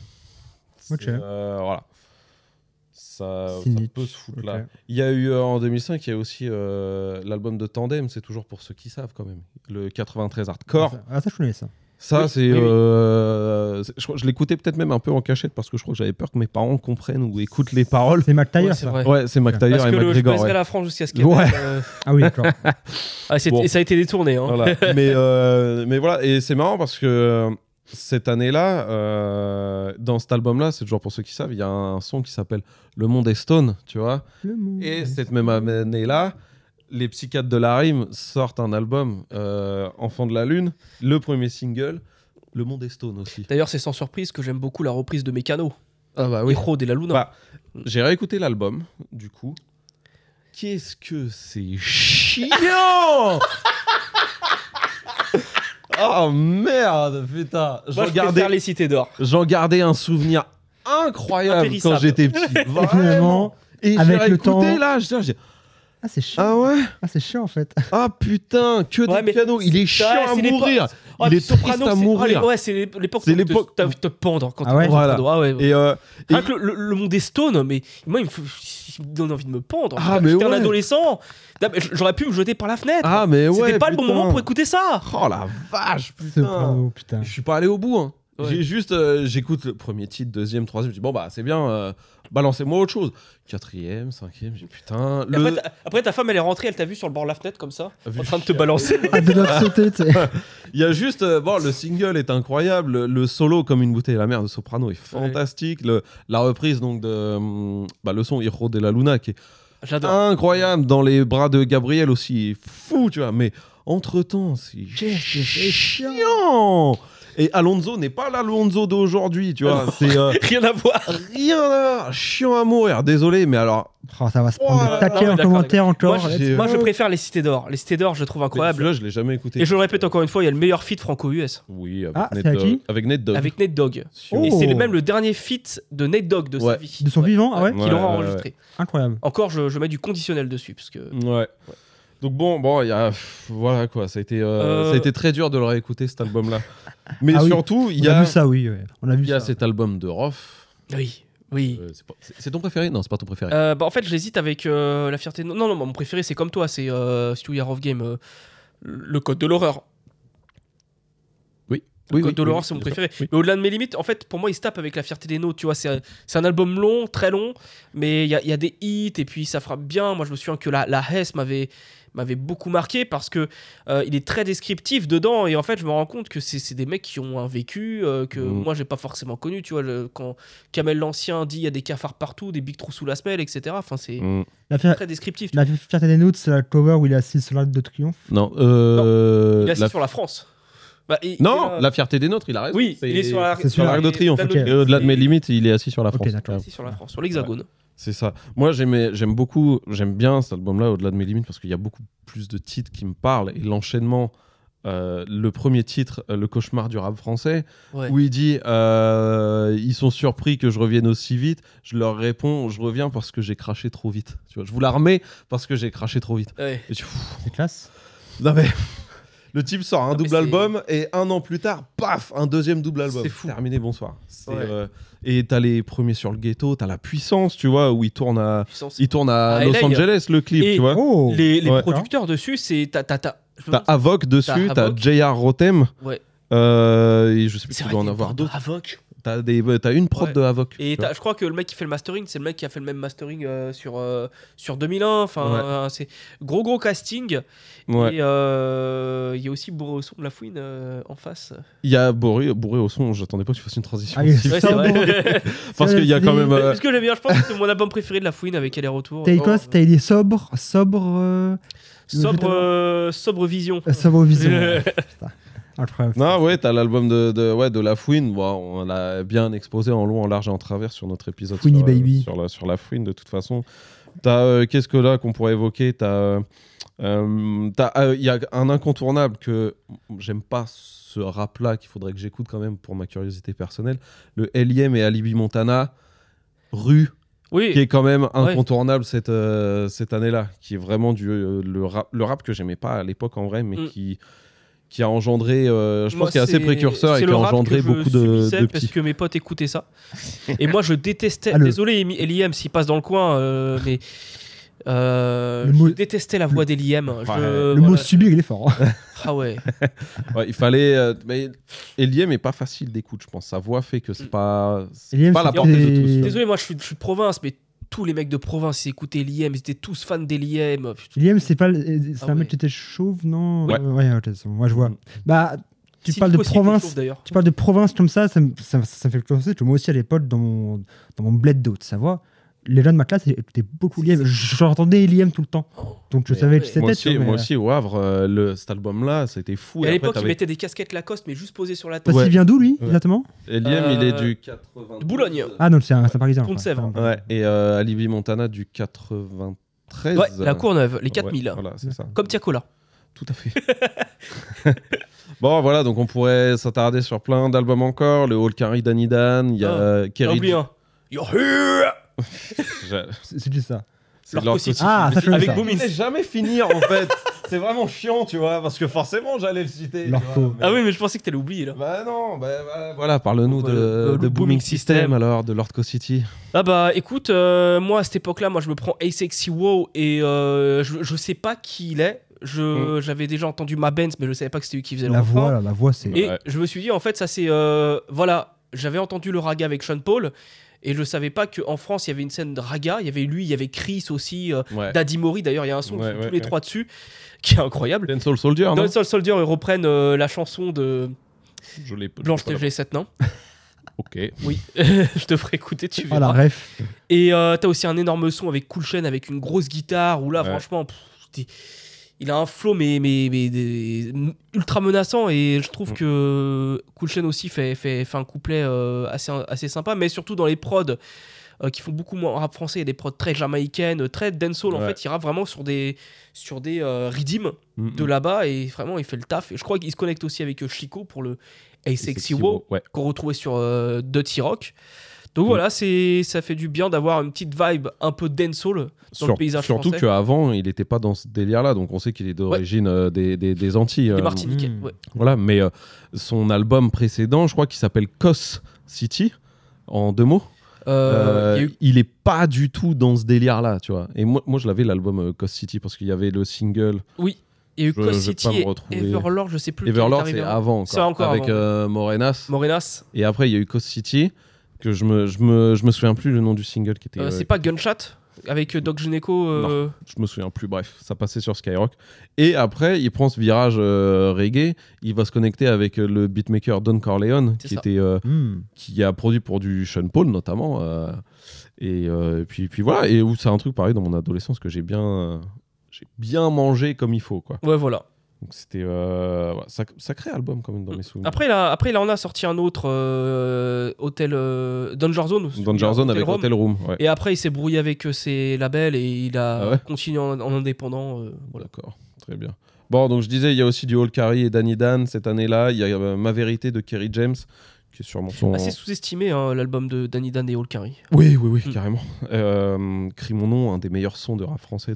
S2: Ça peut se foutre là. Il y a eu en 2005, il y a aussi l'album de Tandem, c'est toujours pour ceux qui savent quand même. Le 93 Hardcore.
S3: Ah, ça, je connais ça.
S2: Ça, c'est. Je l'écoutais peut-être même un peu en cachette parce que je crois que j'avais peur que mes parents comprennent ou écoutent les paroles.
S3: C'est McTayer, ça.
S2: Ouais, c'est McTayer et McGregor.
S1: Je baiserai la France jusqu'à ce qu'il
S3: Ah oui, d'accord.
S1: Et ça a été détourné. Hein.
S2: Voilà. mais voilà, et c'est marrant parce que cette année-là, dans cet album-là, c'est toujours pour ceux qui savent, il y a un son qui s'appelle Le Monde est Stone, tu vois. Et cette même année-là, les Psychiatres de la Rime sortent un album, Enfant de la Lune, le premier single, Le Monde est Stone aussi.
S1: D'ailleurs, c'est sans surprise que j'aime beaucoup la reprise de Mécano.
S2: Ah bah oui.
S1: Héros de la Luna.
S2: J'ai réécouté l'album, du coup. Qu'est-ce que c'est chiant. Oh merde, putain.
S1: Moi, je préfère les Cités d'Or.
S2: J'en gardais un souvenir incroyable
S1: Impérissable.
S2: quand j'étais petit.
S3: Finalement,
S2: Vraiment. Et
S3: avec
S2: j'ai
S3: le
S2: écouté
S3: temps-
S2: là, j'ai
S3: Ah, c'est chiant.
S2: ah ouais.
S3: Ah, c'est chiant en fait.
S2: Ah putain, que
S1: Ouais,
S2: des
S1: mais
S2: pianos, il est chiant à
S1: c'est
S2: mourir.
S1: Ah,
S2: Il est
S1: puis Soprano,
S2: triste à
S1: c'est-
S2: mourir.
S1: Ouais, c'est l'époque
S2: C'est
S1: où
S2: l'époque
S1: t'as envie de te pendre quand
S3: Ah ouais
S1: t'écoutes Soprano. Ah ouais.
S2: Et
S1: Rien que le monde est stone, mais moi, il me donne envie de me pendre.
S2: Ah, mais
S1: J'étais un
S2: ouais.
S1: adolescent. J'aurais pu me jeter par la fenêtre.
S2: ah mais ouais.
S1: C'était pas le bon
S2: putain.
S1: moment pour écouter ça.
S2: Oh la vache, putain.
S3: Soprano, putain.
S2: Je suis pas allé au bout. Hein.
S1: Ouais.
S2: J'ai juste, j'écoute le premier titre, deuxième, troisième. Je dis bon bah c'est bien. Balancez-moi autre chose. Quatrième, cinquième. J'ai putain.
S1: Et après, ta femme, elle est rentrée, elle t'a vu sur le bord de la fenêtre comme ça, en train de te balancer.
S3: Ah, de notre sauter, tu sais.
S2: Il y a juste, bon, le single est incroyable, le solo comme une bouteille à la mer de Soprano est fantastique, la reprise donc de le son Hijo de la Luna qui est
S1: J'adore.
S2: incroyable dans les bras de Gabriel aussi, fou tu vois, mais entre temps c'est chiant. Et Alonso n'est pas l'Alonso d'aujourd'hui, tu vois, c'est
S1: Rien à voir.
S2: rien à voir, chiant à mourir, désolé, mais alors
S3: Oh, ça va se prendre
S2: Oh,
S3: des taquets
S1: non,
S3: en
S1: d'accord,
S3: commentaire encore.
S1: Moi,
S2: j'ai-
S1: je préfère les Cités d'Or. Les Cités d'Or, je les trouve incroyables.
S2: celui-là je l'ai jamais écouté.
S1: Et je le répète encore une fois, il y a le meilleur feat franco-US
S2: Oui, avec
S3: Ah,
S2: Nate
S3: c'est avec qui
S2: Dogg. Avec Nate Dogg.
S1: avec Nate Dogg.
S3: Oh.
S1: Et c'est même le dernier feat de Nate Dogg de sa
S2: Ouais.
S1: vie.
S3: De son vivant, ah ouais,
S1: Qu'il aura
S2: Ouais,
S1: enregistré.
S3: incroyable.
S1: Encore, je mets du conditionnel dessus. Parce que...
S2: Ouais. Donc bon, il y a voilà quoi, ça a été très dur de le réécouter cet album-là. Mais
S3: Ah oui.
S2: surtout, il
S3: On
S2: y
S3: a
S2: a
S3: vu ça, oui. Ouais. On a vu
S2: il y a
S3: ça.
S2: cet album de Roth.
S1: Oui, oui.
S2: C'est ton préféré? Non, c'est pas ton préféré.
S1: En fait, j'hésite avec La Fierté. Non, mon préféré, c'est comme toi, c'est Stu Year of Game, le Code de l'horreur.
S2: Oui,
S1: Code de l'horreur, c'est mon
S2: bien sûr.
S1: préféré.
S2: Oui.
S1: Mais au-delà de mes limites, en fait, pour moi, il se tape avec La Fierté des Nôtres. Tu vois, c'est un album long, très long, mais il y a des hits et puis ça frappe bien. Moi, je me souviens que la Hesse m'avait beaucoup marqué parce que il est très descriptif dedans et en fait, je me rends compte que c'est des mecs qui ont un vécu que moi, j'ai pas forcément connu. Tu vois, quand Kamel l'Ancien dit il y a des cafards partout, des big trous sous la semelle, etc. Enfin, c'est
S3: La fier-
S1: très descriptif.
S3: La fierté des nôtres, c'est la cover où il est assis sur l'Arc de Triomphe.
S2: Non,
S1: Il est assis
S2: la...
S1: sur la France. Bah,
S2: Non, la fierté des nôtres, il a raison.
S1: Oui, il est sur
S3: c'est
S2: sur l'Arc de Triomphe.
S3: ok.
S2: Et au-delà de mes limites, il est assis sur la
S3: Ok,
S2: France.
S3: d'accord.
S1: Assis sur la France, sur l'Hexagone.
S2: C'est ça. Moi, j'aime bien cet album-là, au-delà de mes limites, parce qu'il y a beaucoup plus de titres qui me parlent. Et l'enchaînement, le premier titre, Le cauchemar du rap français,
S1: Ouais.
S2: où il dit ils sont surpris que je revienne aussi vite. Je leur réponds je reviens parce que j'ai craché trop vite. Tu vois, je vous la remets parce que j'ai craché trop vite.
S1: Ouais.
S2: Et
S3: C'est classe.
S2: non mais le type sort un
S1: mais
S2: double
S1: c'est-
S2: album et un an plus tard, paf, un deuxième double album.
S1: C'est fou.
S2: Terminé, bonsoir.
S1: Ouais.
S2: Et t'as les premiers sur le ghetto, t'as la puissance, tu vois, où il tourne à
S1: Puissance.
S2: Los
S1: LA.
S2: Angeles le clip,
S1: Et-
S2: tu vois.
S3: Oh
S1: Les
S2: Ouais.
S1: producteurs dessus, c'est
S2: T'as Havok dessus,
S1: T'as
S2: t'as
S1: Havok.
S2: J.R. Rotem.
S1: Ouais.
S2: Et je sais plus
S1: C'est
S2: qui
S1: vrai
S2: doit en
S1: qu'il y a
S2: avoir
S1: une
S2: d'autres.
S1: prod de Havok.
S2: T'as une prod
S1: Ouais.
S2: de Havok.
S1: Et
S2: tu vois.
S1: je crois que le mec qui fait le mastering, c'est le mec qui a fait le même mastering sur 2001. Enfin, c'est gros casting.
S2: Ouais.
S1: Et il y a aussi Bourré au son de La Fouine en face.
S2: Il y a bourré au son, j'attendais pas que tu fasses une transition.
S3: Ah oui,
S2: aussi.
S1: Ouais,
S3: Ça,
S1: c'est
S3: bon.
S1: vrai.
S2: Parce qu'il y a quand même.
S1: Parce que j'aime bien, je pense que c'est mon album préféré de La Fouine avec aller-retour.
S3: T'as dit quoi? T'as dit sobre
S1: Sobre vision.
S3: Sobre vision. Putain, incroyable.
S2: Non, ouais, t'as l'album de La Fouine. Bon, on l'a bien exposé en long, en large et en travers sur notre épisode
S3: Fouini
S2: sur,
S3: Baby.
S2: sur la Fouine, de toute façon. T'as, qu'est-ce que là qu'on pourrait évoquer? Il y a un incontournable que j'aime pas ce rap-là, qu'il faudrait que j'écoute quand même pour ma curiosité personnelle. Le L.I.M. et Alibi Montana, Rue,
S1: Oui.
S2: qui est quand même incontournable cette année-là, qui est vraiment le rap que j'aimais pas à l'époque en vrai, mais qui a engendré, je pense qu'il est assez précurseur et qui a engendré beaucoup de
S1: parce
S2: petits.
S1: que mes potes écoutaient ça. Et moi, je détestais.
S3: Ah,
S1: Désolé, L.I.M. s'il passe dans le coin, mais
S3: mot-
S1: je détestais la voix d'L.I.M.
S3: Le mot subir, il est fort. Hein.
S1: Ah ouais.
S2: Ouais, il fallait. Mais L.I.M. est pas facile d'écoute, je pense. Sa voix fait que c'est pas
S3: L.I.M.
S2: pas la
S3: c'était-
S2: portée de tous.
S1: Désolé, moi, je suis de province, mais tous les mecs de province, ils écoutaient L.I.M. Ils étaient tous fans d'L.I.M.
S3: Liam, c'est pas c'est
S1: Ah
S3: un mec
S1: ouais.
S3: qui était chauve, non?
S2: Ouais.
S3: Ok, c'est bon, moi je vois. Bah, tu
S1: Si
S3: parles de
S1: possible, je
S3: province.
S1: trouve, d'ailleurs.
S3: Tu parles de province comme ça me fait penser que moi aussi à l'époque dans mon bled d'Haute-Savoie, les gens de ma classe étaient beaucoup Liam. J'entendais Liam tout le temps. Donc je
S1: Mais
S3: savais
S1: ouais.
S3: qui c'était.
S2: Moi
S3: tu
S2: aussi,
S3: vois,
S2: moi
S3: mais,
S2: aussi, au Havre, cet album-là, c'était fou.
S1: Et à
S2: après,
S1: l'époque, ils
S2: t'avais-
S1: mettaient des casquettes Lacoste, mais juste posées sur la tête.
S3: Parce
S2: Ouais.
S3: qu'il vient d'où lui
S2: Ouais.
S3: exactement?
S2: L.I.M. il est du 80.
S1: De Boulogne.
S3: Ah non, c'est un Parisien.
S1: Pont de Sèvres.
S2: Ouais, et Alibi Montana du 93.
S1: Ouais, la Courneuve, les 4000.
S2: Ouais, voilà, c'est ça.
S1: Comme Tiakola.
S2: tout à fait. Bon, voilà, donc on pourrait s'attarder sur plein d'albums encore. Le All Carry Danny Dan, il y a Kerry.
S1: Oublie un. You're here.
S3: C'est juste ça.
S2: C'est
S1: Lord
S2: Lord
S1: City.
S2: City.
S3: Ah, ça, je connais
S1: Avec
S3: ça.
S1: Booming.
S2: Je voulais jamais finir en fait. C'est vraiment chiant, tu vois, parce que forcément j'allais le citer. tu
S3: L'ortho.
S2: vois, mais-
S1: Ah oui, mais je pensais que t'allais oublier là.
S2: Bah non, voilà, parle-nous
S1: Bah,
S2: de
S1: le
S2: Booming System alors, de Lord City.
S1: Ah bah écoute, moi à cette époque-là, moi je me prends A-Sexy Wow et je sais pas qui il est. J'avais déjà entendu Ma Benz, mais je savais pas que c'était lui qui faisait le
S3: La
S1: refrain.
S3: voix, là, la voix, c'est.
S1: Et
S2: Ouais.
S1: je me suis dit, en fait, ça c'est. Voilà, j'avais entendu le raga avec Sean Paul. Et je savais pas qu'en France, il y avait une scène de raga. Il y avait lui, il y avait Chris aussi,
S2: Ouais.
S1: Daddy Mori. D'ailleurs, il y a un son,
S2: Ouais,
S1: ils sont
S2: ouais,
S1: tous les
S2: ouais.
S1: trois dessus, qui est incroyable.
S2: Dancehall Soldier, non
S1: Dans Soul Soldier, ils reprennent la chanson de
S2: Je l'ai
S1: Blanche
S2: pas
S1: Neige et les 7 nains.
S2: Ok.
S1: Oui, je te ferai écouter, tu
S3: Ah, la
S1: verras.
S3: ref.
S1: Et t'as aussi un énorme son avec Cool Chain, avec une grosse guitare, où là,
S2: Ouais.
S1: franchement, il a un flow mais ultra menaçant, et je trouve que Cool Chain aussi fait un couplet assez sympa, mais surtout dans les prods qui font beaucoup moins rap français, il y a des prods très jamaïcaines, très dancehall, en
S2: Ouais.
S1: fait, il rappe vraiment sur des rythms de là-bas, et vraiment il fait le taf. Et je crois qu'il se connecte aussi avec Chico pour le A-Sexy Wow,
S2: Ouais.
S1: qu'on retrouvait sur Dirty Rock. Donc voilà, ça fait du bien d'avoir une petite vibe un peu dancehall dans le paysage
S2: Surtout
S1: français.
S2: qu'avant, il n'était pas dans ce délire-là, donc on sait qu'il est d'origine des Antilles.
S1: Les Martiniquais, ouais.
S2: Voilà, mais son album précédent, je crois qu'il s'appelle Cos City, en 2 mots.
S1: Il y a eu-
S2: Il est pas du tout dans ce délire-là, tu vois. Et moi je l'avais l'album Cos City parce qu'il y avait le single
S1: Oui, il y a eu
S2: Je-
S1: Coast
S2: je vais
S1: City
S2: pas me
S1: et
S2: retrouver.
S1: Everlord, je sais plus. lequel est
S2: Everlord,
S1: arrivé
S2: c'est
S1: avant.
S2: avant,
S1: C'est encore
S2: avec
S1: avant,
S2: Morenas.
S1: Morenas,
S2: Et après, il y a eu Cos City, que je me souviens plus le nom du single qui était.
S1: c'est pas Gunshot avec Doc Gynéco.
S2: Non. Je me souviens plus, bref, ça passait sur Skyrock. Et après, il prend ce virage reggae, il va se connecter avec le beatmaker Don Corleone,
S1: C'est
S2: qui,
S1: ça.
S2: qui a produit pour du Sean Paul notamment. Et puis voilà, et où c'est un truc pareil dans mon adolescence que j'ai bien mangé comme il faut, quoi.
S1: Ouais, voilà.
S2: Donc c'était sacré album quand même dans mes souvenirs.
S1: Après, il en a sorti un autre, Hôtel Danger Zone.
S2: Danger Zone avec
S1: Rome.
S2: Hotel Room. Ouais.
S1: Et après, il s'est brouillé avec ses labels et il a
S2: Ah ouais
S1: continué en indépendant. Voilà.
S2: D'accord, très bien. Bon, donc je disais, il y a aussi du All Carry et Danny Dan cette année-là. Il y a Ma Vérité de Kerry James, qui est sûrement son.
S1: Assez sous-estimé, hein, l'album de Danny Dan et All Carry.
S2: Oui,
S1: Mm.
S2: carrément. Crie mon nom, un des meilleurs sons de rap français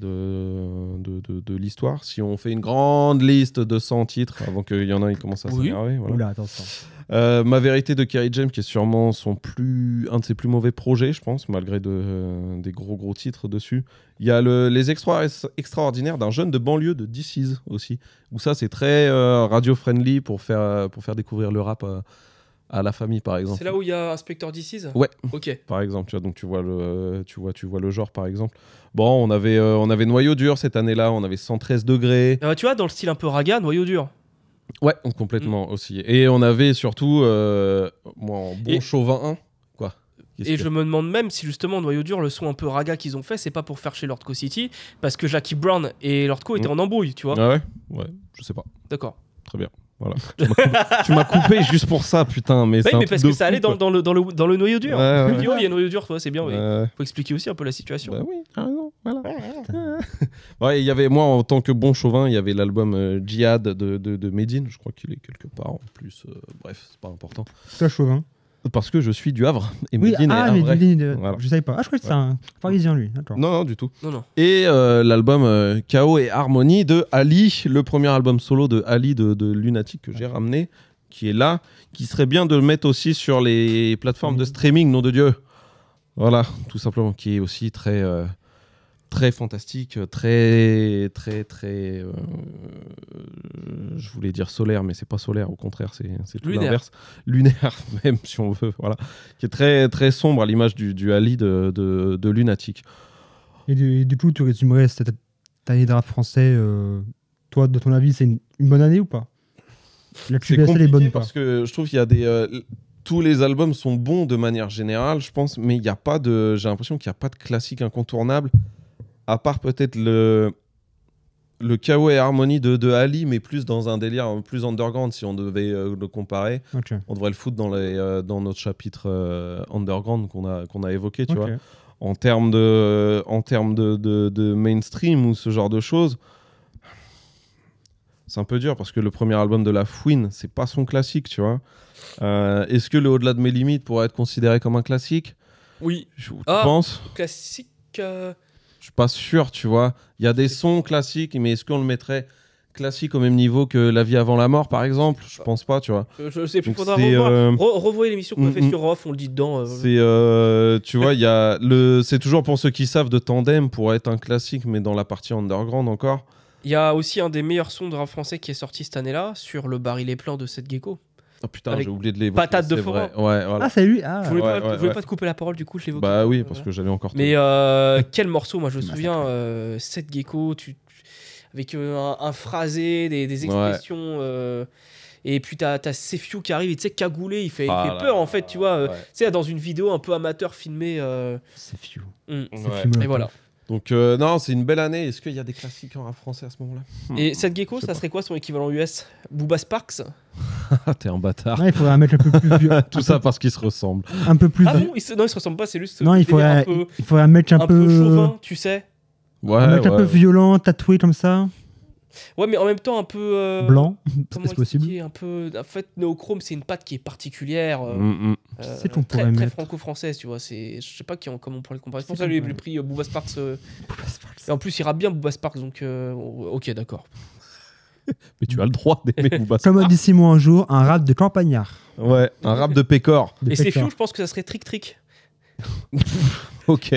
S2: de l'histoire. Si on fait une grande liste de 100 titres, avant qu'il y en a qui commencent à
S1: Oui.
S2: s'énerver. Voilà.
S3: Oula, attention.
S2: Ma Vérité de Kerry James, qui est sûrement un de ses plus mauvais projets, je pense, malgré des gros titres dessus. Il y a les extraordinaires d'un jeune de banlieue de DC's aussi, où ça c'est très radio-friendly pour faire découvrir le rap à la famille, par exemple.
S1: C'est là où il y a Inspector DC's.
S2: Ouais.
S1: Ok.
S2: Par exemple, tu vois, donc tu vois le genre, par exemple. Bon, on avait Noyau dur cette année-là, on avait 113 degrés.
S1: Tu vois, dans le style un peu raga, Noyau dur.
S2: Ouais, complètement aussi. Et on avait surtout, moi, en bon
S1: Et-
S2: chauvin 1, quoi. Qu'est-ce
S1: Et
S2: que-
S1: je me demande même si justement Noyau dur, le son un peu raga qu'ils ont fait, c'est pas pour faire chez Lord Co City, parce que Jackie Brown et Lord Co étaient en embrouille, tu vois.
S2: Ah ouais, je sais pas.
S1: D'accord.
S2: Très bien. Voilà. Tu m'as coupé juste pour ça, putain. Mais
S1: Oui,
S2: c'est un
S1: mais
S2: truc
S1: parce
S2: de
S1: que ça
S2: fou,
S1: allait
S2: quoi.
S1: dans le noyau dur.
S2: Ouais,
S1: Tu dis, oh, il y a noyau dur, toi, c'est bien. Oui.
S2: Ouais.
S1: Faut expliquer aussi un peu la situation.
S2: Bah oui, t'as raison, voilà. Ouais, il y avait, moi, en tant que bon chauvin, il y avait l'album Djihad de Medine. Je crois qu'il est quelque part en plus. Bref, c'est pas important.
S3: Toi, chauvin.
S2: Parce que je suis du Havre. Et
S3: Oui,
S2: Medine est
S3: mais
S2: havrais.
S3: Voilà. Je savais pas. Ah, je crois que c'est un Parisien, lui. D'accord.
S2: Non, du tout.
S1: Non.
S2: Et l'album Chaos et Harmonie de Ali, le premier album solo de Ali de Lunatic que j'ai ramené, qui est là, qui serait bien de le mettre aussi sur les plateformes de streaming, nom de Dieu. Voilà, tout simplement, qui est aussi très fantastique, très je voulais dire solaire, mais c'est pas solaire, au contraire, c'est tout
S1: Lunaire.
S2: l'inverse. Lunaire, même si on veut, voilà. Qui est très, très sombre à l'image du Ali de Lunatic.
S3: Et du coup, tu résumerais cette année de rap français. Toi, de ton avis, c'est une bonne année ou pas? La
S2: C'est
S3: QVSL est
S2: compliqué
S3: bonne ou pas?
S2: parce que je trouve qu'il y a tous les albums sont bons de manière générale, je pense, mais il y a pas de, j'ai l'impression qu'il n'y a pas de classique incontournable, à part peut-être le Chaos et Harmonie de Ali, mais plus dans un délire plus underground si on devait le comparer.
S3: Ok.
S2: On devrait le foutre dans notre chapitre underground qu'on a évoqué, tu
S3: Ok.
S2: vois. En termes de mainstream ou ce genre de choses. c'est un peu dur parce que le premier album de La Fouine, c'est pas son classique, tu vois. Est-ce que le Au-delà de mes limites pourrait être considéré comme un classique ?
S1: Oui.
S2: Tu penses ?
S1: Classique.
S2: Je suis pas sûr, tu vois. Il y a des sons classiques, mais est-ce qu'on le mettrait classique au même niveau que La vie avant la mort, par exemple ? Je pense pas, tu vois.
S1: Je sais plus.
S2: Donc
S1: Faudra
S2: c'est,
S1: revoyez l'émission qu'on a fait sur Off, on le dit dedans.
S2: C'est, tu vois, il y a c'est toujours pour ceux qui savent de Tandem pour être un classique, mais dans la partie underground encore.
S1: Il y a aussi un des meilleurs sons de rap français qui est sorti cette année-là sur le Baril et Plein de Seth Gecko.
S2: Oh putain,
S1: Avec
S2: j'ai oublié de l'évoquer.
S1: Patate de
S2: c'est
S1: Forain.
S2: vrai. Ouais, voilà.
S3: Ah, c'est lui. Ah,
S1: Je voulais pas te couper la parole, du coup je l'évoque.
S2: Bah oui, parce que j'allais encore.
S1: Mais quel morceau, moi je me souviens, Seth Gecko, avec un phrasé, des expressions. Et puis t'as Sefiu qui arrive, et tu sais, cagoulé, il fait peur en fait, tu vois. Tu sais, dans une vidéo un peu amateur filmée.
S3: C'est Few.
S1: Et voilà.
S2: Donc non, c'est une belle année. Est-ce qu'il y a des classiques en rap français à ce moment-là ?
S1: Et Seth Gecko, ça serait quoi son équivalent US ? Booba Sparks ?
S2: T'es un bâtard.
S3: Non, il faudrait mettre un peu plus vieux.
S2: Tout ça parce qu'ils se ressemblent.
S3: Un peu plus.
S1: Ah non, ils se ressemblent pas, c'est juste.
S3: Non, il faudrait mettre un peu
S1: chauvin, tu sais.
S3: Un peu violent, tatoué comme ça.
S1: Ouais, mais en même temps un peu
S3: blanc,
S1: c'est possible. Un peu. En fait, Neochrome, c'est une patte qui est particulière.
S3: C'est qu'on pourrait
S1: très
S3: mettre.
S1: franco-française, tu vois. Je sais pas comment on pourrait le comparer. C'est pour ça que j'ai pris Booba Sparks. Et en plus, il rappe bien Booba Sparks, donc ok, d'accord.
S2: Mais tu as le droit d'aimer Booba Sparks.
S3: Comme a dit Simon un jour, un rap de campagnard.
S2: Ouais, un rap de pécor.
S1: Et c'est Few, je pense que ça serait Trick Trick.
S2: Ok.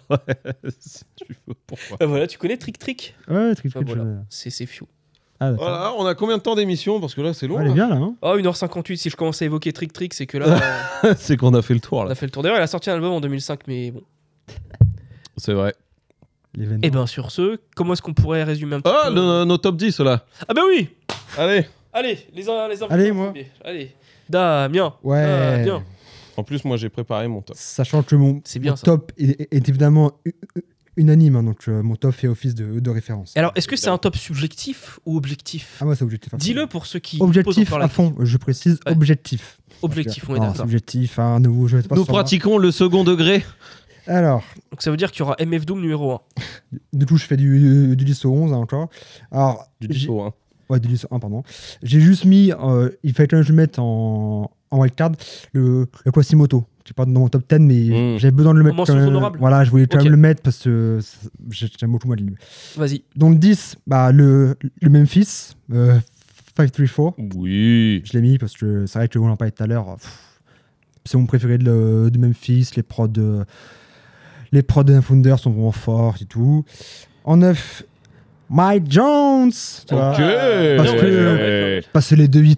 S2: Si tu veux, pourquoi
S1: voilà, tu connais Trick Trick ?
S3: Ouais, Trick Trick.
S1: Voilà. C'est Few.
S3: Ah,
S2: voilà, on a combien de temps d'émission ? Parce que là, c'est long.
S3: Elle est bien là, hein.
S1: Oh, 1h58, si je commence à évoquer Trick Trick, c'est que là.
S2: C'est qu'on a fait le tour là.
S1: On a fait le tour. D'ailleurs, il a sorti un album en 2005, mais bon.
S2: C'est vrai.
S1: Et bien sur ce, comment est-ce qu'on pourrait résumer un petit peu
S2: nos top 10 là.
S1: Ah bah oui.
S2: Allez,
S1: les uns
S3: Allez, moi.
S1: Allez. Damien.
S3: Ouais.
S1: Damien.
S2: En plus, moi, j'ai préparé mon top.
S3: Sachant que mon top est évidemment unanime, hein, donc mon top fait office de référence.
S1: Alors, est-ce que c'est un top subjectif ou objectif ?
S3: Ah, moi, c'est objectif.
S1: Dis-le pour ceux qui.
S3: Objectif à fond, je précise, objectif.
S1: Objectif, on est d'accord.
S3: Subjectif, hein, nous
S2: pratiquons le second degré.
S3: Alors.
S1: Donc, ça veut dire qu'il y aura MF Doom numéro 1.
S3: Du coup, je fais du 10 au 11 hein, encore. Alors,
S2: du 10 au 1.
S3: Ouais, du 10 au 1, pardon. J'ai juste mis, il fallait que je mette en wildcard le Quasimoto. Je sais pas dans mon top 10, mais j'avais besoin de le mettre.
S1: Mention honorable.
S3: Voilà, je voulais quand même le mettre parce que j'aime beaucoup moi l'anime.
S1: Vas-y.
S3: Donc 10, le Memphis, 534.
S2: Oui.
S3: Je l'ai mis parce que c'est vrai que on en parlait tout à l'heure. C'est mon préféré de Memphis. Les prods de Founder sont vraiment forts et tout. En 9, Mike Jones, tu vois, parce que les deux hits,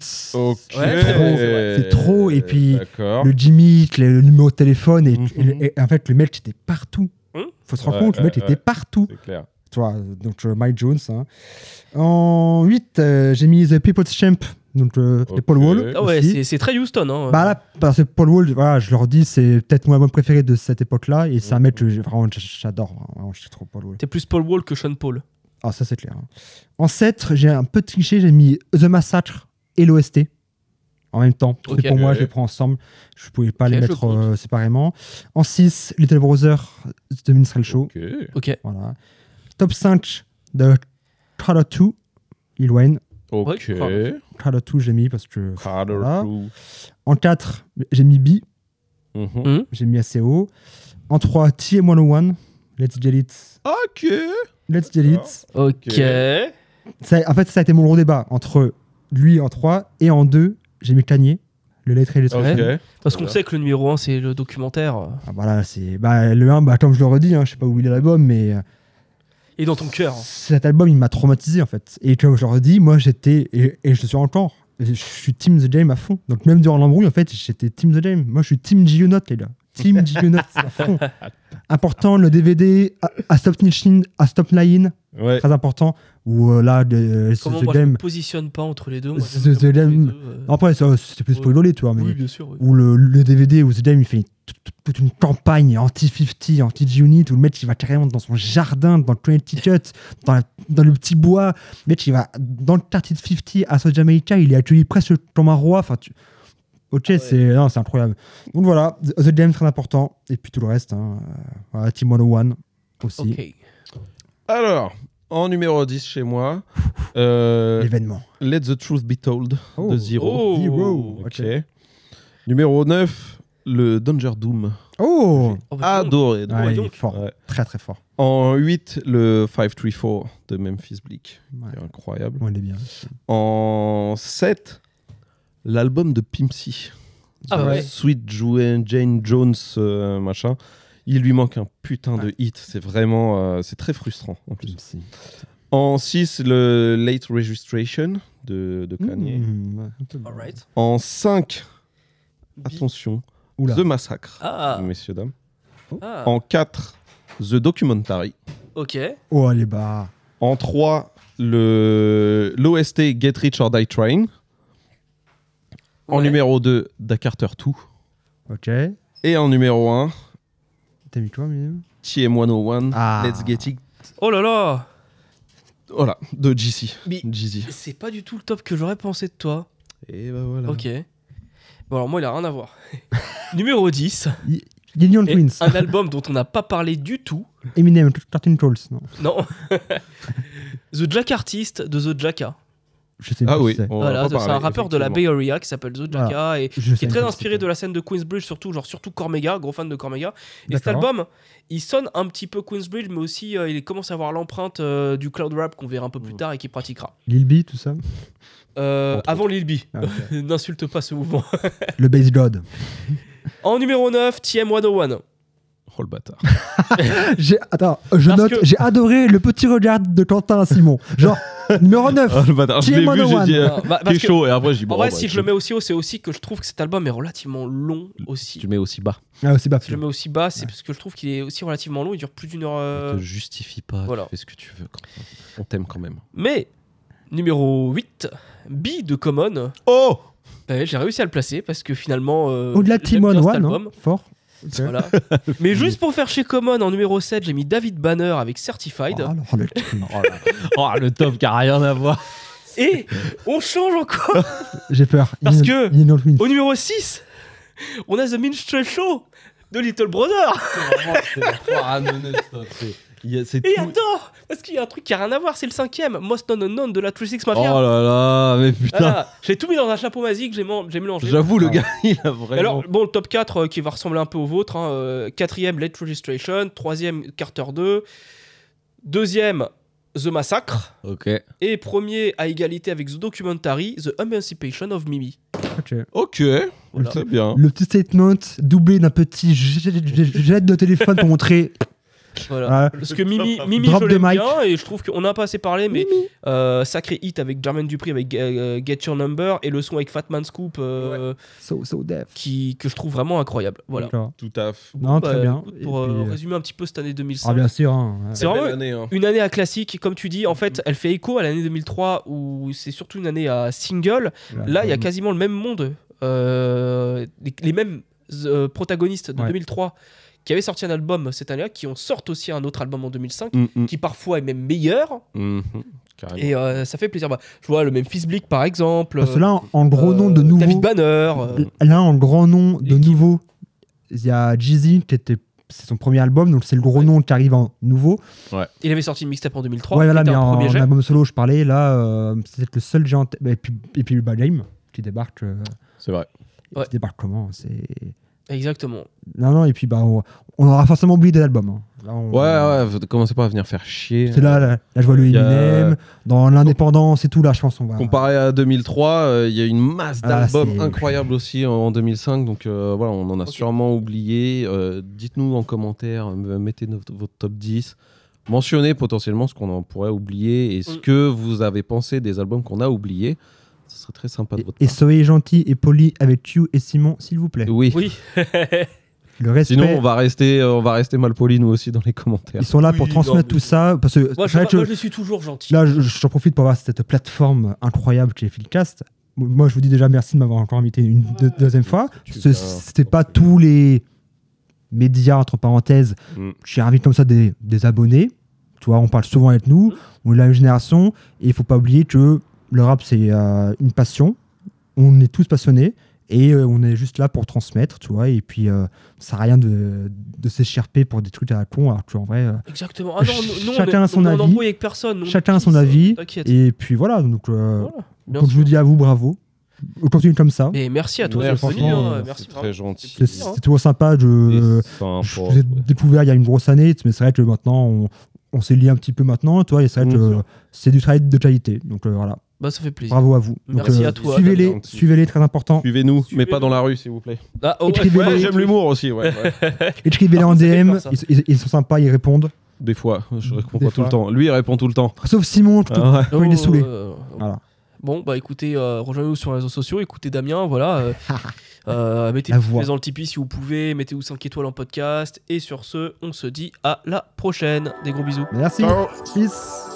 S3: c'est trop, et puis le Jimmy, le numéro de téléphone, et en fait le mec était partout. Faut se rendre compte, le mec était partout.
S2: C'est clair.
S3: Tu vois, donc Mike Jones. Hein. En 8, j'ai mis The People's Champ, donc Paul Wall.
S1: Ah ouais, c'est très Houston. Hein.
S3: Bah là, parce que Paul Wall, voilà, je leur dis, c'est peut-être mon album préféré de cette époque-là, et c'est un mec que j'adore. Vraiment, je suis trop Paul Wall.
S1: T'es plus Paul Wall que Sean Paul.
S3: Ah, ça c'est clair. Hein. En 7, j'ai un peu triché, j'ai mis The Massacre et l'OST en même temps. Okay. Pour moi, je les prends ensemble. Je ne pouvais pas les mettre séparément. En 6, Little Brother, The Minstrel Show.
S1: Ok.
S3: Voilà. Top 5 de Crowder 2, Lil Wayne.
S2: Ok.
S3: Crowder 2, j'ai mis parce que. Voilà. En 4, j'ai mis B. J'ai mis assez haut. En 3, TM101, Let's Get It.
S2: Ok.
S3: Let's Get It.
S1: Ok.
S3: En fait, ça a été mon gros débat entre lui en 3 et en 2, j'ai mis Kanye, le lettré et le
S2: secret.
S1: Parce qu'on sait que le numéro 1, c'est le documentaire.
S3: Ah, voilà, c'est. Le 1, comme je le redis, hein, je sais pas où il est l'album, mais.
S1: Et dans ton cœur.
S3: Cet album, il m'a traumatisé en fait. Et comme je le redis, moi j'étais. Et je suis encore. Je suis Team The Game à fond. Donc même durant l'embrouille, en fait, j'étais Team The Game. Moi, je suis Team G-Unit, les gars. Team G-Unit, c'est à fond. Important, le DVD à Stop Snitching, à Stop Lying.
S2: Ouais.
S3: Très important. Ou là,
S1: comment moi, je me positionne pas entre les deux. Moi,
S3: The Game. Après, c'est plus spoilé, tu vois. Mais
S1: oui, bien sûr. Oui.
S3: Ou le DVD où The Game, il fait toute une campagne anti-50, anti-G-Unit, où le mec, il va carrément dans son jardin, dans le 20 Cut, dans le petit bois. Le mec, il va dans le quartier de 50 à South Jamaica, il est accueilli presque comme un roi. Enfin, ok, ouais. c'est incroyable. Donc voilà, The Game, très important. Et puis tout le reste, hein, voilà, Team 101 aussi.
S1: Ok.
S2: Alors, En numéro 10 chez moi,
S3: L'événement.
S2: Let the Truth Be Told de Zero.
S3: Zero.
S2: Ok. Numéro 9, le Danger Doom.
S3: Oh,
S2: Adoré.
S3: ouais, il est fort.
S2: Ouais.
S3: Très très fort.
S2: En 8, le 534 de Memphis Bleak.
S3: Ouais.
S2: C'est incroyable.
S3: Ouais, il est bien.
S2: En 7, l'album de Pimp C.
S1: Ah ouais.
S2: Sweet Jane Jones, machin. Il lui manque un putain de hit. C'est vraiment... c'est très frustrant, en plus. En 6, le Late Registration de Kanye.
S1: Alright.
S2: En 5, attention,
S3: Oula.
S2: The Massacre,
S1: Ah.
S2: messieurs, dames.
S1: Ah.
S2: En 4, The Documentary.
S1: Ok.
S3: Oh, elle est bas.
S2: En 3, l'OST Get Rich or Die Trying. En
S1: Ouais.
S2: numéro 2, Da Carter 2.
S3: Ok.
S2: Et en numéro 1,
S3: T'as mis quoi, Minu?
S2: TM101,
S3: Ah.
S2: Let's Get It.
S1: Oh là là.
S2: Voilà, de JC.
S1: Mais
S2: Jeezy.
S1: c'est pas du tout le top que j'aurais pensé de toi.
S2: Et bah voilà.
S1: Ok. Bon alors moi il a rien à voir. Numéro 10.
S3: Union
S1: Et
S3: Twins.
S1: un album dont on n'a pas parlé du tout.
S3: Eminem, 13 Trolls. Non.
S1: Non. The Jack Artist de The Jacka.
S3: Je sais
S2: Ah
S3: pas
S2: oui,
S3: qui c'est.
S2: on
S1: Voilà,
S2: va
S1: c'est
S2: parler,
S1: un rappeur de la Bay Area qui s'appelle The Jacka
S3: Voilà.
S1: et
S3: Je
S1: qui
S3: sais
S1: est très
S3: pas
S1: inspiré
S3: qui
S1: de la scène de Queensbridge, surtout Cormega, gros fan de Cormega. Et cet
S3: D'accord.
S1: album, il sonne un petit peu Queensbridge, mais aussi il commence à avoir l'empreinte du cloud rap qu'on verra un peu plus tard et qui pratiquera.
S3: Lil B, tout ça.
S1: Avant Lil B.
S3: Ah, ok.
S1: N'insulte pas ce mouvement.
S3: Le Bass God.
S1: En numéro 9, TM101.
S2: Oh le bâtard.
S3: Attends,
S1: Parce que-
S3: j'ai adoré le petit regard de Quentin à Simon. Genre, numéro 9.
S2: Oh le bâtard. Je l'ai vu, j'ai dit
S1: Ah, bah, parce
S2: t'es
S1: que-
S2: chaud. Et après, j'ai dit bon.
S1: En vrai,
S2: bah,
S1: si je le mets aussi haut, c'est aussi que je trouve que cet album est relativement long aussi.
S2: Tu mets aussi bas.
S3: Ah, c'est pas
S1: Si je le mets aussi bas, c'est parce que je trouve qu'il est aussi relativement long. Il dure plus d'une
S2: Ne
S1: heure.
S2: te justifie pas.
S1: voilà.
S2: Tu fais ce que tu veux. On t'aime quand même.
S1: Mais, numéro 8, B de Common.
S2: Oh
S1: Ouais, j'ai réussi à le placer parce que finalement.
S3: Au-delà de
S1: j'aime
S3: Timon
S1: bien cet
S3: One,
S1: album.
S3: hein, fort. Ok.
S1: Voilà. Mais juste pour faire chez Common, en numéro 7, j'ai mis David Banner avec Certified.
S3: Oh, alors, le crime.
S2: Oh, le top qui a rien à voir.
S1: Et on change encore.
S3: J'ai peur.
S1: Parce que-
S3: Union Twins.
S1: Au numéro 6, on a The Minstrel Show de Little Brother. Et attends, parce qu'il y a un truc qui a rien à voir, c'est le 5ème, Most Unknown de la 36
S2: Oh
S1: Mafia.
S2: là là, mais putain.
S1: Voilà. J'ai tout mis dans un chapeau magique, j'ai mélangé.
S2: J'avoue, le gars, il a vraiment.
S1: Alors, bon, le top 4 qui va ressembler un peu au vôtre. 4ème, Late Registration. 3ème, Carter 2. 2ème, The Massacre.
S2: Ok.
S1: Et premier à égalité avec The Documentary, The Emancipation of Mimi.
S3: Ok.
S2: Ok.
S1: Voilà.
S2: C'est bien.
S3: Le petit statement doublé d'un petit jet de téléphone pour montrer.
S1: Voilà.
S3: Ouais.
S1: Parce que Mimi
S3: Drop
S1: je
S3: the
S1: l'aime
S3: mic.
S1: bien et je trouve qu'on n'a pas assez parlé, mais sacré hit avec Jermaine Dupri avec Get Your Number et le son avec Fatman Scoop
S3: So deaf.
S1: que je trouve vraiment incroyable. Voilà.
S3: D'accord.
S2: Tout à fait.
S3: Non,
S1: Bah,
S3: très bien.
S1: écoute, pour
S3: Et puis,
S1: résumer un petit peu cette année 2005.
S3: Ah, bien sûr. Hein, ouais.
S1: C'est vraiment
S2: Belle année, hein.
S1: une année à classique, comme tu dis. En fait, elle fait écho à l'année 2003 où c'est surtout une année à single. Là, il y a quasiment le même monde, les mêmes protagonistes de
S3: Ouais.
S1: 2003 qui avaient sorti un album cette année-là, qui ont sorti aussi un autre album en 2005,
S2: Mm,
S1: qui parfois est même meilleur.
S2: Carrément.
S1: Et ça fait plaisir. Bah, je vois le Memphis Bleak par exemple.
S3: Parce que là, en gros nom de nouveau.
S1: David Banner.
S3: Là, en grand nom de
S1: Et qui-
S3: nouveau, il y a Jeezy, c'est son premier album, donc c'est le gros nom qui arrive en nouveau.
S1: Il avait sorti une mixtape en 2003.
S3: Ouais, voilà,
S1: qui était
S3: mais
S1: un
S3: en
S1: premier jet.
S3: album solo, je parlais, là, c'est peut-être le seul géant. Et puis le Game qui débarque.
S2: C'est vrai.
S1: Ouais.
S3: Qui débarque comment c'est...
S1: Exactement.
S3: Non, et puis bah, on aura forcément oublié des albums. Hein. Là,
S2: Ouais, commencez pas à venir faire chier.
S3: C'est là, je vois le
S2: Il y a-
S3: Eminem, dans l'indépendance et tout, là, je pense on va.
S2: Comparé à 2003, il y a une masse
S3: Ah,
S2: d'albums
S3: c'est-
S2: incroyables aussi en 2005. Donc voilà, on en a
S1: Ok.
S2: sûrement oublié. Dites-nous en commentaire, mettez votre top 10. Mentionnez potentiellement ce qu'on en pourrait oublier et ce que vous avez pensé des albums qu'on a oubliés. Ce serait très sympa de votre
S3: Et
S2: part.
S3: soyez gentils et polis avec You et Simon, s'il vous plaît.
S2: Oui.
S1: Oui.
S3: Le respect.
S2: Sinon, on va rester mal polis nous aussi dans les commentaires.
S3: Ils sont là
S1: Oui,
S3: pour
S1: non,
S3: transmettre
S1: mais-
S3: tout ça. Parce que
S1: Moi,
S3: c'est vrai que
S1: moi, je suis toujours gentil.
S3: là, j'en profite pour avoir cette plateforme incroyable qui est Philcast. Moi, je vous dis déjà merci de m'avoir encore invité une deuxième fois. C'était pas tous les médias, entre parenthèses, qui invitent comme ça des abonnés. Tu vois, on parle souvent avec nous, on est la même génération, et il faut pas oublier que le rap, c'est une passion. On est tous passionnés, Et on est juste là pour transmettre, tu vois. Et puis, ça sert à rien de s'écharper pour des trucs à la con, alors qu'en vrai...
S1: Exactement. Ah non,
S3: chacun a son avis.
S1: On n'embrouille avec personne.
S3: Chacun a son avis. Et puis voilà, donc comme je vous dis à vous, bravo. Continue comme ça.
S1: Et merci à toi
S2: d'être
S1: venu. Merci,
S2: c'est très gentil.
S3: C'est toujours sympa. Je vous ai découvert il y a une grosse année, mais c'est vrai que maintenant, on s'est lié un petit peu maintenant, toi, et c'est vrai que c'est du travail de qualité. Donc voilà.
S1: Bah, ça fait plaisir.
S3: Bravo à vous.
S1: Merci à toi.
S3: Suivez-les, très important.
S2: Suivez-nous, mais pas dans la rue, s'il vous plaît.
S3: J'aime
S2: l'humour aussi.
S3: Écrivez-les en DM, ils sont sympas, ils répondent.
S2: Des fois, je réponds pas tout le temps. Lui, il répond tout le temps.
S3: Sauf Simon, quand il est saoulé. Voilà.
S1: Bon, bah écoutez, rejoignez-nous sur les réseaux sociaux, écoutez Damien, voilà. Mettez dans le Tipeee si vous pouvez, mettez-vous 5 étoiles en podcast. Et sur ce, on se dit à la prochaine. Des gros bisous.
S3: Merci. Ciao. Peace.